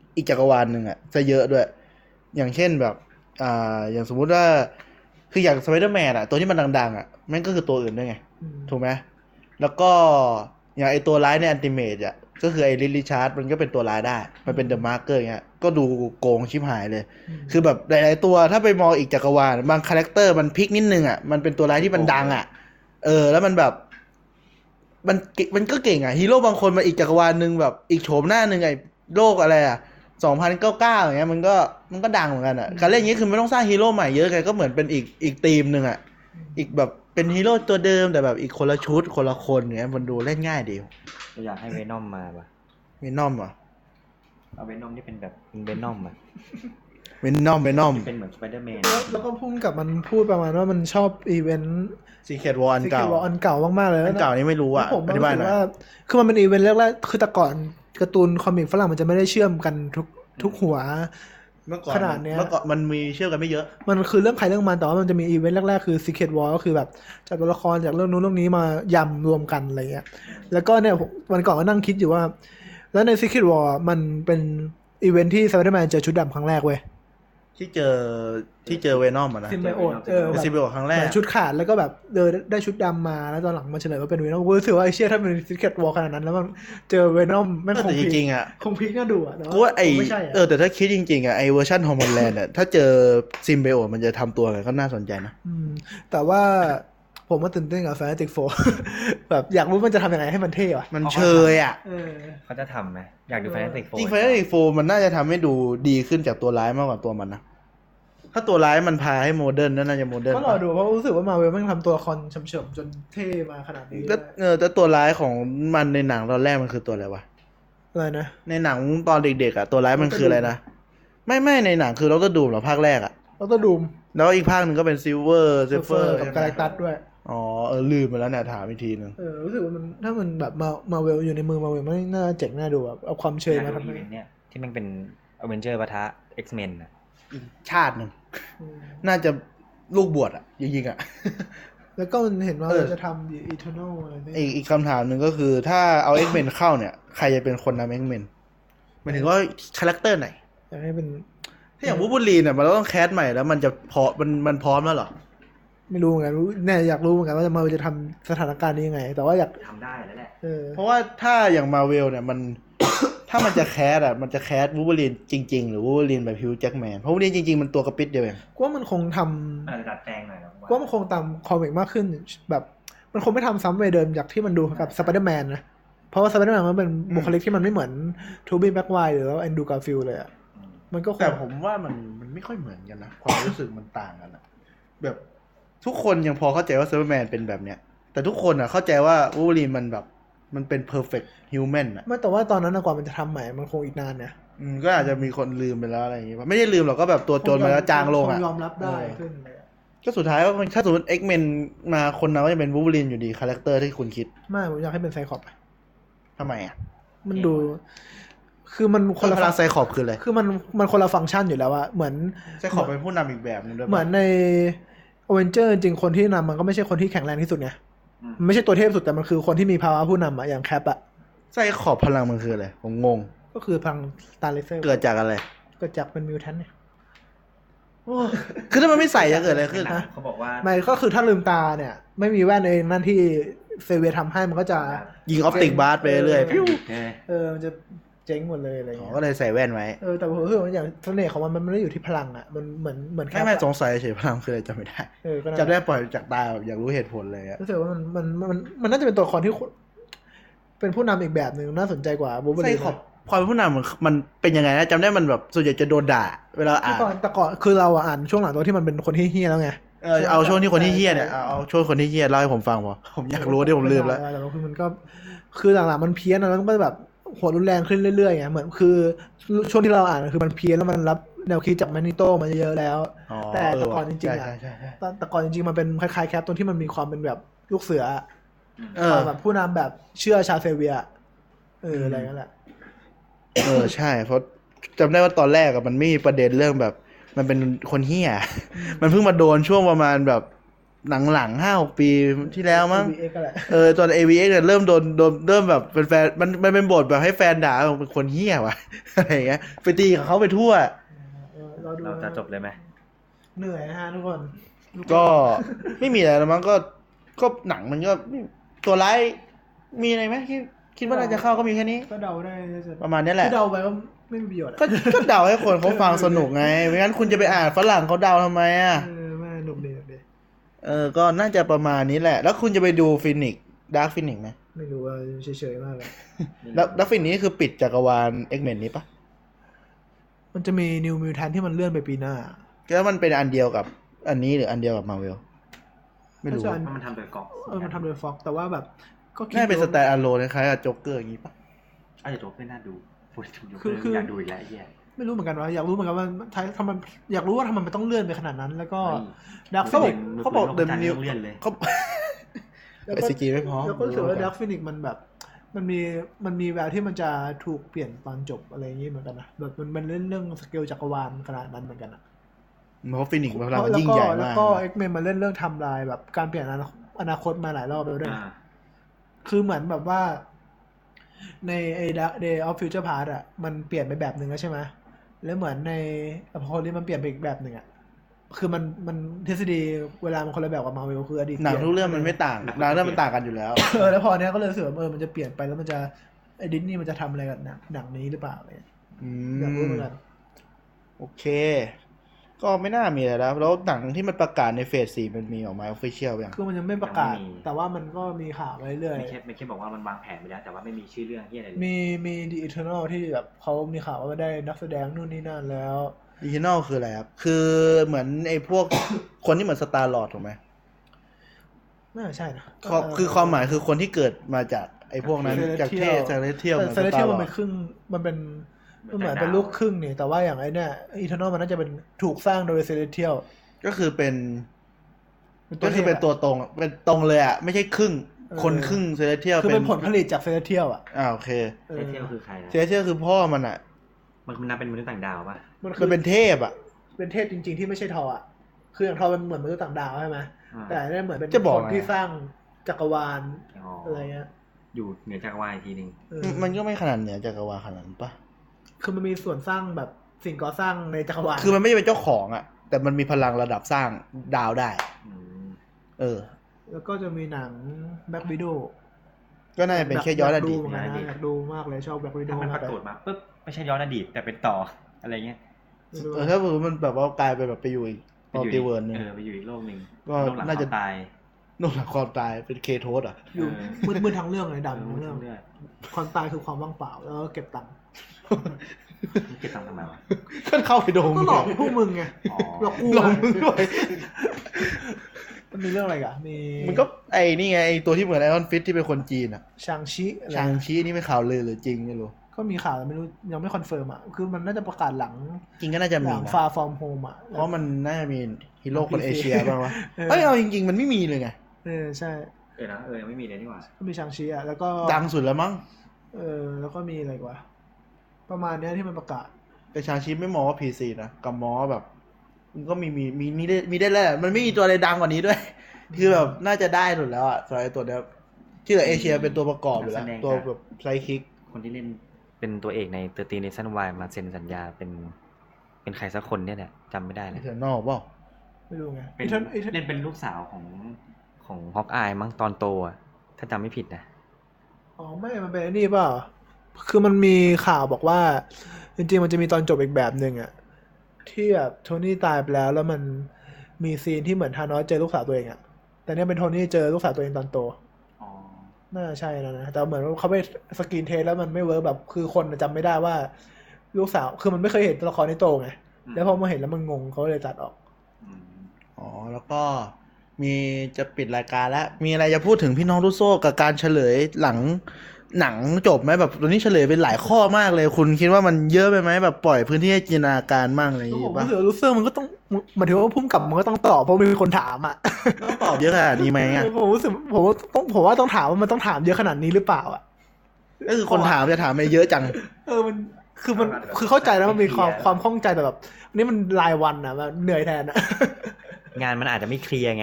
อีกจักรวาลหนึ่งอ่ะจะเยอะด้วย อย่างเช่นแบบอ่าอย่างสมมุติว่าคืออย่างสไปเดอร์แมนอ่ะตัวที่มันดังๆอ่ะแม่งก็คือตัวอื่นด้วยไงอืมถูกไหมแล้วก็อย่างไอตัวร้ายในอันติเมทอ่ะก็คือไอริลลิชาร์ดมันก็เป็นตัวร้ายได้มันเป็นเดอะมาร์เกอร์เงี้ยก็ดูโกงชิบหายเลย คือแบบหลายๆตัวถ้าไปมองอีกจักรวาลบางคาแรคเตอร์มันพลิกนิดนึงอ่ะมันเป็นตัวร้ายที่มันดังอ่ะเออแล้วมันแบบมันเก่งมันก็เก่งอ่ะฮีโร่บางคนมาอีกจักรวาลหนึ่งแบบอีกโฉมหน้าหนึ่งไอ้โลกอะไรอ่ะสองพันเก้าเก้าอย่างเงี้ยมันก็มันก็ดังเหมือนกันอ่ะการเล่นอย่างงี้คือไม่ต้องสร้างฮีโร่ใหม่เยอะไงก็เหมือนเป็นอีกอีกธีมหนึ่งอ่ะอีกแบบเป็นฮีโร่ตัวเดิมแต่แบบอีกคนละชุดคนละคนเงี้ยมันดูเล่นง่ายดีก็อยากให้เวนอมมาว่ะเวนอมอ่ะเอาเวนอมที่เป็นแบบเป็นเวนอมอ่ะเวนอมเวนอมที่เป็นเหมือนสไปเดอร์แมนแล้วแล้วก็พุ่งกับมันพูดประมาณว่ามันชอบอีเวนต์ซีเคทวอลอันที่เก่าเกี่ยวกับอันเก่ามากๆเลยอันเก่านี่ไม่รู้อ่ะแล้วผมอธิบายหน่อยว่าคือมันเป็นอีเวนต์แรกๆคือแต่ก่อนการ์ตูนคอมิกฝรั่งมันจะไม่ได้เชื่อมกันทุกทุกหัวเมื่อก่อนขนาดเนี้ยเมื่อก่อนมันมีเชื่อกันไม่เยอะมันคือเรื่องใครเรื่องมันแต่ว่ามันจะมีอีเวนต์แรกๆคือ Secret War ก็คือแบบจากตัวละครจากเรื่องนู้นเรื่องนี้มายำรวมกันอะไรเงี้ยแล้วก็เนี่ยผมวันก่อนก็นั่งคิดอยู่ว่า แล้วใน Secret War มันเป็นอีเวนต์ที่ Spider-Man เจอชุดดำครั้งแรกเว้ยที่เจอที่เจอเวนอมอ่ะนะซิมไบโอตเออเป็นแบบซิมเบลครั้งแรกชุดขาดแล้วก็แบบเดินได้ชุดดำมาแล้วตอนหลังมาเฉลยว่าเป็นเวนอมกูรู้สึกว่าไอ้เชี่ยถ้าเป็น Secret War ขนาดนั้นแล้วมันเจอเวนอมแม่งคงแต่จพีริงๆอ่ะคงพีคน่าดูอ่ะแต่กูว่าไอคงไม่ใช่อะเออแต่ถ้าคิดจริงๆอ่ะไอเวอร์ชันฮอร์โมนแลนด์อ่ะถ้าเจอซิมเบลมันจะทำตัวไงก็น่าสนใจนะอืมแต่ว่าผมว่าตื่นเต้นกับ Fantastic Four แบบอยากรู้มันจะทำยังไงให้มันเท่ว่ะมันเชยอ่ะเออเขาจะทำไหมอยากดูแฟนตาซีโฟจริงไฟนอลโฟมันน่าจะทำให้ดูดีขึ้นจากตัวร้ายมากกว่าตัวมันนะถ้าตัวร้ายมันพาให้โมเดิร์นน่าจะโมเดิร์นก็รอดูเพราะรู้สึกว่ามาเวลแม่งทำตัวละครเฉมๆจนเท่มาขนาดนี้แล้วเออแต่ตัวร้ายของมันในหนังตอนแรกมันคือตัวอะไรวะอะไรนะในหนังตอนเด็กๆอ่ะตัวร้ายมันคืออะไรนะไม่ไม่ในหนังคือเราก็ดูเหรอภาคแรกอ่ะแล้วก็ดูมแล้วอีกภาคหนึ่งก็เป็นซิลเวอร์เซฟเฟอร์กับกาแล็กตัสด้วยอ๋อเออลืมไปแล้วเนี่ยถามอีกทีหนึ่งเออรู้สึกว่ามันถ้ามันแบบมามาเวลอยู่ในมือมาเวลมันน่าเจ๋งน่าดูแบบเอาความเชยมาทำอีเวนต์เนี่ยที่มันเป็นอเวนเจอร์ปะทะ X-Men อ่ะอีกชาติหนึ่งอืมน่าจะลูกบวชอ่ะจริงๆอ่ะแล้วก็มันเห็นว่าเออจะทำ The Eternal อะไรเนี่ยอีกอีกคำถามหนึ่งก็คือถ้าเอา X-Men เข้าเนี่ยใครจะเป็นคนนำ X-Men หมายถึงว่าคาแรคเตอร์ไหนอยากให้เป็นถ้าอย่างวูบูลีนเนี่ยมันต้องแคสใหม่แล้วมันจะพอมันมันพร้อมแล้วเหรอไม่รู้เหมือนกันรู้เนี่ยอยากรู้เหมือนกันว่าจะมาจะทำสถานการณ์นี้ยังไง แต่ว่าอยากทำได้แล้วแหละเออเพราะว่าถ้าอย่างมาเวลเนี่ยมัน ถ้ามันจะแคสอ่ะมันจะแคสวูบูลีนจริง ๆ หรือวูบูลีนแบบฮิวจ์แจ็คแมนเพราะวูบูลีนจริงๆมันตัวกระปิดเดียวเองกูว่ามันคงทำอาจจะดัดแปลงหน่อยนะกูว่ามันคงตามคอมิกมากขึ้นแบบมันคงไม่ทำซ้ำไปเดิมจากที่มันดูกับสไปเดอร์แมนนะเพราะว่าสไปเดอร์แมนมันเป็นบุคลิกที่มันไม่เหมือนทูบี้แบ็กไวหรือว่าแอนดูการ์ฟิลเลยอ่ะมันก็คงแต่ผมว่ามันมันไม่ค่อยเหมือนกันนะความรู้สึกมันต่างกันอะแบบทุกคนยังพอเข้าใจว่าซูเปอร์แมนเป็นแบบเนี้ยแต่ทุกคนอ่ะเข้าใจว่าวูบูลีนมันแบบมันเป็น perfect human อ่ะไม่แต่ว่าตอนนั้นนะกว่ามันจะทำใหม่มันคงอีกนานนะอืมก็อาจจะมีคนลืมไปแล้วอะไรอย่างงี้ป่ะไม่ได้ลืมหรอกก็แบบตัวโจรมาแล้วจางลงอ่ะคยอมรับได้เออขึ้นเลยอะก็สุดท้ายก็ถ้าสมมติ X-Men มาคนนั้นก็จะเป็นวูบูลีนอยู่ดีคาแรคเตอร์ที่คุณคิดไม่ผมอยากให้เป็นไซคอปทำไมอ่ะมันดู คือมันคคน นละละพลังไซคอบคืออะไรคือมันมันคนละฟังก์ชันอยู่แล้วอะเหมือนไซคอบเป็นผู้นำอีกแบบนึงด้วยป่ะเหมือนในอเวนเจอร์จริงๆคนที่นำมันก็ไม่ใช่คนที่แข็งแรงที่สุดไงมันไม่ใช่ตัวเทพสุดแต่มันคือคนที่มีภาวะผู้นำอะอย่างแคปอะไซคอบพลังมันคืออะไรผมงงก็คือพลังตาเลเซอร์เกิดจากอะไรเกิดจากเป็นมิวแทนเนี่ยคือถ้ามันไม่ใส่จะเกิดอะไรขึ้นนะเขาบอกว่าไม่ก็คือถ้าลืมตาเนี่ย ไม่มีแว่นในนั่นที่เซเวียทำให้มันก็จะยิงออปติกบาร์ไปเรื่อยเออพิ้วเออมันจะเจ๊งหมดเลยอะไรอ๋อเงี้ยก็เลยใส่แว่นไว้เออแต่ผมรู้สึกว่าอย่างเสน่ห์ของมันมันไม่ได้อยู่ที่พลังอะมันเหมือนเหมือนแคแค่ปไม่อะสงสัยเฉยพลังคืออะไรจำไม่ได้เออก็นั่นจำได้ปล่อยจากตาแบบอยากรู้เหตุผลเลยอะรู้สึกว่ามันมันมันมันน่าจะเป็นตัวละครที่เป็นผู้นำอีกแบบหนึ่งน่าสนใจกว่าบูเบอไซรีคอบความเป็นผู้นำมันมันเป็นยังไงนะจำได้มันแบบส่วนใหญ่จะโดนด่า เวลาอ่านก่อนแต่ก่อนคือเราอะอ่านช่วงหลังตัวที่มันเป็นคนที่เฮี้ยแล้วไงเออเอาช่วงที่คนที่เฮี้ยเนี่ยเอาเอาช่วงคนที่เฮี้ยเล่าให้ผมฟังพอผมอยากรู้ที่ผมลืมแล้วแต่ว่าคือมันก็คือหลังๆมันเพี้ยนแล้วมันก็แบบหัวรุนแรงขึ้นเรื่อยๆไงเหมือนคือช่วงที่เราอ่านคือมันเพี้ยนแล้วมันรับแนวคิดจากแมกนิโตมาเยอะแล้วอ๋อแต่เออแต่ก่อนว่ะจริงๆอะใช่ใช่ใช่แต่แต่ก่อนจริงๆมันเป็นคล้ายๆแคปตรงที่มันมีความเป็นแบบลูกเสือเออแบบผู้นำแบบเชื่อชาเซเวียเอออะไรนั่นแหละเออใช่เพราะจำได้ว่าตอนแรกอะมันไม่มีประเด็นเรื่องแบบ มันเป็นคนเฮี้ย มันเพิ่งมาโดนช่วงประมาณแบบหลังๆห้าหกปีที่แล้วมั้งเอ วี เอ็กซ์ ก็แหละเออตอน เอ วี เอ็กซ์ เนี่ยเริ่มโดนโดนเริ่มแบบเป็นแฟนมันมันเป็นบทแบบให้แฟนด่าเป็นคนเหี้ยว่ะ อะไรอย่างเงี้ยไปตีกับเขาไปทั่วเออเราดูเราจะจบเลยไหมเหนื่อยฮะทุกคนก็ไม่มีอะไรแล้วมั้งก็ก็หนังมันก็ตัวร้ายมีอะไรไหมคิดคิดว่าน่าจะเข้าก็มีแค่นี้ก็เดาได้จะประมาณนี้แหละที่เดาไปก็ไม่มีประโยชน์อะก็ก็เดาให้คนเขาฟังสนุกไงไม่งั้นคุณจะไปอ่านฝรั่งเขาเดาทำไมอ่ะเออไม่หนุกดีหนุกดีเออก็น่าจะประมาณนี้แหละ แล้วคุณจะไปดูฟินิกดาร์คฟินิกไหมไม่รู้ว่าเฉยๆมากเลยแล้วดาร์คฟินิกนี่คือปิดจักรวาลเอ็กเมนนี้ปะมันจะมีนิวมิวแทนที่มันเลื่อนไปปีหน้าแล้วมันเป็นอันเดียวกับอันนี้หรืออันเดียวกับมาเวลไม่รู้ก็จะเพราะมันทำโดยกล่องเออมันทำโดยฟ็อกแต่ว่าแบบก็คิดน่าเป็นดูสไตล์อะโลนคล้ายๆกับโจ๊กเกอร์อย่างงี้ปะอาจจะโจ๊กเกอร์น่าดูพูดถึงโจ๊กเกคืออร์คืออยากดูอีกแล้วไอ้เหี้ยไม่รู้เหมือนกันว่าอยากรู้เหมือนกันว่าท้ายทำไมอยากรู้ว่าทำไมมันต้องเลื่อนไปขนาดนั้น แล้วก็เฮ้ยดาร์คเขาฟิบอกนิกเขาบอกเดิเดิมมนินิววเลื่อนเลยเขา ไอซีจีไม่พอแล้วก็รู้สึกว่าดาร์คฟินิกมันแบบ มันมีมันมีแววที่มันจะถูกเปลี่ยนตอนจบอะไรอย่างงี้เหมือนกันนะแบบมันมันเล่นเรื่องสเกลจักรวาลขนาดนั้นเหมือนกันนะเพราะฟินิกส์พลังแล้วยิ่งก็ใหญ่แล้วมากก็เอ็กเมนมาเล่นเรื่องไทำลายแบบการเปลี่ยนอนาอนาคตมาหลายรอบแล้วด้วยอ่าคือเหมือนแบบว่า ในไอ้ Day of Future Past อ่ะมันเปลี่ยนไปแบบหนึ่งแล้วใช่ไหมแล้วเหมือนในอพอลลี่มันเปลี่ยนไปอีกแบบหนึ่งอ่ะคือมันมันทฤษฎีเวลามันคนละแบบกับมาเวลคืออดีตหนังทุกเรื่องมันไม่ต่างหนังเรื่องมันต่างกันอยู่แล้วเออแล้วพอเนี้ยก็เลยรู้สึกว่าเออมันจะเปลี่ยนไปแล้วมันจะไอ้ดิสนีย์มันจะทำอะไรกับหนังหนังนี้หรือเปล่าอะไรเงี้ยอือยากรู้เหมืมอนกันโอเค ก็ไม่น่ามีอะไรแล้วแล้วหนังที่มันประกาศในเฟสสี่มันมีออกมาออฟฟิเชียลยังคือมันยังไม่ประกาศ แต่ว่ามันก็มีข่าวมาเรื่อยไม่แค่ไม่แค่บอกว่ามันวางแผนไปแล้วแต่ว่าไม่มีชื่อเรื่องเหี้ยอะไรเลยๆมีมี The Eternal ที่แบบเขามีข่าวว่าได้นักแสดงนู่นนี่นั่นแล้วดิจิ ทัลคืออะไรครับ คือเหมือนไอ้พวก คนที่เหมือนสตาร์ลอร์ดถูกไหมน่าใช่นะก็คือความหมายคือคนที่เกิดมาจากไอ้พวกนั้นจากเทพเซเลเทียลเหมือนเซสเลตาเทียลร์ลมัอน ร์เป็ดนครึ่งมันเป็นมันเหมือนเป็นลูกครึ่งนี่แต่ว่าอย่างไอ้เนี่ยอีเทอร์นอลมันน่าจะเป็นถูกสร้างโดยเซเลเทียลก็คือเป็นเป็นตัก็วคือเป็นตัวตรงอะเป็นตรงเลยอ่ะ ไม่ใช่ครึ่งเออคนครึ่งเซเลเทียลคือเป็นผลผลิตจากเซเลเทียลอ่ะอ่าโอเคเอเซอเทียลคือใครนะเซเลเทียลคือพ่อมันอ่ะมันมันนับเป็นมนุษย์ต่างดาวป่ะมันคืมันอเป็นเทพอ่ะเป็นเทพจริง ๆที่ไม่ใช่ทออ่ะคืออย่างทอมันเหมือนมนุษย์ต่างดาวใช่ไหมอ่าแต่เนี่ยเหมือนเป็นจะบอกคนไงที่สร้างจักรวาลอ๋ออะไรเงี้ยอยู่เหนือจักรวาลอีกทีหนึ่งเออมันก็ไม่ขนาดเหนือจักรวาลขนาดนั้นปะคือมันมีส่วนสร้างแบบสิ่งก่อสร้างในจักรวาลคือมันไม่ได้เป็นเจ้าของอ่ะ แต่มันมีพลังระดับสร้างดาวได้อืมเออแล้วก็จะมีหนังแบ็ควิดโอก็น่าจะเป็นแค่ย้อนอดีตอยากดูเหมือนกันนะอยากดูมากเลยชอบแบ็ควิดโอถ้ามันมาปกรากเลฏยมาปุ๊บไม่ใช่ย้อนอดีตแต่เป็นต่ออะไรเงี้ยไม่รู้เออถ้าสมมติมันแบบว่ากลายเป็นแบบไปอยู่อีกไปมัลอยู่ติอีกเวิร์นึงเออไปอยู่อีกโลกหนึ่งก็โลกหลังน่าจะความตายโน่นหลังความตายเป็นเคโทสอ่ะอยู่เออมืดมืดทั้งเรื่องเลยเออดำทั้งเรื่องเลือดความตายคือความว่างเปล่าแล้วก็เก็บตังค์มึงเก็บตังค์ทำไมวะก็เข้าไปโดงก็หลอกพวกมึงไงอ๋อหลอกกูหลอกมึงด้วยมันมีเรื่องอะไรกันมีมันก็ไอ้นี่ไงไอ้ตัวที่เหมือนไอออนฟิตที่เป็นคนจีนอ่ะชางชิอะไรชางชีนี่ไม่ข่าวลือหรือจริงไม่รู้ก็มีข่าวแต่ไม่รู้ยังไม่คอนเฟิร์มอ่ะคือมันน่าจะประกาศหลังจริงก็น่าจะหมีลังนะฟาฟอร์มโฮมอ่ะเพราะมันน่าจะมีฮีโร่คนพีเอซีเชียบ้างวะเออเอ้ยเอาจริงๆมันไม่มีเลยไงเออใช่เออนะเออยังไม่มีเลยนี่หว่าก็มีชางชิอ่ะแล้วก็ดังสุดแล้วมั้งเออแล้วก็มีอะไรกว่า ประมาณเนี้ยที่มันประกาศแต่ชางชีไม่มองว่าพีซีนะกับมอแบบมันก็มีมีมีมีได้มีได้แล้วแหละมันไม่มีตัวอะไรดังกว่านี้ด้วย คือแบบน่าจะได้สุดแล้วอ่ะสำหรับไอ้ตัวเนี้ยที่เหลือเอเชียเป็นตัวประกอบอยู่แล้วตัวแบบไซคิกคนที่เล่นเป็นตัวเอกในเตอร์ตีเนชั่นวายมาเซ็นสัญญาเป็นเป็นใครสักคนเนี่ยแหละจำไม่ได้เอเลยเทอร์นอลเปล่าไม่รู้ไงเป็นอีเทอร์อีเทอร์เล่นเป็นลูกสาวของของฮอกอายมั้งตอนโตอะถ้าจำไม่ผิดนะอ๋อไม่มันเป็นไอ้นี่เปล่าคือมันมีข่าวบอกว่า จริงๆมันจะมีตอนจบอีกแบบหนึ่งอะที่แบบโทนี่ตายไปแล้วแล้วมันมีซีนที่เหมือนธานอสเจอลูกสาวตัวเองอะแต่เนี่ยเป็นโทนี่เจอลูกสาวตัวเองตอนโตอ๋อน่าใช่นะนะแต่เหมือนว่าเขาไปสกรีนเทสแล้วมันไม่เวิร์กแบบคือคนจำไม่ได้ว่า ลูกสาวคือมันไม่เคยเห็นตัวละครนี้โตไงแล้วพอมาเห็นแล้วมันงงเขาเลยตัดออกอืมอ๋อแล้วก็มีจะปิดรายการแล้ว มีอะไรจะพูดถึงพี่น้องรุโซ่กับการเฉลยหลังหนังจบไหมแบบตอนนี้เฉลยเป็นหลายข้อมากเลย คุณคิดว่ามันเยอะไปไหมแบบปล่อยพื้นที่ให้จินตนาการมั่งอะไรอย่างผงี้มปะรู้สึกว่าลูเซอร์มันก็ต้องหมายถึงว่าพุ่มกับมันก็ต้องตอบเพราะมีคนถามอ่ะต้องตอบเยอะขนาดนี้ไหมอ่ะผมรู้สึกผมว่าต้องผมว่าต้องถามว่ามันต้องถามเยอะขนาดนี้หรือเปล่าอ่ะก็คือคนถามจะถามอะไรเยอะจังเออมันคือมันคือเข้าใจแล้วมันมีความความข้องใจแต่แบบอันนี่มันรายวันอ่ะมันเหนื่อยแทนอ่ะงานมันอาจจะไม่เคลียร์ไง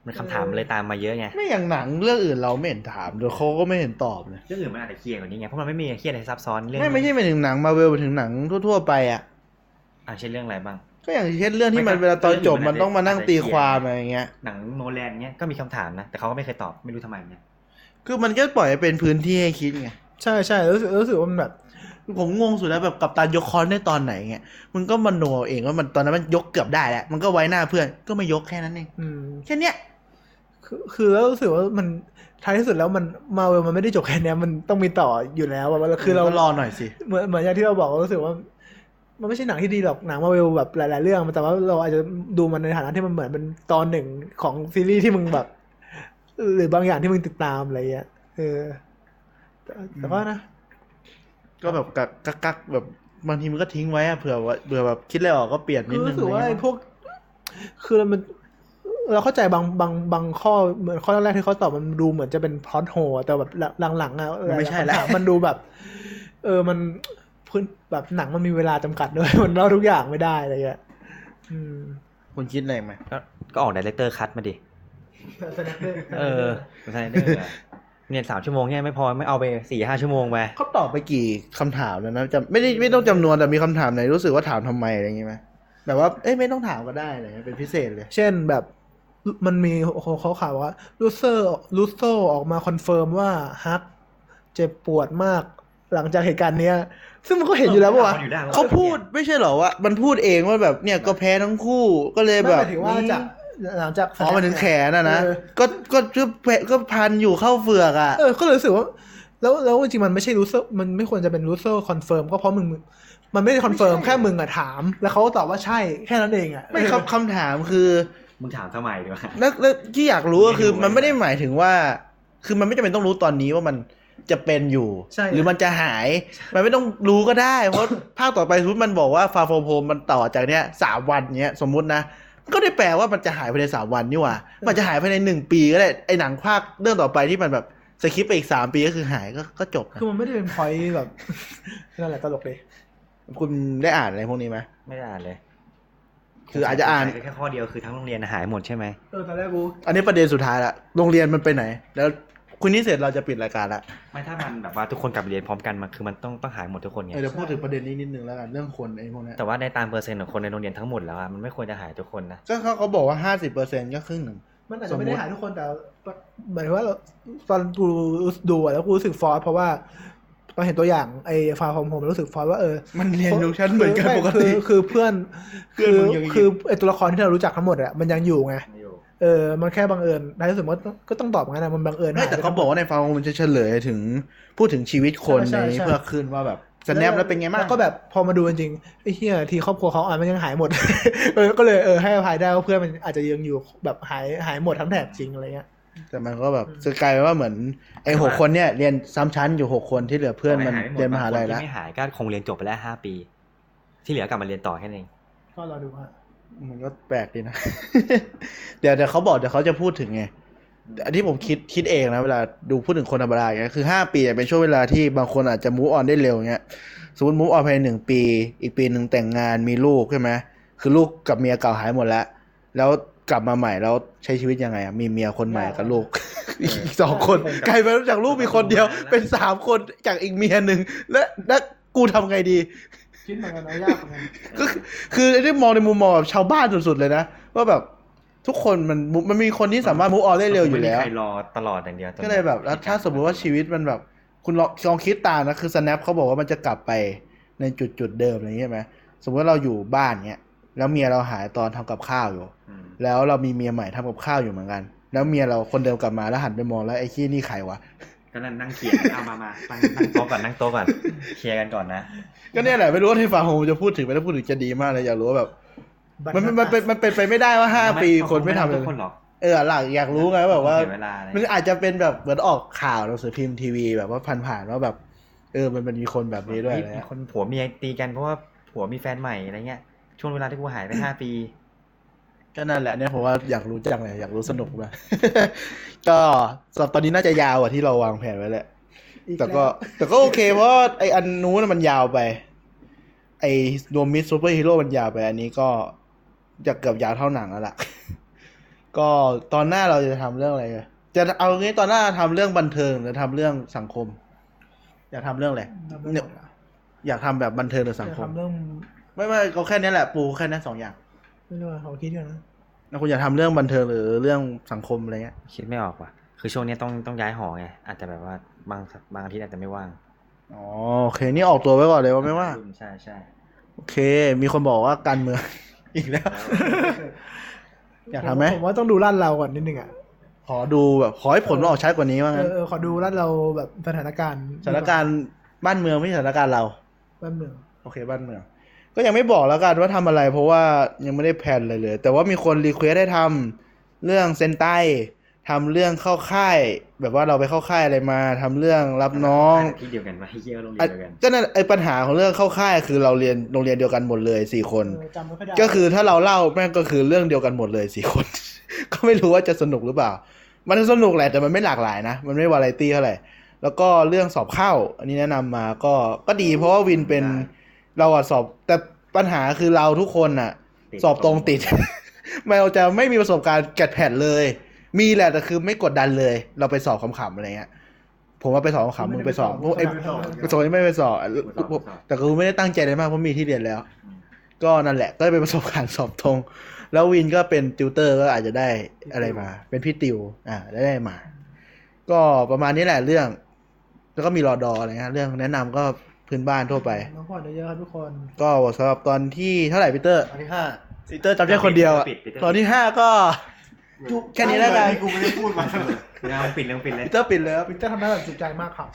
มันคำถามเลยตามมาเยอะไงไม่อย่างหนังเรื่องอื่นเราไม่เห็นถามโดยเขาก็ไม่เห็นตอบเลยเรื่องอื่นมันอาจจะเคลียร์กว่านี้ไงเพราะมันไม่มีเครียดอะไรซับซ้อนเรื่องไม่ไม่ใช่ไปถึงหนังมาเวลไปถึงหนังทั่วๆไปอ่ะอ่าเช่นเรื่องอะไรบ้างก็อย่างเช่นเรื่องที่มันเวลาตอนจบมันต้องมานั่งตีความอะไรอย่างเงี้ยหนังโนแลนเนี้ยก็มีคำถามนะแต่เขาก็ไม่เคยตอบไม่รู้ทำไมเนี่ยคือมันก็ปล่อยให้เป็นพื้นที่ให้คิดไงใช่ใช่รู้สึกรู้สึกว่ามันแบบผมงงสุดแล้วแบบกัปตันยกค้อนได้ตอนไหนเงี้ยมึงก็มโนเอาเองว่ามันตอนนั้นมันยกเกือบได้แล้วมันก็ไว้หน้าเพื่อนก็ไม่ยกแค่นั้นเองอืมแค่เนี้ยคือคือแล้วรู้สึกว่ามันท้ายที่สุดแล้วมันมาเวลมันไม่ได้จบแค่เนี้ยมันต้องมีต่ออยู่แล้วอะคือเราก็รอหน่อยสิเหมือนเหมือนอย่างที่เราบอกว่ารู้สึกว่า มันไม่ใช่หนังที่ดีหรอกหนังมาเวลแบบหลายๆเรื่องแต่ว่าเราอาจจะดูมันในฐานะที่มันเหมือนเป็นตอนหนึ่งของซีรีส์ที่มึงแบบ หรือบางอย่างที่มึงติดตามอะไรเงี้ยเออแต่แต่ก็นะก็แบบกักกักกักแบบบางทีมันก็ทิ้งไว้อะเผื่อว่าเผื่อแบบคิดอะไรออกก็เปลี่ยนนิคืดอนึงรู้สึกว่าอะไรไอ้เงี้ยพวก คือมันเราเข้าใจบางบางบางข้อเหมือนข้อแรกๆที่เขาตอบมันดูเหมือนจะเป็นพล็อตโฮแต่แบบหลังๆอ่ะมันไม่ใช่แล้วมันดูแบบ เออมันพื้นแบบหนังมันมีเวลาจำกัดด้วย มันเล่าทุกอย่างไม่ได้อะไรเงี้ยอืมคุณคิดอะไรไหมก็ก็ออกไดเรคเตอร์คัทมาดิแสดงด้วยเออใช่เด้อเนี่ยสามชั่วโมงเนี่ยไม่พอไม่เอาไปสี่ห้าชั่วโมงไปเขาตอบไปกี่คำถามแล้วนะจะไม่ได้ไม่ต้องจำนวนแต่มีคำถามไหนรู้สึกว่าถามทำไมอะไรอย่างงี้ไหมแบบว่าเอ้ยไม่ต้องถามก็ได้อะไรเงี้ยเป็นพิเศษเลยเช่นแบบมันมีเขาข่าวว่าลูเซอร์ลูโซออกมาคอนเฟิร์มว่าฮักเจ็บปวดมากหลังจากเหตุการณ์เนี้ย ซึ่งมันก็เห็นอยู่แล้วป่ะวะเขาพูดไม่ใช่เหรอว่ามันพูดเองว่าแบบเนี่ยก็แพ้ทั้งคู่ก็เลยไม่แบหบมายถึงว่าจากหลังจากอ๋อมันถึงแขนอะนะเออก็ก็ก็แผลก็พันอยู่เข้าเฟือกอ่ะเออก็เลยรู้สึกว่าแล้วแล้วจริงๆมันไม่ใช่ลูเซอร์มันไม่ควรจะเป็นลูเซอร์คอนเฟิร์มก็เพราะมึงมันไม่ได้คอนเฟิร์มแค่มึงอะถาม แล้วเขาก็ตอบว่าใช่แค่นั้นเองอะไม่ครับคำถามคือมึงถามทำไมดีวะแล้วแล้วที่อยากรู้ก็คือไม่รู้มันไม่ได้หมายถึงว่า คือมันไม่จำเป็นต้องรู้ตอนนี้ว่ามันจะเป็นอยู่ใช่หรือมันจะหาย มันไม่ต้องรู้ก็ได้ เพราะภาคต่อไปสมมติมันบอกว่าฟาโฟโพมันต่อจากเนี้ยสามวันเนี้ยสมมุตินะก็ได้แปลว่ามันจะหายภายในสามวันนี่หว่า มันจะหายภายในหนึ่งปีก็ได้ไอหนังภาคเรื่องต่อไปที่มันแบบสคิปไปอีกสามปีก็คือหายก็ก็จบนะคือมันไม่ได้เป็นพอยต์แบบ นั่นแหละตลกเลยคุณได้อ่านอะไรพวกนี้ไหมไม่ได้อ่านเลยคืออาจจะอ่านแค่ข้อเดียวคือทั้งโรงเรียนหายหมดใช่ไหมเออตอนแรกกูอันนี้ประเด็นสุดท้ายละโรงเรียนมันไปไหน แล้วคุณนี่เสร็จเราจะปิดรายการละไม่ถ้ามันแบบว่าทุกคนกลับเรียนพร้อมกันมันคือมันต้องต้องหายหมดทุกคนไงเออเดี๋ยวพูดถึงประเด็นนี้นิดนึงแล้วกันเรื่องคนไอ้พวกเนี้ยแต่ว่าในตามเปอร์เซ็นต์ของคนในโรงเรียนทั้งหมดแล้วอะมันไม่ควรจะหายทุกคนนะก็เขาเขาบอกว่าห้าสิบเปอร์เซ็นต์ก็ครึ่งหนึ่งมันอาจจะไม่ได้หายทุกคนแต่หมายถึงว่าเราตอนกูดูอะแล้วกูรู้สึกฟอสเพราะว่าตอนเห็นตัวอย่างไอ้ฟาร์มโฮมรู้สึกฟอสว่าเออมันเรียนอยู่ชั้นเหมือนกันปกติคือคือเพื่อนเพื่อนคือมึงยังอยู่คือไอ้ตัวละครที่เรารู้จักทั้งหมดอะมันยังอยู่ไงไม่อยู่เออมันแค่บังเอิญได้รู้สึกว่าก็ต้องตอบงั้นนะมันบังเอิญไม่แต่เขาบอกว่าในฟาร์มมันจะเฉลยถึงพูดถึงชีวิตคนในเพื่อขึ้นว่าแบบสแนปแล้วเป็นไงบ้างแล้วก็แบบพอมาดูจริงๆไอ้เหี้ยทีครอบครัวเขาอ่ะมันยังหายหมด เออก็เลยเออให้อภัยได้ว่าเพื่อนมันอาจจะยังอยู่แบบหายหายหมดทั้งแถบจริงอะไรเงี้ยแต่มันก็แบบจะกลายเป็นว่าเหมือนไอ้หกคนเนี่ยเรียนซ้ำชั้นอยู่หกคนที่เหลือเพื่อนมันเรียนมหาลัยแล้วที่ไม่หายก็คงเรียนจบไปแล้วห้าปี ที่เหลือกลับมาเรียนต่อแค่นั้นเองก็รอดูฮะมันก็แปลกดีนะ เดี๋ยวเดี๋ยวเขาบอกเดี๋ยวเขาจะพูดถึงไงอันที่ผมคิดคิดเองนะเวลาดูพูดถึงคนธรรมดาอย่างเงี้ยคือห้าปีเป็นช่วงเวลาที่บางคนอาจจะมูฟออนได้เร็วเงี้ยสมมติมูฟออนภายในหนึ่งปี อีกปีหนึ่งแต่งงานมีลูกใช่ไหมคือลูกกับเมียเก่าหายหมดแล้วแล้วกลับมาใหม่แล้วใช้ชีวิตยังไงอ่ะมีเมียคนใหม่กับลูก อีกสองคนกลายเป็นจากลูกมีคนเดียวเป็นสามคนจากอีกเมียหนึ่งและแล้วกูทำไงดีคิดเหมือนกันนะยากเหมือนกันก็คือคือได้มองในมุมมองแบบชาวบ้านสุดๆเลยนะว่าแบบทุกคนมันมันมีคนที่สามารถมูฟออนได้เร็วอยู่แล้วไม่มีใครรอตลอดอย่างเดียวก็เลยแบบแล้วถ้าสมมติว่าชีวิตมันแบบ คุณลองลองคิดตามนะคือ snap เขาบอกว่ามันจะกลับไปในจุดจุดเดิมอะไรอย่างเงี้ยไหมสมมติว่าเราอยู่บ้านเงี้ยแล้วเมียเราหายตอนทำกับข้าวอยู่อืมแล้วเรามีเมียใหม่ทำกับข้าวอยู่เหมือนกัน แล้วเมียเราคนเดิมกลับมาแล้วหันไปมองแล้วไอ้ขี้นี่ใครวะก็นั่งนั่งเคลียร์เอามามานั่งนั่งโต๊ะก่อนนั่งโต๊ะก่อนเคลียร์กันก่อนนะก็เนี่ยแหละไม่รู้ว่าที่ฟังผมจะพูดถึงไปถ้าพูดถึงจะดีมากเลยอยากรู้ว่าแบบมันมันมันเป็นมันเป็นไปไม่ได้ว่าห้าปีคนไม่ทำเลยทุกคนหรอกเออหลักอยากรู้ไงแบบว่าเสียเวลาอะไรมันอาจจะเป็นแบบเหมือนออกข่าวหนังสือพิมพ์ทีวีแบบว่าผ่านๆว่าแบบเออมันมันมีคนแบบนี้ด้วยมีอะไรมีเงี้ยคนผัวเมียตีกันเพราะว่าผัวมีแฟนใหม่อะไรเงี้ยช่วงเวลาที่กูหายไปห้าปีก็นั่นแหละเนี่ยผมว่าอยากรู้จังเลยอยากรู้สนุกมาก ก็สำหรับตอนนี้น่าจะยาวกว่าที่เราวางแผนไว้แหละแต่ก็แต่ก็โอเคเพราะไออันนู้นมันยาวไป ไอรวมมิสซูเปอร์ฮีโร่มันยาวไปอันนี้ก็จะเกือบยาวเท่าหนังแล้วล่ะก็ตอนหน้าเราจะทำเรื่องอะไรอะจะเอางี้ตอนหน้าทำเรื่องบันเทิงหรือทำเรื่องสังคม อยากทำเรื่องอะไรทำเรื่องอยากทำแบบบันเทิงหรือสังจะคมทำเรื่องไม่ไม่ก็แค่นี้แหละปูแค่นั้นสองอย่างไม่รู้ว่าเขาคิดกันนะแล้วคุณอยากทำเรื่องบันเทิงหรือเรื่องสังคมอะไรเงี้ยคิดไม่ออกว่ะคือช่วงนี้ต้องต้องย้ายหอไงอาจจะแบบว่าบางบางอาทิตย์อาจจะไม่ว่างอ๋อโอเคนี่ออกตัวไว้ก่อนเลยว่าไม่ว่าใช่ใช่โอเค มีคนบอกว่าการเมือง อีกแล้ว อยากทำไหมผมว่าต้องดูลาดเราก่อนนิดนึงอ่ะขอดูแบบขอให้ผลมันออกชัดกว่านี้ว่าเองั้นอเออขอดูลาดเราแบบสถานการณ์สถานการณ์บ้านเมืองไม่ใช่สถานการณ์เราบ้านเมืองโอเคบ้านเมือง ก็ยังไม่บอกแล้วกันว่าทำอะไร เพราะว่ายังไม่ได้แพลนเลยเลย แต่ว่ามีคนรีเควสให้ทำเรื่องเซนไตทำเรื่องเข้าค่าย แบบว่าเราไปเข้าค่ายอะไรมาทำเรื่องรับน้องที่เดียวกันมาให้เยี่ยโรงเรียนอ่ะเดียวกันก็นั่นไอ้ปัญหาของเรื่องเข้าค่ายคือเราเรียนโรงเรียนเดียวกันหมดเลยสี่คนเออจำไม่ค่อยได้ก็คือถ้าเราเล่าแม่งก็คือเรื่องเดียวกันหมดเลยสี่คน ก็ไม่รู้ว่าจะสนุกหรือเปล่า มันสนุกแหละแต่มันไม่หลากหลายนะ มันไม่วาไรตี้เท่าไหร่แล้วก็เรื่องสอบเข้า อันนี้แนะนำมาก็ก็ดีเพราะว่าวินเป็นเราอะสอบ แต่ปัญหาคือเราทุกคนอะสอบตรงติด เราจะไม่มีประสบการณ์แกดแพดเลย มีแหละแต่คือไม่กดดันเลย เราไปสอบขำๆอะไรเงี้ยผมว่าไปสอบขำๆมึงไปสอบพวกไอ้ไปสอบไม่ไปสอบแต่กูไม่ได้ตั้งใจเลยมากเพราะมีที่เรียนแล้ว ก็นั่นแหละก็เป็นประสบการณ์สอบตรงแล้ววินก็เป็นติวเตอร์ก็อาจจะได้อะไรมา เป็นพี่ติวอ่าได้ได้มา ก็ประมาณนี้แหละเรื่อง แล้วก็มีรอดออะไรเงี้ยเรื่องแนะนำก็พื้นบ้านทั่วไปน้องผ่อนเยอะๆครับทุกคนก็สำหรับตอนที่เท่าไหร่พีเตอร์ตอนที่ห้าพีเตอร์จำได้คนเดียวอะตอนที่ห้าก็แค่นี้แล้วกันกูไม่ได้พูดมาเรื่องปิดเรื่องปิดเลยพีเตอร์ปิดเลยครับวินเตอร์ทำได้แบบสุดใจมากครับ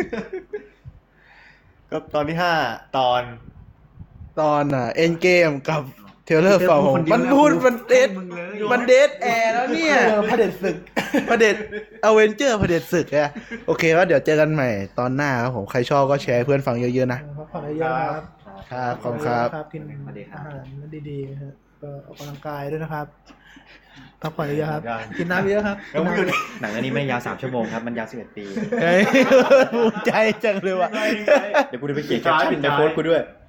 ก็ตอนที่ห้าตอนตอนอ่ะเอ็นเกมกับเทเลอร์ฟอร์พูดคนเดียวมันพูดแล้วมันเดทมึงเลยมันเดทแอร์แล้วเนี่ยเออพระเด็จศึกประเด็นอเวนเจอร์ประเด็นศึกอะโอเคก็เดี๋ยวเจอกันใหม่ตอนหน้าครับผมใครชอบก็แชร์ให้เพื่อนฟังเยอะๆนะพักผ่อนเยอะๆครับครับขอบคุณครับครับกินสวัสดีครับอาหารดีๆนะฮะก็ออกกำลังกายด้วยนะครับพักผ่อนเยอะๆครับ กินน้ำเยอะครับแล้วมึงอยู่ในหนังเรื่องนี้ไม่ได้ยาวสามชั่วโมงครับมันยาวสิบเอ็ดปีเฮ้ยภูมิใจจังเลยว่ะเดี๋ยวกูจะไปเขียนแคปชั่นในโพสต์กูด้วย